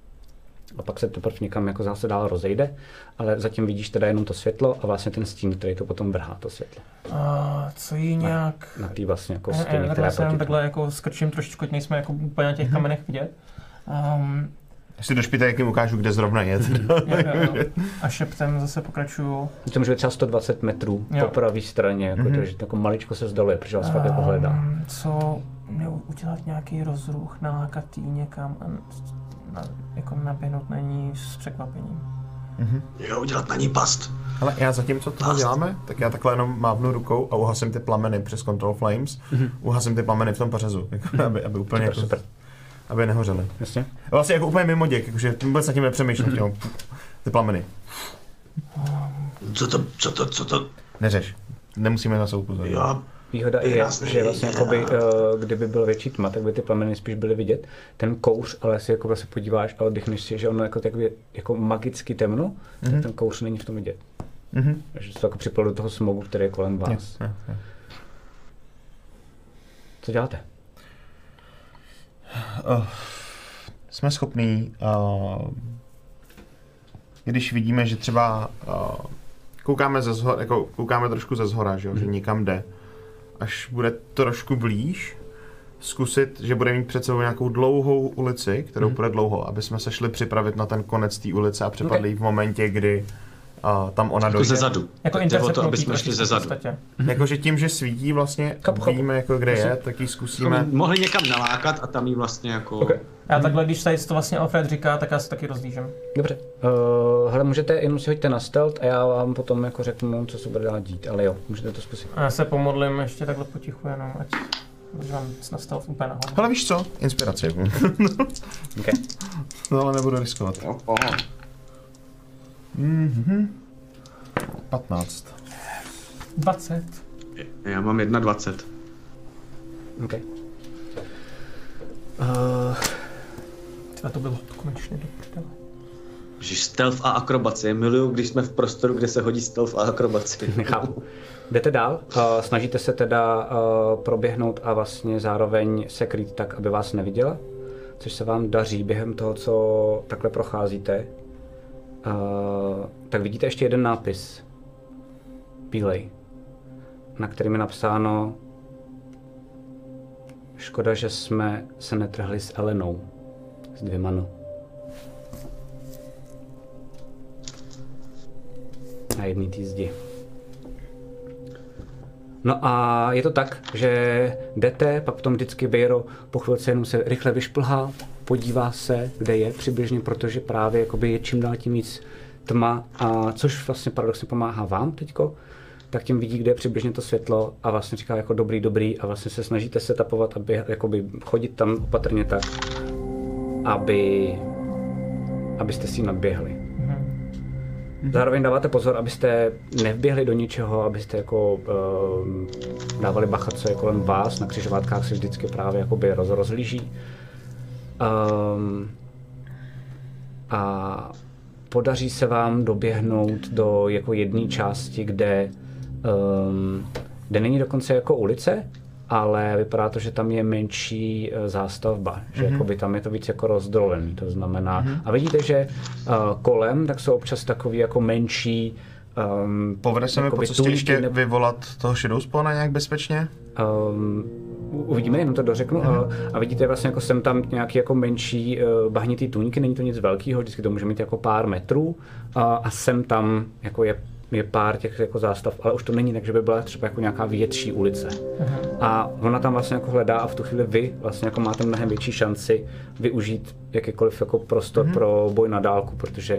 A pak se teprve někam jako zase dál rozejde, ale zatím vidíš teda jenom to světlo a vlastně ten stín, který to potom vrhá, to světlo. A co jí nějak... Na, na tý vlastně jako stěně, stěny, která je takhle jako skrčím trošičku, nejsme jako úplně na těch mm-hmm. kamenech vidět. Um, Jestli do špitek jim ukážu, kde zrovna je. jo, jo, jo. A šeptem zase pokračuju. To může být třeba sto dvacet metrů jo. po pravé straně, jako mm-hmm. to, že jako maličko se zdaluje, protože vás um, fakt jako hledá. Co, udělat nějaký rozruch, nalákat jí někam a na, jako naběhnout na ní s překvapením. Mm-hmm. Jo, udělat na ní past. Ale já zatím, co toho děláme, tak já takhle jenom mávnu rukou a uhasím ty plameny přes Control Flames. Mm-hmm. Uhasím ty plameny v tom pařezu, jako, aby, aby úplně super, jako, super. aby nehořely. Jasně. Vlastně jako úplně mimo děk, jakože vůbec nad tím nepřemýšlím, mm-hmm. ty plameny. Co to, co to, co to? Neřeš, nemusíme na soupu pozorovat. Jo. Výhoda je, jasný, že vlastně jakoby, uh, kdyby byl větší tma, tak by ty plameny spíš byly vidět. Ten kouř, ale si jako se podíváš a oddechneš si, že ono jako, takový, jako magicky temno, mm-hmm. tak ten kouř není v tom vidět. Mm-hmm. Takže to jako připalo do toho smogu, který je kolem vás. Je, je, je. Co děláte? Uh, jsme schopní, uh, když vidíme, že třeba uh, koukáme, ze zhora, jako, koukáme trošku ze zhora, že, mm. že někam jde, až bude trošku blíž, zkusit, že bude mít před sebou nějakou dlouhou ulici, kterou Mhm. půjde dlouho, aby jsme se šli připravit na ten konec té ulice a přepadli Okay. ji v momentě, kdy a, tam ona Jako dojde. ze zadu. Jako Jde o to, aby interceptnutí jsme šli ze zadu. Jakože tím, že svítí vlastně, Chápu, chápu. víme jako kde je, tak ji zkusíme. Mohli někam nalákat a tam jí vlastně jako... Okay. Já takhle, když tady to vlastně Alfred říká, tak já se taky rozlížím. Dobře. Uh, hele, můžete, jenom si hoďte na stealth a já vám potom jako řeknu, co se bude dál dít, ale jo, můžete to zkusit. A já se pomodlím ještě takhle potichu, jenom ať mám nastal úplně nahoru. Hele, víš co? Inspirace. Okay. No ale nebudu riskovat. Jo, aha. Mhm. patnáct. dvacet. Já mám dvacet jedna. Okay. Uh, Třeba to bylo konečně do prdele. Že stealth a akrobacie. Miluju, když jsme v prostoru, kde se hodí stealth a akrobacie. nechápu. Jdete dál, uh, snažíte se teda uh, proběhnout a vlastně zároveň se krýt tak, aby vás neviděla, což se vám daří během toho, co takhle procházíte. Uh, tak vidíte ještě jeden nápis. Bílej. Na kterým je napsáno: škoda, že jsme se netrhli s Elenou. S dvěma no. Na jedný té zdi. No a je to tak, že jdete, pak potom vždycky Bejro po chvilce jenom se rychle vyšplhá, podívá se, kde je přibližně, protože právě jakoby je čím dál tím víc tma, a což vlastně paradoxně pomáhá vám teďko, tak tím vidí, kde je přibližně to světlo a vlastně říká jako dobrý, dobrý a vlastně se snažíte se tapovat, aby jakoby chodit tam opatrně tak, aby, abyste si nadběhli. Zároveň dáváte pozor, abyste nevběhli do ničeho, abyste jako uh, dávali bacha, co je kolem vás. Na křižovatkách se vždycky právě jakoby roz, rozhlíží. Um, a podaří se vám doběhnout do jako jedné části, kde, um, kde není dokonce jako ulice, ale vypadá to, že tam je menší uh, zástavba, že mm-hmm. jakoby tam je to víc jako rozdrolený, to znamená. Mm-hmm. A vidíte, že uh, kolem tak jsou občas takový jako menší um, Povede se mi po cestě ještě ne... vyvolat toho Shadow Spawna nějak bezpečně? Um, uvidíme, jenom to dořeknu. Mm-hmm. A vidíte vlastně jako sem tam nějaký jako menší uh, bahnitý tůňky, není to nic velkého, vždycky to může mít jako pár metrů uh, a sem tam jako je je pár těch jako zástav, ale už to není tak, že by byla třeba jako nějaká větší ulice. Aha. A ona tam vlastně jako hledá a v tu chvíli vy vlastně jako máte mnohem větší šanci využít jakýkoliv jako prostor mm-hmm. pro boj na dálku, protože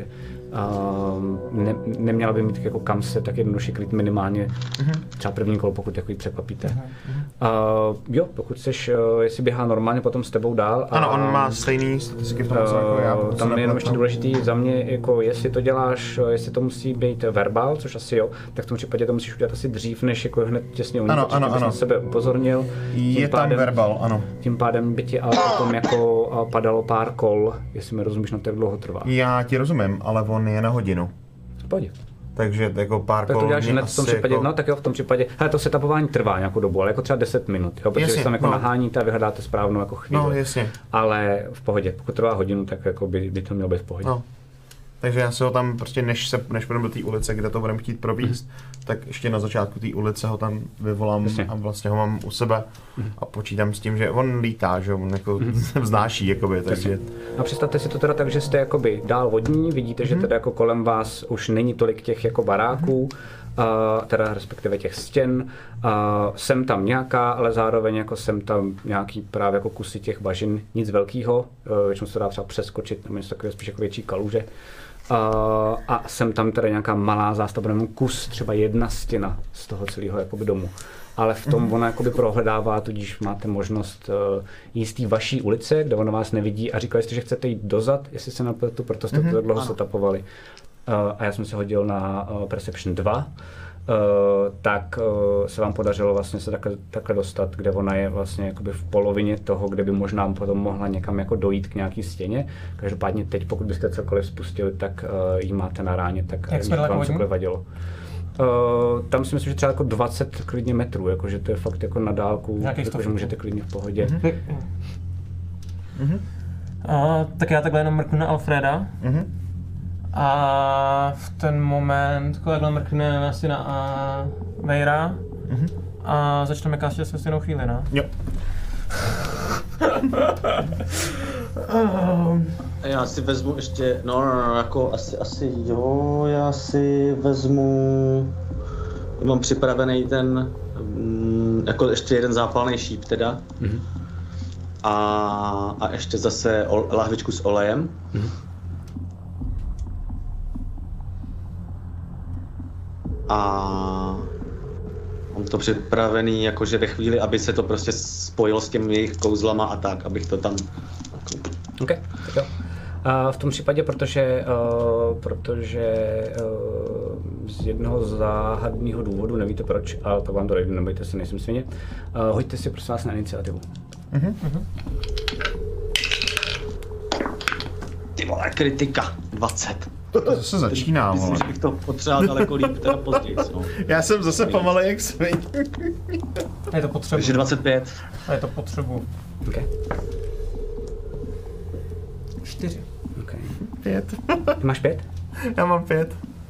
um, ne, neměla by mít jako kam se tak jednoduše kryt minimálně mm-hmm. třeba první kolo, pokud jako ji překvapíte. Mm-hmm. Uh, jo, pokud chceš, uh, jestli běhá normálně potom s tebou dál. Ano, a, on má stejný statistiky v tom, uh, jako já. Tam je jenom ještě důležitý za mě, jako jestli to děláš, jestli to musí být verbal, což asi jo, tak v tom případě to musíš udělat asi dřív, než jako hned těsně u něj, protože bys na sebe upozornil. Je tam pádem, verbal, ano. Tím pádem by ti ale potom jako padalo pár kol, jestli mi rozumíš, na to, jak dlouho trvá. Já ti rozumím, ale on je na hodinu. Pojď. Takže jako pár tak kol. Tak to děláš hned v tom případě, jako... no tak jo, v tom případě, hele, to setapování trvá nějakou dobu, ale jako třeba deset minut, jo, protože jasně, vy tam jako no. naháníte a vyhledáte správnou jako chvíli. No, jasně. Ale v pohodě, pokud trvá hodinu, tak jako by, by to mělo být v pohodě. No. Takže já se ho tam prostě, než se než půjdeme do té ulice, kde to budeme chtít províst, mm. tak ještě na začátku té ulice ho tam vyvolám Jasně. a vlastně ho mám u sebe mm. a počítám s tím, že on lítá, že on jako mm. vznáší, jakoby, takže... A představte si to teda tak, že jste jakoby dál vodní, vidíte, mm. že teda jako kolem vás už není tolik těch jako baráků, mm. uh, teda respektive těch stěn, uh, sem tam nějaká, ale zároveň jako sem tam nějaký právě jako kusy těch bažin, nic velkého, uh, většinou se dá třeba přeskočit, nebo něco takového, spíš jako větší kaluže. Uh, a jsem tam teda nějaká malá zástavba, nebo kus, třeba jedna stěna z toho celého jakoby domu. Ale v tom mm. ona jakoby prohledává, tudíž máte možnost uh, jít z té vaší ulice, kde ona vás nevidí a říkali jste, že chcete jít dozad, jestli se napletu, proto jste mm-hmm. to tak dlouho setapovali. Uh, a já jsem se hodil na uh, Perception dva. Uh, tak uh, se vám podařilo vlastně se takhle, takhle dostat, kde ona je vlastně jakoby v polovině toho, kde by možná potom mohla někam jako dojít k nějaký stěně. Každopádně teď, pokud byste cokoliv spustili, tak uh, jí máte na ráně, tak vám cokoliv vadilo. Uh, tam si myslím, že třeba jako dvacet klidně metrů, jakože to je fakt jako na dálku, takže můžete klidně v pohodě. Mm-hmm. Mm-hmm. Uh, tak já takhle jenom mrknu na Alfreda. Mm-hmm. A v ten moment takhle mrkne asi na uh, Vejra mm-hmm. a začneme kástit se stejnou chvíli, ne? Jo. Já si vezmu ještě, no, no, no jako asi, asi jo, já si vezmu, mám připravený ten, mm, jako ještě jeden zápalný šíp teda. Mm-hmm. A, a ještě zase ol, lahvičku s olejem. Mm-hmm. A mám to připravený, jakože ve chvíli, aby se to prostě spojilo s těmi jejich kouzlama a tak, abych to tam... OK, tak jo. A v tom případě, protože, uh, protože uh, z jednoho záhadného důvodu, nevíte proč, ale pak vám to dojde, nebojte se, nejsem svině, uh, hoďte si prosím vás na iniciativu. Uh-huh. Uh-huh. Ty vole, kritika, dvacet. To zase začíná, vole. Myslím, že bych to potřeboval daleko líp, teda později, no. Já jsem zase pomalej jak sviň. Je to potřebu. Takže dvacet pět. A je to potřebu. OK. čtyři. OK. Pět. Ty máš pět? Já mám pět.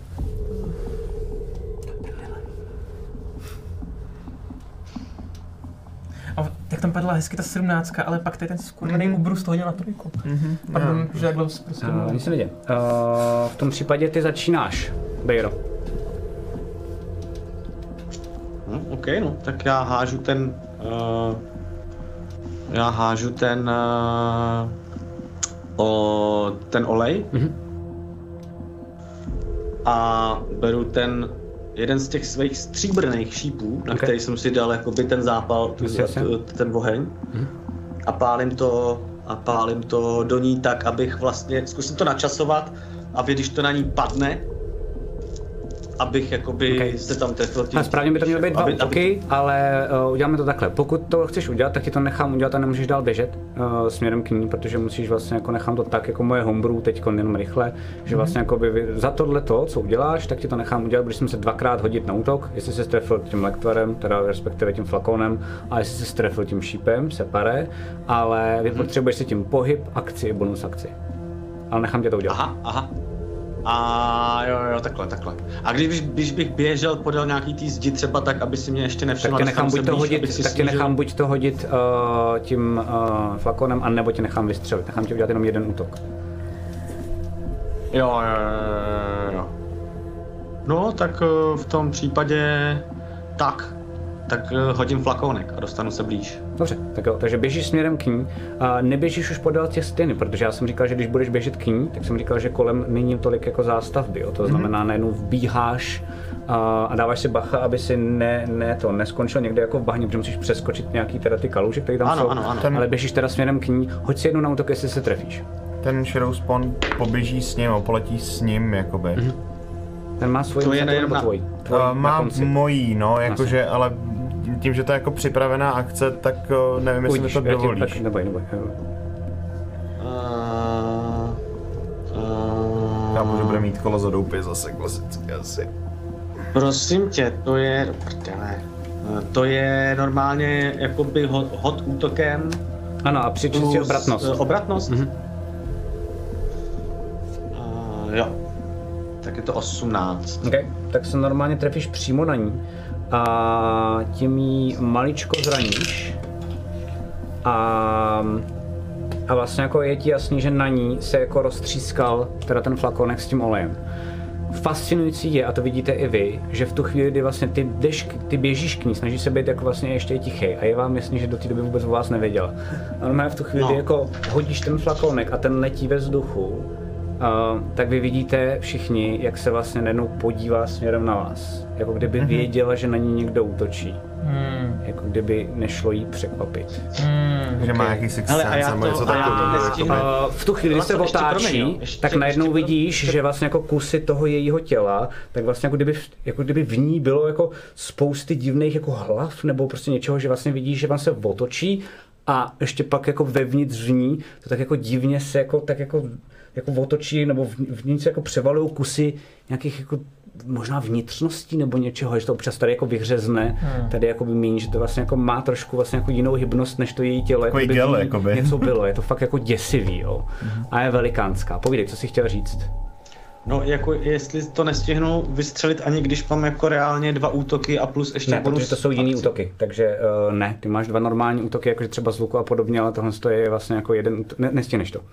A tak tam padla hezky ta sedmnáctka, ale pak tady ten skurvený ubrus to hodil na trojku. Mm-hmm. Pardon, že takhle prostě... Uh, nic se neděje. Uh, v tom případě ty začínáš, Bejro. No, OK, no, tak já hážu ten... Uh, já hážu ten... Uh, o, ten olej. Mm-hmm. A beru ten... jeden z těch svých stříbrných šípů, na okay. který jsem si dal jakoby ten zápal, tu, tu, ten oheň. Mm-hmm. A pálím to, a pálím to do ní tak, abych vlastně, zkusím to načasovat, aby když to na ní padne, abych jakoby okay. se tam trefil tím. A správně by to mělo být dva útoky, aby... ale uh, uděláme to takhle. Pokud to chceš udělat, tak ti to nechám udělat a nemůžeš dál běžet uh, směrem k ní, protože musíš vlastně jako nechám to tak jako moje homebrew teď jenom rychle, že mm-hmm. vlastně jako by za tohle to, co uděláš, tak ti to nechám udělat, když jsem se dvakrát hodit na útok, jestli se strefil tím lektvarem, teda respektive tím flakonem, a jestli se strefil tím šípem, separé, ale vy mm-hmm. potřebuješ si tím pohyb, akci, bonus akci. Ale nechám tě to udělat. Aha, aha. A jo, jo, takhle, takhle. A když, když bych běžel podél nějaký tý zdi třeba tak, aby si mě ještě nevšiml, tak tě nechám buď to hodit, tak tě snížil... nechám buď to hodit uh, tím uh, flakonem, anebo tě nechám vystřelit. Nechám tě udělat jenom jeden útok. Jo, jo, jo, jo. No, tak uh, v tom případě tak. Tak uh, hodím flakonek a dostanu se blíž. Dobře, tak jo, takže běžíš směrem k ní a neběžíš už podél těch stěny, protože já jsem říkal, že když budeš běžet k ní, tak jsem říkal, že kolem není tolik jako zástavby, jo? To znamená, mm-hmm. najednou vbíháš a, a dáváš si bacha, aby si ne, ne to neskončil někde jako v bahně, protože musíš přeskočit nějaký teda ty kaluže, které tam ano, jsou, ano, ano. Ten... ale běžíš teda směrem k ní, hoď si jednou na útok, jestli se trefíš. Ten Shadow Spawn poběží s ním, poletí s ním, jakoby. Mm-hmm. Ten má svoji iniciativu nebo na... tvoj? tvoj uh, má mojí, no, jakože, ale tím, že to je jako připravená akce, tak uh, nevím, jestli mi to dovolíš. Tak, neboj, neboj. Uh, uh, Já můžu bude mít kolo za doupy zase klasicky asi. Prosím tě, to je, prdele, to je normálně jakoby hod, hod útokem. Ano, a přičíst si obratnost. Uh, obratnost? Mm-hmm. Uh, jo, tak je to osmnáct. Okay. Tak se normálně trefíš přímo na ní. A tím jí maličko zraníš a, a vlastně jako je ti jasný, že na ní se jako roztřískal teda ten flakonek s tím olejem. Fascinující je, a to vidíte i vy, že v tu chvíli, kdy vlastně ty, jdeš, ty běžíš k ní, snažíš se být jako vlastně ještě tichej a je vám jasný, že do té doby vůbec o vás nevěděla. A normálně v tu chvíli, no. kdy jako hodíš ten flakonek a ten letí ve vzduchu, Uh, tak vy vidíte všichni, jak se vlastně najednou podívá směrem na vás. Jako kdyby mm-hmm. věděla, že na ní někdo útočí. Mm. Jako kdyby nešlo jí překvapit. Mm. Že má jaký six sense nebo něco takového. V tu chvíli, kdy se otáčí, tak najednou vidíš, že vlastně jako kusy toho jejího těla, tak vlastně jako kdyby, jako kdyby v ní bylo jako spousty divných jako hlav nebo prostě něčeho, že vlastně vidíš, že vám se otočí a ještě pak jako vevnitř v ní to tak jako divně se jako tak jako jako otočí, nebo v, v ní se jako převalují kusy nějakých jako možná vnitřností nebo něčeho, že to občas tady jako vyhřezne, hmm. tady jako by míň, že to vlastně jako má trošku vlastně jako jinou hybnost, než to její tělo, jako by gel, jakoby. něco bylo, je to fakt jako děsivý, jo. Hmm. A je velikánská. Povídej, co jsi chtěl říct? No, jako jestli to nestihnu vystřelit ani když mám jako reálně dva útoky a plus ještě ne, bonus. protože to jsou jiný akci. útoky, takže uh, ne, ty máš dva normální útoky, jakože třeba z luku a podobně, ale tohle je vlastně jako jeden útok, ne, nestihneš to.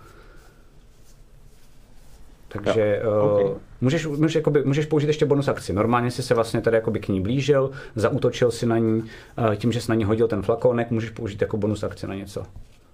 Takže uh, okay. můžeš, můžeš, jakoby, můžeš použít ještě bonus akci. Normálně jsi se vlastně tady jakoby k ní blížil, zaútočil si na ní, uh, tím, že jsi na ní hodil ten flakónek, můžeš použít jako bonus akci na něco.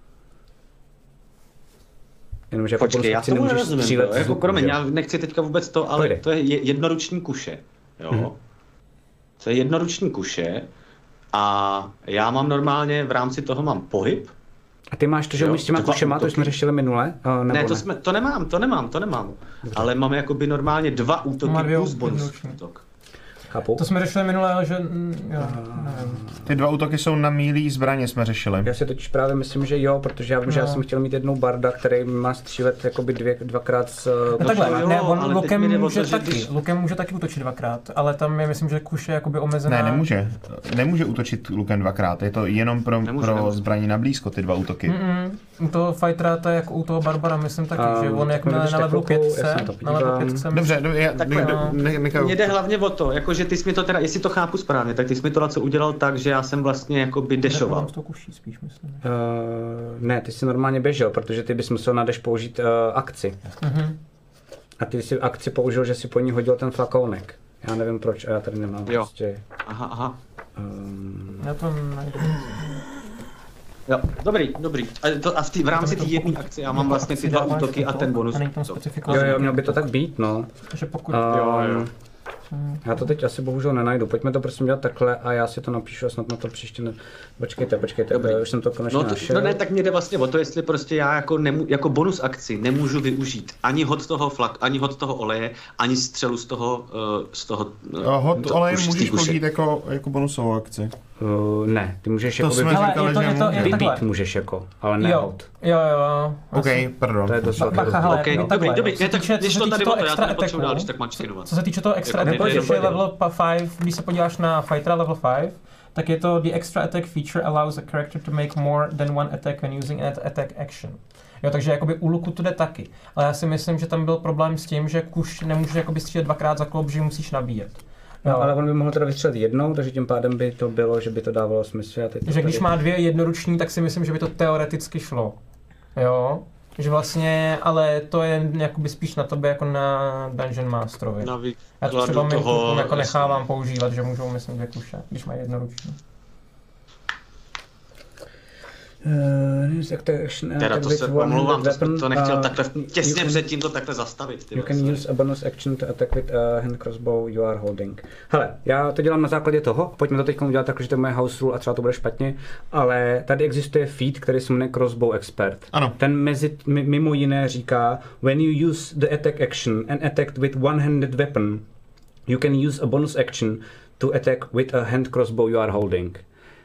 Jenomže jako Počkej, já tomu nerozumím, to, jako promiň, já nechci teďka vůbec to, ale Pojde. To je jednoruční kuše, jo. Hmm. To je jednoruční kuše a já mám normálně v rámci toho mám pohyb. A ty máš to, že umíš s těma kušema, to jsme řešili minule? Uh, ne, to, ne? Jsme, to nemám, to nemám, to nemám. Dobře. Ale mám jakoby normálně dva útoky plus bonus útok. Chápu. To jsme řešili minule, ale že... Jo, nevím. Ty dva útoky jsou na mílí zbraně, jsme řešili. Já si totiž právě myslím, že jo, protože já vím, no. že já jsem chtěl mít jednou barda, který má střílet jakoby dvě, dvakrát s... No takhle, jo, ne, on lukem může to, taky, když... lukem může taky útočit dvakrát, ale tam je, myslím, že kuš je jakoby omezená... Ne, nemůže. Nemůže útočit lukem dvakrát, je to jenom pro, nemůže, pro nemůže. zbraní na blízko, ty dva útoky. Mm-mm. U toho fightera to je jako u toho Barbara, myslím taky, um, že on jakmile na levelu pětce, na levelu pětce... Dobře, mně jde hlavně o to, jakože ty jsi mi to teda, jestli to chápu správně, tak ty jsi mi to co udělal tak, že já jsem vlastně jakoby dešoval. To kuší spíš, myslím. Uh, ne, ty jsi normálně běžel, protože ty bys musel na deš použít uh, akci. Uh-huh. A ty jsi akci použil, že si po ní hodil ten flakónek. Já nevím proč, a já tady nemám jo. prostě... Aha, aha. Um... Já to najdu. Jo, dobrý, dobrý. A, to, a v, tý, v rámci té jedné akce já mám vlastně ty dva útoky a ten bonus. Jo, jo, mělo by to tak být, no. Takže pokud... Um, jo, jo. Já to teď asi bohužel nenajdu. Pojďme to prosím dělat takhle a já si to napíšu a snad na to příště ne... Počkejte, počkejte, Dobrý. už jsem to konečně no to, našel. No ne, tak mě jde vlastně o to, jestli prostě já jako, nemů, jako bonus akci nemůžu využít ani hod toho flak, ani hod toho oleje, ani střelu z toho... Uh, z toho uh, hod to, oleje můžeš použít jako, jako bonusovou akci. Uh, ne, ty můžeš to jako jsme vypít, říkali, že to, je vypít můžeš jako, ale ne jo. hod. Jo, jo, OK, pardon. To je dost Bacha, okay, no, dobrý, dobrý, ne, tak když to tady o to, já to nepotřebuji dál, když tak máš skinovat. Co se týče toho extra attacku, když je level pět, když se podíváš na fightera level pět, tak je to the extra attack feature allows a character to make more than one attack when using an attack action. Jo, takže jakoby u luku to jde taky. Ale já si myslím, že tam byl problém s tím, že kuš nemůžeš jakoby střílet dvakrát za klop, že musíš nabíjet. No, ale on by mohl teda vystřelit jednou, takže tím pádem by to bylo, že by to dávalo smysl. Že tady... když má dvě jednoruční, tak si myslím, že by to teoreticky šlo. Jo, že vlastně, ale to je jakoby spíš na tobě jako na Dungeon Masterovi. Já to třeba mým klukům jako nechávám používat, že můžou myslím dvě kuše, když mají jednoruční. Uh, teda to se omlouvám, to, to nechtěl uh, takhle těsně předtím to takhle zastavit. You can use a bonus action to attack with a hand crossbow you are holding. Hele, já to dělám na základě toho, pojďme to teď udělat tak, že to je moje house rule a třeba to bude špatně, ale tady existuje feat, který se jmenuje Crossbow Expert. Ano. Ten mezi, mimo jiné říká, when you use the attack action and attack with one-handed weapon, you can use a bonus action to attack with a hand crossbow you are holding.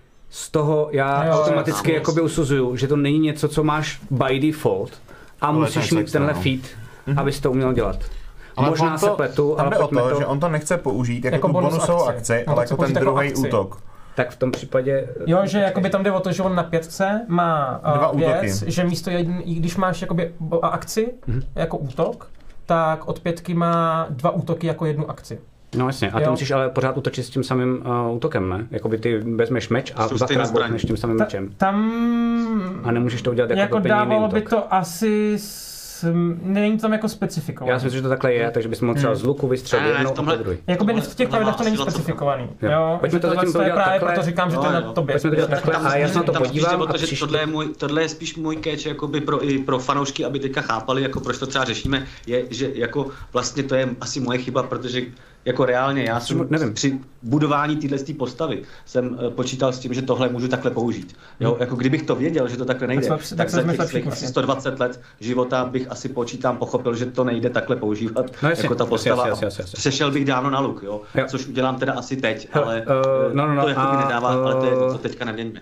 Z toho já jo, automaticky jo, jakoby usuzuju, že to není něco, co máš by default a ale musíš mít tenhle feat, mm-hmm. abys to uměl dělat. Ale možná to, se pletu, ale o to, to, že on to nechce použít jako, jako tu bonusovou akci, akci ale jako ten druhý útok. Tak v tom případě... Jo, že jakoby tam jde o to, že on na pětce má uh, věc, že místo jedný, když máš jakoby akci mm-hmm. jako útok, tak od pětky má dva útoky jako jednu akci. No jasně, a ty jo. musíš ale pořád útočit s tím samým uh, útokem, ne? Jakoby ty vezmeš meč a dvakrát bouchneš tím samým Ta, mečem. Tam... A nemůžeš to udělat jako, jako úplně jiný útok. dávalo by to asi... S... Není tam jako specifikované. Já si myslím, že to takhle je, takže bys mohl třeba hmm. z luku vystřelit jednou a po druhý. Jakoby v těch pravidlech to není specifikovaný. Jo. Jo. Pojďme to zatím udělat právě takhle. Proto říkám, že to je na tobě. Pojďme to dělat takhle a já se na to podívám a příště... Tohle je, můj, tohle je spíš můj catch jakoby pro, i pro fanoušky, aby teďka chápali, jako proč to třeba řešíme, je, že jako vlastně to je asi moje chyba, protože jako reálně já jsem nevím. Při budování této postavy jsem uh, počítal s tím, že tohle můžu takhle použít. Jo, hmm. jako kdybych to věděl, že to takhle nejde, tak, tak, tak za těch svých asi sto dvacet let života bych asi počítám, pochopil, že to nejde takhle používat, no jasně, jako ta postava. Jasně, jasně, jasně. Přešel bych dávno na luk, jo, jo. Což udělám teda asi teď, Hele, ale uh, no, no, no, to jako mi nedává, uh, ale to je to, co teďka neměňme.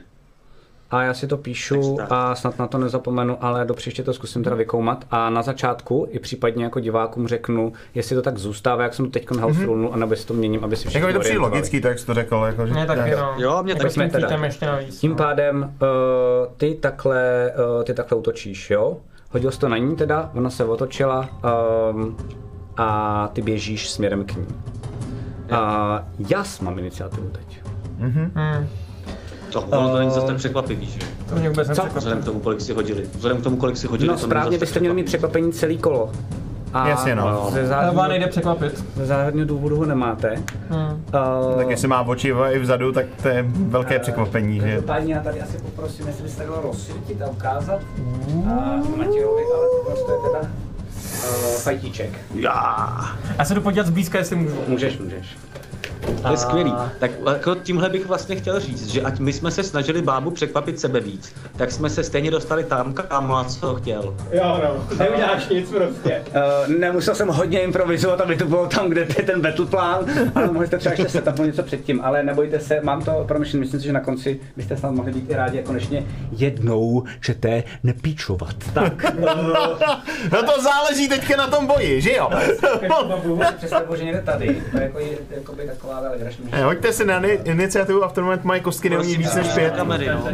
A já si to píšu a snad na to nezapomenu, ale do příště to zkusím teda vykoumat a na začátku i případně jako divákům řeknu, jestli to tak zůstává, jak jsem to teď na house rule, mm-hmm. anebo si to měním, aby si všichni jako to přijde logický, tak jsi to řekl. Jako, že... Mě taky, no. Jo, mě taky. Teda. Ještě navíc, tím pádem uh, ty, takhle, uh, ty takhle útočíš, jo? Hodil jsi to na ní teda, ona se otočila. Um, a ty běžíš směrem k ní. A jas mám iniciativu teď. Hmm. To, ono to není zase tak překvapivý, že? To mě vůbec Co? Vzhledem k tomu, kolik si hodili. Vzhledem k tomu, kolik si hodili, No to není správně zase byste měli mít překvapivý. překvapení celý kolo. A Jasně, no. Ze Ale záhadního, nejde překvapit. ze záhadního důvodu ho nemáte. Hmm. Uh, Tak jestli má oči i vzadu, tak to je velké překvapení, že? Každopádně já tady asi poprosím, jestli byste takhle rozsvítit a ukázat. A Matějovi, ale tohle to je teda uh, fajtíček. Já. Já se jdu podívat zblízka, jestli můžu. Můžeš, můžeš. To je skvělý. Tak jako tímhle bych vlastně chtěl říct, že ať my jsme se snažili bábu překvapit sebe víc, tak jsme se stejně dostali tam, kam má co chtěl. Jo, no. Neuděláš nic prostě. Uh, nemusel jsem hodně improvizovat, aby to bylo tam, kde je ten battle plán, ale mohli jste třeba ještě setupnout něco předtím, ale nebojte se, mám to promyšlené, myslím si, že na konci byste snad mohli být i rádi, jako konečně jednou chcete nepíčovat. Tak. No to záleží teďka na tom boji, že jo? Představu, že někde tady, to je jako, jako by taková velegrační. Ne, hoďte si na ni- iniciativu a v ten moment mají kostky neumí víc než pět. Kamery, no.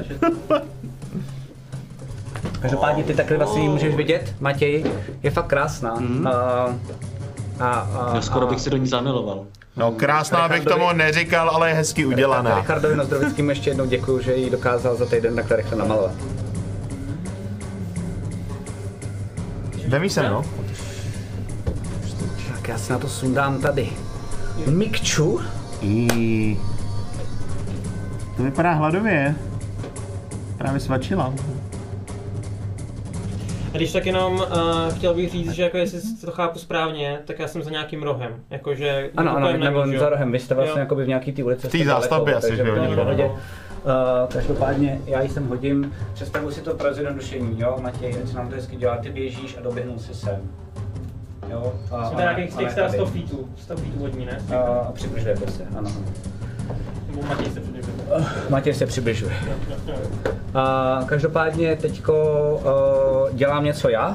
Každopádně ty takhle vlastně ji můžeš vidět, Matěj, je fakt krásná. Mm. A, a, a, Já skoro bych se do ní zamiloval. No krásná bych tomu neříkal, ale je hezky udělaná. Richardovi Nozdrovickému ještě jednou děkuju, že ji dokázal za týden takhle rychle namalovat. Vemí se, no. Tak já si na to sundám tady Mikču. I... To vypadá hladově. Právě svačila. A když tak jenom uh, chtěl bych říct, že jako jestli to chápu správně, tak já jsem za nějakým rohem. Jakože Ano, ano, úplně nebo nevím, že za jo. rohem, vy jste vlastně Jo. jakoby v nějaký té ulici. V té zástavbě asi, že jo, v někde, pohodě. no. Uh, každopádně já jsem hodím, představuji si to pro zjednodušení, jo, Matěj, ať se nám to hezky dělá, ty běžíš a doběhnul si sem. Jo, a, Jsme tady nějakých těch sto feetů, sto feetů od ní, ne? A, a přibližujete se, ano. Nebo Matěj se přibližuje. Uh, Matěj se přibližuje. A každopádně teďko uh, dělám něco já.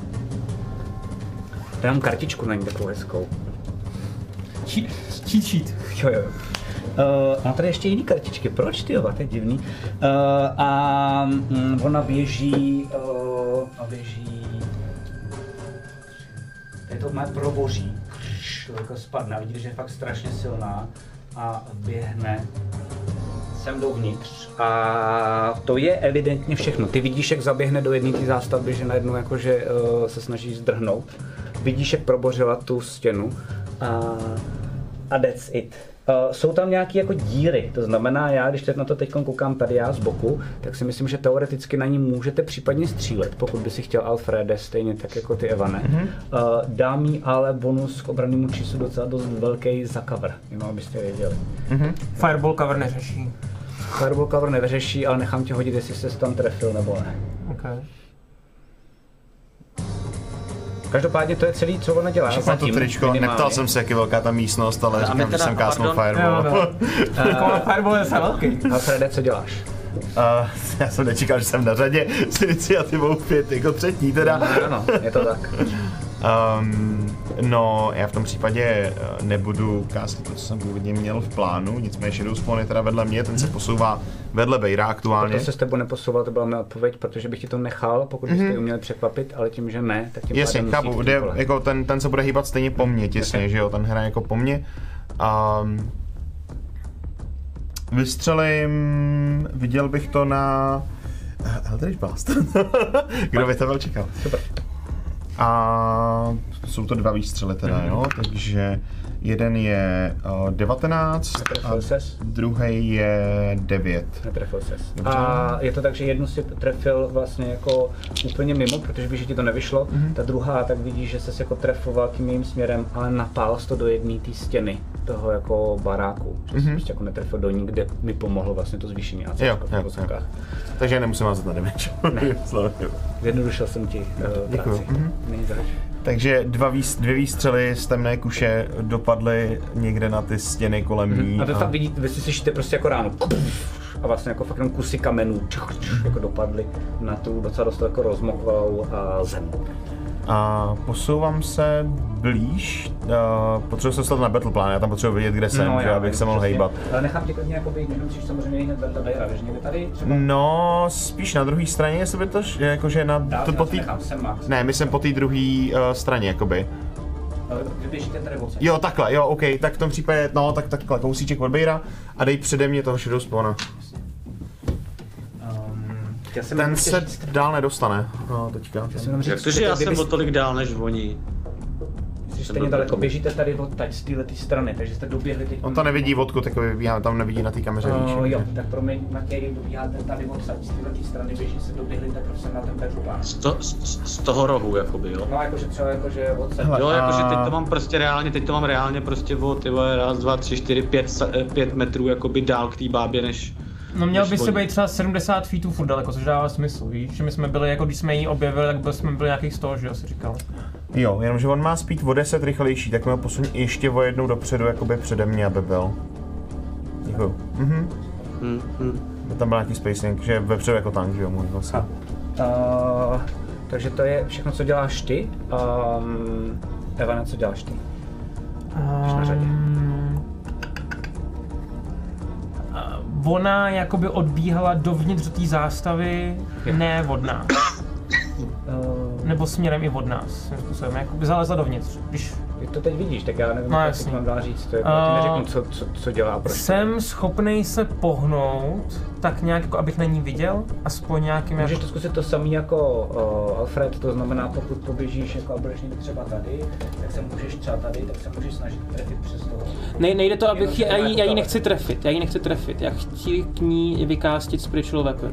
Dám kartičku na ní takovou hezkou. Cheat, cheat sheet. Jo, jo. Uh, mám tady ještě jiný kartičky, proč ty jo, to je divný. Uh, a mm, ona běží, uh, a běží, tady to má proboří, to jako spadne, vidíte, že je fakt strašně silná a běhne sem dovnitř a to je evidentně všechno. Ty vidíš, jak zaběhne do jedné té zástavby, že najednou jakože uh, se snaží zdrhnout. Vidíš, jak probořila tu stěnu a, a that's it. Uh, jsou tam nějaké jako díry, to znamená, já když teď na to teď koukám tady já z boku, tak si myslím, že teoreticky na ní můžete případně střílet, pokud by si chtěl Alfrede, stejně tak jako ty Evane. Mm-hmm. Uh, dám jí ale bonus k obrannému číslu docela dost velký za cover, jenom abyste věděli. Mm-hmm. Fireball cover neřeší. Fireball cover nevyřeší, ale nechám tě hodit, jestli jsi tam trefil nebo ne. Okay. Každopádně to je celý, co ona dělá. Všechno to tričko, neptal jsem se, jak je velká ta místnost, ale říkám, že jsem kásnul Fireball. Fireball je velký. Alfrede, co děláš? Uh, já jsem nečekal, že jsem na řadě s iniciativou pět jako třetí teda. Ano, je to tak. Um, no, já v tom případě nebudu kástit to, co jsem původně měl v plánu, nicméně Shadow Spawn je teda vedle mě, ten se posouvá vedle Bejra aktuálně. To se s tebou neposouval, to byla moje odpověď, protože bych ti to nechal, pokud byste ji uměli překvapit, ale tím, že ne, tak tím Jasně, chápu, jde, jako ten, ten se bude hýbat stejně po mně těsně, okay. Že jo, ten hraje jako po mně. Um, vystřelím, viděl bych to na Eldritch Blast. Kdo by to byl čekal? Super. A jsou to dva výstřely teda, mm-hmm. jo, takže jeden je uh, devatenáct a druhý je devět. Netrefil ses. A je to tak, že jednu si trefil vlastně jako úplně mimo, protože víš, že ti to nevyšlo. Mm-hmm. Ta druhá, tak vidíš, že ses jako trefoval tím mým směrem, ale napál to do jedné té stěny toho jako baráku. Že mm-hmm. jsi prostě jako netrefil do ní, kde mi pomohlo vlastně to zvýšení A C jo, jo, jo. Takže nemusím vás na damage. Ne. Zjednodušil jsem ti uh, práci. Mm-hmm. Není zač. Takže dva výst, dvě výstřely z temné kuše dopadly někde na ty stěny kolem ní. Mm-hmm. A vy fakt vidíte, vy si slyšíte prostě jako ráno. A vlastně jako fakt jenom kusy kamenů jako dopadly na tu docela dost jako rozmoklou uh, zem. A posouvám se blíž, uh, potřebuji se dostat na Battleplan, já tam potřebuji vidět, kde jsem, no, že abych se mohl hejbat. Ale nechám tě klidně jako být, nemusíš samozřejmě hned vedle Bejra, víš, někde tady třeba? No, spíš na druhé straně, jestli by to, jakože na... Dál, to po tý... nechám, jsem Max. Ne, my jsem po té druhé uh, straně, jakoby. Vy běžíte tady odsaď. Jo, takhle, jo, OK, tak v tom případě, no, tak takhle, kousíček od Bejra a dej přede mě toho Shadow Spawna. Um, Ten se říct... dál nedostane, no, teďka. Jak to, že já jsem o tolik dál než oni? Když stejně daleko běžíte tady odtaď z této strany, takže jste doběhli teď. On to nevidí odkud, jako vybíhá, tam nevidí na té kameře. Uh, jo, tak pro mě Matěj dobíháte tady odsaď z této strany, běží se doběhli teprve sem na ten petrupán. Z, to, z, z toho rohu, jakoby, jo? No, jakože třeba jakože odsaď. Jo, a... jakože teď to mám prostě reálně, teď to mám reálně prostě o, ty vole, raz, dva, tři, čtyři, pět, pět metrů jakoby dál k té bábě, než... No měl by se být třeba sedmdesát feetů furt daleko, což dává smysl, víš? Že my jsme byli, jako když jsme ji objevili, tak byli, jsme byli nějakých sto, že jo, si říkal. Jo, jenomže on má speed o deset rychlejší, tak mi ho posuň ještě o jednou dopředu, jakoby přede mě, aby byl. Děkuju. Mhm. Hmm, hmm. Tam byl nějaký spacing, že vepředu jako tank, že jo, můj vlastně. Uh, takže to je všechno, co děláš ty. Um, Evana, co děláš ty? Jsi na řadě. Ona jakoby odbíhala dovnitř té zástavy, ne od nás. Uh, nebo směrem i od nás, tím způsobem, jakoby zalezla dovnitř, když... Ty to teď vidíš, tak já nevím, no, jak to mám dál říct, to je, uh, ti neřeknu, co, co, co dělá, proč. Jsem schopnej se pohnout, tak nějak, jako abych na ní viděl, aspoň nějakým... Můžeš jako... to zkusit to samý jako uh, Alfred, to znamená, pokud poběžíš jako a budeš někde třeba tady, tak se můžeš třeba tady, tak se můžeš snažit trefit přes toho. Ne, nejde to, abych, já, jako já, já ji nechci trefit, já ji nechci trefit, já chci k ní vykástit spiritual weapon.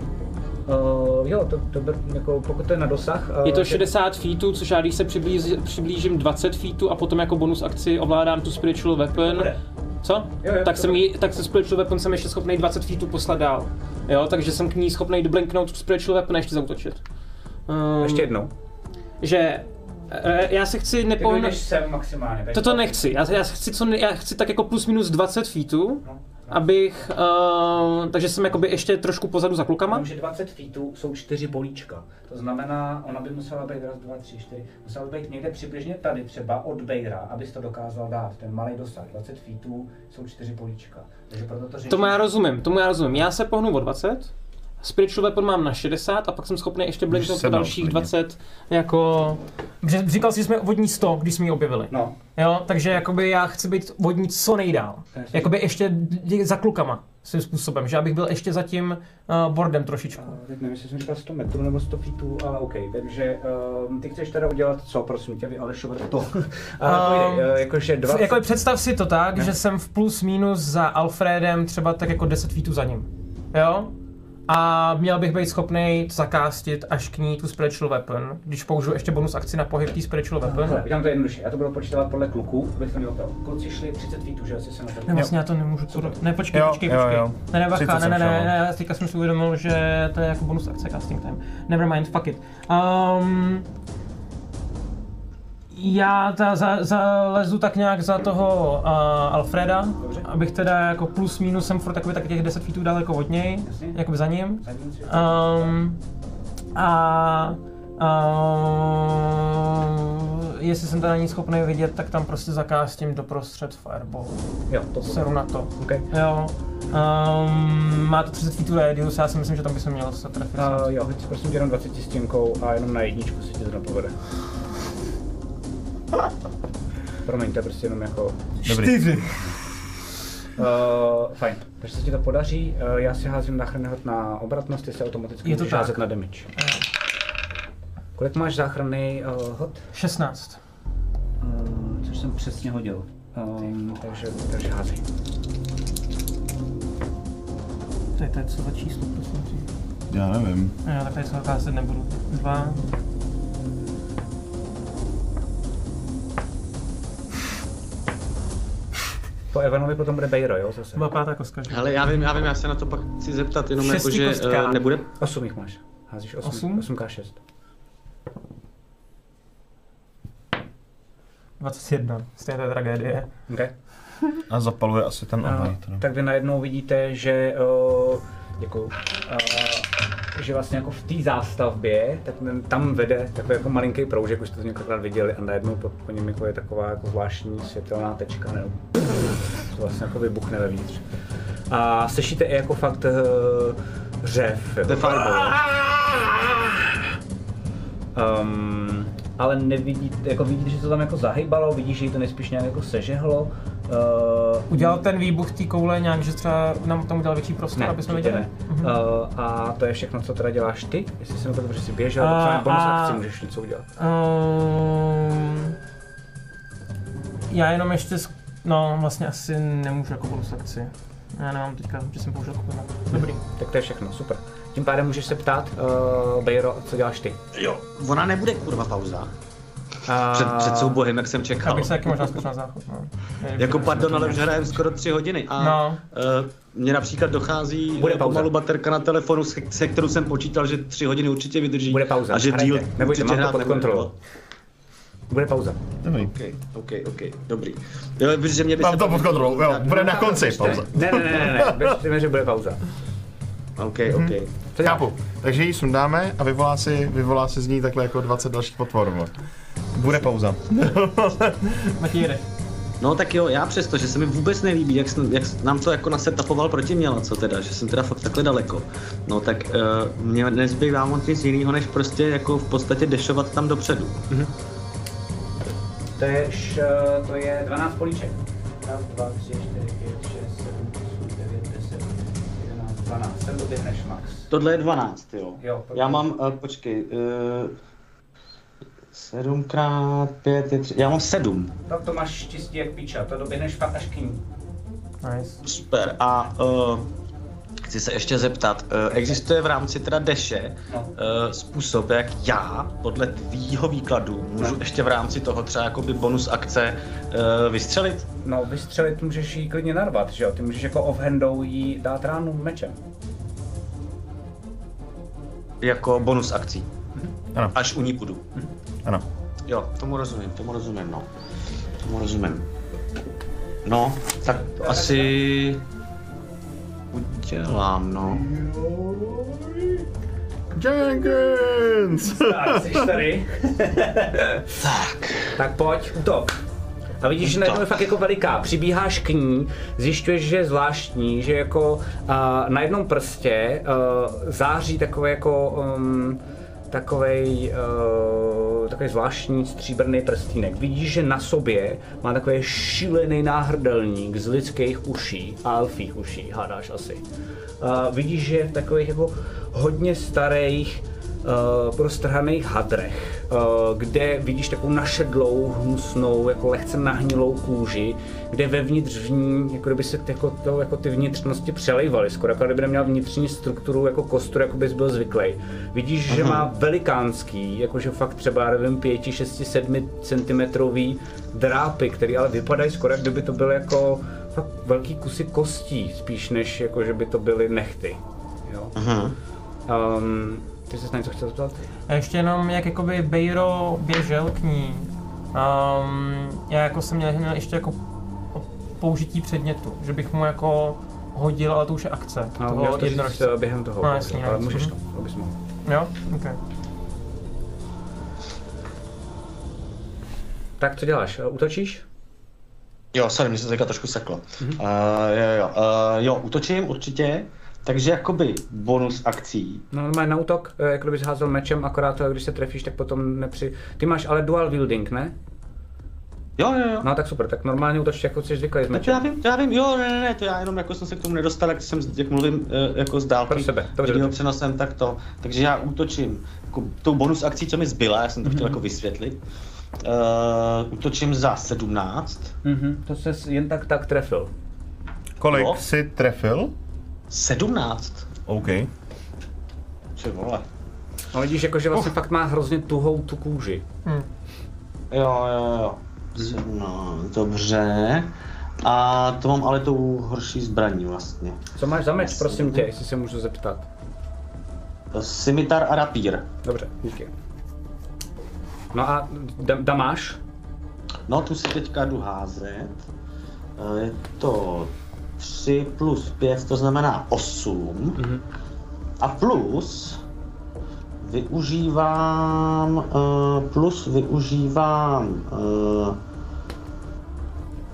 Uh, jo, to, to ber, jako, pokud to je na dosah. Uh, je to šedesát feetů, což já když se přiblíž, přiblížím dvacet feetů a potom jako bonus akci ovládám tu spiritual weapon. Dobre. Co? Jo, jo, tak jsem jí, tak se spiritual weapon jsem ještě schopný dvacet feetů poslat dál. Jo, takže jsem k ní schopný doblinknout tu spiritual weapon a ještě zaútočit. Um, ještě jednou. Že já se chci nepohnout. sem maximálně. Toto nechci. Já, já chci co ne, já chci tak jako plus minus dvacet feetů. No. Abych, uh, takže jsem jakoby ještě trošku pozadu za klukama. Protože dvacet feetů jsou čtyři bolíčka. To znamená, ona by musela být raz, dva, tři, čtyři. Musela by být někde přibližně tady třeba od Bejra, abys to dokázal dát. Ten malý dosah. dvacet feetů jsou čtyři bolíčka. Takže proto to řeším. Tomu já rozumím, tomu já rozumím. Já se pohnu o dvacet. Spiritual weapon mám na šedesát a pak jsem schopný ještě blinknout po dalších dvacet, jako... Říkal jsi, že jsme vodní sto, když jsme ji objevili. No. Jo, takže jakoby já chci být vodní co nejdál. Jakoby ještě za klukama svým způsobem, že abych byl ještě za tím uh, boardem trošičku. Uh, teď nevím, jestli jsem říkal sto metrů nebo sto feetů, ale OK. Takže uh, ty chceš teda udělat co, prosím tě, vy Alešové to. uh, uh, jakože dvacet... Jako představ si to tak, ne? Že jsem v plus minus za Alfredem třeba tak jako deset feetů za ním. Jo? A měl bych být schopný zakástit až k ní tu spiritual weapon, když použiju ještě bonus akci na pohyb té spiritual weapon. No, udělám to jednoduše, já to budu počítat podle kluků, abych to měl to. Kluci šli třicet feetů, že asi se na to... Ne, vlastně já to nemůžu, co... Ne, počkej, jo, počkej, jo, počkej. Jo. Ne, ne, bacha, ne, ne, ne, ne, teďka jsem si uvědomil, že to je jako bonus akce casting time. Nevermind, fuck it. Um, já ta, za, zalezu tak nějak za toho uh, Alfreda, dobře. Abych teda jako plus minus jsem furt takový tak těch deset feetů daleko od něj, jakoby za ním. Um, a uh, jestli jsem teda nic schopný vidět, tak tam prostě zakástím doprostřed fireball. Jo, to seru na to. Okay. Jo. Um, má to třicet feetů radius, já si myslím, že tam bychom měli se trefit. Uh, jo, teď prosím tě jenom dvacet stěnkou a jenom na jedničku se ti to nepovede. Promiň, to je prostě jenom jako... Čtyři. Uh, fajn, takže se ti to podaří, uh, já si házím záchranný hod na obratnost, ty se automaticky můžeš házet na damage. Kolik máš záchranný uh, hod? šestnáct. Uh, což jsem přesně hodil, um, takže, takže házej. To je, to je co za číslo, prosím tě? Já nevím. Já tak tady se házet nebudu. Dva. Po Evanovi potom bude Bejro, jo, zase. Byla pátá kostka, že? Hele, já vím, já vím, já se na to pak chci zeptat, jenom Šestý jako, že kostka. uh, nebude... osm jich máš, házíš osm, osm krát šest. dvacet jedna, stejně to je tragédie. Okay. A zapaluje asi ten ohaj. Tak vy najednou vidíte, že uh, děkuju, uh, že vlastně jako v té zástavbě, tak tam vede takový jako malinký proužek, už jste to několikrát viděli, a najednou po, po něm jako je taková jako zvláštní světelná tečka, nebo to vlastně jako vybuchne vevnitř. A slyšíte i jako fakt uh, řev. The fireball. Um, ale nevidíte, jako vidíte, že to tam jako zahybalo, vidíš, že jí to nejspíš nějak jako sežehlo. Uh, Udělal ten výbuch té koule nějak, že třeba nám tam udělal větší prostor, ne, aby jsme určitě viděli? ne. Uh, a to je všechno, co teda děláš ty, jestli jsem to dobře si běžel, uh, třeba bonus a... akci můžeš něco udělat. Um, já jenom ještě, sk- no vlastně asi nemůžu jako bonus akci. Já nemám teďka, že jsem použil kopina. Dobrý. Tak to je všechno, super. Tím pádem můžeš se ptát, uh, Bejro, co děláš ty? Jo, ona nebude kurva pauza. Uh, Před, před soubohem, jak jsem čekal. Abych se taky možná zkusil na záchod, no. Jako pardon, ale už hrajeme skoro tři hodiny a No. uh, mně například dochází Bude uh, pauza. pomalu baterka na telefonu, se, se kterou jsem počítal, že tři hodiny určitě vydrží. Bude pauza, A že hrajte, díl nebojte, určitě mám to hrát pod nebude. kontrolou. Bude pauza. Dobrý. OK, OK, OK, dobrý. Jo, protože mě by Mám se... to pod kontrolou, jo, bude na konci pauza. Ne, ne, ne, ne, ne, věřte, že bude pauza. OK, OK. Co děláš? Chápu. Takže ji sundáme a vyvolá si, vyvolá si z ní takhle jako dvacet dalších potvorů. Bude pauza. Matěj, jedeš. No tak jo, já přesto, že se mi vůbec nelíbí, jak, jsem, jak nám to jako nasetapoval proti měla, co teda, že jsem teda fakt takhle daleko. No tak uh, mě nezbývá moc nic jiného, než prostě jako v podstatě dešovat tam dopředu. Mhm. To je, š, to je dvanáct políček. Raz, dva, tři, čtyři, pět, šest, sedm, osm, devět, deset, jedenáct, dvanáct. Sem doběhneš max. Tohle je dvanáct, jo. Jo, Já mám, uh, počkej, uh, sedm krát pět je tři, já mám sedm. Tak to máš štěstí jak píča, to doběhneš fakt až k ní. Nice. Super. A uh, chci se ještě zeptat, uh, existuje v rámci teda deše No. uh, způsob, jak já podle tvýho výkladu můžu No. ještě v rámci toho třeba jakoby bonus akce uh, vystřelit? No, vystřelit můžeš jí klidně narvat, že jo? Ty můžeš jako offhandou jí dát ránu mečem. Jako bonus akcí. Ano. Až u ní půjdu. Ano. Jo, tomu rozumím, tomu rozumím, no. Tomu rozumím. No, tak to asi udělám, no. Jenkins! Tak, jsi tady. Tak. Tak pojď, útok. A vidíš, že najednou je fakt jako veliká. Přibíháš k ní, zjišťuješ, že je zvláštní, že jako uh, na jednom prstě uh, září takové jako um, takovej, uh, takový zvláštní stříbrný prstínek. Vidíš, že na sobě má takový šílený náhrdelník z lidských uší a elfích uší, hádáš asi. Uh, vidíš, že je v takových jako hodně starých Uh, prostrhaných hadrech, uh, kde vidíš takovou našedlou, hnusnou, jako lehce nahnilou kůži, kde vevnitř v ní, jako kdyby se jako, to, jako ty vnitřnosti přelejvaly, skoro jako kdyby neměl vnitřní strukturu jako kostur, jako bys byl zvyklý. Vidíš, Aha. že má velikánský, jakože fakt třeba, nevím, pět, šest, sedm centimetrový drápy, které ale vypadají skoro, jak kdyby to byly jako fakt velký kusy kostí, spíš než jako, že by to byly nehty. Jo? Aha. Um, Ty jsi se na něco chtěl zeptat? A ještě jenom, jak jakoby Bejro běžel k ní, um, já jako jsem měl, měl ještě jako použití předmětu, že bych mu jako hodil, ale to už je akce. No, toho měl to jednorožce. říct během toho, No, jasně, ale jasně. můžeš to, abys mohl. Jo? OK. Tak co děláš? Útočíš? Jo, sorry, mě se teďka trošku seklo. Mm-hmm. Uh, jo, jo, uh, jo, útočím určitě. Takže jakoby bonus akcí. No normálně na útok, jako kdybys házel mečem, akorát to, když se trefíš, tak potom nepři... Ty máš ale dual wielding, ne? Jo, jo, jo. No tak super, tak normálně útočíš jako jsi zvyklý s To mečem. já vím, to já vím, jo, ne, ne, ne, to já jenom jako jsem se k tomu nedostal, jak jsem, jak mluvím eh, jako z dálky. Pro sebe, dobře, video dobře. přenosem, tak to. Takže já útočím jako tou bonus akcí, co mi zbyla, já jsem to chtěl Mhm. jako vysvětlit. Uh, útočím za sedmnáct. Mhm, to ses jen tak tak trefil. Kolik Jo. jsi trefil? sedmnáct. OK. Či vole. No vidíš, jako, že vlastně fakt má hrozně tuhou tu kůži. Hm. Jo, jo, jo. sedmnáct, dobře. A to mám ale tou horší zbraní vlastně. Co máš za meč, prosím tě, jestli se můžu zeptat? Scimitar a rapír. Dobře, díky. No a da- damáš? No, tu si teďka jdu házet. Eh, Je to tři plus pět, to znamená osm. Mhm. A plus využívám, uh, plus využívám uh,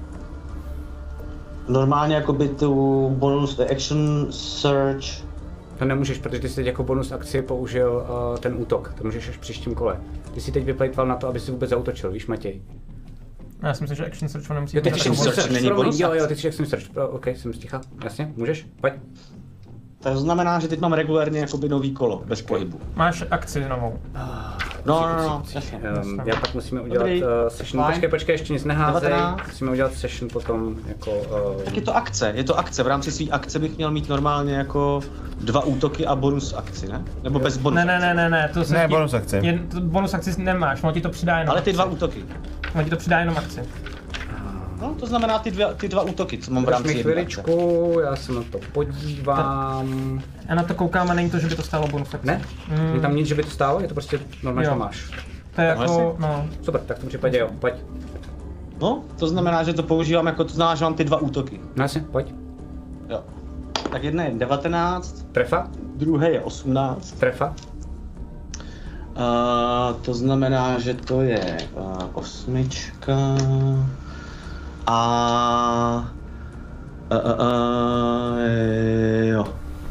normálně jakoby tu bonus action search To nemůžeš, protože ty jsi teď jako bonus akci použil uh, ten útok, to můžeš až v příštím kole. Ty jsi teď vyplejtval na to, aby si vůbec zaútočil, víš Matěj? Já si myslím, že Action Search nemusí Jo, ty být jsi jako Action bonus. Search není bonus Jo, jo, akce. ty jsi Action Search, oh, ok, jsem sticha, jasně, můžeš, pojď. To znamená, že teď mám regulérně jakoby nový kolo, bez pohybu. Máš akci novou. No, no, no, jasně. Um, já pak musíme udělat Dobrý. uh, session, Fajn. počkej, počkej, ještě nic neházej, devatenáct. musíme udělat session potom jako... Uh, Tak je to akce, je to akce. V rámci své akce bych měl mít normálně jako dva útoky a bonus akci, ne? Nebo bez bonus Ne, ne, akce. ne, ne, ne, to se Ne, ti- bonus akci. Jen, to bonus akci nemáš, on ti to přidá jenom Ale ty akci. dva útoky. On ti to přidá jenom akci. No, to znamená ty, dvě, ty dva útoky, co mám v Dáš rámci mi jedné akce. chviličku, já se na to podívám. Já na to koukám a není to, že by to stálo bonus akci. Ne? Mm. Není tam nic, že by to stálo? Je to prostě normálně, Jo. to máš. To je Vlastně. jako, no. Super, tak v tom případě jo, pojď. No, to znamená, že to používám jako, to znamená, že mám ty dva útoky. No jasně, pojď. Jo. Tak jedna je devatenáct, Trefa, druhé je osmnáct. trefa. Uh, to znamená, že to je uh, osmička a uh, uh, uh, jo.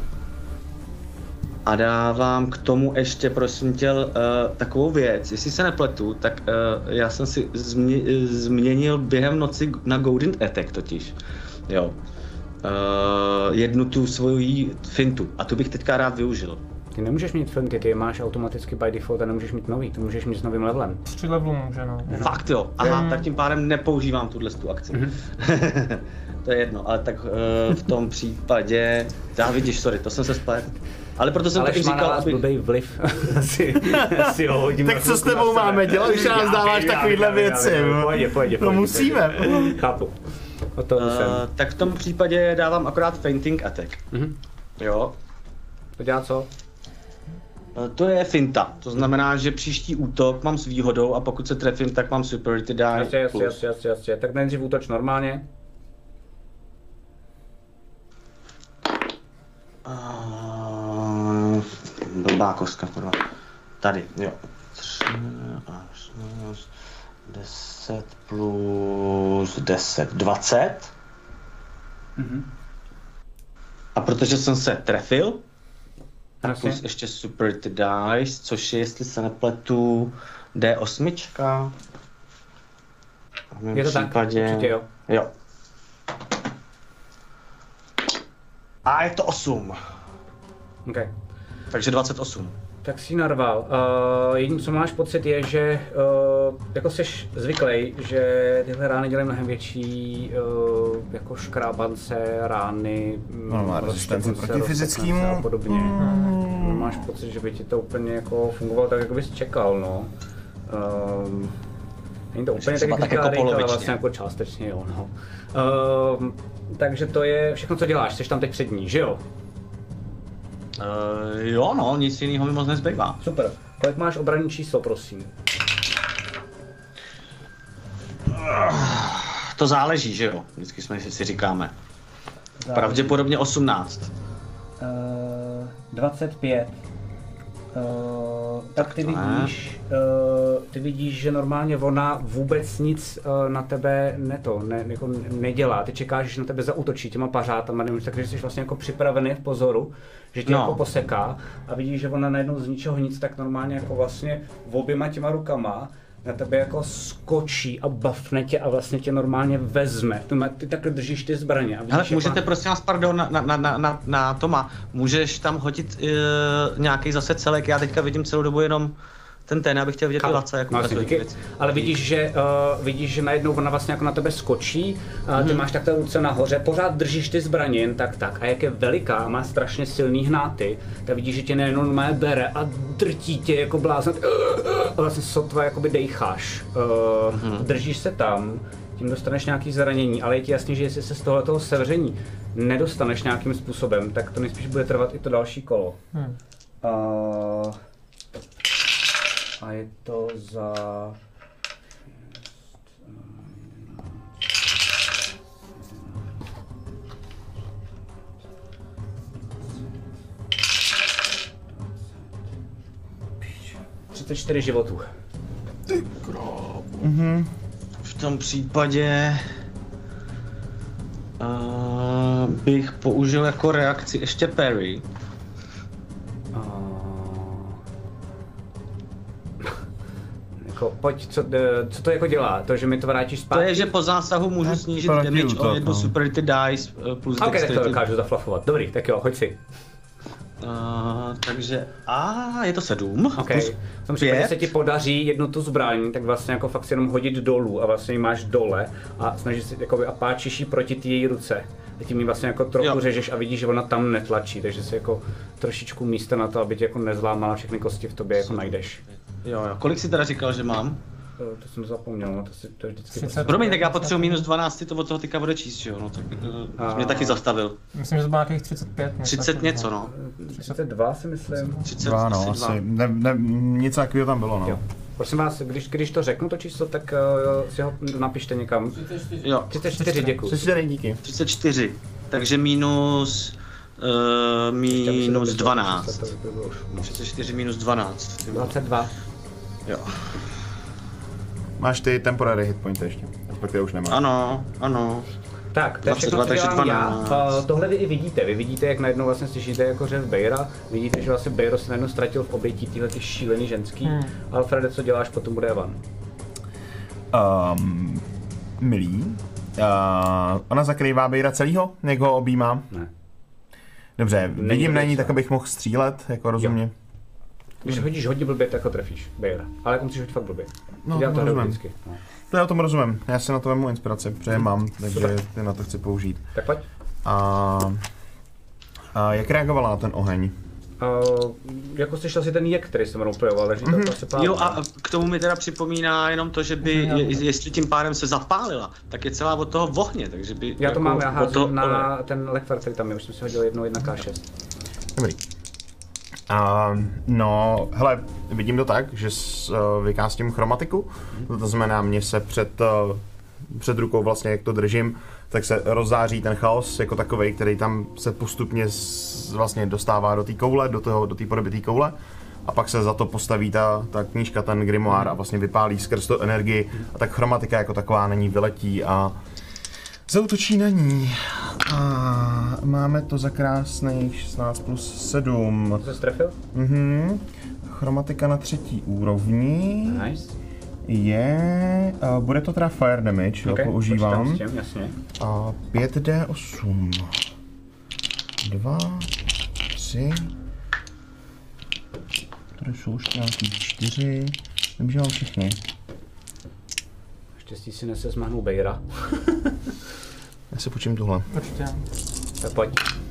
A dávám k tomu ještě, prosím tě, uh, takovou věc. Jestli se nepletu, tak uh, já jsem si změ- změnil během noci na Golden Attack totiž. Jo. Uh, jednu tu svoji fintu a tu bych teďka rád využil. Ty nemůžeš mít finty, ty je máš automaticky by default a nemůžeš mít nový, to můžeš mít s novým levelem. Tři levelů může, no. Jenom. Fakt jo, aha, Mm. tak tím pádem nepoužívám tuhle tu akci. To je jedno, ale tak uh, v tom případě, já vidíš, sorry, to jsem se splet. Ale proto jsem Ale taky má na říkal, vás abych... blbej vliv. si, si ho hodím Tak na co s ruku na tebou sebe. máme dělat, když nás Já dáváš vím, já takovýhle vím, já vím, věci, já vím. jo? Pojď, pojď, No pojď, musíme. pojď. Chápu. O to Uh, jsem. tak v tom případě dávám akorát fainting attack. Mhm. Jo. To dělá co? Uh, to je finta, to znamená, že příští útok mám s výhodou a pokud se trefím, tak mám superiority die Jasně, jasně, plus. jasně, jasně, jasně. Tak nejdřív útoč normálně. Uh, blbá kostka, kurva. Tady, jo. třináct, deset plus deset, dvacet. Mhm. A protože jsem se trefil, tak Jasně. plus ještě Superiority Dice, což je, jestli se nepletu, D osm. V mém Je to tak, případě... určitě jo. Jo. A je to osm, Okay. takže dvacet osm. Tak si narval. Uh, jediné, co máš pocit, je, že uh, jako jsi zvyklý, že tyhle rány dělají mnohem větší uh, jako škrábance, rány, No, má rezistenci rozštěpnce, proti fyzickému. rozseknce a podobně. Mm. Máš pocit, že by ti to úplně jako fungovalo tak, jako bys čekal, no. Um, není to úplně třeba tak, tak jako ale polovičně. vlastně jako částečně, jo, no. Um, takže to je všechno, co děláš, jsi tam teď před ní, že jo? Uh, jo, no, nic jiného mi moc nezbývá. Super. Kolik máš obranný číslo, prosím? To záleží, že jo? Vždycky jsme si, si říkáme. Pravděpodobně osmnáct. Uh, dvacet pět. Uh, tak ty to ne. vidíš, uh, ty vidíš, že normálně ona vůbec nic uh, na tebe neto, ne, jako nedělá. Ty čekáš, že na tebe zaútočí těma pařátama, takže jsi vlastně jako připravený v pozoru, že tě No. jako poseká a vidíš, že ona najednou z ničeho nic tak normálně jako vlastně oběma těma rukama na tebe jako skočí a bafne tě a vlastně tě normálně vezme. Ty, ma- ty takhle držíš ty zbraně a vidíš, Hele, jak můžete má- prosím vás, pardon, na, na, na, na, na Toma, můžeš tam hodit uh, nějaký zase celek, já teďka vidím celou dobu jenom ten ten, já bych chtěl vidět ty Laca, jak No, asi ukazuje ty díky. věci. Ale vidíš, že, uh, vidíš, že najednou ona vlastně jako na tebe skočí, uh, ty Mhm. máš takhle ruce nahoře, pořád držíš ty zbraně jen tak tak a jak je veliká a má strašně silný hnáty, tak vidíš, že tě nejenom normálně bere a drtí tě jako blázen a vlastně sotva jakoby dejcháš. Uh, Mhm. Držíš se tam, tím dostaneš nějaký zranění, ale je ti jasný, že jestli se z tohoto sevření nedostaneš nějakým způsobem, tak to nejspíš bude trvat i to další kolo. Hmm. Uh, a je to za... třicet čtyři životů. V tom případě uh, bych použil jako reakci ještě parry. Jako, pojď, co, co to jako dělá? To, že mi to vrátíš zpátky? To je, že po zásahu můžu snížit damage o jednu superity dice plus okay, dexterity. Tak to dokážu zaflafovat. Dobrý, tak jo, hoď si. Uh, takže, a je to sedm. Okay. V tom případě se ti podaří jednu tu zbraň, tak vlastně jako fakt si jenom hodit dolů a vlastně ji máš dole a snažíš si jakoby a páčíš ji proti té její ruce. A tím ji vlastně jako trochu jo. řežeš a vidíš, že ona tam netlačí, takže si jako trošičku místa na to, aby tě jako nezlámala všechny kosti v tobě jako najdeš. Jo, jo. Kolik jsi teda říkal, že mám? To, to jsem zapomněl, to, si, to je vždycky... Promiň, tak já potřebuji minus dvanáct, ty to od toho teďka bude číst, jo, no tak uh, mě taky zastavil. Myslím, že to bylo nějakých třicet pět. třicet něco, no. třicet dva si myslím. třicet dva, no, asi. Ne, ne, nic takového tam bylo, no. Jo. Prosím vás, když, když to řeknu to číslo, tak uh, si ho napište někam. třicet čtyři. Jo. třicet čtyři, děkuji. třicet čtyři, díky. třicet čtyři, takže minus... Uh, minus dvanáct. třicet čtyři minus dvanáct. dvacet dva. Jo. Máš ty temporary hitpointy ještě, respektive už nemáš. Ano, ano. Tak, to je všechno, co dělám já. Uh, tohle vy i vidíte. Vy vidíte, jak najednou vlastně slyšíte jako řev Bejra. Vidíte, že vlastně Bejro se najednou ztratil v obětí tyhle ty šílený ženský. Hmm. Alfrede, co děláš, potom bude Evan. Um, milý. Uh, ona zakrývá Bejra celýho? Někoho objímá? Ne. Dobře, Není vidím na ní, tak abych mohl střílet, jako rozumně. Když hodíš hodně blbě, tak ho trefíš, Bejra. Ale jako musíš hodit fakt blbě. No, Dělá to rozumím. No. To já tomu rozumím, já si na to vemu inspiraci, protože mám, takže ty na to chci použít. Tak pojď. A, a jak reagovala na ten oheň? Uh, jako slyšel si ten jek, který jsem mnou projevoval, takže mm-hmm. to asi pálí. Jo, a k tomu mi teda připomíná jenom to, že by, je, jestli tím pádem se zapálila, tak je celá od toho ohně, takže by... Já to jako mám, já házím na ole. ten lekvar, který tam je, už jsem si hodil jednou jedna ká šest. Dobrý. Uh, no, hele, vidím to tak, že s, uh, vykástím chromatiku, mm. to znamená, mě se před, uh, před rukou vlastně, jak to držím, tak se rozzáří ten chaos jako takovej, který tam se postupně z, vlastně dostává do té koule, do toho, do té podoby té koule. A pak se za to postaví ta, ta knížka, ten grimoire a vlastně vypálí skrz to energii a tak chromatika jako taková na ní vyletí a zaútočí na ní. A máme to za krásných šestnáct plus sedm. To jsi trefil? Mhm. Chromatika na třetí úrovni. Nice. Je, uh, bude to teda fire damage, okay, jo, používám. Tím, jasně. A pět dé osm. Dva, tři. Tady jsou už nějaký čtyři. Vím, že mám všechny. Štěstí si nese zmahnou Bejra. Já si počím tuhle. Určitě. Tak pojď.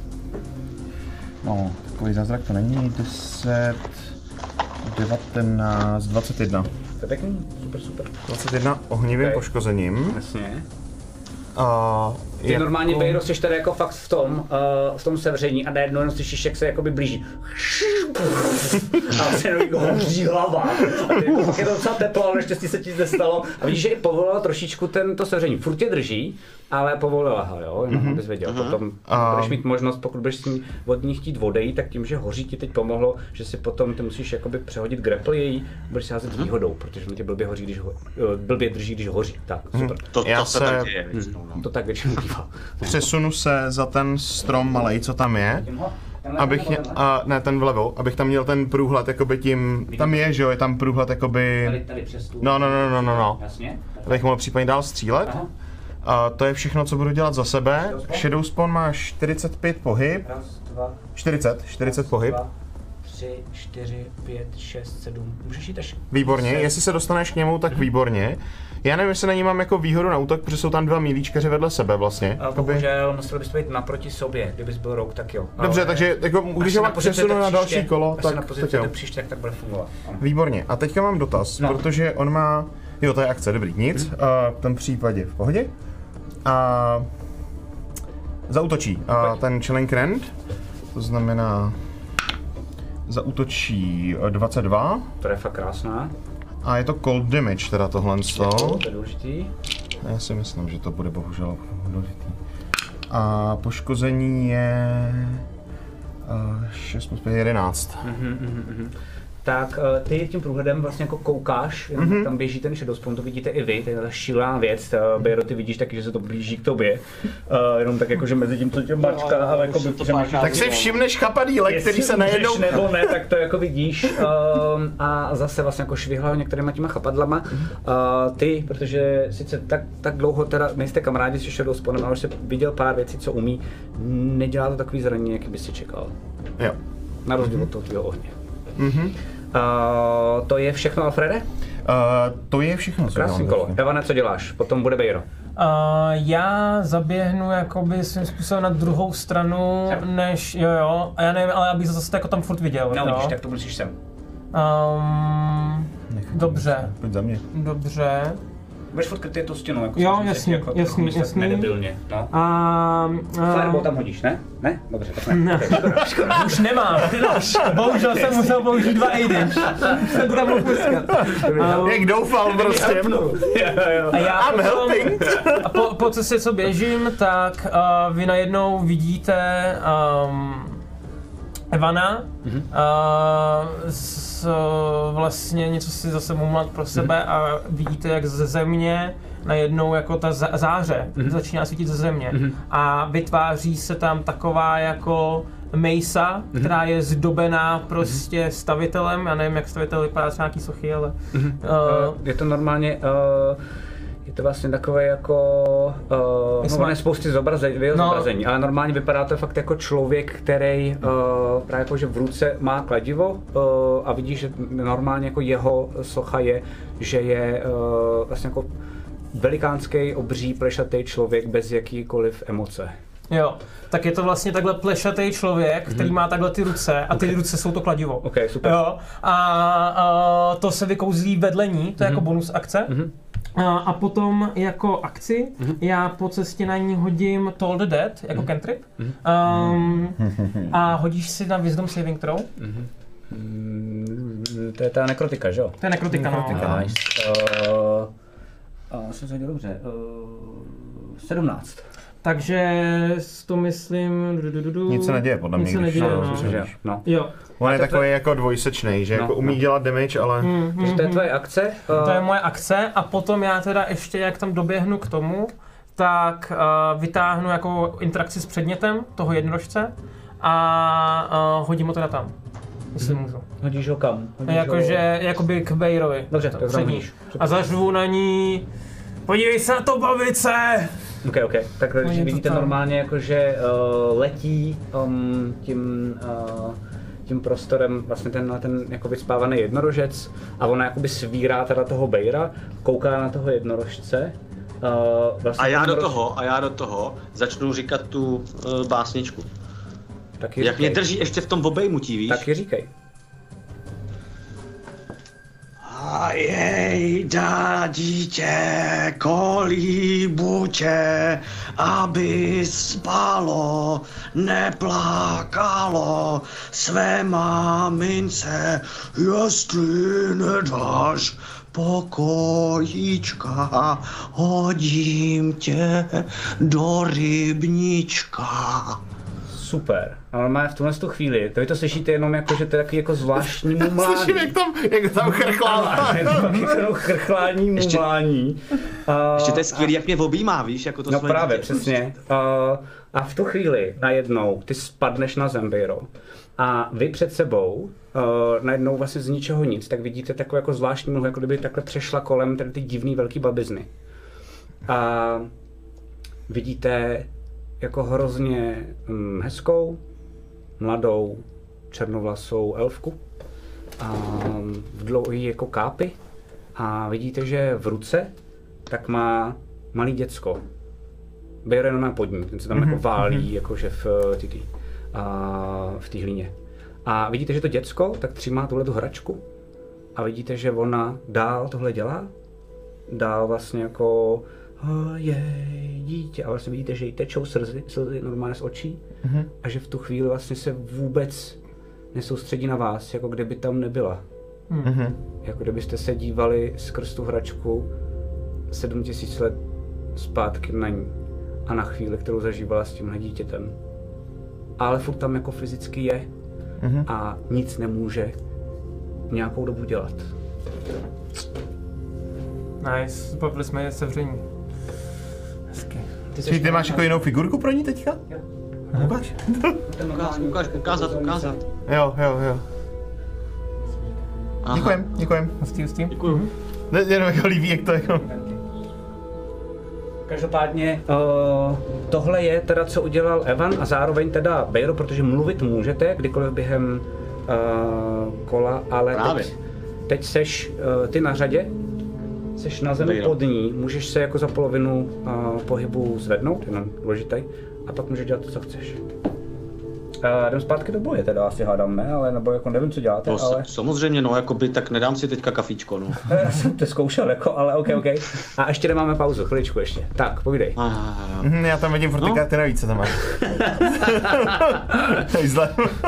No, takový zázrak to není. deset, devatenáct, dvacet jedna. To je pěkný, super, super. dvacet jedna ohnivým okay. poškozením. Jasně. A Ty jako... normálně Bejro jsi tady jako fakt v tom, uh, v tom sevření a najednou jenom slyšíš, jak se jakoby blíží. A se jenom hoří hlava. A ty, jako, je to docela teplo, ale naštěstí se ti nestalo. A vidíš, že i povolila trošičku ten, to sevření. Furt tě drží, ale povolila ho, jo, jenom mm-hmm. abys věděl. Mm-hmm. Potom a... budeš mít možnost, pokud budeš s ní od ní chtít odejít, tak tím, že hoří ti teď pomohlo, že si potom ty musíš jakoby přehodit grapple její, budeš si házet s výhodou, protože on tě blbě hoří, když ho, blbě drží, když hoří. Tak, super. To, to Já se se... tak děje, hmm. To tak většinou bývá. Přesunu se za ten strom malej, co tam je, abych, a, ne ten vlevo, abych tam měl ten průhled jakoby tím, tam je, že jo, je tam průhled jakoby, tady, tady přes tu. no, no, no, no, no, no, jasně, abych mohl případně dál střílet. Aha. A to je všechno, co budu dělat za sebe. Shadow Spawn má čtyřicet pět pohyb, raz, dva, čtyřicet, čtyřicet raz, pohyb. Dva, tři, čtyři, pět, šest, sedm, můžeš jít až... Výborně, jestli se dostaneš k němu, tak výborně. Já nevím, jestli na ní mám jako výhodu na útok, protože jsou tam dva milíčkaři vedle sebe vlastně. A bohužel, musel bys být naproti sobě, kdybys byl rouk, tak jo. Dobře, ale takže jako, když ho pak přesunu na další příště, kolo, tak, na tak jo. Příště, tak, tak bude fungovat. Ano. Výborně, a teďka mám dotaz, no. Protože on má, jo to je akce, dobrý, nic, hmm. a v tom případě v pohodě. A zaútočí a ten Chilling Rend, to znamená zaútočí dvacet dva. To je fakt krásná. A je to cold damage teda tohle z toho. To je důležitý. Já si myslím, že to bude bohužel důležitý. A poškození je uh, šest plus pět, jedenáct. Mm-hmm, mm-hmm. tak uh, ty tím průhledem vlastně jako koukáš, jenom mm-hmm. tam běží ten Shadowspawn, to vidíte i vy, to je ta šílená věc, uh, Bejro, ty vidíš taky, že se to blíží k tobě, uh, jenom tak jako, že mezi tím, co tě mačká, no, ale jako by, to máš, tak si všimneš chapadílek, který se najednou... nebo ne, tak to jako vidíš uh, a zase vlastně jako švihlal některýma těma chapadlama. Uh, ty, protože sice tak, tak dlouho teda nejste kamarádi s Shadowspawnem, ale už jsi viděl pár věcí, co umí, nedělá to takový zranění, jaký bys si čekal. Jo. Na rozdíl od toho tvýho ohně. Mhm. Uh, to je všechno, Alfrede? Uh, to je všechno, co Krásný kolo. Evane, co děláš? Potom bude Bejro. Uh, já zaběhnu jakoby svým způsobem na druhou stranu, sem. než, jo jo, a já nevím, ale abych zase jako tam furt viděl. No jo? vidíš, tak to musíš sem. Um, dobře. Pojď za mě. Dobře. Budeš furt krytý tu stěnu, jako jo, jasný, jako jasný, jasný. Nedebilně, no. A... Fireball tam hodíš, ne? Ne? Dobře, tak ne. ne. Okay, škoda, škoda. Už nemám, ty nož. Bohužel jsem musel použít dva aidage. Jsem to tam mohl puskat. Um, Jak doufal prostě. A já I'm potom, helping. A po, po cestě, co běžím, tak uh, vy najednou vidíte um, Evana, mm-hmm. uh, s, uh, vlastně něco si zase mumlat pro sebe mm-hmm. a vidíte, jak ze země najednou jako ta záře mm-hmm. začíná svítit ze země mm-hmm. a vytváří se tam taková jako mejsa, mm-hmm. která je zdobená prostě mm-hmm. stavitelem, já nevím, jak stavitel vypadá z nějaký sochy, ale... Mm-hmm. Uh, je to normálně... Uh... Je to vlastně takové jako, uh, no, máme spousty zobrazení, no. zobrazení, ale normálně vypadá to fakt jako člověk, který uh, právě jako, že v ruce má kladivo uh, a vidíš, že normálně jako jeho socha je, že je uh, vlastně jako velikánský, obří, plešatý člověk bez jakýkoliv emoce. Jo, tak je to vlastně takhle plešatý člověk, který má takhle ty ruce a ty okay. ruce jsou to kladivo. Ok, super. Jo, a uh, to se vykouzlí vedle ní, to je mm-hmm. jako bonus akce. Mm-hmm. A potom jako akci mm-hmm. já po cestě na ní hodím Toll the Dead jako mm-hmm. cantrip um, a hodíš si na Wisdom saving throw. Mm-hmm. Mm, to je ta nekrotika, že jo? To je nekrotika, no. Nekrotika, nice. Uh, uh, jsem se hodil dobře. Uh, sedmnáct. Takže to myslím... Nic se neděje podle mě, Nic se neděje, no. Myslím, že no. Jo. On je takový jako dvojsečnej, že no, jako umí no. dělat damage, ale... Mm, mm, Takže to je tvoje akce? Uh... To je moje akce a potom já teda ještě, jak tam doběhnu k tomu, tak uh, vytáhnu jako interakci s předmětem toho jednorožce a uh, hodím ho teda tam, jestli můžu. Hodíš ho kam? Jakože, ho... jakoby k Bejrovi. Dobře, tak přední. A zařvu na ní, podívej se na to, babice! Ok, ok. Tak když vidíte normálně jako, že uh, letí um, tím, uh, tím prostorem vlastně ten, ten jako vyspávaný jednorožec a ona jakoby svírá teda toho Bejra, kouká na toho jednorožce. Uh, vlastně a já jednorož... do toho, a já do toho začnu říkat tu uh, básničku. Taky Jak říkej. mě drží ještě v tom obejmutí, víš? Taky říkej. A jej, dá dítě, kolíbuče, aby spalo, neplákalo své mamince, jestli nedáš pokojíčka, hodím tě do rybníčka. Super. A normálně v tuhle tu chvíli, to vy to slyšíte jenom jako, že to je takový jako zvláštní mumlání. Slyším, jak tam, jak tam chrchlá. Chrchlání, mumlání. A, ještě to je skvělý, jak mě objímá, víš, jako to no svoje právě, dítě. přesně. A, a v tu chvíli najednou ty spadneš na zem, Bejro. A vy před sebou, uh, najednou vlastně z ničeho nic, tak vidíte takovou jako zvláštní mlhu, jako kdyby takhle přešla kolem tady ty divný velký babizny. A vidíte jako hrozně hm, hezkou, mladou, černovlasou elfku a v dlouhý jako kápy a vidíte, že v ruce tak má malý děcko. Bejro jenom má pod ní, ten se tam mm-hmm. jako válí, jakože v té v té hlíně. A vidíte, že to děcko tak třímá tuhletu hračku a vidíte, že ona dál tohle dělá, dál vlastně jako jej, dítě. A vlastně vidíte, že jí tečou slzy, slzy normálně z očí mm-hmm. a že v tu chvíli vlastně se vůbec nesoustředí na vás, jako kdyby tam nebyla. Mm-hmm. Jako kdybyste se dívali skrz tu hračku sedm tisíc let zpátky na ní a na chvíli, kterou zažívala s tímhle dítětem. Ale furt tam jako fyzicky je mm-hmm. a nic nemůže nějakou dobu dělat. Nice, zbavili jsme je sevření. Hezky. Ty, ty máš jako jinou figurku pro ní teďka? Jo. Ukáž. Ukáž, ukáž, ukázat, ukázat. Jo, jo, jo. Aha. Děkujem, děkujem. Hustý, hustý. Děkuju. Ne, jenom jako líbí, jak to jako... Každopádně uh, tohle je teda, co udělal Evan a zároveň teda Bejro, protože mluvit můžete kdykoliv během uh, kola, ale Právě. teď, teď seš uh, ty na řadě, seš na zemi Bejro. pod ní, můžeš se jako za polovinu uh, pohybu zvednout, jenom důležitý, a pak můžeš dělat to, co chceš. Uh, jdem zpátky do boje teda, asi hádám, ne? Ale nebo jako nevím, co děláte, To ale... samozřejmě, no, jakoby, tak nedám si teďka kafíčko, no. Já jsem to zkoušel, jako, ale ok, ok. A ještě nemáme pauzu, chviličku ještě. Tak, povídej. Ah, Mhm, já tam vidím furt ty No. karty navíc, co tam máš. Zle.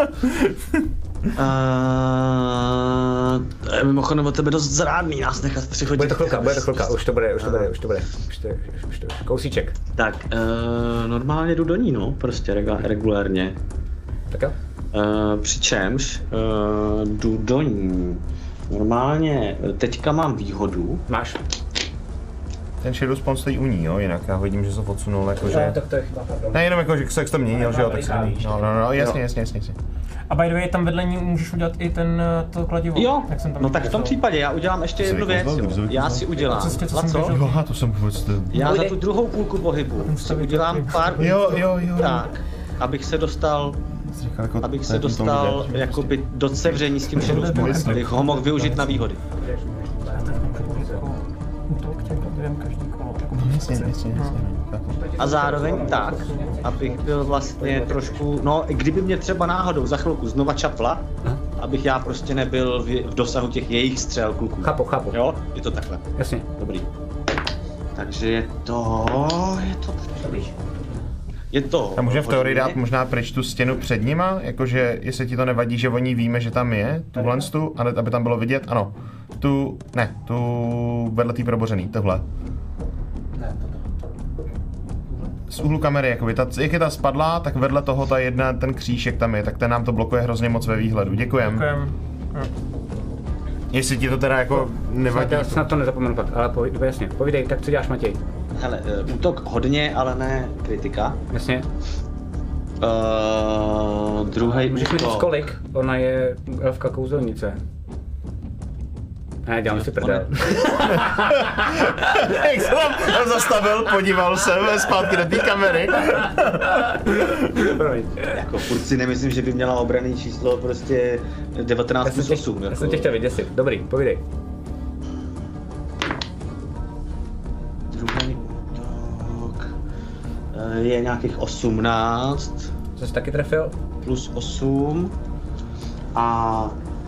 Uh, mimochodem od tebe dost zrádný nás nechat přichodit. Bude to chvilka, bude to chvilka, už to bude, už to bude, už to bude. Už to, už to, kousíček. Tak, uh, normálně jdu do ní, no, prostě rega- regulérně. Tak jo? Uh, přičemž uh, jdu do ní. Normálně, teďka mám výhodu. Máš. Ten Shadow Spawn stojí u ní, jo, jinak já vidím, že se odsunul, jakože... No, tak to je chyba, pardon. Ne, jenom jako, že se to měnil, že jo, tak se no, no, no, jasně, jasně, jasně, jasně. A by the way, tam vedle ní můžeš udělat i ten, to kladivo. Jo, Jak jsem tam no tak v tom případě já udělám ještě jsi jednu věc, vykouzlil, jo. dobře Já vykouzlil. si udělám, Co jste- co a jsem co? běžel? Jo, to jsem vůbec... To... Já za Pojde. tu druhou půlku pohybu si stavit udělám taky. pár Jo, jo, jo. tak, abych se dostal, Jsi říkal, jako, abych to se je ten tom dostal vidět. jakoby do sevření s tím Shadow Spawnem, abych ho mohl využít na výhody. Útok těm kladivem každý kolo. Jako Jasně, jasně, jasně. chápu. A zároveň tak, abych byl vlastně trošku, no kdyby mě třeba náhodou za chvilku znova čapla, abych já prostě nebyl v, v dosahu těch jejich střel kluků. Chápu, chápu. Jo, je to takhle. Jasně. Dobrý. Takže je to, je to dobrý. Je to... A můžeme v teorii hodně. dát možná pryč tu stěnu před nima, jakože jestli ti to nevadí, že oni víme, že tam je, tuhle tu, ale aby tam bylo vidět, ano. Tu, ne, tu vedle tý probořený, tohle. Z úhlu kamery, jakoby, ta, jak je ta spadlá, tak vedle toho ta jedna, ten kříž, jak tam je, tak ten nám to blokuje hrozně moc ve výhledu. Děkujem. Děkujem. Jestli ti to teda jako nevadí. Já snad to nezapomenu pak, ale povídej, jasně. Povídej, tak co děláš, Matěj? Hele, uh, útok hodně, ale ne kritika. Jasně. Uh, druhý Můžeš mi říct útok. kolik? Ona je elfka kouzelnice. Ne, dělám si prdel. Jak se tam zastavil, podíval se zpátky do té kamery. Promiň. Jako furt si nemyslím, že by měla obranný číslo prostě devatenáct Já jsem plus tě, osm. já Jako. jsem tě chtěl vyděsit. Dobrý, povídej. Druhý útok eh, je nějakých osmnáct Co jsi taky trefil? plus osm a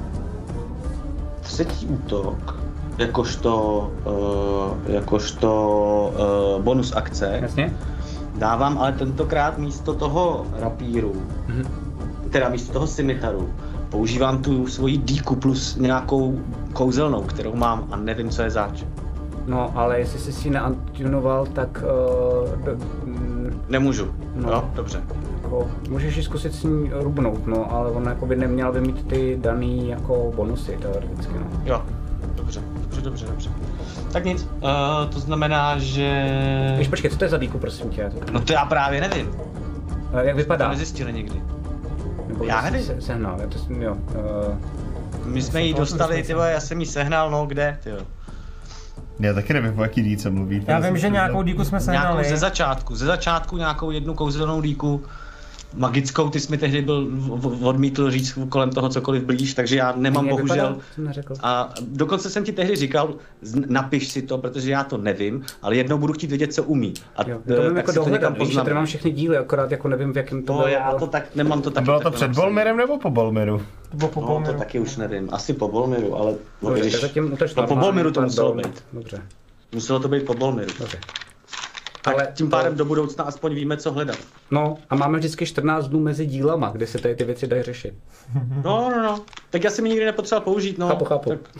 třetí útok jakožto, uh, jakožto uh, bonus akce Jasně? dávám ale tentokrát místo toho rapíru, Mhm. teda místo toho scimitaru, používám tu svoji díku plus nějakou kouzelnou, kterou mám a nevím, co je zač. No, ale jestli jsi si neantunoval, tak uh, do, mm, Nemůžu. No. No, dobře. jako, můžeš ji zkusit s ní rubnout, no, ale ona jako by neměla by mít ty daný jako bonusy teoreticky, no. Jo. Dobře, dobře, dobře, dobře. Tak nic, uh, to znamená, že... Když počkej, co to je za díku, prosím tě? To, No to já právě nevím. uh, jak To vypadá? nezjistili nikdy. Nebo já jsi nevím. Se, sehnal, já to, jsem- jo. Uh, My jsme ji to dostali, myslím, ty vole, já jsem ji sehnal, no kde, ty jo. Já taky nevím, po jaký díce mluvíte. Já vím, že nějakou díku jsme Nějakou sehnali. ze začátku, ze začátku nějakou jednu kouzelnou díku. Magickou, ty jsi mi tehdy byl v- v- odmítl říct kolem toho cokoliv blíž, takže já nemám jak bohužel. vypadá? Jsem neřekl. A dokonce jsem ti tehdy říkal, z- napiš si to, protože já to nevím, ale jednou budu chtít vědět, co umí. A Jo, eh, to vím tak jako si to někam dohledat, víš, že tady poznamenám. mám všechny díly, akorát jako nevím, v jakém to No, bylo. já to tak, nemám to A taky. bylo to takhle před napsané. Bolmirem nebo po Bolmiru? To bylo po No, to Bolmiru. taky už nevím, asi po Bolmiru, ale no, Dobře, když... tak zatím útoč no, po normálně, Bolmiru to pardon. muselo být. Dobře, Muselo to být po Bolmiru. dobře. Tak Ale tím pádem do budoucna aspoň víme, co hledat. No, a máme vždycky čtrnáct dnů mezi dílama, kde se tady ty věci dají řešit. No, no, no. Tak já jsem ji nikdy nepotřeboval použít, no. Chápu, chápu. Tak,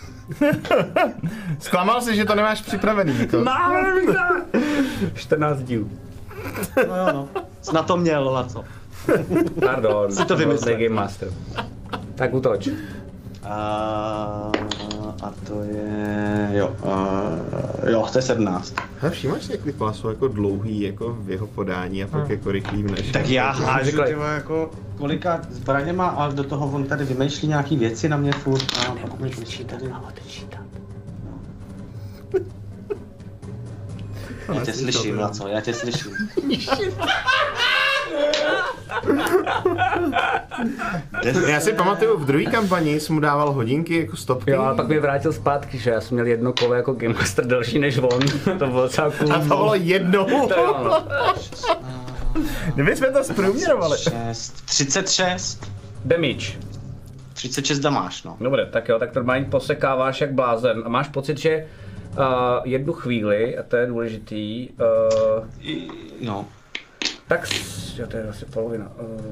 Zklamal jsi, že to nemáš připravený. Jako. čtrnáct dílů. no, jo, no. Jsi na to měl, Laco. Pardon, Si to vymyslel. byl Game Master. Tak útoč. A, a to je, jo, uh, jo, to je sedmnáct. Hele, všímáš si, jak ty kola jsou jako dlouhý jako v jeho podání a pak hmm. jako rychlý v než. Tak já hážu tyvo jako kolika zbraněma a do toho on tady vymýšlí nějaký věci na mě furt a pak mi počítat. Já tě slyším, Laco, já tě slyším. Já si pamatuju, v druhé kampani jsem mu dával hodinky jako stopky. Jo, a pak mě vrátil zpátky, že já jsem měl jedno kolo jako Game Master delší než on. To bylo celá cool. A to bylo jedno. To jo, no. Kdyby jsme to zprůměrovali. třicet šest. Damage. třicet šest damáš, no. Dobře, tak jo, tak normálně posekáváš jak blázen a máš pocit, že uh, jednu chvíli, a to je důležitý, uh, I, no. tak, jo, to je asi polovina.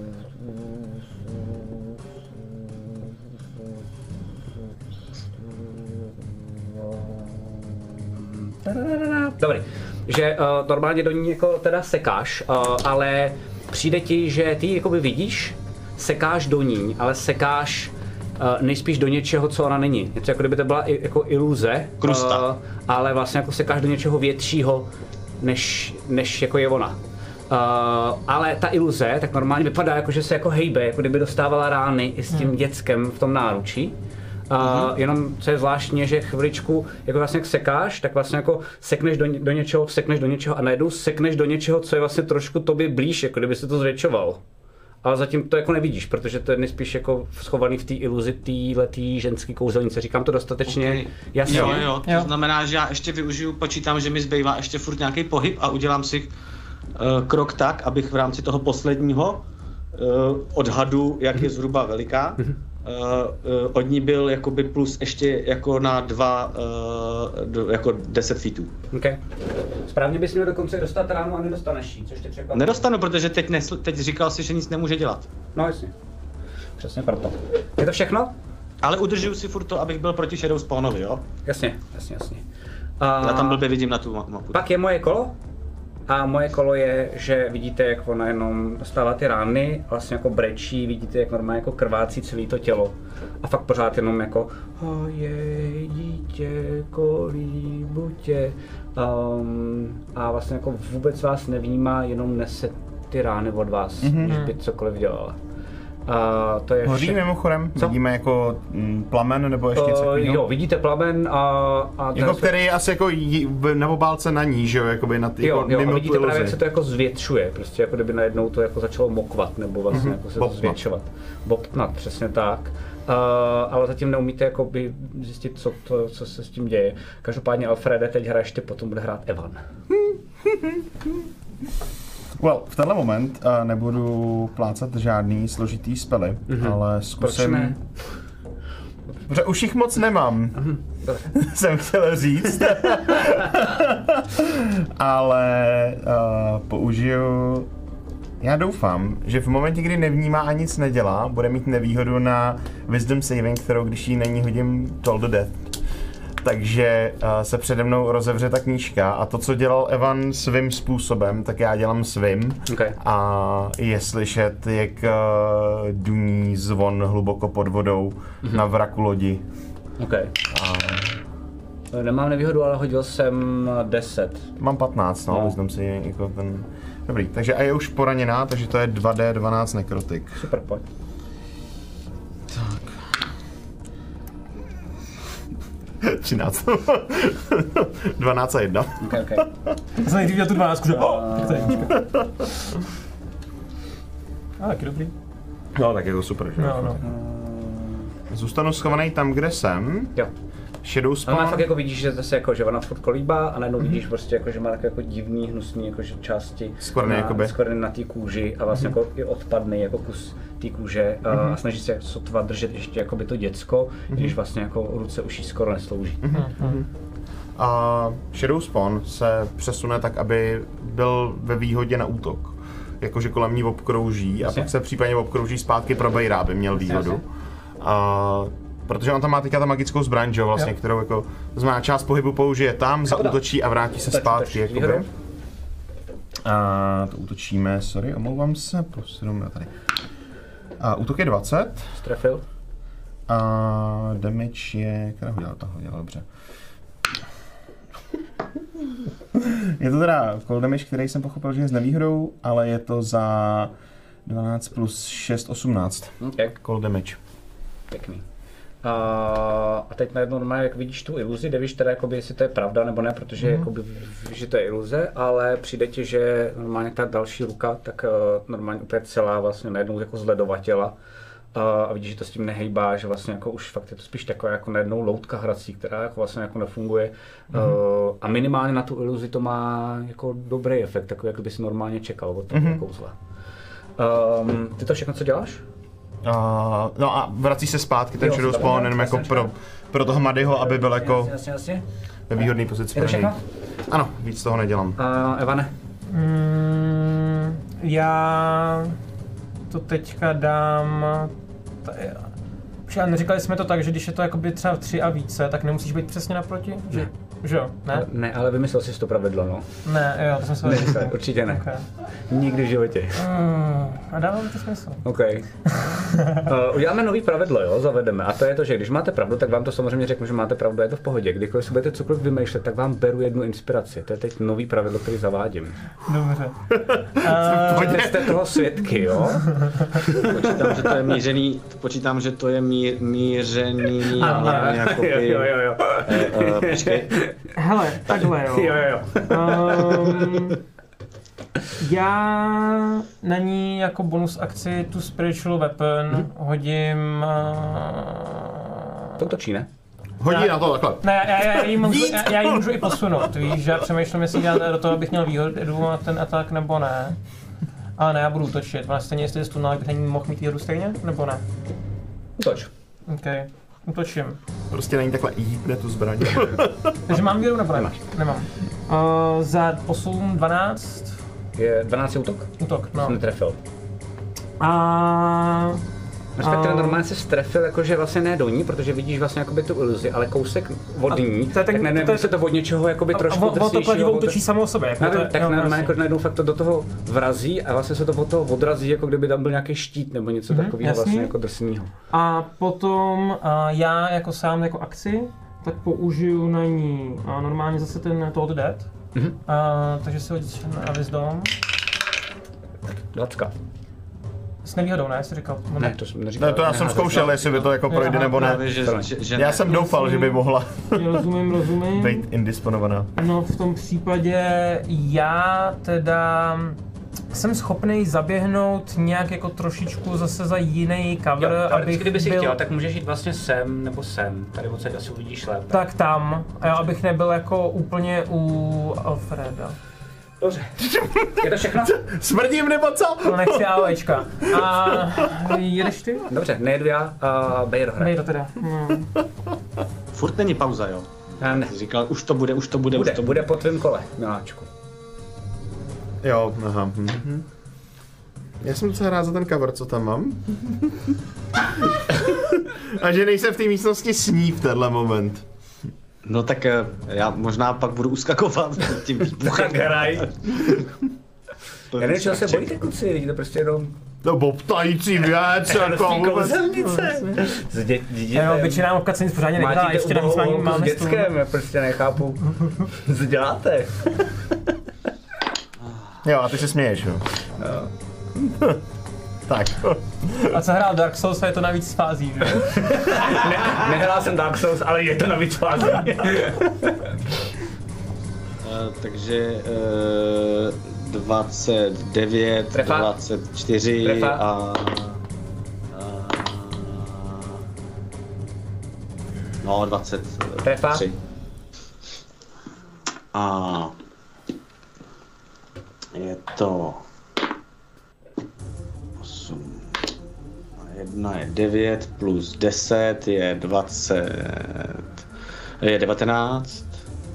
Dobrý, že uh, normálně do ní jako teda sekáš, uh, ale přijde ti, že ty jakoby vidíš, sekáš do ní, ale sekáš uh, nejspíš do něčeho, co ona není. Něco jako kdyby to byla i, jako iluze, Krusta. Uh, ale vlastně jako sekáš do něčeho většího, než, než jako je ona. Uh, ale ta iluze tak normálně vypadá jako, že se jako hejbe, jako kdyby dostávala rány i s tím hmm. děckem v tom náručí. Uh, uh-huh. Jenom co je zvláštní, že chviličku, jako vlastně jak sekáš, tak vlastně jako sekneš do, do něčeho, sekneš do něčeho a najednou sekneš do něčeho, co je vlastně trošku tobě blíž, jako kdyby se to zvětšoval. Ale zatím to jako nevidíš, protože to je nejspíš jako schovaný v té iluzi téhletý ženský kouzelnice. Říkám to dostatečně okay. jasně? Jo, jo, to jo. znamená, že já ještě využiju, počítám, že mi zbývá ještě furt nějaký pohyb a udělám si uh, krok tak, abych v rámci toho posledního uh, odhadu, jak je zhruba veliká, uh, uh, od ní byl jakoby plus ještě jako na dva, uh, do, jako deset feetů. Okay. Správně bys měl dokonce dostat ránu a nedostaneš jí, což tě překvapí. Nedostanu, protože teď, nesl, teď říkal si, že nic nemůže dělat. No jasně. Přesně proto. Je to všechno? Ale udržuju si furt to, abych byl proti Shadow Spawnovi, jo? Jasně, jasně, jasně. A... Já tam blbě vidím na tu mapu. Pak je moje kolo. A moje kolo je, že vidíte, jak ona jenom dostává ty rány, vlastně jako brečí, vidíte, jak normálně jako krvácí celé to tělo. A fakt pořád jenom jako hojej, dítě, kolíbu tě. Um, a vlastně jako vůbec vás nevnímá, jenom nese ty rány od vás, mm-hmm. než by cokoliv dělala. Uh, to je Hoří vše... mimochodem? Co? Vidíme jako m, plamen nebo ještě něco uh, Jo, vidíte plamen a... a jako který je asi jako jí, na obálce na ní, že jo, jakoby na ty, jo, jako jo, mimo a vidíte tu právě, jak se to jako zvětšuje, prostě jako kdyby najednou to jako začalo mokvat, nebo vlastně mm-hmm. jako se to zvětšovat. Bobtnat, přesně tak. Uh, ale zatím neumíte jakoby zjistit, co, to, co se s tím děje. Každopádně Alfrede teď hraješ ty, potom bude hrát Evan. Well, v tenhle moment uh, nebudu plácat žádný složitý spely, mm-hmm. ale zkusím... Proč ne? Protože už jich moc nemám, mm-hmm. jsem chtěl říct. Ale uh, použiju... Já doufám, že v momentě, kdy nevnímá a nic nedělá, bude mít nevýhodu na Wisdom Saving, kterou když jí není hodím Toll the Death. Takže uh, se přede mnou rozevře ta knížka a to, co dělal Evan svým způsobem, tak já dělám svým. Okay. A je slyšet, jak uh, duní zvon hluboko pod vodou mm-hmm. na vraku lodi. Okay. A... Nemám nevýhodu, ale hodil jsem deset. Mám patnáct, no, no. Wisdom si jako ten... Dobrý, takže a je už poraněná, takže to je dva dé dvanáct nekrotik. Super, pojď. Tak. třináct. dvanáct a jedna. Okay, okay. Já jsem nejdřív dělal tu dvanáctku, že oh, tak to je jednička. A taky dobrý. No, tak je to super, že? No, no. Zůstanu schovaný tam, kde jsem. Jo. Shadow Spawn. Ale fakt jako vidíš, že zase jako, že ona furt kolíbá a najednou mm-hmm. vidíš prostě jako, že má jako divný, hnusný jako, že části skvrny, na, skvrny na té kůži a vlastně mm-hmm. jako i odpadný jako kus té kůže mm-hmm. a snaží se sotva držet ještě jako by to děcko, mm-hmm. když vlastně jako ruce už jí skoro neslouží. Mm-hmm. A Shadow Spawn se přesune tak, aby byl ve výhodě na útok. Jakože kolem ní obkrouží Jasně. a pak se případně obkrouží zpátky pro Bejra, aby měl výhodu. A protože on tam má teďka ta magickou zbraň, že vlastně, jo. kterou jako, to znamená část pohybu použije tam, zaútočí a vrátí se zpátky, jakoby. A to útočíme, sorry, omlouvám se, posunu tady. A útok je dvacet. Strefil. A damage je... Která udělala toho? Udělala dobře. Je to teda cold damage, který jsem pochopil, že je s nevýhodou, ale je to za dvanáct plus šest, osmnáct. Okay. Cold damage. Pěkný. Uh, a teď najednou normálně, jak vidíš tu iluzi, nevíš teda, jakoby, jestli to je pravda nebo ne, protože mm. jakoby, víš, že to je iluze, ale přijde ti, že normálně ta další ruka, tak uh, normálně úplně celá vlastně najednou jako zledovatěla. Uh, a vidíš, že to s tím nehejbá, že vlastně jako už fakt je to spíš taková jako najednou loutka hrací, která jako vlastně jako nefunguje. Mm. Uh, a minimálně na tu iluzi to má jako dobrý efekt, takový, jak by si normálně čekal od toho mm. kouzla. Um, ty to všechno, co děláš? Uh, no a vrací se zpátky ten Shadow Spawn jenom jako pro, pro toho Madyho, aby byl jako jasně, jasně. ve výhodné pozici. Je to všechno? Ano, víc toho nedělám. Uh, Evane? Mm, já to teďka dám... Neříkali jsme to tak, že když je to jakoby třeba tři a více, tak nemusíš být přesně naproti? Že, ne. Že jo? Ne? Ne, ale vymyslel jsi to pravidlo, no. Ne, jo, to jsem se Nemyslel, určitě ne. Okay. Nikdy v životě. Mm, a dává to smysl. OK. uh, uděláme nový pravidlo, jo, zavedeme. A to je to, že když máte pravdu, tak vám to samozřejmě řeknu, že máte pravdu, je to v pohodě. Kdykoliv si budete cokoliv vymýšlet, tak vám beru jednu inspiraci. To je teď nový pravidlo, který zavádím. Dobře. uh, jste toho svědky, jo? Počítám, že to je mířený, počítám, že to je mí, mířený, ale jakoby... Jo, jo, jo. Uh, uh, počkej. Hele, takhle jo. Jo, jo, jo. Um, já na ní jako bonus akci tu Spiritual Weapon hmm. hodím... Uh, to točí, ne? Hodí já, na to takhle. Ne, já, já, ji můžu, já, já ji můžu i posunout, víš, že já přemýšlím, jestli já do toho bych měl výhodu na ten atak nebo ne. Ale ne, já budu útočit, vlastně stejně jestli je stunná, bych na ní mohl mít výhodu stejně, nebo ne? Útoč. OK, útočím. Prostě není takhle jítne tu zbraň. Takže mám výhodu nebo nemáš? Nemám. Uh, za osm, dvanáct. Je dvanáct útok? Útok, no. Jsem netrefil. A... Respektive normálně se strefil, jakože vlastně ne do ní, protože vidíš vlastně jakoby tu iluzi, ale kousek od ní, tak ne, ne, se to od něčeho jakoby trošku drsnějšího. A to kladivo útočí samo o sobě. Jako tak no, normálně jako najednou fakt to do toho vrazí a vlastně se to od toho odrazí, jako kdyby tam byl nějaký štít nebo něco mm-hmm, takového vlastně jako drsného. A potom uh, já jako sám jako akci, tak použiju na ní uh, normálně zase ten Toad Dead. Mm-hmm. Uh, takže si hodíš na Wisdom. Dvacka. S nevýhodou, ne? Jsi říkal? No, ne, to jsem neříkal. Ne, to já jsem zkoušel, jestli by to jako projde nebo ne. Že, že, že já jsem doufal, že by mohla rozumím, rozumím. být indisponovaná. No v tom případě já teda jsem schopný zaběhnout nějak jako trošičku zase za jiný cover, jo, abych kdyby si byl... chtěl, tak můžeš jít vlastně sem nebo sem, tady odsaď asi uvidíš lépe. Tak tam, a já abych nebyl jako úplně u Alfreda. Dobře. Je to všechno? Smrdím nebo co? No nechci AOEčka. A jedeš ty? Dobře, nejedu já, uh, Bejro hraje. Bejro teda. Hmm. Furt není pauza, jo? Já ne. Jsi říkal, už to bude, už to bude, bude už to bude. Bude po tvém kole, miláčku. Jo, aha. Mhm. Já jsem docela rád za ten cover, co tam mám. A že nejsem v té místnosti sní v tenhle moment. No tak já možná pak budu uskakovat tím výbuchem. Hraj. Já nevím, čeho se bojíte, kluci, vidíte to prostě jenom... No bobtající věc, jako vůbec. S dětem. Jo, většina mopka se nic pořádně nedělá, ještě navíc mám máme s dětskem, já prostě nechápu, co děláte. Jo, a ty se směješ, jo. No. Tak. A co hrál Dark Souls, je to navíc fází, že? ne, nehrál jsem Dark Souls, ale je to navíc fází. uh, takže uh, dvacet devět, Trefa. dvacet čtyři Trefa. a... a no, dvacet tři. Trefa. A je to osm. Jedna je devět plus deset je dvacet, je devatenáct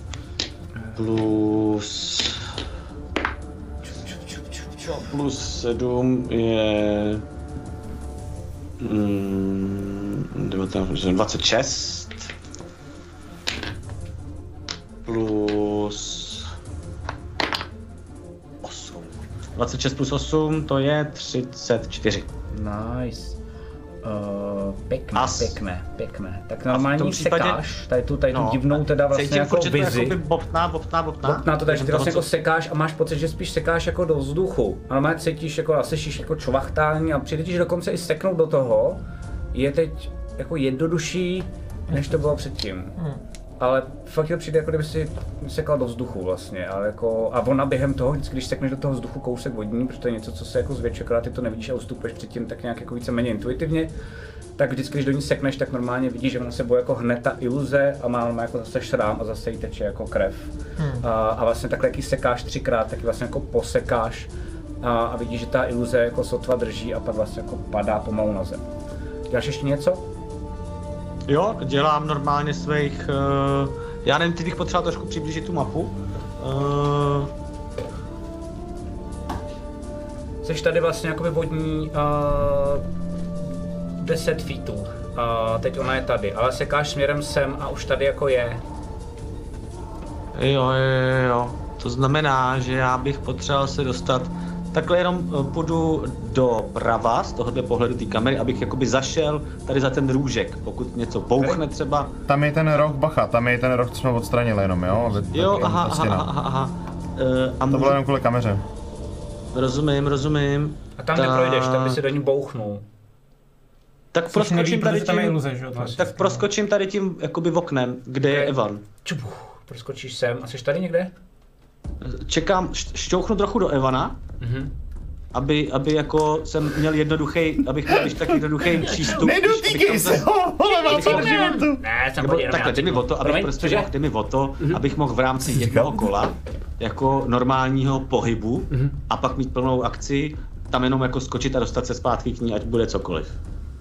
plus plus sedm je mm, devatenáct, dvacet šest plus osm. dvacet šest plus osm to je třicet čtyři. Nice. Uh, pěkné, As. pěkné, pěkné. Tak normální případě- sekáš, tady tu, tady tu No, divnou teda vlastně cítím jako furt, že to vizi. jakoby bobtná, bobtná, bobtná. Bobtná to, takže ty Během vlastně toho, jako sekáš a máš pocit, že spíš sekáš jako do vzduchu. A normálně cítíš jako a slyšíš jako čvachtání a přijde ti, že dokonce i seknout do toho je teď jako jednodušší, než to bylo předtím. Ale fakt to přijde, jako kdyby si sekal do vzduchu vlastně, ale jako, a ona během toho, vždycky, když sekneš do toho vzduchu kousek vodní, protože to je něco, co se jako zvětšuje, akorát ty to nevidíš a ustupuješ předtím tak nějak jako víceméně intuitivně, tak vždycky, když do ní sekneš, tak normálně vidíš, že ona sebou jako hned ta iluze a má, má jako zase šrám a zase jí teče jako krev. Hmm. A, a vlastně takhle, jak ji sekáš třikrát, tak ji vlastně jako posekáš a, a vidíš, že ta iluze jako sotva drží a pak vlastně jako padá pomalu na zem. Děláš ještě něco? Jo, dělám normálně svých, uh, já nevím, ty bych potřeboval trošku přiblížit tu mapu. Uh, Jsi tady vlastně jakoby vodní uh, deset feetů. Uh, teď ona je tady, ale sekáš směrem sem a už tady jako je. jo, jo, jo, to znamená, že já bych potřeboval se dostat, takhle jenom uh, půjdu doprava z tohohle pohledu té kamery, abych jakoby zašel tady za ten růžek, pokud něco bouchne třeba. Tam je ten roh, bacha, tam je ten roh, co jsme odstranili jenom, jo? Jo, aha, aha, aha, aha. Uh, a To můžu- bylo jenom kvůli kameře. Rozumím, rozumím. A tam Ta- neprojdeš, tam by si do ní bouchnul. Tak Což neví, proskočím tady protože tam je tím, iluze, že jo? to tak asi proskočím tady tím jakoby oknem, kde je Ok. Evan. Čup, proskočíš sem a jsi tady někde? Čekám, šť- šťouchnu trochu do Evana, Mhm. aby, aby jako jsem měl jednoduchý, abych měl když tak jednoduchý přístup. když- abych Nedotýkej tam se za- ho, vole, má abych co tam- životu. Ne, jsem Nebo podíval, takhle, já jde mi řeknu. o to, abych Promiň, prostě cože? mohl, jde mi o to, abych mohl v rámci jednoho kola, jako normálního pohybu a pak mít plnou akci, tam jenom jako skočit a dostat se zpátky k ní, ať bude cokoliv.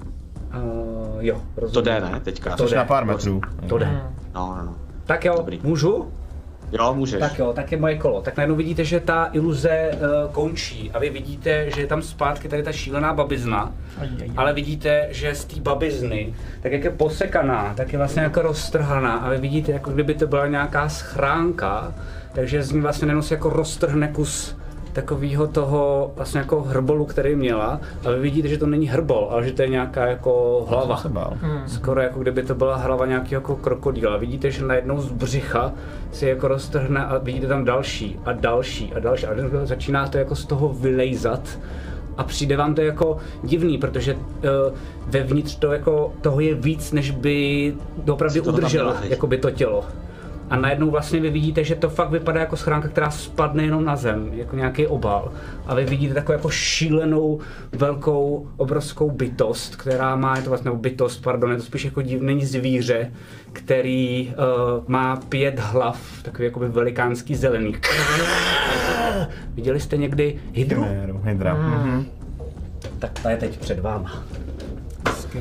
Uh, jo, rozumím. To jde, ne, teďka? To Což jde. na pár metrů. To jde. No, no, no. Tak jo, Dobrý. můžu? Jo, můžeš. Tak jo, tak je moje kolo. Tak najednou vidíte, že ta iluze uh, končí a vy vidíte, že je tam zpátky tady ta šílená babizna, Aj, aj, aj. ale vidíte, že z té babizny, tak jak je posekaná, tak je vlastně jako roztrhaná a vy vidíte, jako kdyby to byla nějaká schránka, takže z ní vlastně nenosí jako roztrhne kus takového toho vlastně jako hrbolu, který měla, a vy vidíte, že to není hrbol, ale že to je nějaká jako hlava. Se bál. Skoro jako kdyby to byla hlava nějakého jako krokodýla. Vidíte, že najednou z břicha si jako roztrhne a vidíte tam další a další a další a začíná to jako z toho vylejzat a přijde vám to jako divný, protože uh, vevnitř to jako toho je víc, než by opravdu toho tam udržela bylo, jako by to tělo. A najednou vlastně vy vidíte, že to fakt vypadá jako schránka, která spadne jenom na zem, jako nějaký obal. A vy vidíte takovou jako šílenou, velkou, obrovskou bytost, která má, je to vlastně nebo bytost, pardon, je to spíš jako divný zvíře, který uh, má pět hlav, takový jakoby velikánský zelený. Viděli jste někdy hydru? Chiméru, hydra. Mhm. Tak ta je teď před váma. Hezky,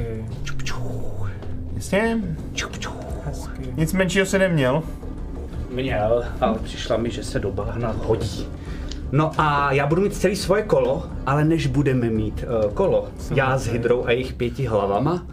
Jasně, hezky. nic menšího si neměl. Měl, ale přišla mi, že se do bahna hodí. No a já budu mít celý svoje kolo, ale než budeme mít uh, kolo, já s Hydrou a jejich pěti hlavama, uh,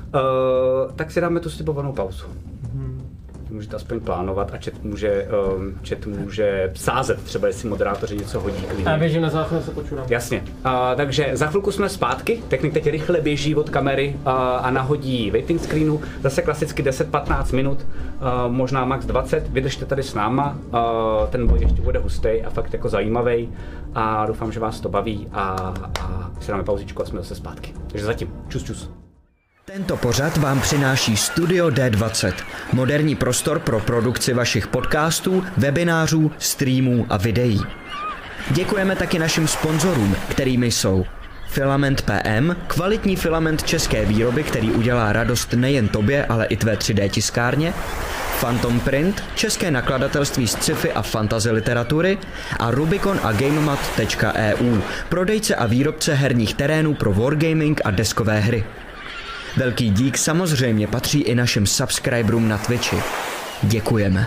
tak si dáme tu slibovanou pauzu. Můžete aspoň plánovat a chat může, um, chat může sázet, třeba jestli moderátoři něco hodí A klidně. běžím na záchod, se počurám. Jasně. Uh, takže za chvilku jsme zpátky, Technik teď rychle běží od kamery uh, a nahodí waiting screenu, zase klasicky deset patnáct minut, uh, možná max dvacet, vydržte tady s náma, uh, ten boj ještě bude hustý a fakt jako zajímavý a doufám, že vás to baví a, a si dáme pauzičku a jsme zase zpátky. Takže zatím, čus čus. Tento pořad vám přináší Studio D dvacet, moderní prostor pro produkci vašich podcastů, webinářů, streamů a videí. Děkujeme taky našim sponzorům, kterými jsou Filament P M, kvalitní filament české výroby, který udělá radost nejen tobě, ale i tvé tři dé tiskárně, Phantom Print, české nakladatelství z sci-fi a fantasy literatury a Rubicon a Gamemat tečka E U, prodejce a výrobce herních terénů pro wargaming a deskové hry. Velký dík samozřejmě patří i našim subscriberům na Twitchi. Děkujeme.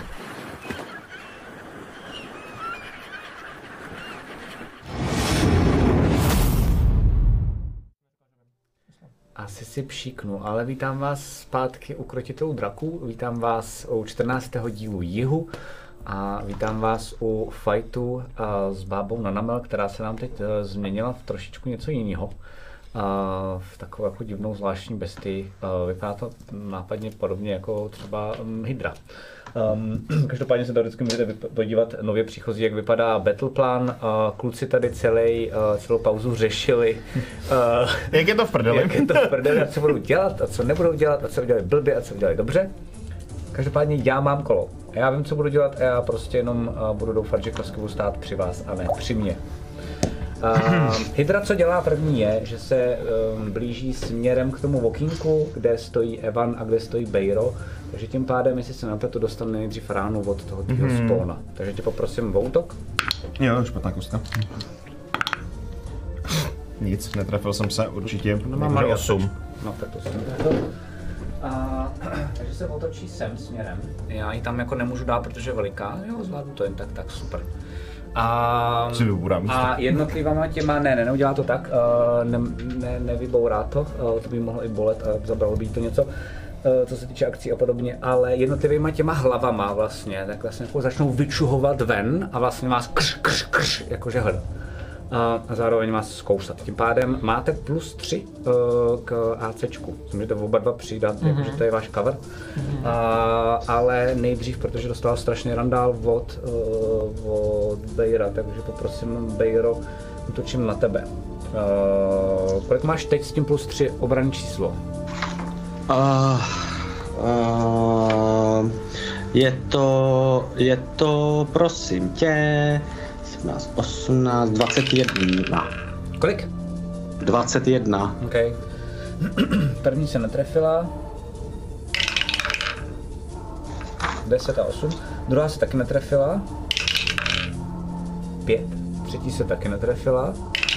Asi si pšíknu, ale vítám vás zpátky u Krotitelů draků, vítám vás u čtrnáctého dílu Jihu a vítám vás u fightu uh, s bábou Nanamel, která se nám teď uh, změnila v trošičku něco jiného. v takovou jako divnou zvláštní bestii. Vypadá to nápadně podobně jako třeba Hydra. Um, každopádně se to vždycky můžete podívat nově příchozí, jak vypadá battleplan. Uh, kluci tady celý, uh, celou pauzu řešili, uh, jak je to v prdeli. Jak je to v prdeli a co budou dělat a co nebudou dělat a co udělali blbě a co udělali dobře. Každopádně já mám kolo. Já vím, co budu dělat a já prostě jenom uh, budu doufat, že kosky budou stát při vás a ne při mně. Uh, Hydra, co dělá první, je, že se um, blíží směrem k tomu okýnku, kde stojí Evan a kde stojí Bejro. Takže tím pádem, jestli se napět, to dostane nejdřív ránu od toho tvýho mm. spawna. Takže tě poprosím o útok. Jo, špatná kostka. Nic, netrefil jsem se určitě. No, mám osm. No, tak to jsem netrefil. A, takže se otočí sem směrem. Já ji tam jako nemůžu dát, protože je veliká. Jo, zvládnu to jen tak, tak super. A, a jednotlivama těma, ne, ne, neudělá to tak, uh, ne, ne, nevybourá to, uh, to by mohlo i bolet a zabralo by to něco, uh, co se týče akcí a podobně, ale jednotlivýma těma hlavama vlastně, tak vlastně jako začnou vyčuhovat ven a vlastně vás krš, krš, krš, jakože hled. A zároveň vás zkousat. Tím pádem máte plus tři uh, k ACčku. Můžete oba dva přidat, mm-hmm. jakože to je váš cover. Mm-hmm. A, ale nejdřív, protože dostal strašný randál od, uh, od Bejra, takže poprosím Bejro, útočím na tebe. Uh, kolik máš teď s tím plus tři obranné číslo? Uh, uh, je to, je to, prosím tě, osmnáct, dvacet jedna. Kolik? dvacet jedna. OK. První se netrefila. deset a osm. Druhá se taky netrefila. pět. Třetí se taky netrefila.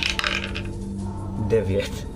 devět.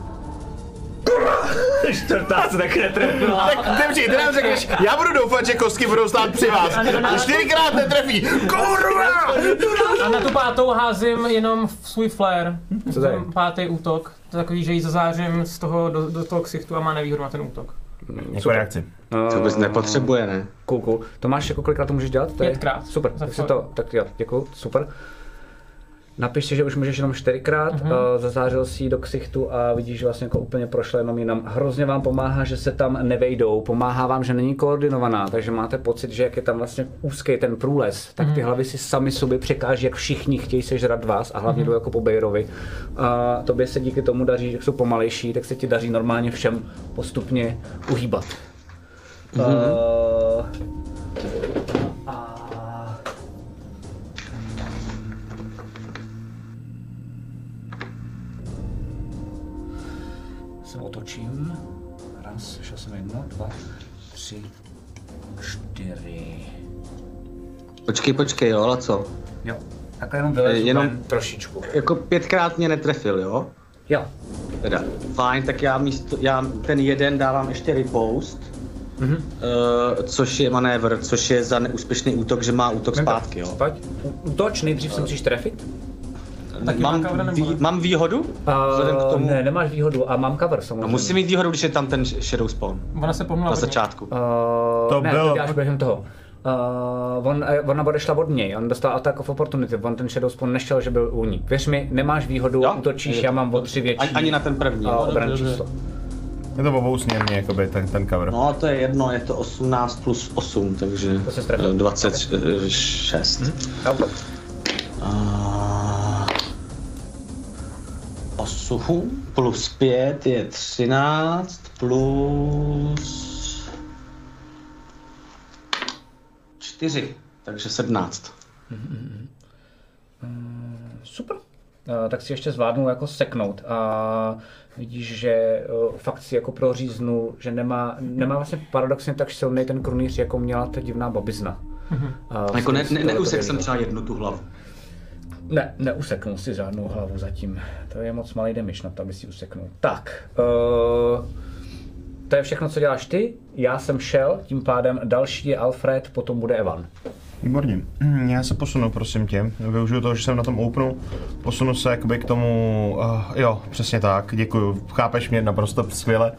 Čtvrtá se taky netrefila. Tak dobře, ty nám řekneš, já budu doufat, že kostky budou stát při vás. A čtyřikrát netrefí. Kurva! A na tu pátou házím jenom svůj flare. Co to je? Pátý útok. To je takový, že ji zazářím z toho do, do toho ksichtu a má nevýhodu na ten útok. Jako reakci. To vůbec nepotřebuje, ne? Cool, cool. Tomáš, jako kolikrát to můžeš dělat? To je... Pětkrát. Super, tak si to, tak jo, děkuju, super. Napiš si, že už můžeš jenom čtyřikrát, mm-hmm. uh, zazářil si ji do ksichtu a vidíš, že vlastně jako úplně prošle jenom jinam. Hrozně vám pomáhá, že se tam nevejdou, pomáhá vám, že není koordinovaná, takže máte pocit, že jak je tam vlastně úzký ten průles, tak ty mm-hmm. hlavy si sami sobě překáží, jak všichni chtějí sežrat vás a hlavně mm-hmm. jdou jako po Bejrovi. A tobě se díky tomu daří, že jsou pomalejší, tak se ti daří normálně všem postupně uhýbat. Mm-hmm. Uh, a... se otočím. Raz, šel jsem jedno, dva, tři, čtyři. Počkej, počkej, jo, ale co? Jo, takhle jenom vylezu jenom ven trošičku. Jako pětkrát mě netrefil, jo? Jo. Teda, fajn, tak já místo, já ten jeden dávám ještě ripost, mm-hmm. uh, což je manévr, což je za neúspěšný útok, že má útok Vím zpátky, jo? Pojď, útoč, nejdřív se musíš trefit. Mám, vý, mám výhodu? Uh, k tomu? Ne, nemáš výhodu a mám cover samozřejmě. No, musím mít výhodu, když je tam ten shadow spawn. Ona se pohnula na začátku. Uh, to ne, bylo... to děláš během toho. Uh, on, ona bude šla od něj, on dostal attack of opportunity, on ten shadow spawn nešel, že byl u ní. Věř mi, nemáš výhodu, jo? Útočíš, je, já mám o tři větší. Ani, ani na ten první. Uh, obranné číslo. Je to obou směrně, jakoby, ten, ten cover. No, to je jedno, je to osmnáct plus osm, takže dvacet šest. Okay. Hmm. Uh, osm plus pět je třináct plus čtyři, takže sedmnáct. Mm-hmm. Uh, super. Uh, tak si ještě zvládnu jako seknout a vidíš, že uh, fakt si jako proříznul, že nemá, nemá vlastně paradoxně tak silný ten krunýř, jako měla ta divná babizna. Mm-hmm. Uh, jako ne, ne, neusek jsem třeba jednu tu hlavu. Ne, neuseknul si žádnou hlavu zatím. To je moc malý damage na to, aby si useknul. Tak, uh, to je všechno, co děláš ty. Já jsem šel, tím pádem další je Alfred, potom bude Evan. Výborně. Já se posunu, prosím tě. Využiju toho, že jsem na tom openu. Posunu se jakoby k tomu, uh, jo, přesně tak, děkuju. Chápeš mě naprosto skvěle.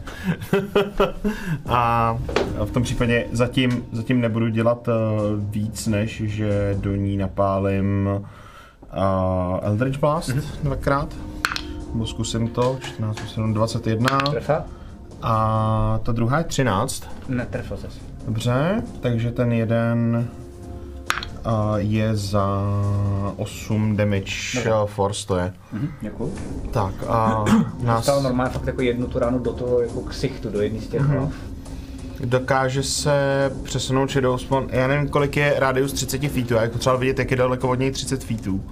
A v tom případě zatím, zatím nebudu dělat uh, víc, než že do ní napálím uh, Eldritch Blast mm-hmm. dvakrát. Bo zkusím to, čtrnáct, sedm, dvacet jedna. Trefa? A ta druhá je třináct. Netrefil ses. Dobře, takže ten jeden uh, je za osm damage uh, force to je. Mhm, děkuju. Tak a nás... Dostal normálně fakt jako jednu tu ránu do toho jako ksichtu, do jedné z těch hlav. Dokáže se přesunout Shadow Spawn, já nevím kolik je rádius třicet feetů, já bych potřeboval vidět jak je daleko od něj třicet feetů.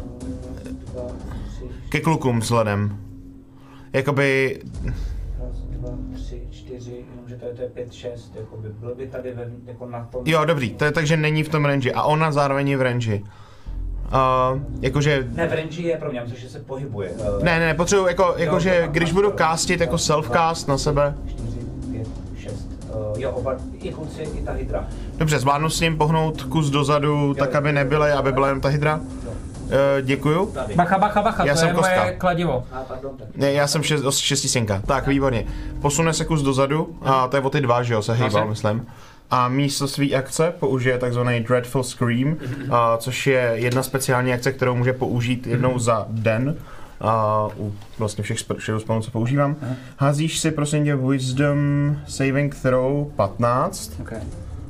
Ke klukům vzhledem. Jakoby... Raz, dva, tři, čtyři, jenomže to je, to je pět, šest, jakoby byl by tady ve, jako na tom... Jo, dobrý, to je, takže není v tom range a ona zároveň je v range. Uh, jakože... Ne, v range je pro mě, myslím, že se pohybuje. Uh, Ne, ne, potřebuji, jako, jakože když budu castit jako self-cast na sebe. čtyři, pět, šest, uh, jo, oba, i kluci, i ta hydra. Dobře, zvládnu s ním pohnout kus dozadu, tak aby nebyly, aby byla jen ta hydra. Uh, děkuju. Bacha, bacha, bacha, Já to jsem je kostka. moje kladivo. A pardon, tak. Ne, já jsem šest, šestistěnka. Tak, výborně. Posune se kus dozadu, a to je o ty dva, že jo, se hejbal, myslím. A místo svý akce použije takzvaný Dreadful Scream, a, což je jedna speciální akce, kterou může použít jednou za den. A u vlastně všech Shadow Spawnů, co používám. Házíš si prosím tě Wisdom Saving Throw patnáct. Okay.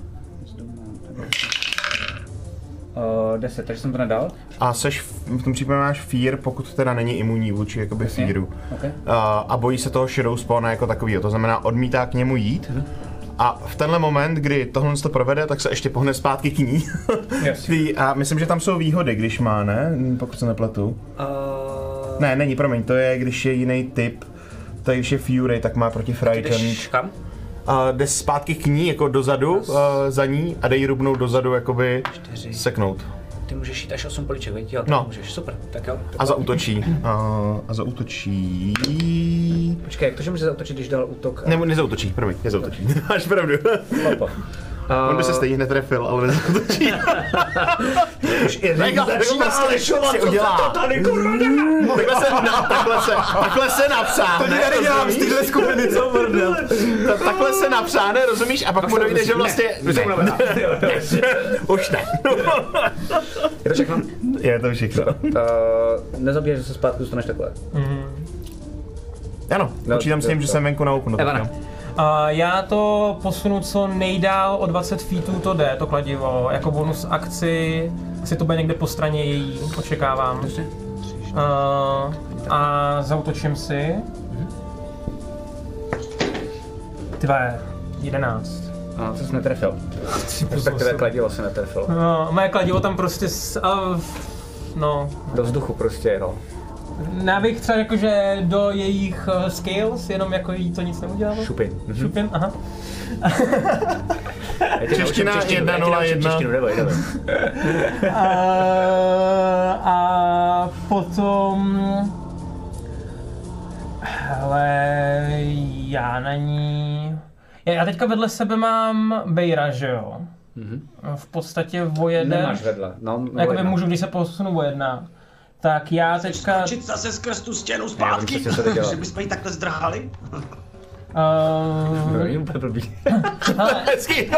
Uh, deset, takže jsem to nedal. A seš, v tom případě máš fear, pokud teda není imunní vůči jakoby Jasně. fearu. Okay. Uh, a bojí se toho Shadow Spawna jako takovýho, to znamená odmítá k němu jít. Mm-hmm. A v tenhle moment, kdy tohle to provede, tak se ještě pohne zpátky k ní. Yes. A myslím, že tam jsou výhody, když má, ne? Pokud se nepletu. Uh... Ne, není, promiň, to je, když je jiný typ. Tady, když je Fury, tak má proti Frightened. Jdeš kam? A jde zpátky k ní, jako dozadu, uh, za ní a dej rubnout dozadu, jakoby Čtyři. seknout. Ty můžeš jít až osm poliček, viď? Jo, No. můžeš, super, tak jo. A zaútočí. A, a zaútočí... Počkej, jak to, že může zautočit, když dal útok? Ne, nezautočí, promiň, nezautočí. Máš pravdu. Popo. On by se stejně netrefil, ale nezautočí. Už i Takhle, takhle nalešovat, si udělá. to tady kurva dělá? Takhle se, na, takhle se, takhle se napsáne. To tady dělám z téhle skupiny, co bordel. Ta- Takhle se napsáne, rozumíš? A pak mu dojde, že vlastně... Ne, ne, Už ne. Je to všechno? Je to všechno. Uh, nezabiješ, že se zpátky dostaneš takhle. Ano, počítám s tím, že jsem venku na open. Evana. A já to posunu co nejdál o dvacet feetů, to jde, to kladivo, jako bonus akci, asi to bude někde po straně její, očekávám. A, a zautočím si. Tvé, jedenáct. A co jsi netrefil? Respektive kladivo se netrefil. No, moje kladivo tam prostě s, a, no. Do vzduchu prostě, no. Já bych třeba jakože do jejich uh, skills, jenom jako jí to nic neudělalo. Šupin. Šupin, aha. Čeština jedna nula jedna. A, a potom... Hele, já na ní... Já teďka vedle sebe mám Bejra, že jo? Mm-hmm. V podstatě o jeden... Nemáš vedle, no. Jakoby můžu, když se posunu o jedna. Tak já teďka... Skočit zase skrz tu stěnu zpátky, přesně, co to dělá. že bychom ji takhle zdrhali. Uh, No, je úplně blbý. Hezký,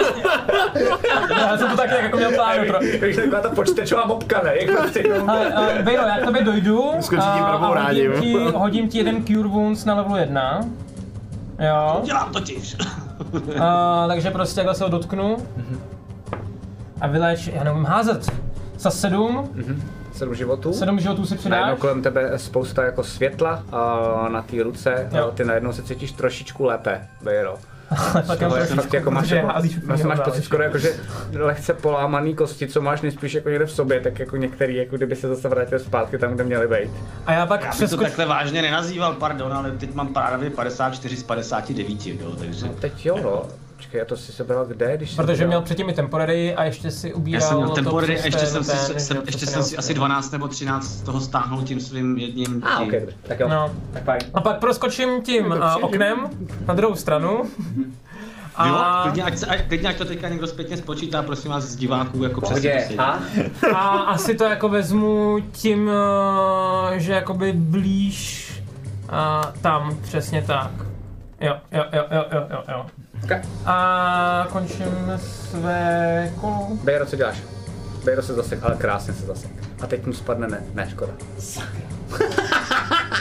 já jsem to tak nějak jako měl plánu tro. Víš, taková ta počítačová mopka, ne? Jak prostě jenom... Ale, uh, Bejro, já k tobě dojdu Skočí tím a, pravou a hodím, rádi, ti, hodím ti jeden Cure Wounds na levelu jedna. Jo. Dělám totiž. Uh, takže prostě takhle se ho dotknu. A vyléč, já neumím házet. Za sedm. Sedm životů. Sedm životů si Najednou přidáš. kolem tebe spousta jako světla a na té ruce, Jo. a ty najednou se cítíš trošičku lépe, Bejro. Tak já Ale trošičku, fakt jako máš, protože jako, házíš máš, úplně máš pocit záleží. skoro jako, že lehce polámaný kosti, co máš nejspíš jako někde v sobě, tak jako některý, jako kdyby se zase vrátil zpátky tam, kde měli být. A já pak Já bych to přeskoč... takhle vážně nenazýval, pardon, ale teď mám právě padesát čtyři z padesáti devíti, jo, takže... No teď jo, no. Počkej, já to si sebral kde, když jsi Protože sebral? měl předtím i temporary a ještě si ubíral Já jsem měl to temporary, přes ještě ten- jsem si, ten, jsem, že ještě přes jsem ten- si asi dvanáct nebo třináct z toho stáhnul tím svým jedním A, ah, tím. ok, dobře, tak jo, No. tak fajn. A pak proskočím tím uh, oknem na druhou stranu. Jo, A, klidně ať, se- ať, klidně ať to teďka někdo zpětně spočítá, prosím vás, z diváků, jako přesně Pohodě, to sedí. a? a asi to jako vezmu tím, uh, že jakoby blíž uh, tam, přesně tak. Jo, jo, jo, jo, jo, jo, jo. Okay. A končím své kolo. Bejro, co děláš? Bejro se zasek, ale krásně se zasek. A teď mu spadne ne, ne, škoda.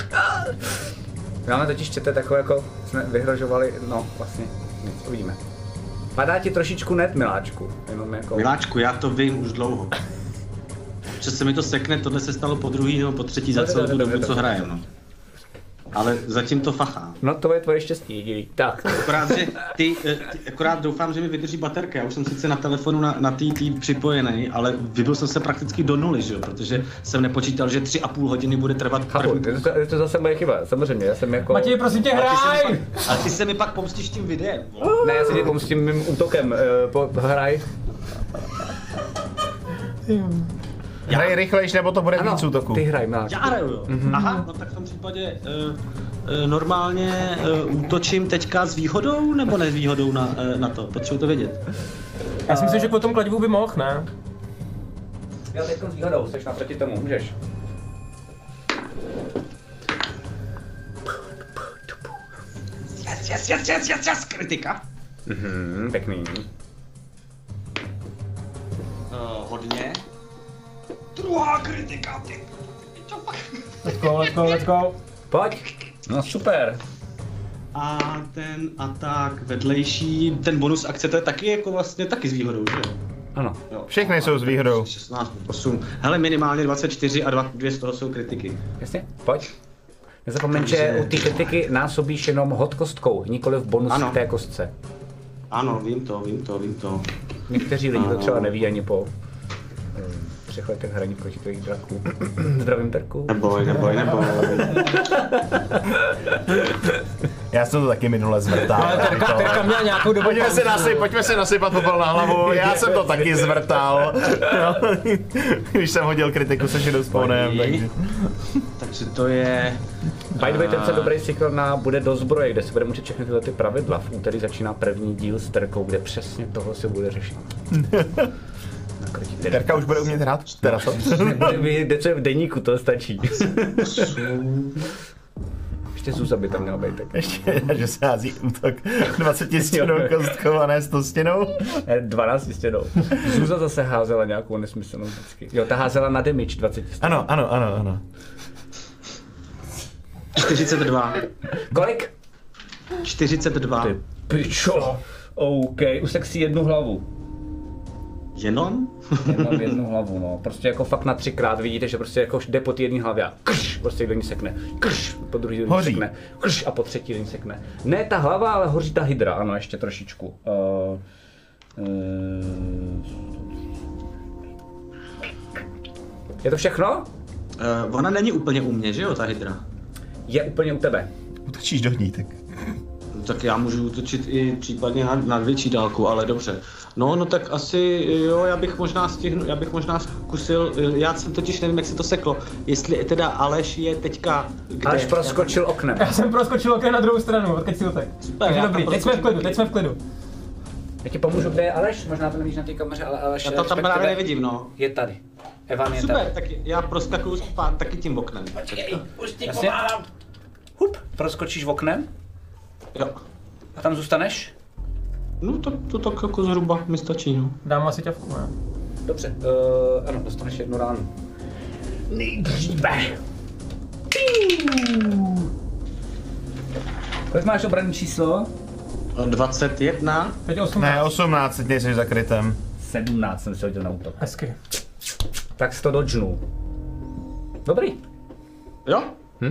Máme totiž čete takové jako, jsme vyhrožovali, no vlastně, nic, uvidíme. Padá ti trošičku net, miláčku, jenom jako... Miláčku, já to vím už dlouho. Že se mi to sekne, tohle se stalo po druhý nebo po třetí za celou tu dobu, co hrajem, no. Ale zatím to fachá. No to je tvoje štěstí, díky. Tak. Akorát, že ty, ty, akorát doufám, že mi vydrží baterka. Já už jsem sice na telefonu na, na tý tý připojený, ale vybil jsem se prakticky do nuly, že jo? Protože jsem nepočítal, že tři a půl hodiny bude trvat Chápu, první. to, to zase moje chyba, samozřejmě, já jsem jako... Matěj, prosím tě, hraj! Ale ty se mi pak pomstíš tím videem. Ne, já se tě pomstím mým útokem, uh, po, hraj. Hraj rychlejš, nebo to bude Ano, víc útoků. ty hraj, miláčku. Já hraju, jo. Mm-hmm. Aha, no tak v tom případě uh, uh, normálně uh, útočím teďka s výhodou, nebo ne s výhodou na, uh, na to? Potřebuji to vědět. Já si myslím, že po tom kladivu by mohl, ne? Jo, teďko s výhodou, jsi naproti tomu, můžeš. Yes, yes, yes, yes, yes, yes, kritika. Mhm, pěkný. Uh, hodně. Druhá kritika, ty. Let's go, let's go, let's go. Pojď. No super. A ten atak vedlejší, ten bonus akce, to je taky jako vlastně taky s výhodou, že jo? Ano. Jo. Všechny jsou s výhodou. šestnáct, osm. Hele, minimálně dvacet čtyři a dva, dvě z toho jsou kritiky. Jasně, pojď. Nezapomeň, Takže- že u té kritiky násobíš jenom hod kostkou, nikoli v bonus Ano. k té kostce. Ano, vím to, vím to, vím to. Někteří lidi to Ano. třeba neví ani po eh, třech letech hraní proti tvých draků. Zdravím, Terku. Neboj, neboj, neboj. Já jsem to taky minule zvrtal. Ale Terka, Terka měla nějakou dobu. Pojďme se nasyp, pojďme se nasypat popel na hlavu, já jsem to taky zvrtal. No, když jsem hodil kritiku se Shadow Spawnem, takže... Takže to je... By the way, ten se dobrý cyklon na bude do zbroje, kde se bude muset všechny tyhle ty pravidla. V úterý začíná první díl s Terkou, kde přesně toho se bude řešit. Terka už bude umět hrát? Teda co? Nebude vidět, co je v deníku, to stačí. Ještě Zuza by tam měla být tak. Ještě, že se hází útok dvacet stěnou kostkou a ne sto stěnou. Ne, dvanáct stěnou. Zuza zase házela nějakou nesmyslnou vždycky. Jo, ta házela na damage dvacet stěnou. Ano, ano, ano, ano. čtyřicet dva. Kolik? čtyřicet dva. Ty pičo. OK, usek si jednu hlavu. Jenom? Jenom jednu hlavu, no. Prostě jako fakt na třikrát vidíte, že prostě jako jde po té jedné hlavě a krš, prostě do ní sekne. Krš, po druhý do ní Hoří. sekne. Krš a po třetí do ní sekne. Ne ta hlava, ale hoří ta hydra, ano, ještě trošičku. Uh, uh... Je to všechno? Uh, ona není úplně u mě, že jo, ta hydra? Je úplně u tebe. Utočíš do ní, tak. No, tak já můžu útočit i případně na, na větší dálku, ale dobře. No, no tak asi jo, já bych možná stihnul, já bych možná zkusil, já jsem totiž nevím, jak se to seklo, jestli teda Aleš je teďka kde? Aleš proskočil oknem. Já jsem proskočil oknem na druhou stranu, odkud si utek. Takže já dobrý, tam teď jsme v proskočím. klidu, teď jsme v klidu. Já ti pomůžu, kde je Aleš? Možná to nevíš na té kameře, ale Aleš Já to tam respektive právě nevidím, no. je tady. Evan je Super, tady. tak já proskakuju spát taky tím oknem. Jasně. Hup, proskočíš oknem Jo. a tam zůstaneš? No to, to tak jako zhruba mi stačí, no. Dám asi ťavku, ne? Dobře, uh, ano, dostaneš jednu ránu. Nejdříve. Kolik máš obranné číslo? dvacet jedna. Teď osmnáct. Ne, osmnáct, teď nejsi za krytem. sedmnáct jsem si hodil na útok. Hezky. Tak si to dodžnul. Dobrý. Jo?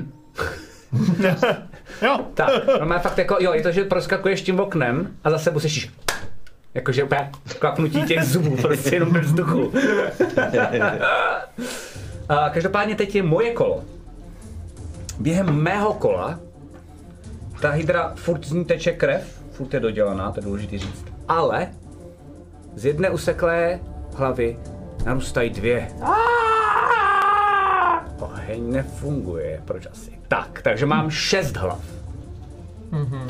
Jo. Tak, no má fakt jako, jo, je to, že proskakuješ tím oknem a zase musíš jakože úplně klapnutí těch zubů, prostě jenom ve vzduchu. A každopádně teď je moje kolo. Během mého kola ta hydra furt z ní teče krev, furt je dodělaná, to je důležité říct. Ale z jedné useklé hlavy narůstají dvě. Oheň nefunguje, proč asi? Tak, takže mám šest hlav. Mhm.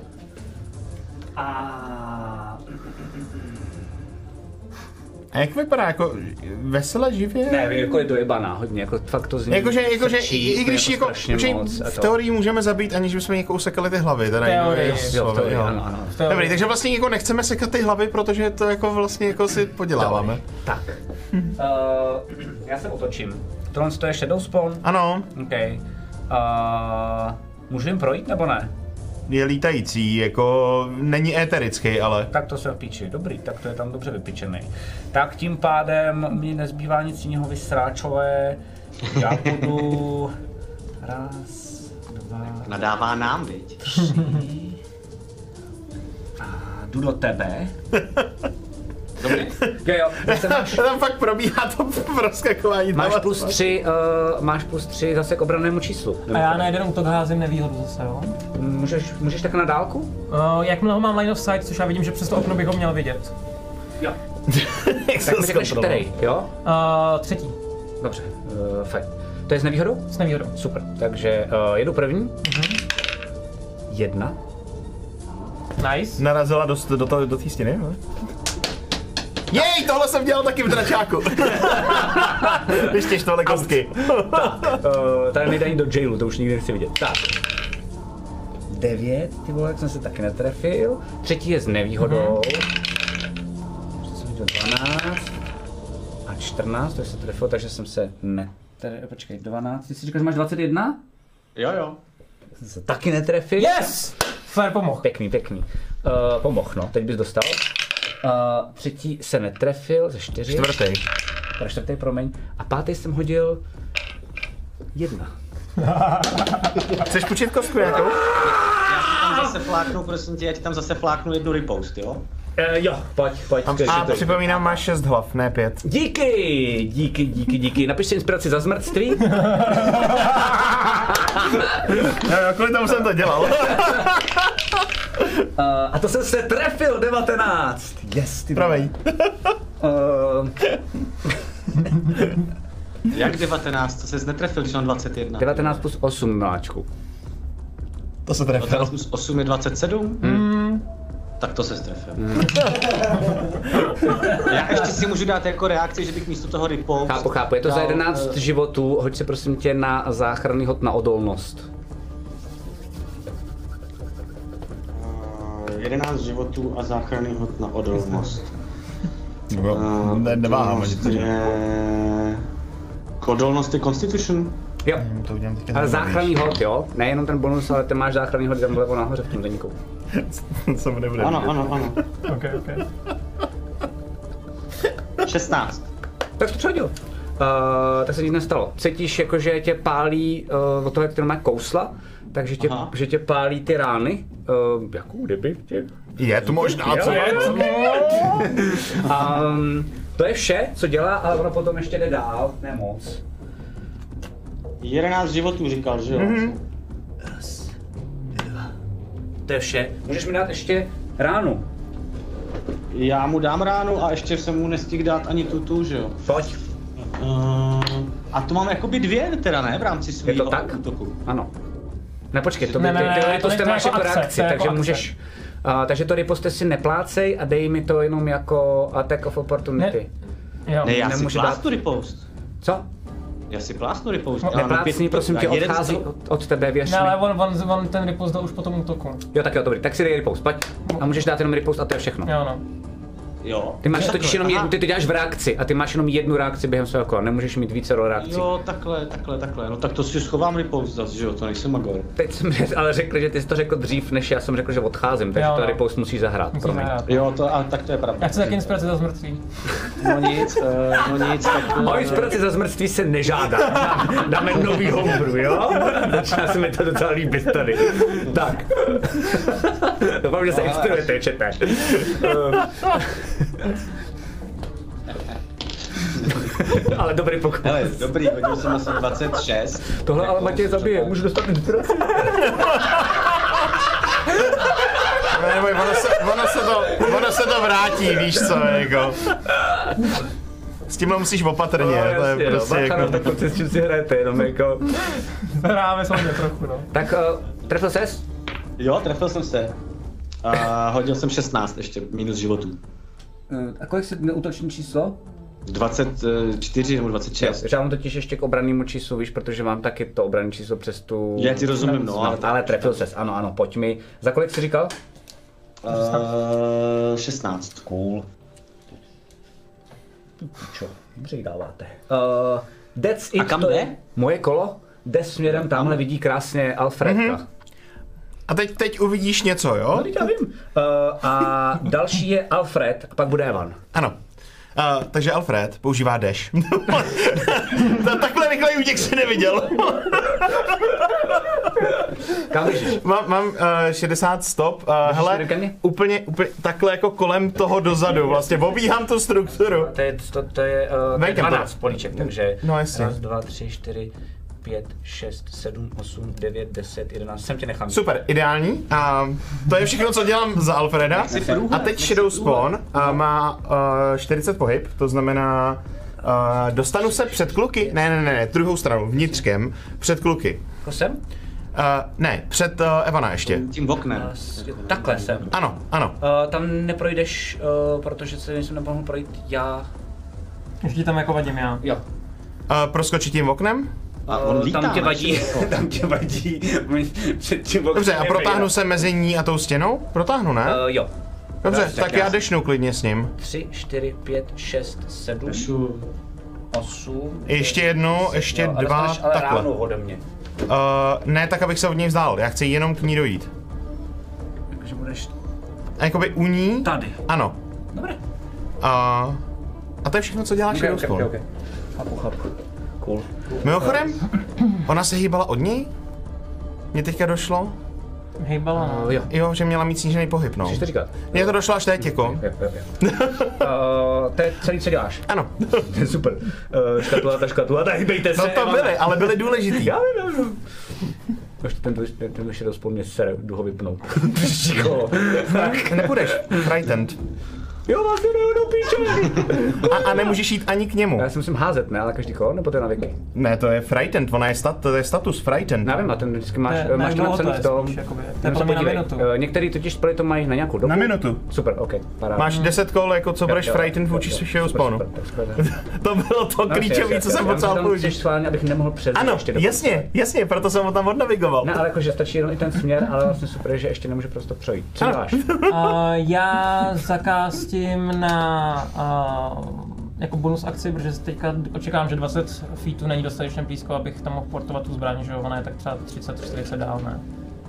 A... A jak vypadá, jako veselé, živě? Ne, jako je dojebaná hodně, jako fakt to zní. Jakože, jakože, frčí, i, i když úplně jako, strašně že moc a v to. teorii můžeme zabít, aniž bychom někoho usekali ty hlavy, teda Teorii. někdo- Jo, v teorii, jo. ano, ano. Dobrý, takže vlastně jako nechceme sekat ty hlavy, protože to jako vlastně jako si poděláváme. Tak. Uh, já se otočím. Tohle to je Shadow Spawn. Ano, OK. Uh, můžu jim projít nebo ne? Je lítající, jako není éterický, ale... Tak to se píči, dobrý, tak to je tam dobře vypičený. Tak tím pádem mi nezbývá nic jiného vysráčové. Já budu... Raz, dva... Nadává nám, viď? Tři... A jdu do tebe. Dobrý. Jo, jo, zase máš, Tam fakt probíhá to rozkakování. máš plus tři, uh, máš plus tři zase k obrannému číslu. A já na jeden útok házím nevýhodu zase, jo? Můžeš, můžeš tak na dálku? Uh, jakmile ho mám line of sight, což já vidím, že přes to okno bych ho měl vidět. Jo. Jak Tak se mi řekneš zkontroloval. který, jo? Uh, třetí, Dobře, uh, fajn. To je s nevýhodou? s nevýhodou. Super, takže uh, jedu první. Mhm. Jedna. Nice. Narazila do, do, do, do té stěny, no? Jej, tohle jsem dělal taky v dračáku. Ještě štvané kostky. Uh, tady nejde ani do jailu, to už nikdy nechci vidět. Tak. Devět, ty vole, jak jsem se taky netrefil. Třetí je s nevýhodou. dvanáct. A čtrnáct, to se trefilo, takže jsem se ne... Tady, počkej, dvanáct. Ty jsi říkal, že máš dvacet jedna? Jo, jo. Jsem se taky netrefil. Yes! Fair pomohl. Pěkný, pěkný. Uh, pomohl, no, teď bys dostal. Uh, třetí se netrefil ze čtyři. Čtvrtý. Teda čtvrtý, promiň. A pátý jsem hodil jedna. Chceš půjčit kostku nějakou? Já ti tam zase fláknu, prosím tě, já ti tam zase fláknu jednu ripost, jo? Uh, jo, pojď, pojď. A připomínám, máš šest hlav, ne pět. Díky, díky, díky, díky. Napište inspiraci za zmrtství. Jo, jo, kvůli tomu jsem to dělal. Uh, a to jsem se trefil, devatenáct. Yes, ty Pravej. Uh, Jak devatenáct? To ses netrefil, když mám dvacet jedna. devatenáct plus osm, miláčku. To se trefil. devatenáct plus osm je dvacet sedm? Mm. Tak to se strefil. Já ještě si můžu dát jako reakci, že bych místo toho ripost... Chápu, chápu. Je to za dal, jedenáct eh, životů. Hoď se prosím tě na záchranný hod na odolnost. jedenáct životů a záchranný hod na odolnost. Jo, ne, neváhám ani to. je... Odolnost je Constitution? Jo. To udělám teďka. Ale záchranný hod, jo? Nejenom ten bonus, ale ty máš záchranný hod tam vlevo nahoře v tom deníku. Co mu nebude Ano, vidět. ano, ano. Ok, ok. šestnáct. Tak jsi to přehodil. Uh, tak se nic nestalo. Cítíš jako, že tě pálí uh, od toho, jak ty má kousla, takže tě, Aha. že tě pálí ty rány. Uh, jakou kdyby tě... Je to možná, co? Um, to je vše, co dělá, ale ono potom ještě jde dál, ne moc. jedenáct životů říkal, že jo? Mm-hmm. To je vše. Můžeš mi dát ještě ránu. Já mu dám ránu a ještě jsem mu nestihl dát ani tu tu, že jo? Pojď. Uh, a to mám jakoby dvě teda, ne? V rámci Je svého to tak? útoku. Ano. Ne, počkej, to by Ne, ne, ty, ne, ty, to ty je- riposte to je máš jako jako akce, reakci, to je jako takže akce. můžeš... Uh, takže to riposte si neplácej a dej mi to jenom jako attack of opportunity. Jo. Ne, já si Nemůžu plásnu dát- ripost. Co? Já si plásnu ripost. No, Já mám Neplácni, pět prosím tě, útoků a jeden z odchází toho- od, od tebe, věř Ne, mi. ale on, on, on ten ripost dal už po tom útoku. Jo, tak jo, dobrý, tak si dej ripost, pojď. A můžeš dát jenom ripost a to je všechno. Jo, no. Jo. Ty máš Takhle, totiž jenom aha. jednu, ty to děláš v reakci a ty máš jenom jednu reakci během svého kola, nemůžeš mít více reakcí. Jo, takhle, takhle, takhle. No tak to si schovám ripost zase, že jo, to nejsem magor. Teď jsem ale řekl, že ty jsi to řekl dřív, než já jsem řekl, že odcházím, takže Jo, to no. ripost musí zahrát. Musí promiň. zahrát. Jo, to, a tak to je pravda. Já chci taky inspiraci za zmrtvý. No nic, uh, no nic, tak... O inspiraci za zmrtví se nežádá. Dáme, dáme nový homebrew, jo? Začíná se mi to docela líbit tady. Tak. Doufám, že se inspirujete, čete. Ale dobrý pokus. Hele, dobrý, hodil jsem asi dvacet šest. Tohle ale Matěj zabije, můžu dostat inspiraci? Neboj, ono se, ono, se to, ono se to vrátí, víš co, jako. S tímhle musíš opatrně, to je prostě no, jako... tak prostě s čím si hrajete, jenom jako... Hráme samozřejmě trochu, no. Tak uh, trefil ses? Jo, trefil jsem se. A hodil jsem šestnáct ještě, minus životů. Uh, a kolik se útoční číslo? dvacet čtyři nebo dvacet šest. Já mám totiž ještě k obrannému číslu, víš, protože mám taky to obranné číslo přes tu... Já ti rozumím, no. Ale, ale trefil ses, ano, ano, pojď mi. Za kolik jsi říkal? Uh, šestnáct. Cool. Čo, dobře jí dáváte. Uh, that's it. A kam to jde? je moje kolo. jde směrem, tamhle vidí krásně Alfredka. Mm-hmm. A teď, teď uvidíš něco, jo? No, teď já vím. Uh, a další je Alfred, a pak bude Evan. Ano. Uh, takže Alfred používá dash. Takhle rychlej útěk si neviděl. Kam běžíš? Mám, mám uh, šedesát stop. Uh, hele, úplně, úplně takhle jako kolem toho dozadu. Vlastně obíhám tu strukturu. To je, to, to je, uh, to je dvanáct políček, takže no, jasně. raz, dva, tři, čtyři, pět, šest, sedm, osm, devět, deset, jedenáct. Sem tě nechám. Super, ideální. A to je všechno, co dělám za Alfreda. A teď Shadow Spawn a má uh, čtyřicet pohyb, to znamená uh, dostanu se před kluky. Ne, ne, ne, druhou stranu, vnitřkem, před kluky. To jsem? Uh, ne, před uh, Evana ještě. Tím oknem. Uh, takhle jsem. Ano, ano. Uh, tam neprojdeš, uh, protože se jsem nemohl projít já. Ještě tam jako vadím já. Jo. Uh, proskočit tím oknem? A on lítá, tam tě vadí, tam tě vadí před tím oknem. Dobře, a protáhnu se mezi ní a tou stěnou? Protáhnu, ne? Uh, jo. Dobře, Dobře, tak já dešnu klidně s ním. tři, čtyři, pět, šest, sedm, osm. Ještě jednu, ještě jo, dva, ale ale takhle. ráno ode mě. Uh, ne, tak abych se od něj vzdál, já chci jenom k ní dojít. Takže budeš A jakoby u ní? tady. Ano. Dobré. A, a to je všechno, co dělá Okay, Shadow okay, Spawn. okay, okay. Chápu, chápu. Cool. Mimochodem, ona se hýbala od něj? Mně teďka došlo? Hejbala, no. Uh, jo. Jo, že měla mít snížený pohyb, no. Chceš to říkat? Mně to došlo až teď, jako. Jo, jo, jo. uh, to je celý, co děláš. Ano. To je super. Uh, škatulata, škatulata, hýbejte se. No to byly, ale byly důležitý. Já vím, já vím. Ještě ten, ten, ten Shadow Spawn mě sere, jdu ho vypnout. Tak, nepůjdeš. Frightened. Jo, vlastně nejdu do píče. A, a nemůžeš jít ani k němu. Já si musím házet, ne? Ale každý kolo, nebo to je na věky? Ne, to je frightened, ona je, stat, to je status frightened. Nevím, a ten vždycky máš, Ne, máš ne, to napsaný to je v tom. spíš, jakoby, to je Nebo podle mě na podívej, minutu. eh, některý totiž spely to mají na nějakou dobu. Na minutu. Super, ok, paráda. Máš deset kol, jako co budeš frightened vůči Shadow Spawnu. To bylo to klíčové, co jsem potřeboval použít. schválně, abych nemohl přezdit Ano, ještě do jasně, jasně, proto jsem ho tam odnavigoval. Ne, ale jakože stačí jenom i ten směr, ale vlastně super, že ještě nemůže prostě přejít. Co Ano. děláš? Uh, já zakástím na uh, jako bonus akci, protože teďka očekávám, že dvacet feetů není dostatečně blízko, abych tam mohl portovat tu zbraň, že jo, ona je tak třeba třicet čtyřicet dál, ne?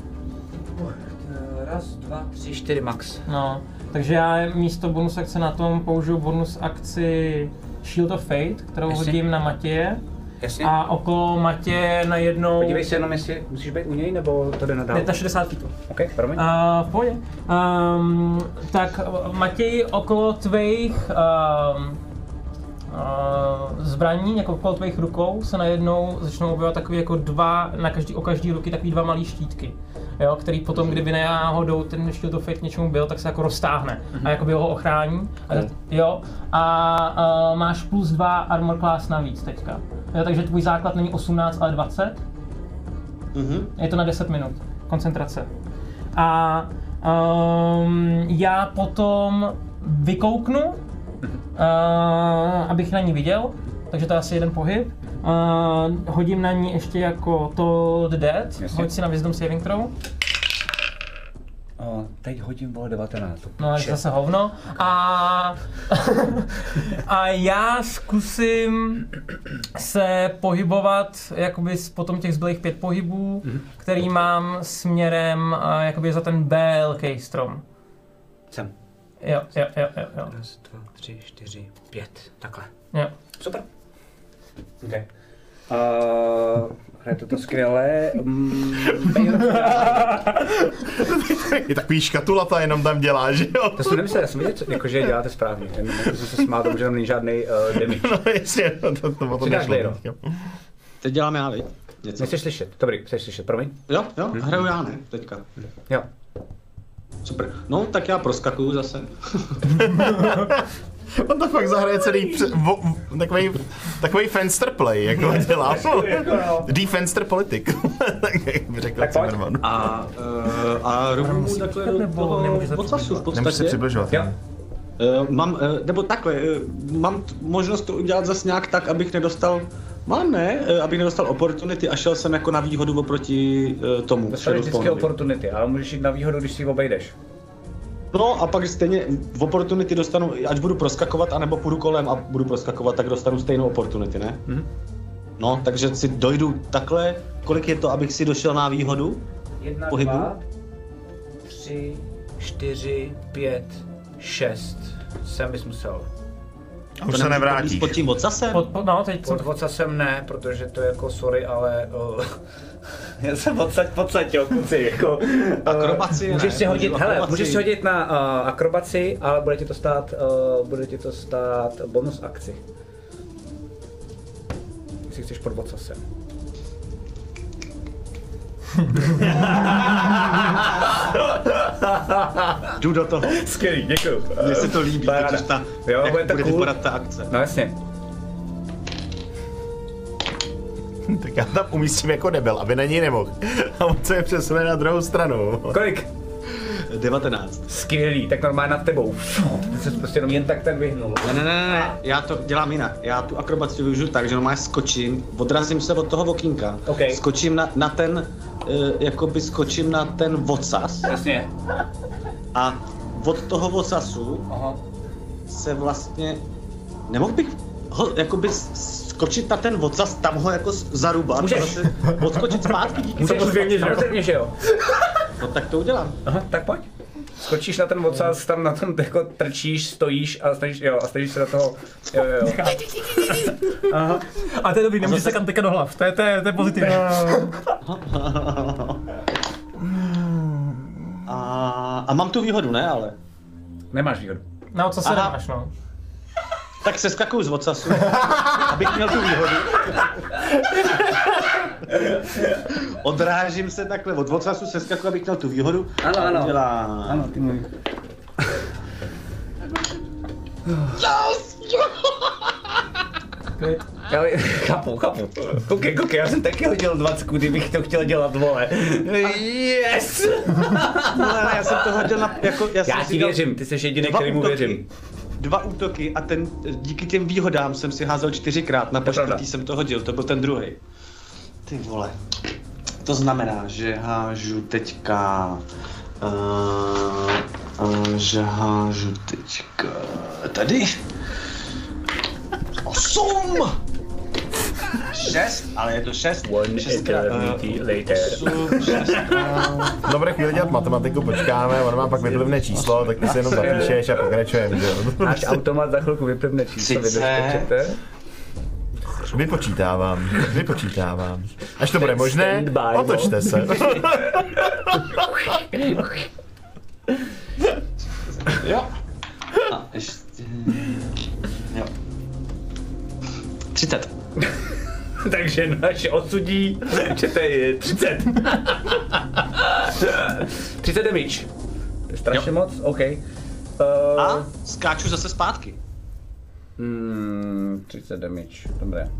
Raz, dva, tři, čtyři max. No, takže já místo bonus akce na tom použiju bonus akci Shield of Fate, kterou Jasně. hodím na Matěje. Jasně. A okolo Matěje najednou... Podívej se jenom, jestli musíš být u něj, nebo to jde nadál. Je na šedesát feetů. OK, promiň. Uh, v pohodě. Um, tak Matěj, okolo tvých um, uh, zbraní, jako okolo tvých rukou, se najednou začnou objevovat takový jako dva, na každý, o každý ruky takový dva malý štítky. Jo, který potom, kdyby náhodou ten Shield of Fate něčemu byl, tak se jako roztáhne a jakoby ho ochrání. A, jo, a uh, máš plus dva armor class navíc teďka. Jo, takže tvůj základ není osmnáct, ale dvacet. Mhm. Je to na deset minut. Koncentrace. A um, já potom vykouknu, uh, abych na ní viděl, takže to je asi jeden pohyb. Uh, hodím na ní ještě jako to dead, Jasně. hoď si na wisdom saving throw. O, teď hodím vole devatenáct. No, je zase hovno. A, a já zkusím se pohybovat jakoby z potom těch zbylých pět pohybů, mm-hmm. který mám směrem uh, jakoby za ten velký strom. Sem. Jo, jo, jo, jo, jo. Raz, dva, tři, čtyři, pět. Takhle. jo. Super. Okay. Uh, je to to skvělé. Mm, Je takový škatulata jenom tam dělá, že jo? to jsem nemyslel, já jsem viděl, jako, že děláte správně. Jen jako jsem se smál tomu, že tam není žádný uh, damage. No jasně, to, to, to o tom Přidáš nešlo. Lejro. Teď dělám já, viď? Něco. Nechceš slyšet? Dobrý, chceš slyšet, promiň. Jo, jo, hraju já, ne? Teďka. Jo. Super. No, tak já proskakuju zase. On to fakt zahraje celý pře- vo, vo, takový, takový fenster play, jako dělá. Defenster politik. Tak by řekl Tak pojď. Zimmerman. A, uh, a rovnou mu takhle do nebo toho nemůže se podcastu v Nemůžeš se podstatě. přibližovat. Jo. Uh, mám, uh, nebo takhle, uh, mám t- možnost to udělat zase nějak tak, abych nedostal, mám ne, uh, abych nedostal opportunity a šel jsem jako na výhodu oproti uh, tomu. Dostaneš vždycky opportunity, ale můžeš jít na výhodu, když si ji obejdeš. No a pak stejně v opportunity dostanu, ať budu proskakovat, anebo půjdu kolem a budu proskakovat, tak dostanu stejnou opportunity, ne? Mhm. No, takže si dojdu takhle. Kolik je to, abych si došel na výhodu? Jedna, Pohybu? dva, tři, čtyři, pět, šest. Sem bys musel. A už se nevrátíš. Pod tím ocasem? Pod, pod, no, teď Pod vocasem ne, protože to je jako sorry, ale... Uh, já jsem odsaď podsaď, kluci, jako... Akrobaci, můžeš ne, si hodit, můžu hele, akrobaci. můžeš si hodit na uh, akrobaci, ale bude ti to stát, uh, bude ti to stát bonus akci. Jestli chceš pod vocasem. Jdu do toho. Skvělý, děkuju. Mně se to líbí, Paráda. protože ta, Jo, jak bude to bude cool. vypadat ta akce. No jasně. Tak já tam umístím jako debil, aby na něj nemohl. A on se je přesune na druhou stranu. Kolik? devatenáct. Skvělý, tak normálně nad tebou. Ty se prostě jenom jen tak ten vyhnul. Ne, ne, ne, ne, já to dělám jinak. Já tu akrobaci využiju tak, že normálně skočím, odrazím se od toho okýnka, Okay. skočím na, na ten, uh, jakoby skočím na ten vocas Jasně. a od toho vocasu Aha. se vlastně, nemohl bych ho jakoby skočit na ten vocas, tam ho jako zarubat, Můžeš. prostě odskočit zpátky díky Můžeš, tomu samozřejmě, vocasu. že jo. No tak to udělám. Aha, tak pojď. Skočíš na ten vocas, tam na tom jako trčíš, stojíš a snažíš, jo, a snažíš se do toho, jo, jo, jo. Aha. A to je dobrý, nemůžeš se kam teďka do hlav, to je, to je, to je pozitivní. A, a mám tu výhodu, ne, ale. Nemáš výhodu. No, co se Aha. nemáš, no. Tak se skakuju z vocasu, abych měl tu výhodu. Odrážím se takhle od vocasu, se skakuju, abych měl tu výhodu. Ano, ano. Udělám. Ano, ty můj. Klid. Já chápu, chápu. Koukej, koukej, já jsem taky hodil dvacku, kdybych to chtěl dělat, vole. Yes! Ne, ne, já jsem to hodil na, jako, já, jsem Já si ti dal věřím, ty jsi jediný, dva kterýmu útoky. věřím. Dva útoky a ten, díky těm výhodám jsem si házel čtyřikrát, na To je pravda. počtvrtý jsem to hodil, to byl ten druhý. Ty vole. To znamená, že hážu teďka... Uh, uh, že hážu teďka... Tady. Osm! Šest, ale je to šest. One Šestkrát. eternity later. Osm, šestkrát. Dobré chvíli dělat matematiku, počkáme, on má pak vyplivne číslo, tak ty si jenom zapíšeš a pokračujeme, že jo. Náš automat za chvilku vyplivne číslo, vy Sice. doskočete. Vypočítávám, vypočítávám. Až to bude možné, Stand by, no. otočte se. Jo. A ještě... Jo. třicet. Takže naše odsudí, že to je třicet. třicet damage. To je strašně moc, OK. Uh, A skáču zase zpátky. Hmm, třicet damage, dobré.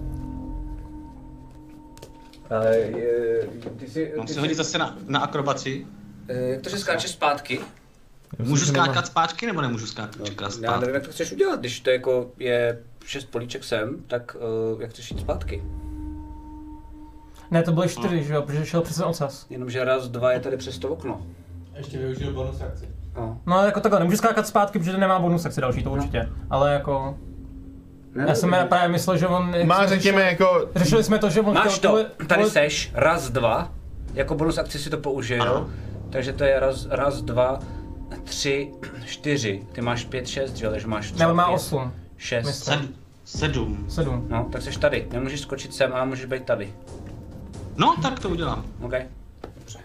Uh, ty si, Mám ty si hodit zase na, na akrobaci. Uh, jak to, že skáčeš zpátky? Můžu skákat zpátky nebo nemůžu skákat Já zpátky? nevím, jak to chceš udělat, když to jako je šest políček sem, tak uh, jak chceš jít zpátky? Ne, to byly čtyři, že jo, protože šel přes ten ocas. Jenomže raz, dva je tady přes to okno. Ještě využil bonus akci. No. No jako takhle, nemůžu skákat zpátky, protože nemá bonus akci další, to určitě. Ale jako... Ne, Já jsem právě myslel, že on... jak Má jsme řekněme řešili- jako, Řešili jsme to, že on Máš chtěl to, tohle- tady tohle- seš, raz, dva, jako bonus akci si to použil, Ano. takže to je raz, raz, dva, tři, čtyři, ty máš pět, šest, že jo, takže máš Ne, třeba on má pět, osm, šest, myslím. Sed, sedm. sedm. no, tak seš tady, nemůžeš skočit sem, ale můžeš být tady, No, tak to udělám. OK? Dobře.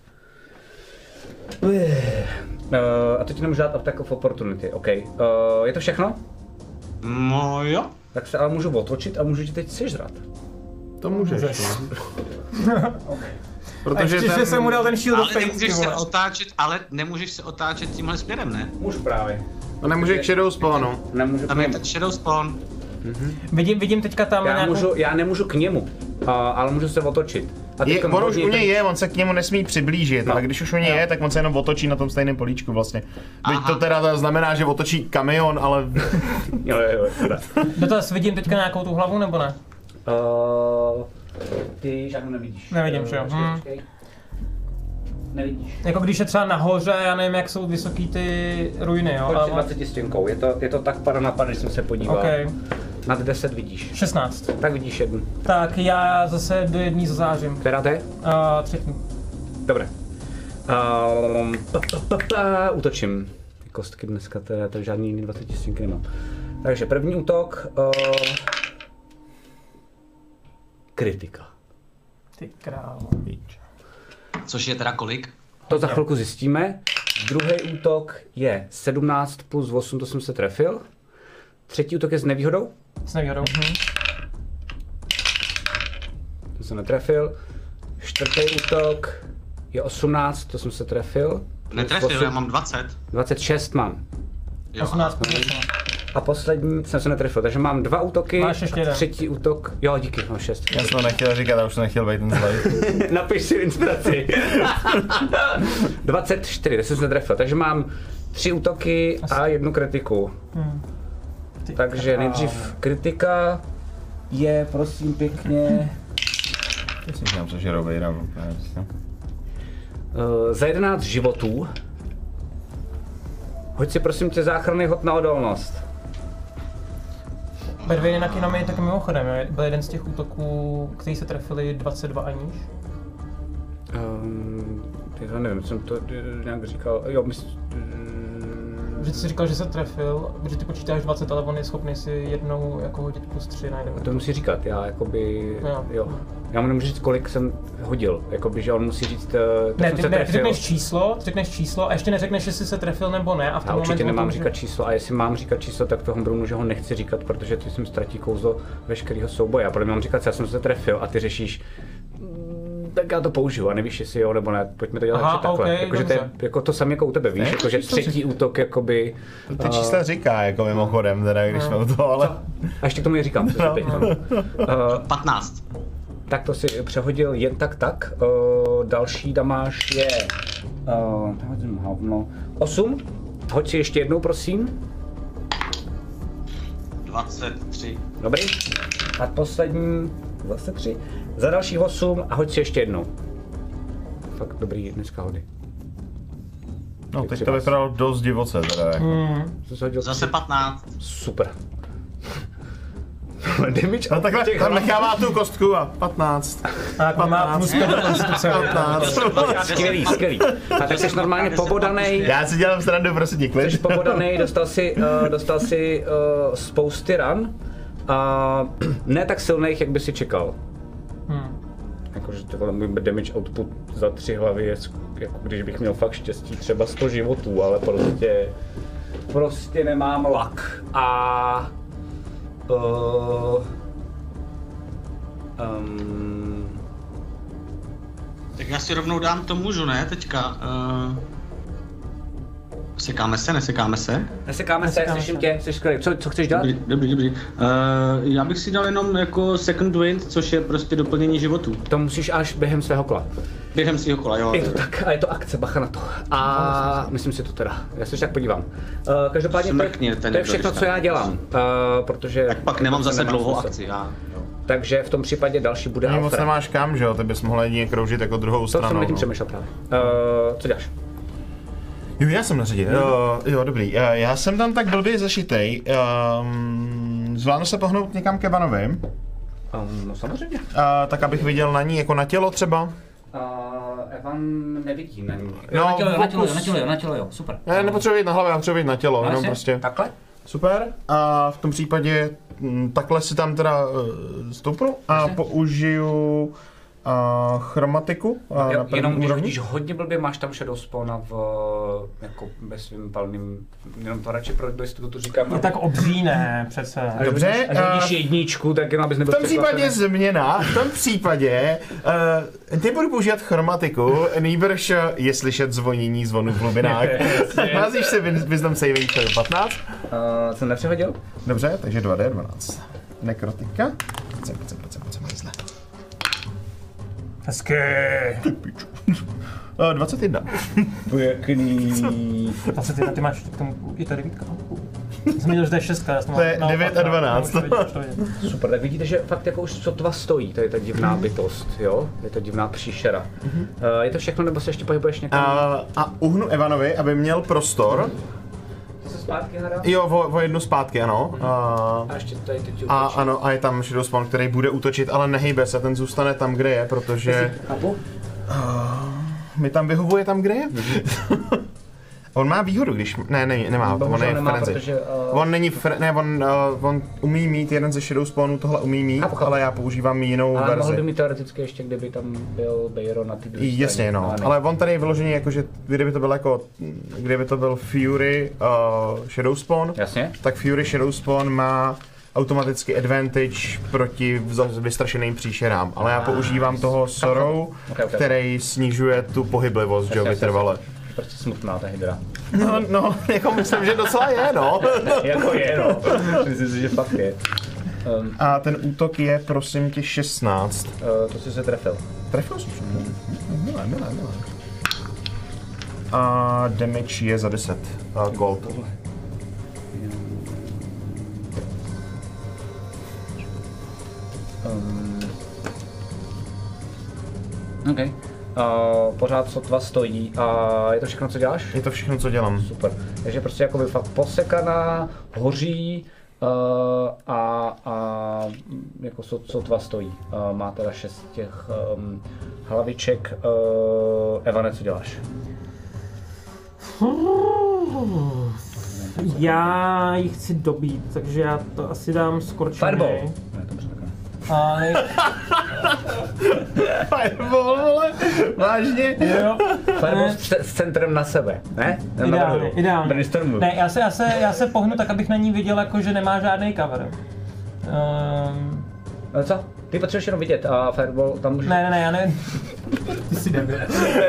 Uh, a teď nemůžu dát attack of opportunity, OK. Uh, je to všechno? No jo. Tak se ale můžu otočit a můžu ti teď sežrat. to můžeš. Můžeš. OK. Protože Ještě, že jsem mu dal ten shield of Ale faith, nemůžeš ty se vole. otáčet, ale nemůžeš se otáčet tímhle směrem, ne? Můžu právě. on nemůže k shadow spawnu. Nemůžu Tam k je němu. ten shadow spawn. Vidím, vidím teďka tam Já, nějakou... můžu, já nemůžu k němu, uh, ale můžu se otočit. A Je, teďka on už hodně u něj ten- je, on se k němu nesmí přiblížit, No. ale když už u něj je, tak on se jenom otočí na tom stejném políčku vlastně. Byť Aha. to teda znamená, že otočí kamion, ale Jo, jo, jo, teda. Dotaz, vidím teďka nějakou tu hlavu nebo ne? Uh, ty žádnou nevidíš. Nevidím, Uh, že jo. počkej, Hm. počkej. Nevidíš. Jako když je třeba nahoře, já nevím jak jsou vysoký ty ruiny, jo. Pojď si ale- dvacet stěnkou, je to, je to tak pada na pad, když jsem se podíval. OK. Nad deset vidíš. šestnáct. Tak vidíš jednu. Tak já zase do jedný zazářím. Která to je? Uh, třetí. Dobré. Um, pa, pa, pa, pa, útočím. Ty kostky dneska teda, to žádný jiný dvacet stěnky nemám. Takže první útok. Uh, kritika. Ty krávo. Což je teda kolik? To za chvilku zjistíme. Druhý útok je sedmnáct plus osm, to jsem se trefil. Třetí útok je s nevýhodou. S nevýhodou. Mhm. To jsem netrefil. Čtvrtý útok je osmnáct, to jsem se trefil. Netrefil, já mám dvacet. dvacet šest mám. Jo, osmnáct plus osm. A poslední jsem se netrefil, takže mám dva útoky. Máš ještě jeden. Třetí útok, jo díky, mám šest. Já jsem to nechtěl říkat, já už jsem nechtěl být ten zlej. Napiš si inspiraci. dvacet čtyři, jsem se netrefil, takže mám tři útoky a jednu kritiku. Hmm. Takže nejdřív kritika je, prosím pěkně, Já si říkám, co žerou vejra. uh, za jedenáct životů. Hoď si prosím tě záchranný hod na odolnost. Bedvěj jinak jenom je tak mimochodem, jo? Byl jeden z těch útoků, který se trefili dvacet dva a níž. Um, já nevím, jsem to nějak říkal, jo, myslím, Že ty jsi říkal, že se trefil, že ty počítáš dvacet, ale on je schopný si jednou jako hodit plus tři na jeden. to musí říkat, já jakoby, Jo. jo. Já mu nemůžu říct, kolik jsem hodil, jakoby, že on musí říct, uh, Ne, jsem ty, se ne, ty trefil. řekneš číslo, řekneš číslo a ještě neřekneš, jestli se trefil nebo ne a v tom Já určitě momentu nemám o tom, říkat že... číslo a jestli mám říkat číslo, tak to Hombrunu, že ho nechci říkat, protože ty jsem ztratí kouzlo veškerého souboje. A podle mě mám říkat, já jsem se trefil a ty řešíš, "Mm, tak já to použiju a nevíš, jestli jo nebo ne, pojďme to dělat Aha, radši takhle. okay, Jakože to je jako to samé jako u tebe, víš, Ne, jakože číslo třetí útok jakoby... Ty čísla říká, jako mimochodem, teda, když jsme u toho, ale... A ještě k tomu je říkám, co no. teď. Uh, patnáct. tak to si přehodil jen tak tak. Uh, další damáž je... Uh, hovno. osm. Hoď si ještě jednou, prosím. dvacet tři. Dobrý. A poslední, zase tři. Za další osm a hoď si ještě jednou. Fakt dobrý dneska hody. No, Jak teď při to vás. vypadalo dost divoce, teda, jako. Mm. Co jsi hodil? Zase patnáct. Super. Damage No takhle, těch tam hlavních- nechává tu kostku a patnáct. Tak má plus pět do konstituce. patnáct. Skvělý, skvělý. A tak jsi normálně pobodanej. Já si dělám srandu, prosím, Jsi děkuji. pobodanej, dostal si, uh, dostal si uh, spousty ran. A ne tak silných, jak by si čekal. Hmm. Jakože tohle můj damage output za tři hlavy je sk- jako když bych měl fakt štěstí třeba sto životů, ale prostě prostě nemám lak. A uh, um, Tak já si rovnou dám to můžu, ne, teďka. Uh, sekáme se, nesekáme se? nesekáme se, slyším tě, jsi skvělý. Co, co chceš dělat? Dobrý, dobrý, dobrý. Uh, já bych si dal jenom jako second wind, což je prostě doplnění životů. To musíš až během svého kola. Během svého kola, jo. Je to tak a je to akce, bacha na to. A myslím si to teda, já se tak podívám. Uh, každopádně to, Smrkně ten to je někdo, všechno, když co tak. já dělám, uh, protože... Tak pak nemám to zase nemá dlouhou smysl. akci, já. Jo. Takže v tom případě další bude Ani moc Alfred. nemáš kam, že jo? Ty bys mohl jedině kroužit jako druhou To stranou. jsem nad tím no. přemýšlel právě. Uh, co děláš? Jo, já jsem na řadě. Jo, jo, dobrý. Já, já jsem tam tak blbě zašitej. Um, zvládnu se pohnout někam ke Vanovi, Um, no samozřejmě. uh, tak abych viděl na ní, jako na tělo třeba. Uh, Evan nevidí na ní. No, na tělo, jo, na tělo, jo, fokus- na tělo, jo, na tělo, jo, super. Ne, nepotřebuji jít na hlavě, já potřebuji jít na tělo, jenom jasně. prostě. Takhle? Super. A v tom případě m, takhle si tam teda uh, stoupnu a Jasně. použiju uh, chromatiku uh, na Jo, první jenom když úrovni. hodíš hodně blbě, máš tam shadow spawna v, jako ve svým palným, jenom to radši pro jistotu to říkám. Je tak obří, ne, přece. Až Dobře, hodíš- až hodíš eh, jedničku, tak jenom abys V nebyl tom případě překvapený. změna, v tom případě uh, nebudu používat chromatiku, nýbrž je slyšet zvonění zvonu v hlubinách. Házíš si win- wisdom saving throw patnáct. Uh, jsem nepřehodil? Dobře, takže dva dé dvanáct. Nekrotika. Pojď sem, pojď sem, pojď sem, pojď sem, hejzle. Hezky. Uh, dvacet jedna. Pěkný. dvacet jedna, ty máš k tomu i tady devítka. Jsem viděl, že to je šestka, já jsem To je devět a dvanáct. Super, tak vidíte, že fakt jako už sotva stojí, to je ta divná bytost, jo? Je to divná příšera. Uh, je to všechno, nebo se ještě pohybuješ někam? A, a uhnu Evanovi, aby měl prostor. zpátky hra? Jo, o, o jednu zpátky, ano. A, A ještě tady teď a ano, a je tam Shadow Spawn, který bude útočit, ale nehejbe se, ten zůstane tam, kde je, protože... Chápu? Uh, mi tam vyhovuje tam, kde je? On má výhodu, když... Ne, ne nemá, Bohužel on je nemá, frenzy. protože, uh... On není fre, ne, on, uh, on umí mít jeden ze Shadow Spawnů, tohle umí mít, Chápu, chápu. ale já používám jinou Ale verzi. mohl by mít teoreticky ještě, kdyby tam byl Bayro na ty druhé Jasně, straně, no, ale, ale on tady je vyložený jako, že kdyby to byl jako, kdyby to byl Fury uh, Shadow Spawn, Jasně. tak Fury Shadow Spawn má automaticky advantage proti vz- vystrašeným příšerám, ale já používám toho Sorrow, okay, okay. který snižuje tu pohyblivost, že jo, vytrvale. Prostě smutná ta hydra. No, no, jako myslím, že docela je, no. Jako je, no. Myslím si, že fakt je. Um, A ten útok je, prosím tě, šestnáct. uh, to jsi se trefil. Trefil jsem se. Milé, milé, milé. A damage je za deset. A gold. Um, OK. Uh, pořád sotva stojí a je to všechno, co děláš? Je to všechno, co dělám. Super. Takže prostě jakoby fakt posekaná, hoří uh, a, a jako so, sotva stojí. Uh, má teda šest těch um, hlaviček. Uh, Evane, co děláš? Já ji chci dobít, takže já to asi dám skorčený. Fireball! Ne, dobře, takhle. A nej... Fireball, vole, vážně? jo. Fireball s, s centrem na sebe, ne? Ideálně, ideálně. Brainstormu. Ne, já se, já, se, já se pohnu tak, abych na ní viděl, jako, že nemá žádný cover. Um... Ale co? Ty potřebuješ jenom vidět a Fireball tam může... Ne, ne, ne, já ne. Ty jsi debil.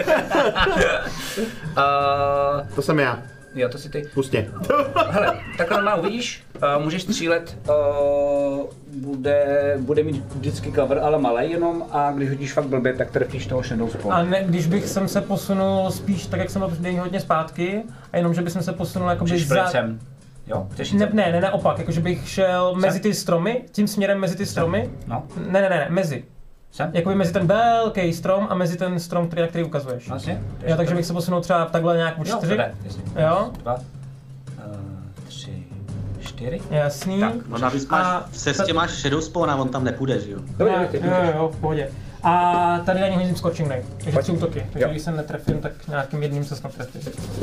uh, To jsem já. jo, to si ty. Pustě. Hele, takhle normálně uvidíš, uh, můžeš střílet, uh, bude, bude mít vždycky cover, ale malej jenom a když hodíš fakt blbě, tak trefíš toho Shadow Spawn. A ne, když bych jsem se posunul spíš tak, jak jsem byl předtím hodně zpátky, a jenom, že bych se posunul jakoby Můžeš za... sem. Jo, chceš Ne, ne, ne, naopak, jakože bych šel sem? Mezi ty stromy, tím směrem mezi ty stromy. No. Ne, ne, ne, ne, mezi. Sem? Jakoby mezi ten velký strom a mezi ten strom, který, který ukazuješ. Vlastně? Jo, takže bych se posunul třeba takhle nějak o Jo, čtyři. jde, jasně. Jo, Dva, uh, tři, čtyři. jasný. Tak, No navíc máš, v cestě máš Shadow Spawn a on tam nepůjde, že jo? Dobře, Jo, ty jo, můžeš. jo, v pohodě. A tady na něj hodím Scorching Ray, takže Pojď. tři útoky, takže Jo. když se netrefím, tak nějakým jedním se snad trefím.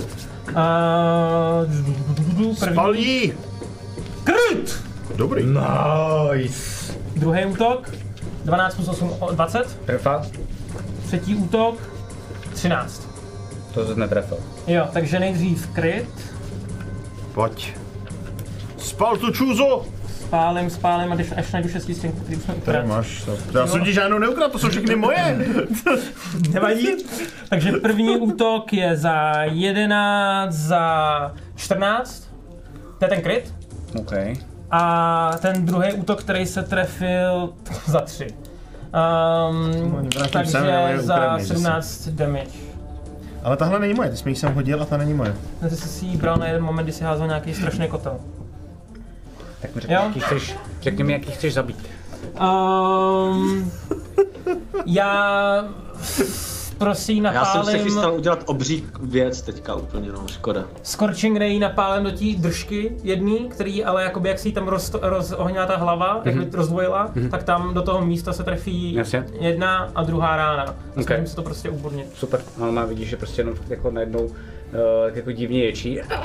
Uh, první. Spalí! Kryt! Dobrý. Nice. Druhý útok, dvanáct plus osm, o- dvacet. Trefa? Třetí útok, třináct. To jsi netrefil. Jo, takže nejdřív kryt, Pojď. Spal tu čůzo! spálím, spálím a když až najdu šestý střih, který jsme Tady ukradli. máš to. Já jsem ti žádnou neukradl, to jsou všechny moje. Nevadí. Takže první útok je za jedenáct, za čtrnáct. To je ten kryt. OK. A ten druhý útok, který se trefil za tři. Um, takže sem, já je za ukradneš zase. sedmnáct damage. Ale tahle není moje, ty jsi mi ji sem hodil a ta není moje. No, ty jsi si ji bral na jeden moment, kdy si házel nějaký strašný kotel. Tak mi řekni, Jo. jaký chceš, řekni mi, jaký chceš zabít. Um, já prosím Já jsem se napálím chystal udělat obří věc teďka úplně, no, škoda. Scorching Ray napálím do té držky jedný, který ale jakoby jak si jí tam roz, rozohnila ta hlava, mm-hmm. jak by rozdvojila, mm-hmm. tak tam do toho místa se trefí Jasně. jedna a druhá rána. A Okay. snažím se to prostě uburnit. Super, ale má vidíš, že prostě jenom jako najednou uh, jako divně ječí. Uh,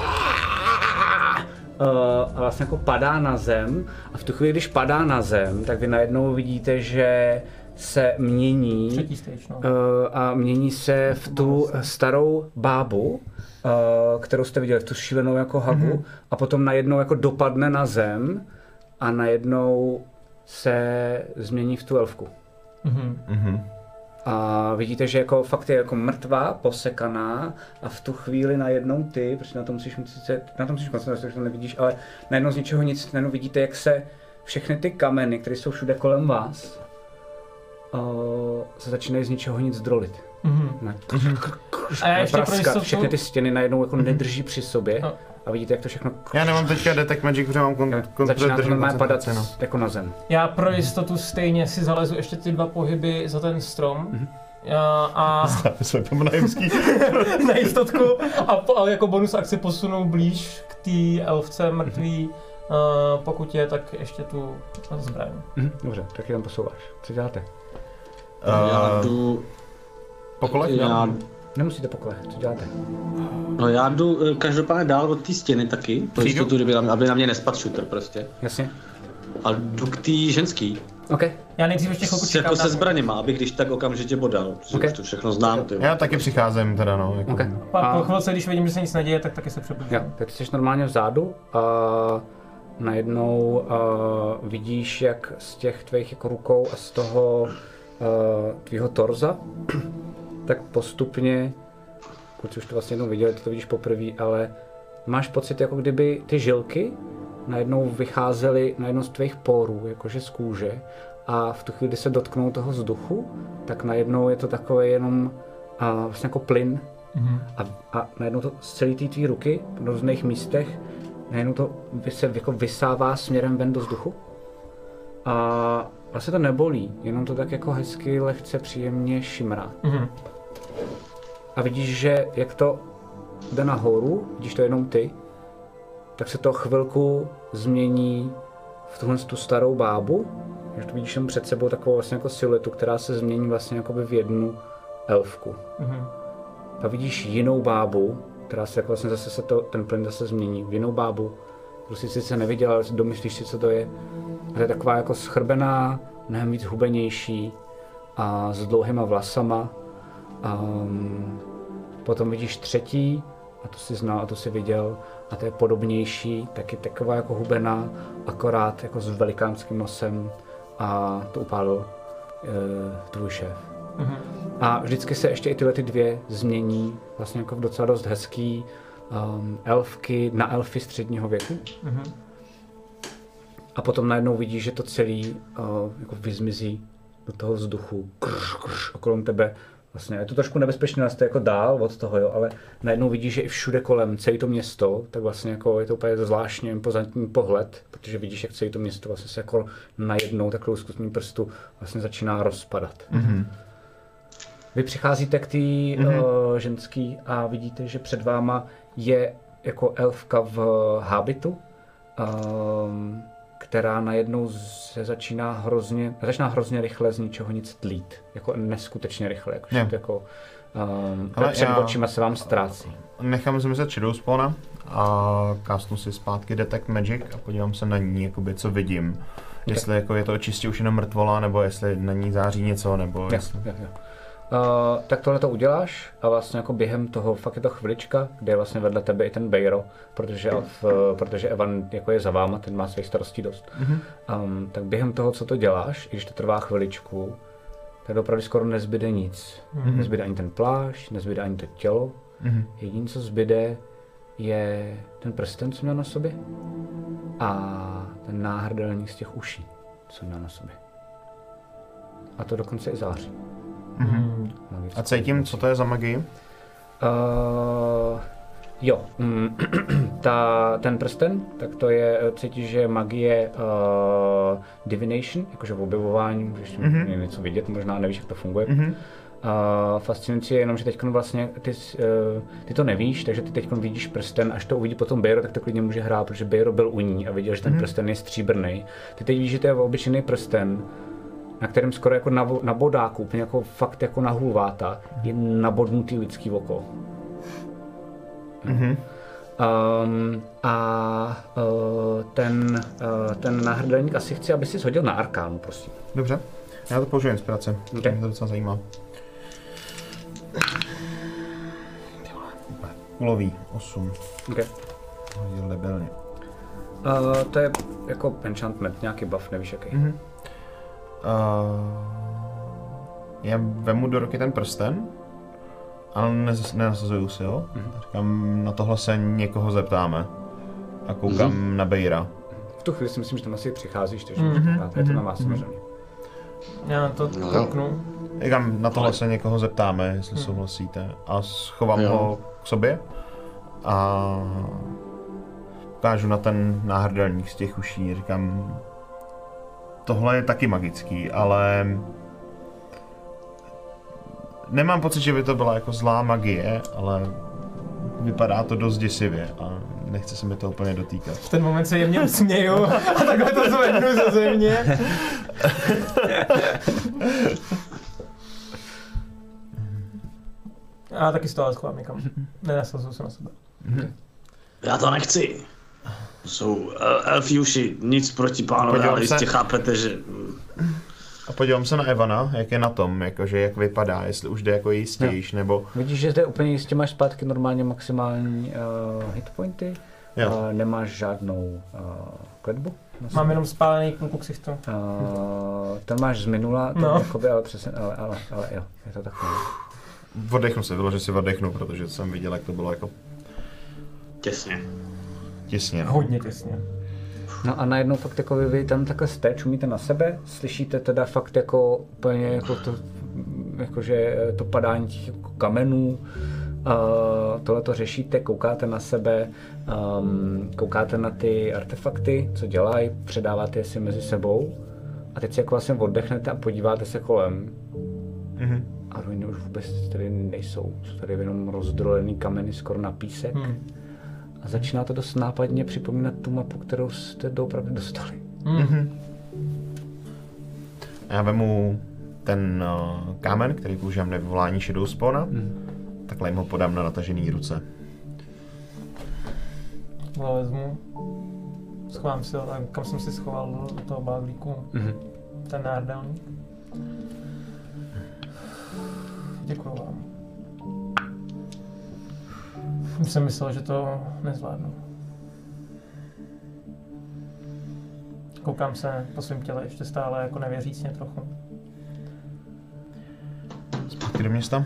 a vlastně jako padá na zem a v tu chvíli, když padá na zem, tak vy najednou vidíte, že se mění Třetí stage, no. uh, a mění se v tu starou bábu, uh, kterou jste viděli, v tu šílenou jako hagu mm-hmm. a potom najednou jako dopadne na zem a najednou se změní v tu elfku. Mhm. Mhm. A vidíte, že jako fakt je jako mrtvá, posekaná a v tu chvíli najednou ty, protože na to musíš mít sice, na to musíš koncentrovat, že to nevidíš, ale najednou z ničeho nic, najednou vidíte, jak se všechny ty kameny, které jsou všude kolem vás, uh, se začínají z ničeho nic drolit. Mhm. Na, A já ještě pro praskat, jistotu- všechny ty stěny najednou jako nedrží při sobě No. a vidíte, jak to všechno Já nemám teďka Detect Magic, protože mám kon- kon- začíná to držím normálně padat koncentraci, no. jako na zem. Já pro jistotu stejně si zalezu ještě ty dva pohyby za ten strom. Mhm. A, a Známe své pomonajemský. na jistotku a, po, a jako bonus akci posunu blíž k té elfce mrtvý. Uh, pokud je, tak ještě tu zbraň. Mhm, dobře, tak je tam posouváš. Co děláte? Uh, já Uh, jdu... po kolech? Já, Nemusíte po kole, co děláte? no já jdu eh, každopádně dál od té stěny taky, pro Přijdu. jistotu, kdyby na, aby na mě nespadl shooter prostě. Jasně. A jdu k té ženský. OK. Já nejdřív ještě chvilku S, čekám. jako se na- zbraněma, abych když tak okamžitě bodal, protože Okay. už to všechno znám. Ty. Já taky přicházím teda, no. Jako. OK. A po chvilce, když vidím, že se nic neděje, tak taky se přebudu. Jo, tak jsi normálně vzadu a najednou uh, vidíš, jak z těch tvých jako rukou a z toho uh, tvýho torza, tak postupně, kluci už to vlastně jednou viděli, ty to vidíš poprvé, ale máš pocit, jako kdyby ty žilky najednou vycházely najednou z tvých porů, jakože z kůže, a v tu chvíli, kdy se dotknou toho vzduchu, tak najednou je to takové jenom uh, vlastně jako plyn. Mhm. A, a najednou to z celé té tvý ruky v různých místech, najednou to vy se jako vysává směrem ven do vzduchu. A vlastně to nebolí, jenom to tak jako hezky, lehce, příjemně šimrá. Mhm. A vidíš, že jak to jde nahoru, vidíš to jenom ty, tak se to chvilku změní v tuhle tu starou bábu. Že to vidíš jenom před sebou takovou vlastně jako siluetu, která se změní vlastně jakoby v jednu elfku. Mhm. A vidíš jinou bábu, která se jako vlastně zase se to, ten plyn zase změní v jinou bábu, kterou si sice neviděl, ale domyslíš si, co to je. A to je taková jako schrbená, mnohem víc hubenější a s dlouhýma vlasama. Um, potom vidíš třetí, a to si znal, a to si viděl, a to je podobnější, taky taková jako hubená, akorát jako s velikánským nosem, a to upálil uh, tvůj šéf. Mhm. A vždycky se ještě i tyhle ty dvě změní, vlastně jako v docela dost hezký um, elfky na elfy středního věku. Mhm. A potom najednou vidíš, že to celý uh, jako vyzmizí do toho vzduchu krš, krš, okolo tebe. Vlastně je to trošku nebezpečné, jste jako dál od toho, jo, ale najednou vidíš, že i všude kolem, celé to město, tak vlastně jako je to úplně zvláštně impozantní pohled, protože vidíš, jak celé to město vlastně se jako najednou takovou lusknutím prstu vlastně začíná rozpadat. Mm-hmm. Vy přicházíte k té mm-hmm. uh, ženský a vidíte, že před váma je jako elfka v hábitu, um, která najednou se začíná hrozně, začíná hrozně rychle z ničeho nic tlít, jako neskutečně rychle, jako, Je. jako um, Ale před já- očima se vám ztrácí. Nechám zmizet Shadow Spawna a kástnu si zpátky Detect Magic a podívám se na ní, jakoby, co vidím. Okay. Jestli jako je to čistě už jenom mrtvola, nebo jestli na ní září něco, nebo Jo, jestli... jo, jo. Uh, tak tohle to uděláš a vlastně jako během toho, fakt je to chvilička, kde je vlastně vedle tebe i ten Bejro, protože, v, protože Evan jako je za váma, ten má svých starostí dost. Mm-hmm. Um, tak během toho, co to děláš, i když to trvá chviličku, tak opravdu skoro nezbyde nic. Mm-hmm. Nezbyde ani ten plášť, nezbyde ani to tělo. Mm-hmm. Jediné, co zbyde, je ten prsten, co měl na sobě, a ten náhrdelník z těch uší, co měl na sobě. A to dokonce i září. Mm-hmm. A cítím, co to je za magii? Uh, jo, mm, ta, ten prsten, tak to je, cítíš, že magie uh, divination, jakože v objevování, můžeš mm-hmm. něco vidět, možná nevíš, jak to funguje. Mm-hmm. Uh, fascinující je jenom, že teď vlastně ty, uh, ty to nevíš, takže ty teď vidíš prsten, až to uvidí potom Bejro, tak to klidně může hrát, protože Bejro byl u ní a viděl, že ten mm-hmm. prsten je stříbrný. Ty teď víš, že to je obyčejný prsten, na kterém skoro jako na, na bodáku, úplně jako fakt jako na hulváta, je nabodnutý lidský oko. Mm-hmm. Um, a uh, ten, uh, ten náhrdelník asi chci, aby si shodil na arkánu, prosím. Dobře, já to použiju inspirace, Okay. mě to docela zajímá. Kulový, osm. Okay. Je lebelně. Uh, to je jako enchantment, nějaký buff, nevíš jaký. Mm-hmm. Uh, já vemu do ruky ten prsten, ale nez, nenasazuju si ho. Mm-hmm. Říkám, na tohle se někoho zeptáme. A koukám mm-hmm. na Bejra. V tu chvíli si myslím, že tam asi přicházíš, takže Mm-hmm. je to na vás samozřejmě. Já to kouknu. Říkám, na tohle se někoho zeptáme, jestli mm. souhlasíte. A schovám Jo. ho k sobě a ukážu na ten náhrdelník z těch uší. Říkám, tohle je taky magický, ale nemám pocit, že by to byla jako zlá magie, ale vypadá to dost děsivě a nechce se mi to úplně dotýkat. V ten moment se jemně usměju a takhle to zvednu ze země. A taky z toho schovám někam. Nenasazuju se na sebe. Já to nechci. Jsou elfiuši, nic proti pánové, ale jistě chápete, že... A podívám se na Evana, jak je na tom, jakože jak vypadá, jestli už jde jako jistější, nebo... Vidíš, že zde úplně jistě máš zpátky normálně maximální uh, hitpointy, uh, nemáš žádnou uh, kletbu. Mám jenom spálený kluku ksichtu. Uh, ten máš z minula, ten no. jakoby, ale přesně, ale, ale, ale jo, je to takové. Oddechnu se, bylo, že si oddechnu, protože jsem viděl, jak to bylo jako... Těsně. Těsně, no. Hodně těsně. No a najednou fakt jako vy, vy tam takhle jste, čumíte na sebe, slyšíte teda fakt jako úplně jako to, jakože to padání těch jako kamenů, uh, tohle to řešíte, koukáte na sebe, um, koukáte na ty artefakty, co dělají, předáváte je si mezi sebou a teď si jako vlastně oddechnete a podíváte se kolem. Mm-hmm. A ruiny už vůbec tady nejsou, jsou tady jenom rozdrolený kameny skoro na písek. Hmm. A začíná to dost nápadně připomínat tu mapu, kterou jste doopravdy dostali. Mm-hmm. Já vemu ten uh, kámen, který používám na vyvolání Shadow Spawna, mm. takhle jim ho podám na natažený ruce. No, vezmu, schovám si, kam jsem si schoval do toho báglíku, mm-hmm. ten náhrdelník. Děkuju vám. Už jsem myslel, že to nezvládnu. Koukám se po svém těle ještě stále jako nevěřícně trochu. Zpátky do města?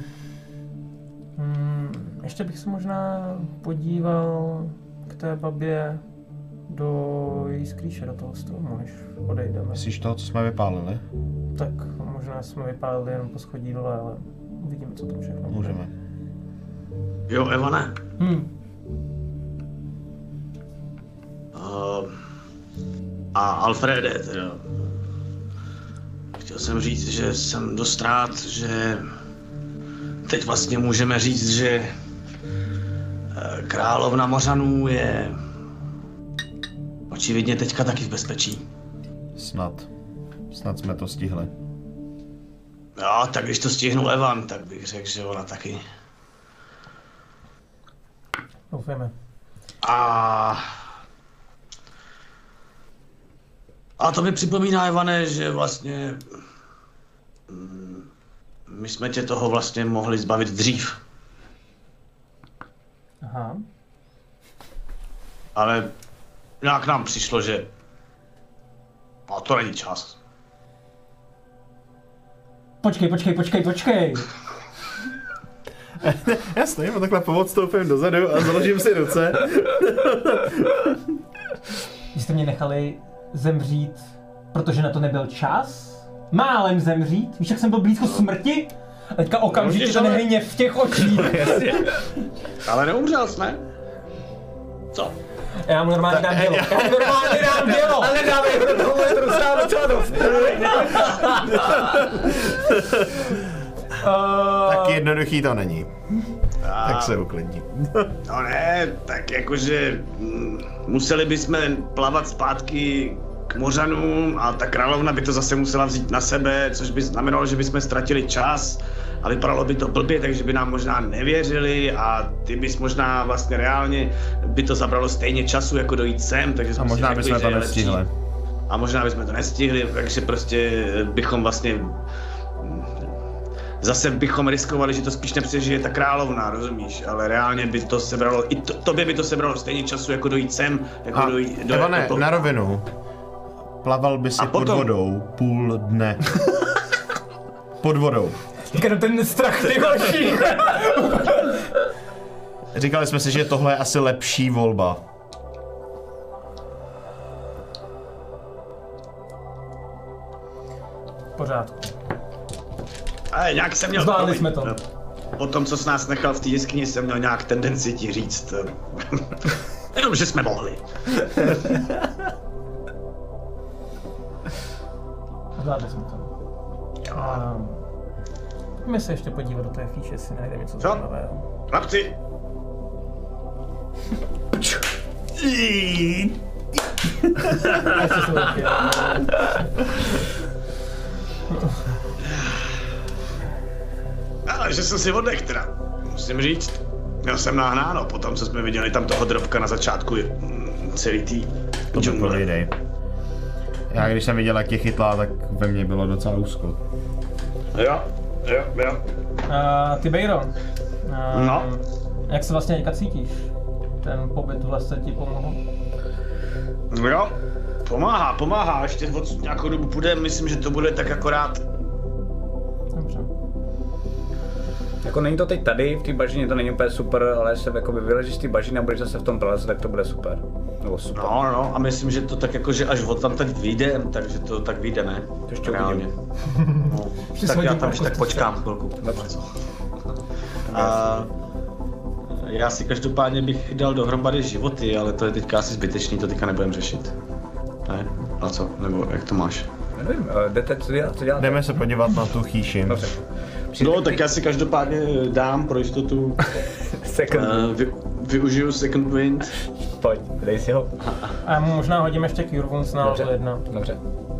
Hmm, ještě bych se možná podíval k té babě do její skrýše, do toho stromu, než odejdeme. Myslíš toho, co jsme vypálili? Tak možná jsme vypálili jenom po schodí dole, ale uvidíme, co tam všechno. Můžeme. Jo, Evane. Hmm. Uh, a Alfrede, teda. Chtěl jsem říct, že jsem dost rád, že teď vlastně můžeme říct, že královna Mořanů je očividně teďka taky v bezpečí. Snad. Snad jsme to stihli. Jo, tak když to stihnul Evan, tak bych řekl, že ona taky. Doufujeme. A... A to mi připomíná, Evane, že vlastně... My jsme tě toho vlastně mohli zbavit dřív. Aha. Ale nějak nám přišlo, že... A to není čas. Počkej, počkej, počkej, počkej! Já stojím a takhle podstoupím dozadu a založím si ruce. Vy jste mě nechali zemřít, protože na to nebyl čas? Málem zemřít? Víš, jak jsem byl blízko smrti? A teďka okamžitě ten hněv v těch očích. Ale neumřel jsme. Co? Já mu normálně dám dělo. Já mu normálně dám dělo. Ale dávej ho do toho metru, sám docela dost. Tak jednoduchý to není. A... Tak se uklidní. No ne, tak jakože mm, museli bychom plavat zpátky k Mořanům a ta královna by to zase musela vzít na sebe, což by znamenalo, že bychom ztratili čas a vypadalo by to blbě, takže by nám možná nevěřili a ty bys možná vlastně reálně by to zabralo stejně času jako dojít sem, takže a možná bychom to nestihli. A možná bychom to nestihli, takže prostě bychom vlastně zase bychom riskovali, že to spíš nepřežije ta královna, rozumíš, ale reálně by to sebralo, i to, tobě by to sebralo stejně času jako dojít sem, jako a dojít do... Evane, jako to... na rovinu, plaval by si a pod potom... vodou půl dne. Pod vodou. Teďka ten strach ty hoší. Říkali jsme si, že tohle je asi lepší volba. V pořádku. Ale nějak jsem měl... Zvládli jsme to. Po tom, co jsi nás nechal v té jeskyni, jsem měl nějak tendenci ti říct. Jenom, že jsme mohli. Zvládli jsme to. A Pojďme se ještě podívat do té fíše, jestli najdeme něco Co? zajímavého. Chlapci! Ještě jsou taky. Ale že jsem si oddech teda, musím říct. Měl jsem nahnáno, potom co jsme viděli tam toho drobka na začátku mm, celý tý To mi džungle. povídej. Já když jsem viděl, jak je chytlá, tak ve mně bylo docela úzko. Jo, jo, jo. A ty Bejro, a No. jak se vlastně teďka cítíš? Ten pobyt v lese ti pomohl? Jo, pomáhá, pomáhá, ještě od nějakou dobu půjde, myslím, že to bude tak akorát. Dobře. Jako není to teď tady, v té bažině to není úplně super, ale se jakoby vyležíš z té bažiny a budeš zase v tom pralese, tak to bude super. Nebo super. No, no, a myslím, že to tak jako, že až od tam teď vyjdem, takže to tak vyjde, ne? To ještě Reálně. uvidím. No. Ještě Tak shodím já tam po ještě tak kostičce. počkám chvilku. Dobře. A já si každopádně bych dal dohromady životy, ale to je teďka asi zbytečný, to teďka nebudem řešit. Ne? A co? Nebo jak to máš? Nevím, eh, jdete, co dělat, co dělat? Jdeme se podívat na tu chýši. Dobře. No, tak já si každopádně dám pro jistotu, Second. uh, vy, využiju second wind. Pojď, dej si ho. A mu možná hodím ještě Cure Wounds na Dobře. level jedna. Dobře.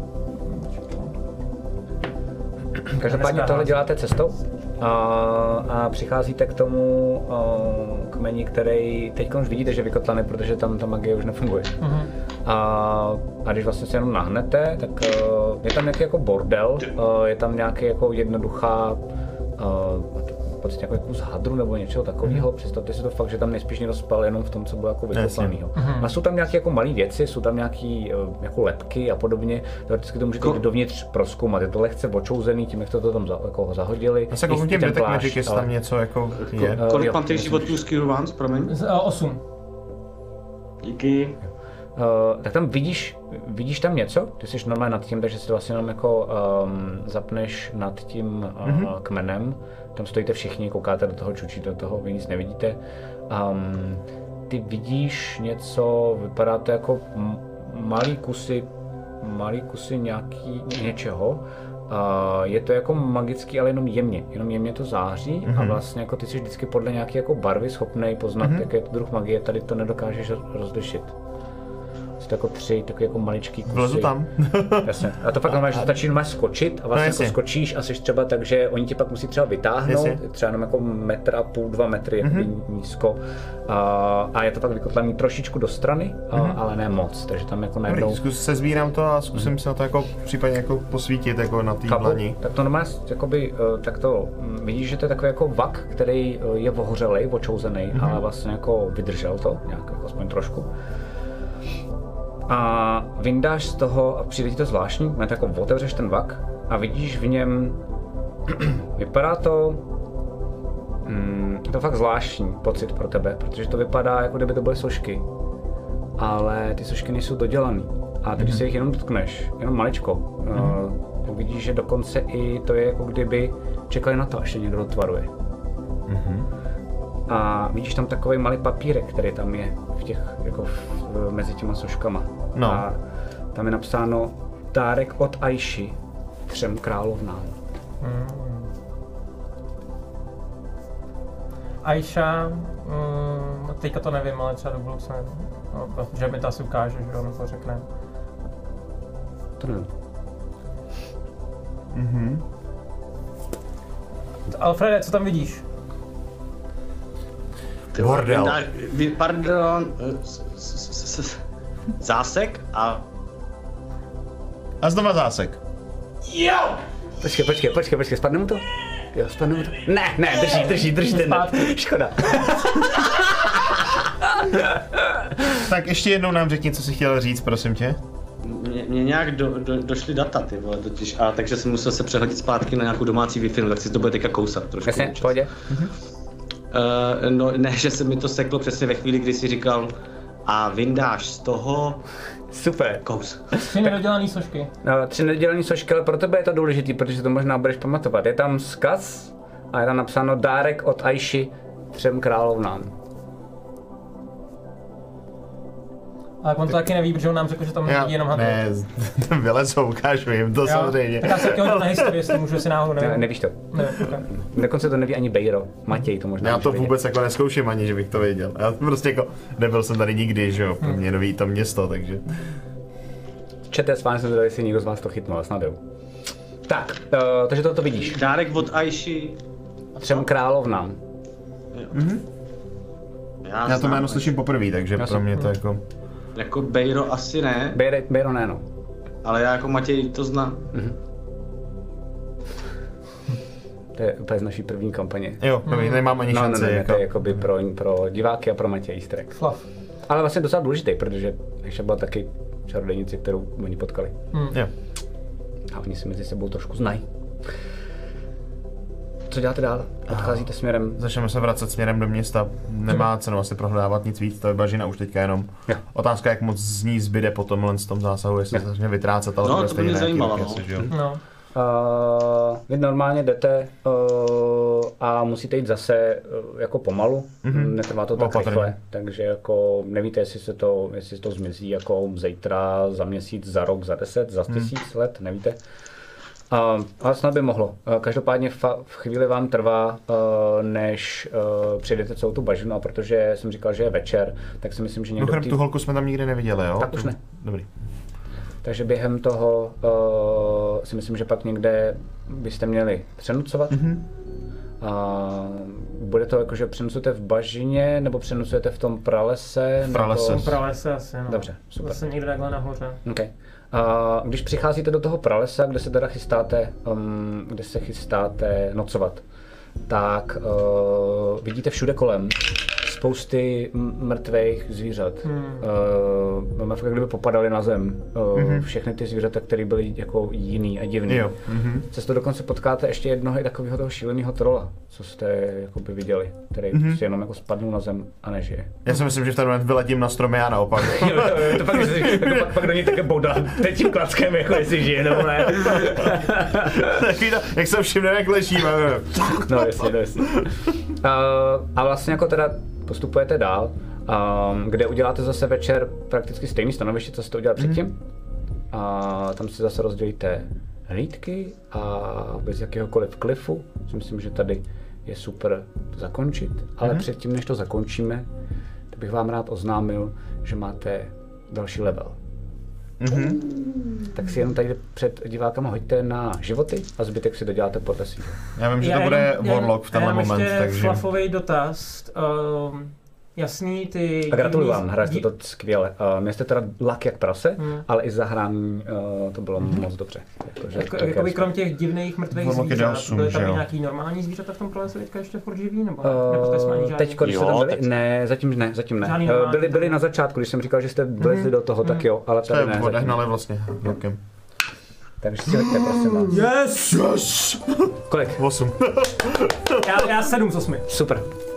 Každopádně tohle děláte cestou a, a přicházíte k tomu a, kmeni, který teď už vidíte, že je vykotlaný, protože tam ta magie už nefunguje. Mhm. A, a když vlastně se jenom nahnete, tak uh, je tam nějaký jako bordel, uh, je tam nějaký jako jednoduchá uh, pocit jako kus hadru nebo něčeho takového. Mm. Představte si to fakt, že tam nejspíš někdo spal jenom v tom, co bylo jako vykoplanýho. Mm. A jsou tam nějaké jako malé věci, jsou tam nějaké uh, jako lepky a podobně. Teoreticky to můžete jít dovnitř prozkoumat. Je to lehce očouzený tím, jak to, to tam za, jako zahodili. Já se kouknu tím Detect Magic, jestli tam něco jako je. Uh, Kolik jo, mám těch myslím, životů z Cure Wounds, promiň? Z- a osm. Díky. Uh, tak tam vidíš, vidíš tam něco, ty jsi normálně nad tím, takže si to vlastně jenom jako um, zapneš nad tím uh, mm-hmm. kmenem, tam stojíte všichni, koukáte do toho, čučíte do toho, vy nic nevidíte. Um, ty vidíš něco, vypadá to jako m- malý kusy, malý kusy nějaký, něčeho. Uh, je to jako magický, ale jenom jemně, jenom jemně to září mm-hmm. a vlastně jako ty jsi vždycky podle nějaké jako barvy schopnej poznat, mm-hmm. jaký je to druh magie, tady to nedokážeš rozlišit. Jsou to jako tři takový jako maličký kusy. Vlezu tam. Jasně. A to fakt znamená, že stačí jenom skočit a vlastně No, jako skočíš a jsi třeba tak, že oni ti pak musí třeba vytáhnout, Jasně. třeba jenom jako metr a půl, dva metry mm-hmm. nízko. A, a je to pak vykotlený trošičku do strany, mm-hmm. a, ale ne moc, takže tam jako najednou... Dobrý, zkus se sbírám to a zkusím se na to jako případně jako posvítit jako na té Chápu. dlani. Tak to normálně, jakoby, eh, tak to mm, vidíš, že to je takový jako vak, který eh, je ohořelej, očouzený, mm-hmm. ale vlastně jako vydržel to, nějak jako aspoň trošku. A vyndáš z toho a přijde ti to zvláštní, máte jako otevřeš ten vak a vidíš v něm, vypadá to, mm, je to fakt zvláštní pocit pro tebe, protože to vypadá, jako kdyby to byly sošky, ale ty sošky nejsou dodělaný a ty, když se jich jenom dotkneš, jenom maličko, mm-hmm. tak vidíš, že dokonce i to je jako kdyby čekali na to, až je někdo dotvaruje. Mhm. A vidíš tam takový malý papírek, který tam je v těch, jako v, mezi těma soškama. No. A tam je napsáno dárek od Aiši třem královnám. Hmm. Aisha, mm, teďka to nevím, ale třeba do budoucna, no, že mi to asi ukáže, že on to řekne. To nevím. Mhm. Alfrede, co tam vidíš? Bordel. Vindá- vy- Pardon, eh, s- s- s- zásek a... A znova zásek. Počkej, počkej, počkej, počkej, spadne mu to? Jo, spadne mu to? Ne, ne, drží, drží, drží ten net. Škoda. Tak ještě jednou nám řekni, co jsi chtěl říct, prosím tě. Mě, mě nějak do, do, došly data, ty vole, totiž, a takže jsem musel se přehodit zpátky na nějakou domácí Wi-Fi, no, tak si to bude teďka kousat trošku. Jasně, občas. pohodě. Uh, no ne, že se mi to seklo přesně ve chvíli, kdy jsi říkal a vyndáš z toho Super. kous. Tři nedodělaný sošky. No, tři nedělaný sošky, ale pro tebe je to důležitý, protože to možná budeš pamatovat. Je tam vzkaz a je tam napsáno dárek od Aiši třem královnám. Ale on to taky neví, protože on nám řekl, že tam Já, vidí jenom Hunter. ne, vylezou, ukážu jim to Jo, samozřejmě. Tak já se hodil na historii, jestli můžu si náhodou Ne, nevím. nevíš to. Ne, okay. Dokonce to neví ani Bejro. Matěj to možná Já může to vědět. vůbec jako neskouším ani, že bych to věděl. Já prostě jako nebyl jsem tady nikdy, že jo, pro mě nový to město, takže. Čete, s vámi jsem zvědavý, jestli někdo z vás to chytnul, snad jo. Tak, uh, takže toto vidíš. Dárek od Aiši. Třem královnám. Já, Já to znám jméno Aiši. slyším poprvé, takže Já pro jsem- mě to jako. Jako Bejro asi ne, Bejro, Bejro ne, no. ale já jako Matěj to znám. To je úplně z naší první kampaně. Jo, první, nemám ani No, no, šanci. no, jako. to je jakoby pro, pro diváky a pro Matěj easter egg. Fluff. Ale vlastně docela důležitý, protože ještě byla taky čarodějnici, kterou oni potkali. Jo. A oni si mezi sebou trošku znají. Co děláte dál? Odcházíte směrem? Začneme se vracet směrem do města. Nemá cenu asi prohledávat nic víc, to je bažina už teďka jenom. Jo. Otázka, jak moc z ní zbyde po tomhle z tom zásahu, jestli se začne vytrácet, ale No, bude to by stejně mě nějaký zajímalo, roky no. asi, že jo. No. Uh, vy normálně jdete uh, a musíte jít zase uh, jako pomalu, mm-hmm. Netrvá to tak Opatrně. rychle, takže jako nevíte, jestli se to, jestli to zmizí jako zítra, za měsíc, za rok, za deset, za tisíc let, nevíte. Uh, ale snad by mohlo. Uh, každopádně fa- v chvíli vám trvá, uh, než uh, přijdete celou tu bažinu, a protože jsem říkal, že je večer, tak si myslím, že někdo... Mimochodem, tý- tu holku jsme tam nikdy neviděli, jo? Tak už ne. Dobrý. Takže během toho uh, si myslím, že pak někde byste měli přenucovat. Mm-hmm. Uh, bude to jako, že přenucujete v bažině, nebo přenucujete v tom pralese? V pralese. Nebo... Pralese asi, no. Dobře, super. Zase někde takhle nahoře. Okay. Uh, když přicházíte do toho pralesa, kde se teda chystáte, um, kde se chystáte nocovat, tak uh, vidíte všude kolem spousty m- mrtvých zvířat. Hmm. Uh, jak kdyby popadaly na zem. Uh, mm-hmm. Všechny ty zvířata, které byly jako jiný a divný. Jo. Mm-hmm. Cesto dokonce potkáte ještě jednoho i takového toho šíleného trola, co jste jakoby viděli, který mm-hmm. prostě jenom jako spadnul na zem a nežije. Já si myslím, že v ten moment vyletím na stromy a naopak. Jo, jo, jo, to pak, jako pak, pak do něj také boudá teď tím klackem, jako jestli žije nebo ne. Takový to, jak se všimne, jak ležím. No jasně, no jasně. Uh, a vlastně jako teda postupujete dál, um, kde uděláte zase večer prakticky stejný stanoviště, co jste udělali předtím. Mm. A tam si zase rozdělíte hlídky a bez jakéhokoliv klifu. Myslím, že tady je super to zakončit, ale mm. předtím, než to zakončíme, tak bych vám rád oznámil, že máte další level. Mm-hmm. Tak si jenom tady před divákama hoďte na životy a zbytek si doděláte podle svého. Já vím, že Já to bude jenom- já- Warlock v tenhle já mám moment, ještě takže... flufový dotaz. Um, jasný, ty... A gratuluju divný- vám, hráli jste to skvěle. Uh, měli jste teda lak jak prase, hmm. ale i zahrání uh, to bylo hmm. moc dobře. Jakože, Jako, tak jakoby je- krom těch divných mrtvých Warlock je zvířat, dál byly že tam i jo. nějaký normální zvířata v tom pralese teďka ještě furt živý, nebo uh, nebo jsme ani Uh, žádný? teď, když jste Jo, tam byli? teď- Ne, zatím ne, zatím ne. Žádný Uh, normální byli, byli tam- na začátku, když jsem říkal, že jste vlezli do toho, tak jo, ale To tady je ne. Zatím. odehnali vlastně rokem. Takže si hoďte, prosím vás. Yes! Yes! Kolik? Osm. Já, já sedm z osmi. Super.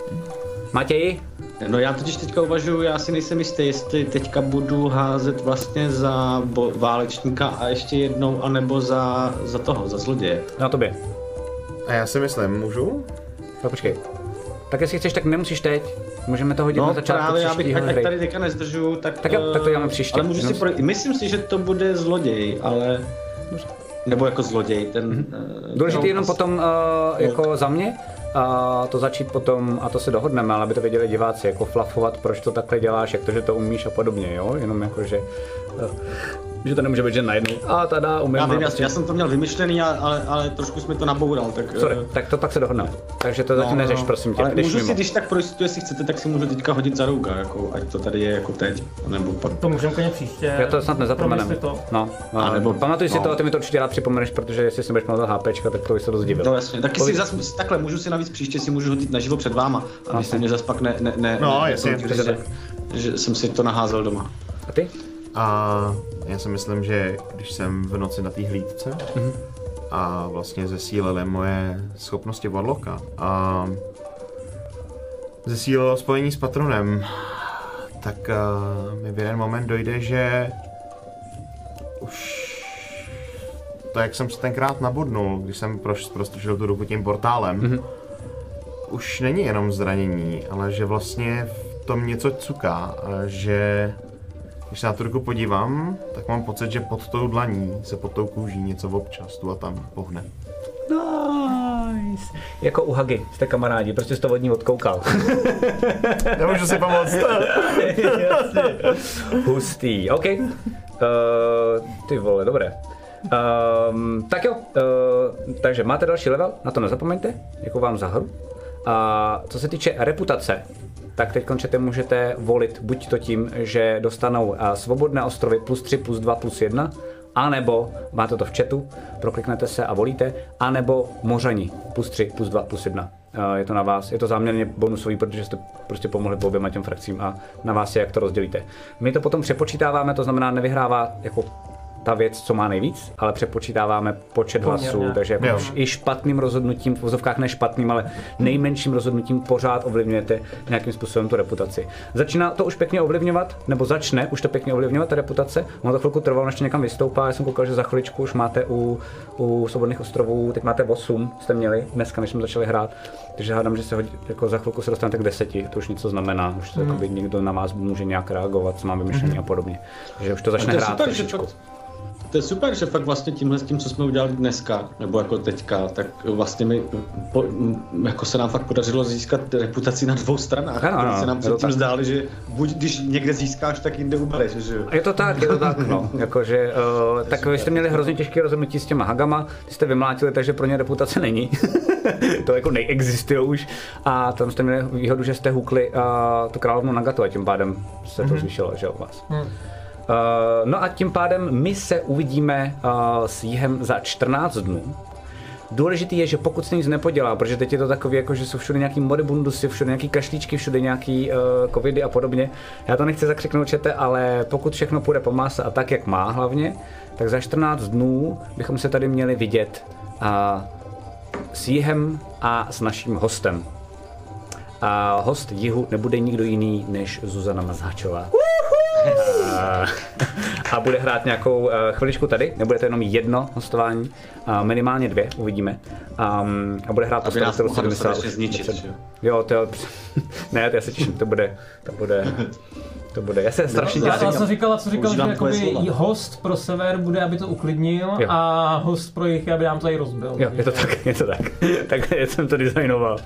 Matěj? No já totiž teďka uvažuju, já si nejsem jistý, jestli teďka budu házet vlastně za bo- válečníka a ještě jednou, anebo za, za toho, za zloděje. Na tobě. A já si myslím, můžu? No počkej. Tak jestli chceš, tak nemusíš teď. Můžeme to hodit No na začátku právě, já bych, příštího ať, ať hry. tady teďka nezdržu, tak, Tak jo, tak to eh, děláme příště. Ale můžu si Jenom pro... Myslím si, že to bude zloděj, ale... Nebo jako zloděj, ten... Mm-hmm. Důležitý jenom potom uh, jako za mě, a to začít potom, a to si dohodneme, ale aby to věděli diváci, jako flafovat, proč to takhle děláš, jak to, že to umíš a podobně, jo? Jenom jako, že, uh, že to nemůže být, že najednou, a tada, umím. Já, vím, já, prostě... já jsem to měl vymyšlený, a- ale, ale trošku jsme to naboural, tak... Sorry, eh, tak to pak se dohodneme. Takže to zatím no, neřeš, no. prosím tě, ale jdeš můžu mimo. si, když tak pro jistotu, jestli chcete, tak si můžu teďka hodit za rouga, jako, ať to tady je jako teď, nebo pak... To můžeme klidně příště. Já to snad nezapomenem. Promysli to. No, no, A nebo- pamatuj si no. to a ty mi to určitě rád připomeneš, protože jestli si budeš mluvit HPčka, tak to by se dost divil. No jasně, taky si Povídej. zas, takhle, můžu si navíc příště si můžu hodit naživo před váma, abyste mě zas pak ne, ne, ne, No, ne, jasně, nekončili, přesně že, že jsem si to naházel doma. A ty? A já si myslím, že když jsem v noci na té hlídce mm-hmm. a vlastně zesílily moje schopnosti Warlocka a zesílilo spojení s patronem, tak uh, mi v jeden moment dojde, že už to, jak jsem se tenkrát nabodnul, když jsem proš, prostočil tu ruku tím portálem, mm-hmm. už není jenom zranění, ale že vlastně v tom něco cuká, a že když se na tu ruku podívám, tak mám pocit, že pod tou dlaní se pod tou kůží něco občas tu a tam pohne. Nice. Jako u Hagy, jste kamarádi, prostě jsi to od ní odkoukal. Nemůžu si pomoct. Hustý, OK. Uh, ty vole, dobré. Um, tak jo, uh, takže máte další level, na to nezapomeňte, děkuji vám za hru. A co se týče reputace, tak teď končete můžete volit buď to tím, že dostanou uh, svobodné ostrovy plus tři, plus dva, plus jedna, anebo, máte to v chatu, prokliknete se a volíte, anebo mořani plus tři, plus dva, plus jedna. Uh, je to na vás, je to záměrně bonusový, protože jste prostě pomohli po oběma těm frakcím a na vás je, jak to rozdělíte. My to potom přepočítáváme, to znamená nevyhrává jako ta věc, co má nejvíc, ale přepočítáváme počet hlasů, takže jako jo. i špatným rozhodnutím, v vozovkách ne špatným, ale nejmenším rozhodnutím pořád ovlivňujete nějakým způsobem tu reputaci. Začíná to už pěkně ovlivňovat, nebo začne už to pěkně ovlivňovat, ta reputace. Ono to chvilku trvalo, než to někam vystoupá, já jsem koukal, že za chviličku už máte u, u Svobodných ostrovů, teď máte osm, jste měli dneska, než jsme začali hrát, takže hádám, že se hodí, jako za chvilku se dostanete k deseti, to už něco znamená, už to, mm. jakoby, někdo na vás může nějak reagovat, co má vymyšlení mm. a podobně, takže už to začne to hrát trošičku. To je super, že fakt vlastně tímhle s tím, co jsme udělali dneska, nebo jako teďka, tak vlastně mi, po, jako se nám fakt podařilo získat reputaci na dvou stranách. Ano, ano, se nám předtím zdáli, že buď když někde získáš, tak jinde ubereš, že jo? Je to tak, je to tak, no. Jakože, uh, tak vy jste měli hrozně těžké rozhodnutí s těma Hagama, ty jste vymlátili, takže pro ně reputace není. To jako neexistuje už. A tam jste měli výhodu, že jste hukli uh, tu královnu Nagatu a tím pádem se to mm-hmm. zvýšilo, že jo, u vás. Mm. Uh, no a tím pádem my se uvidíme uh, s Jihem za čtrnáct dnů. Důležitý je, že pokud se nic nepodělá, protože teď je to takový, jako, že jsou všude nějaký moribundusy, všude nějaký kašlíčky, všude nějaký uh, covidy a podobně. Já to nechci zakřiknout, čete, ale pokud všechno půjde po máse a tak, jak má hlavně, tak za čtrnáct dnů bychom se tady měli vidět uh, s Jihem a s naším hostem. A host Jihu nebude nikdo jiný než Zuzana Mazháčová. A, a bude hrát nějakou uh, chviličku tady, nebude to jenom jedno hostování, uh, minimálně dvě, uvidíme. Um, a bude hrát postavu, kterou si vymyslel. Zničit, jo, to ne, to já se těším, to bude, to bude, to bude, já se strašně těším. těším. Já jsem říkal, co říkal, že jakoby host pro sever bude, aby to uklidnil, jo. A host pro jich, aby nám to tady rozbil. Jo, je to tak, je to tak. Tak jsem to designoval.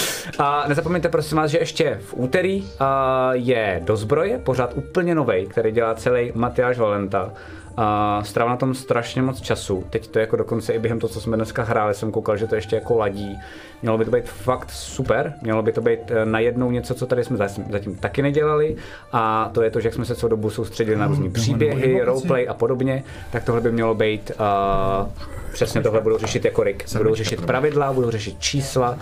A nezapomeňte prosím vás, že ještě v úterý uh, je Do zbroje, pořád úplně novej, který dělá celý Matyáš Valenta. Uh, strávil na tom strašně moc času. Teď to jako dokonce i během toho, co jsme dneska hráli, jsem koukal, že to ještě jako ladí. Mělo by to být fakt super, mělo by to být uh, najednou něco, co tady jsme zatím, zatím taky nedělali. A to je to, že jak jsme se celou dobu soustředili na různý příběhy, roleplay a podobně, tak tohle by mělo být uh, přesně tohle budou řešit jako Rick. Budou řešit pravidla, budou řešit čísla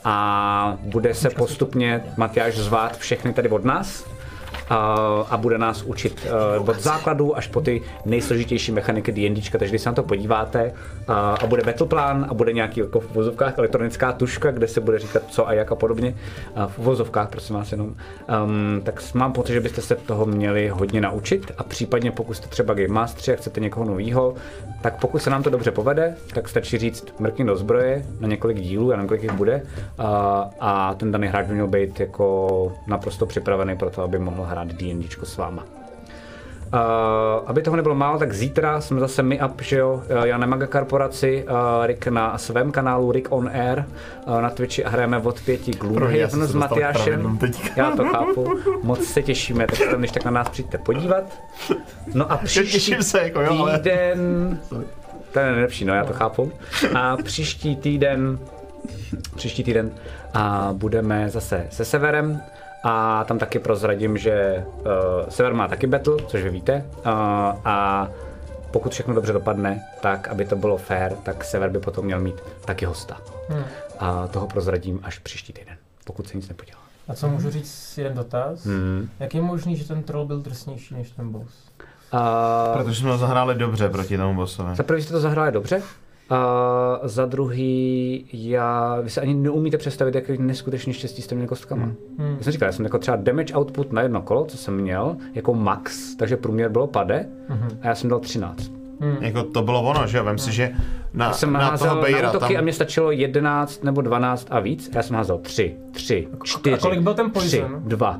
a bude se postupně Matyáš zvát všechny tady od nás. Uh, a bude nás učit uh, od základů až po ty nejsložitější mechaniky D&Dčka, takže když se na to podíváte uh, a bude battle plan a bude nějaký jako v vozovkách elektronická tuška, kde se bude říkat co a jak a podobně, uh, v vozovkách prosím vás jenom, um, tak mám pocit, že byste se toho měli hodně naučit a případně pokud jste třeba Game Masteri a chcete někoho novýho, tak pokud se nám to dobře povede, tak stačí říct mrkni do zbroje na několik dílů a na několik jich bude uh, a ten daný hráč by měl být jako naprosto připravený pro to, aby mohl hrát D&Dčko s váma. Uh, aby toho nebylo málo, tak zítra jsme zase my up, že jo, já na Maga Korporaci, uh, Rick na svém kanálu Rick on Air uh, na Twitchi a hrajeme od pěti Gloomhaven s Matyášem. Já to chápu, moc se těšíme, tak tam když tak na nás přijďte podívat. No a příští se, jako, jo, ale... týden, to je nejlepší, no já to chápu. A příští týden, příští týden a budeme zase se Severem. A tam taky prozradím, že uh, Sever má taky battle, což vy víte. Uh, a pokud všechno dobře dopadne, tak aby to bylo fair, tak Sever by potom měl mít taky hosta. Hmm. A toho prozradím až příští týden, pokud se nic nepodělá. A co můžu říct, jeden dotaz? Hmm. Jak je možný, že ten troll byl drsnější než ten boss? Uh, Protože jsme to zahráli dobře proti tomu bossovi. Za první jste to zahráli dobře. A za druhý, já, vy se ani neumíte představit, jaký neskutečně štěstí jste měli kostkama. Hmm. Já jsem říkal, já jsem jako třeba damage output na jedno kolo, co jsem měl, jako max, takže průměr bylo pade hmm. a já jsem dal třináct. Hmm. Jako to bylo ono, že jo, vem si, že na, já jsem na toho Bejra na útoky tam... a mě stačilo jedenáct nebo dvanáct a víc, já jsem házel tři, tři, čtyři, a kolik byl ten tři, poison? dva.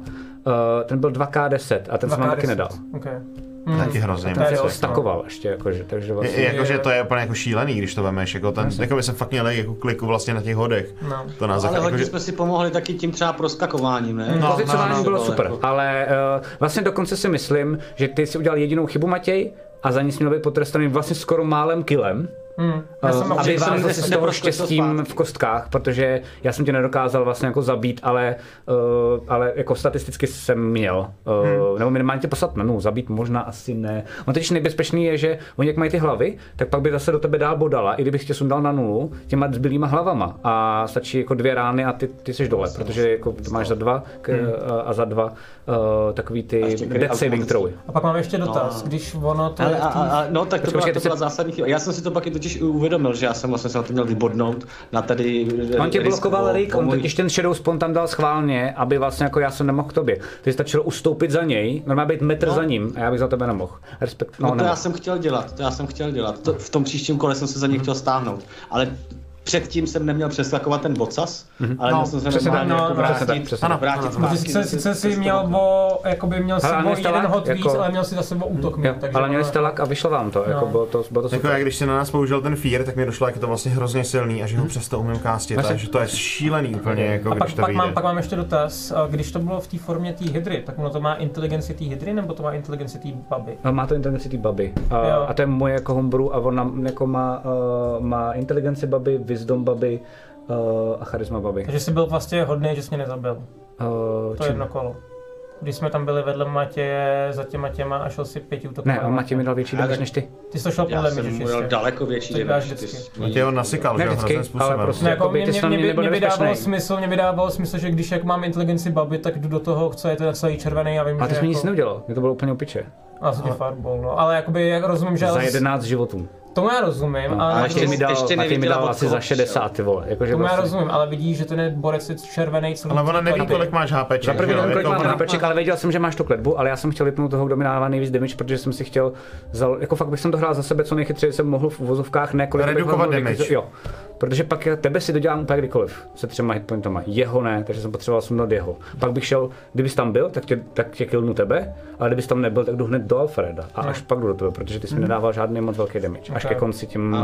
ten byl dva ká deset a ten jsem vám taky nedal. Okay. Hmm. Taky hrozně. Ten se stakoval ještě, jakože, takže vlastně... Je, jakože to je úplně jako šílený, když to vemeš, jako ten, jako by se fakt měli jako kliku vlastně na těch hodech. No. To nás ale hodně jako, jsme si pomohli taky tím třeba proskakováním, ne? No, pozicování no, no, bylo no, super, jako... ale uh, vlastně dokonce si myslím, že ty si udělal jedinou chybu, Matěj, a za ní jsi měl být potrestaný vlastně skoro málem kilem. Hmm. Já jsem uh, aby vám se z toho štěstím v kostkách, protože já jsem tě nedokázal vlastně jako zabít, ale, uh, ale jako statisticky jsem měl. Uh, hmm. Nebo minimálně tě poslat menu, zabít možná asi ne. On teď nejbezpečný je, že oni jak mají ty hlavy, tak pak by zase do tebe dál bodala, i kdybych tě sundal na nulu těma zbylýma hlavama. A stačí jako dvě rány a ty, ty jsi dole, protože jako to máš za dva k, hmm. a za dva uh, takový ty death saving throwy. A pak mám ještě dotaz, no. Když ono to... Ale, a, a, no tak to byla, to byla zásadní chyba. Já jsem si to pak totiž uvědomil, že já jsem vlastně se na to měl vybodnout na tady... On tě blokoval Rick, on totiž ten Shadow Spawn tam dal schválně, aby vlastně jako já jsem nemohl k tobě. Ty stačilo ustoupit za něj, normálně být metr no. za ním a já bych za tebe nemohl. Respekt, no, no to nemohl. já jsem chtěl dělat, to já jsem chtěl dělat. To, v tom příštím kole jsem se za něj chtěl stáhnout, ale předtím jsem neměl přeskakovat ten bocas, mm-hmm. ale no, jsem se normálně no, jako vrátit, ano, vrátit ano, ano. Sice, sice si měl o, jakoby měl si o jeden hod víc, jako... ale měl si za sebou útok mít. Takže ale měli jste lak a vyšlo vám to, no. jako bylo to, bylo to super. Jako jak když si na nás použil ten fear, tak mi došlo, jak je to vlastně hrozně silný a že ho hmm. přesto umím kástit, takže to je šílený úplně, jako a když pak, to pak vyjde. Mám, pak mám ještě dotaz, když to bylo v té formě té hydry, tak ono to má inteligenci té hydry, nebo to má inteligenci té baby? No, má to inteligenci té baby a, a to je moje jako homebrew a ona jako má, uh, má inteligenci baby, wisdom baby, Uh, a charisma baby. Takže jsi byl vlastně hodný, že jsi mě nezabil. Uh, to je jedno kolo. Když jsme tam byli vedle Matěje za těma těma a šel si pěti útoků. Ne, a Matěj mi dal větší damage než ty. Ty jsi to šel podle mě, že čistě. Já jsem daleko větší damage. Matěj ho nasykal, že hrozně způsobem. Ale prostě ne, jako mě, mě, mě, mě, by dávalo smysl, mě by dávalo smysl, že když jak mám inteligenci baby, tak jdu do toho, co je to celý červený a vím, a ty že jsi mi jako... nic neudělal, mě to bylo úplně opiče. A co tě farbol, no, ale jakoby jak rozumím, že... Za jedenáct životů. Tomu já rozumím, no, ale ještě mi dal, ještě Matěj mi dal asi za šedesát, ty vole. Jako, tomu vlastně... já rozumím, ale vidíš, že ten je borec je červený celý. Ale ona neví, kolik máš hápeček. Za první nevím, kolik mám hápeček, ale věděl jsem, že máš tu kletbu, ale já jsem chtěl vypnout toho, kdo mi dává nejvíc damage, protože jsem si chtěl, zal... jako fakt bych jsem to hrál za sebe co nejchytřeji jsem mohl v uvozovkách, ne kolik redukovat damage. Jo. Protože pak tebe si dodělám úplně kdykoliv se třema hitpointama, jeho ne, takže jsem potřeboval sundat jeho. Pak bych šel, kdybys tam byl, tak tě, tak tě killnu tebe, ale kdybys tam nebyl, tak jdu hned do Alfreda a až pak jdu do tebe, protože ty jsi mi nedával žádný moc velký damage, až ke konci tím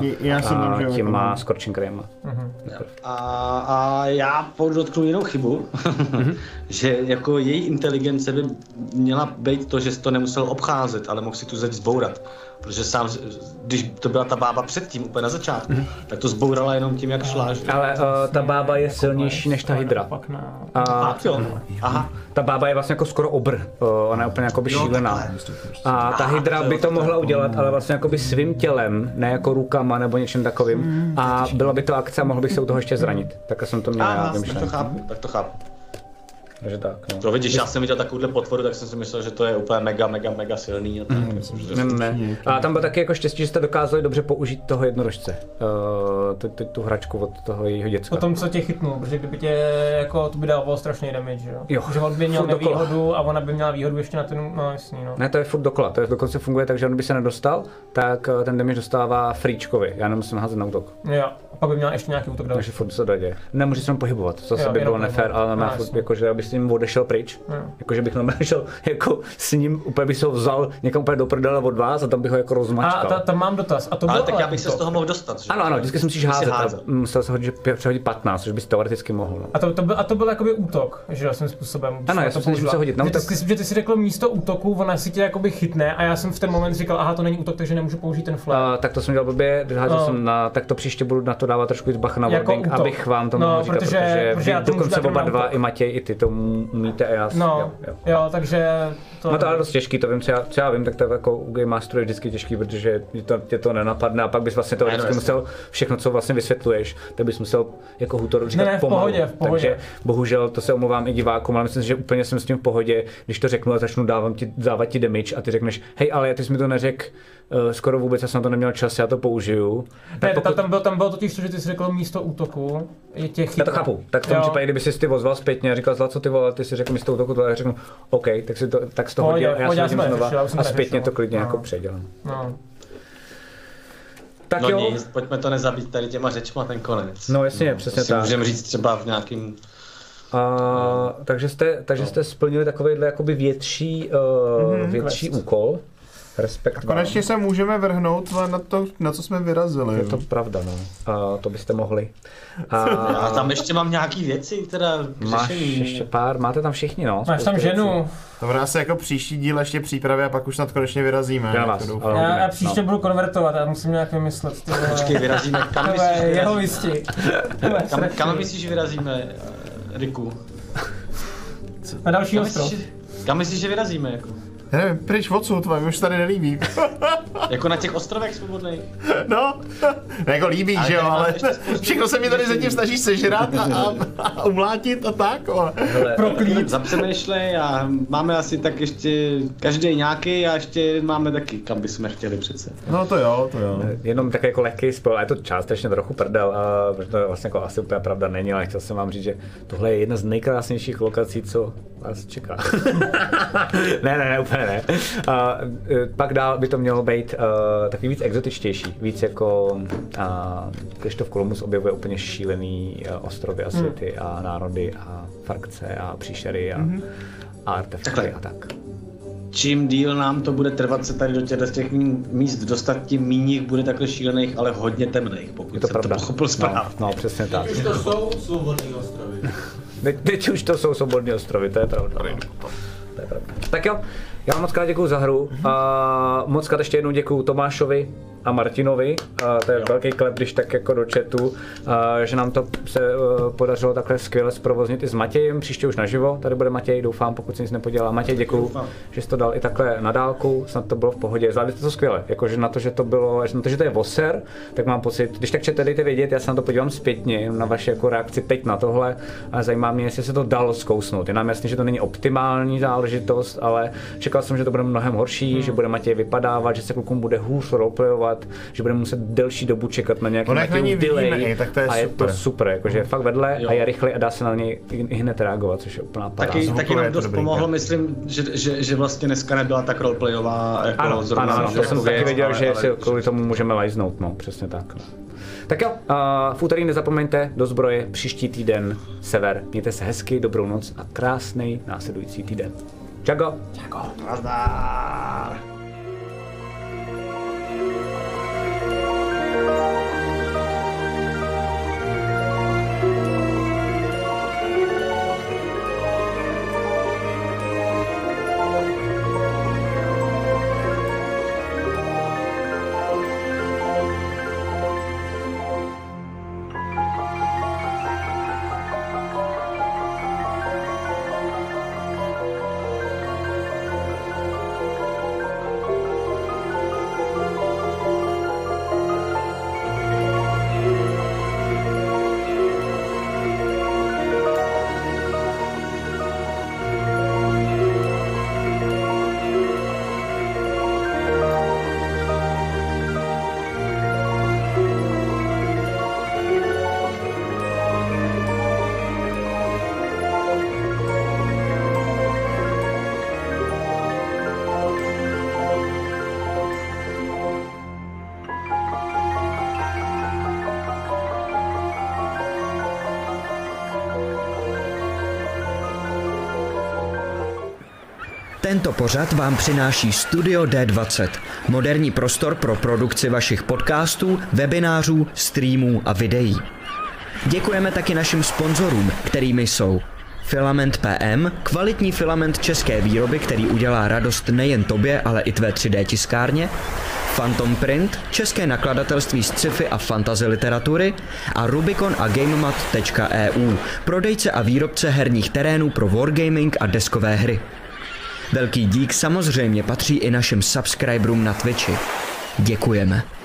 těma scorching rayma. A, a já podotknu jinou chybu, že jako její inteligence by měla být to, že jsi to nemusel obcházet, ale mohl si tu zeď zbourat. Protože sám, když to byla ta bába předtím, úplně na začátku, mm. tak to zbourala jenom tím, jak šla. Že? Ale uh, ta bába je silnější než ta hydra. A, a jo. Aha. Ta bába je vlastně jako skoro obr, uh, ona je úplně jako by šílená. A ta hydra by to mohla udělat, ale vlastně jako by svým tělem, ne jako rukama nebo něčím takovým. A byla by to akce a mohl bych se u toho ještě zranit. Tak jsem to měl já vymyšlené. Tak to chápu, tak to chápu. Takže tak, no. To vidíš, já jsem viděl takovouhle potvoru, tak jsem si myslel, že to je úplně mega, mega, mega silný. A, tak, mm. myslím, že ne, ne. A tam bylo taky jako štěstí, že jste dokázali dobře použít toho jednorožce. Uh, tu, tu, tu hračku od toho jejího děcka. Potom co tě chytnul, protože kdyby tě jako to by dávalo strašný damage, jo? jo. Že on by měl nevýhodu a ona by měla výhodu ještě na ten, no jasný, no. Ne, to je furt dokola, to je dokonce funguje tak, že on by se nedostal, tak ten damage dostává Freečkovi, já nemusím házet na útok. Jo, a pak by měl ještě nějaký útok další. Takže furt se dojde. Nemůže se pohybovat, to zase by bylo nefér, ale no, furt, jako, že aby s ním odešel pryč. Hmm. Jakože bych normálně šel jako s ním, úplně bych se ho vzal někam úplně do prdele od vás a tam bych ho jako rozmačkal. A ta, tam mám dotaz. A to ale tak já bych se z toho mohl dostat, že? Ano, ano, vždycky si musíš házet, házet. Musel se hodit, přehodit patnáct, což bys teoreticky mohl. No. A, to, to byl, a to byl jakoby útok, že svým způsobem. Ano, já jsem si musel hodit. No, tak... ty, že ty si řekl místo útoku, ona si tě jakoby chytne a já jsem v ten moment říkal, aha, to není útok, takže nemůžu použít ten flag. Uh, tak to jsem dělal blbě, házel no. jsem na, tak to příště budu na to dávat trošku víc bacha na wording, jako abych vám to mohl no, říkat, protože, protože, protože vy dokonce oba dva, i Matěj, i ty to umíte a já no, jo, jo. jo, takže to... No to je dost těžký, to vím, co já, co já vím, tak to jako u Game Masteru je vždycky těžký, protože to, tě to nenapadne a pak bys vlastně to vždycky musel všechno, co vlastně vysvětluješ, tak bys musel jako Hutor říkat ne, ne, v pomalu. Pohodě, v pohodě. Takže bohužel to se omlouvám i divákům, ale myslím si, že úplně jsem s tím v pohodě, když to řeknu a začnu dávat ti, dávat ti damage a ty řekneš, hej, ale ty jsi mi to neřekl uh, skoro vůbec, já jsem na to neměl čas, já to použiju. Ne, pokud... tam, bylo, tam bylo totiž to, že ty jsi řekl místo útoku, je těch já to chápu, tak v tom případě, kdyby jsi ty ozval zpětně a říkal, zla, co ty vole, ty si řekl místo útoku, to já řeknu, OK, tak si to, tak z toho pohodě, dělám, já pohodě, si hodím znova a zpětně neřešil. to klidně no. jako předělám. No. Tak no jo. nic, pojďme to nezabít tady těma řečma ten konec. No jasně, no, přesně to si tak. můžeme říct třeba v nějakým A, takže jste, takže jste splnili takovýhle jakoby větší, uh, mm-hmm, větší úkol. Respekt. A konečně se můžeme vrhnout na to, na co jsme vyrazili. Je to pravda, no. A to byste mohli. A, a tam ještě mám nějaký věci, teda máš ještě pár, máte tam všichni, no. Máš tam ženu. To bude asi jako příští díl ještě přípravy a pak už snad konečně vyrazíme. Já, vás, já, já příště no. budu konvertovat, já musím nějak vymyslet. Tyhle... Počkej, vyrazíme. Kam myslíš, jeho listi. kam, kam myslíš, vyrazíme, Riku? Na další kam ostrov. Myslíš, kam myslíš, že vyrazíme, jako? Já nevím, pryč odsud, vám už tady nelíbí. Jako na těch ostrovech svobodných? No, jako líbí, ale že jo, ale všechno se mi tady zatím snaží sežrat a, a, a umlátit a tak. Proklít. Zapřemýšlej a máme asi tak ještě každý nějaký a ještě máme taky, kam bychom chtěli přece. No to jo, to jo. Jenom takový jako lehký spojil, a je to částečně trochu prdel, a, protože to vlastně jako asi úplně pravda není, ale chtěl jsem vám říct, že tohle je jedna z nejkrásnějších lokací, co vás čeká. ne, ne, ne, úplně ne. A, pak dál by to mělo být uh, takový víc exotičtější, víc jako uh, Krištof Kolumbus objevuje úplně šílený uh, ostrovy a světy hmm. a národy a frakce a příšery a, hmm. a artefakty a tak. Čím díl nám to bude trvat se tady do těchto těch míst dostat, tím míň jich bude takhle šílených, ale hodně temných, pokud to jsem pravda. to pochopil správně. No, no, přesně tak. Už to jsou svobodné ostrovy. Teď, teď už to jsou svobodné ostrovy, to je pravda. No. To je pravda. Tak jo, já vám moc krát děkuju za hru. A moc krát ještě jednou děkuju Tomášovi a Martinovi. A to je jo. velký klep, když tak jako do chatu, a že nám to se uh, podařilo takhle skvěle zprovoznit i s Matějem. Příště už naživo, tady bude Matěj, doufám, pokud si nic nepodělá. Matěj, děkuju, doufám. Že jsi to dal i takhle na dálku, snad to bylo v pohodě. Zvládli jste to skvěle, jakože na to, že to bylo, na to, že to je voser, tak mám pocit, když tak chcete dejte vědět, já se na to podívám zpětně, na vaši jako reakci teď na tohle a zajímá mě, jestli se to dalo zkousnout. Je nám jasný, že to není optimální záležitost, ale čekal jsem, že to bude mnohem horší, hmm. že bude Matěj vypadávat, že se klukům bude hůř roleplayovat, že bude muset delší dobu čekat na nějaký Matějův delay. Tak to je a je super. to super, jakože je fakt vedle jo. a je rychlý a dá se na něj i hned reagovat, což je úplná paráda. Taky, taky nám dost pomohlo, myslím, že, že, že vlastně dneska nebyla tak roleplayová jako ano, zrovna. Ano, ano, to jsem taky věděl, ale, že ale, si kvůli tomu můžeme lajznout, no, přesně tak. No. Tak jo, uh, v úterý nezapomeňte do zbroje, příští týden sever. Mějte se hezky, dobrou noc a krásný následující týden. Čago. Čago. Nazdar. Tento pořad vám přináší Studio D dvacet, moderní prostor pro produkci vašich podcastů, webinářů, streamů a videí. Děkujeme taky našim sponzorům, kterými jsou Filament P M, kvalitní filament české výroby, který udělá radost nejen tobě, ale i tvé tři dé tiskárně, Phantom Print, české nakladatelství z sci-fi a fantasy literatury a Rubicon a GameMat tečka E U, prodejce a výrobce herních terénů pro wargaming a deskové hry. Velký dík samozřejmě patří i našim subscriberům na Twitchi. Děkujeme.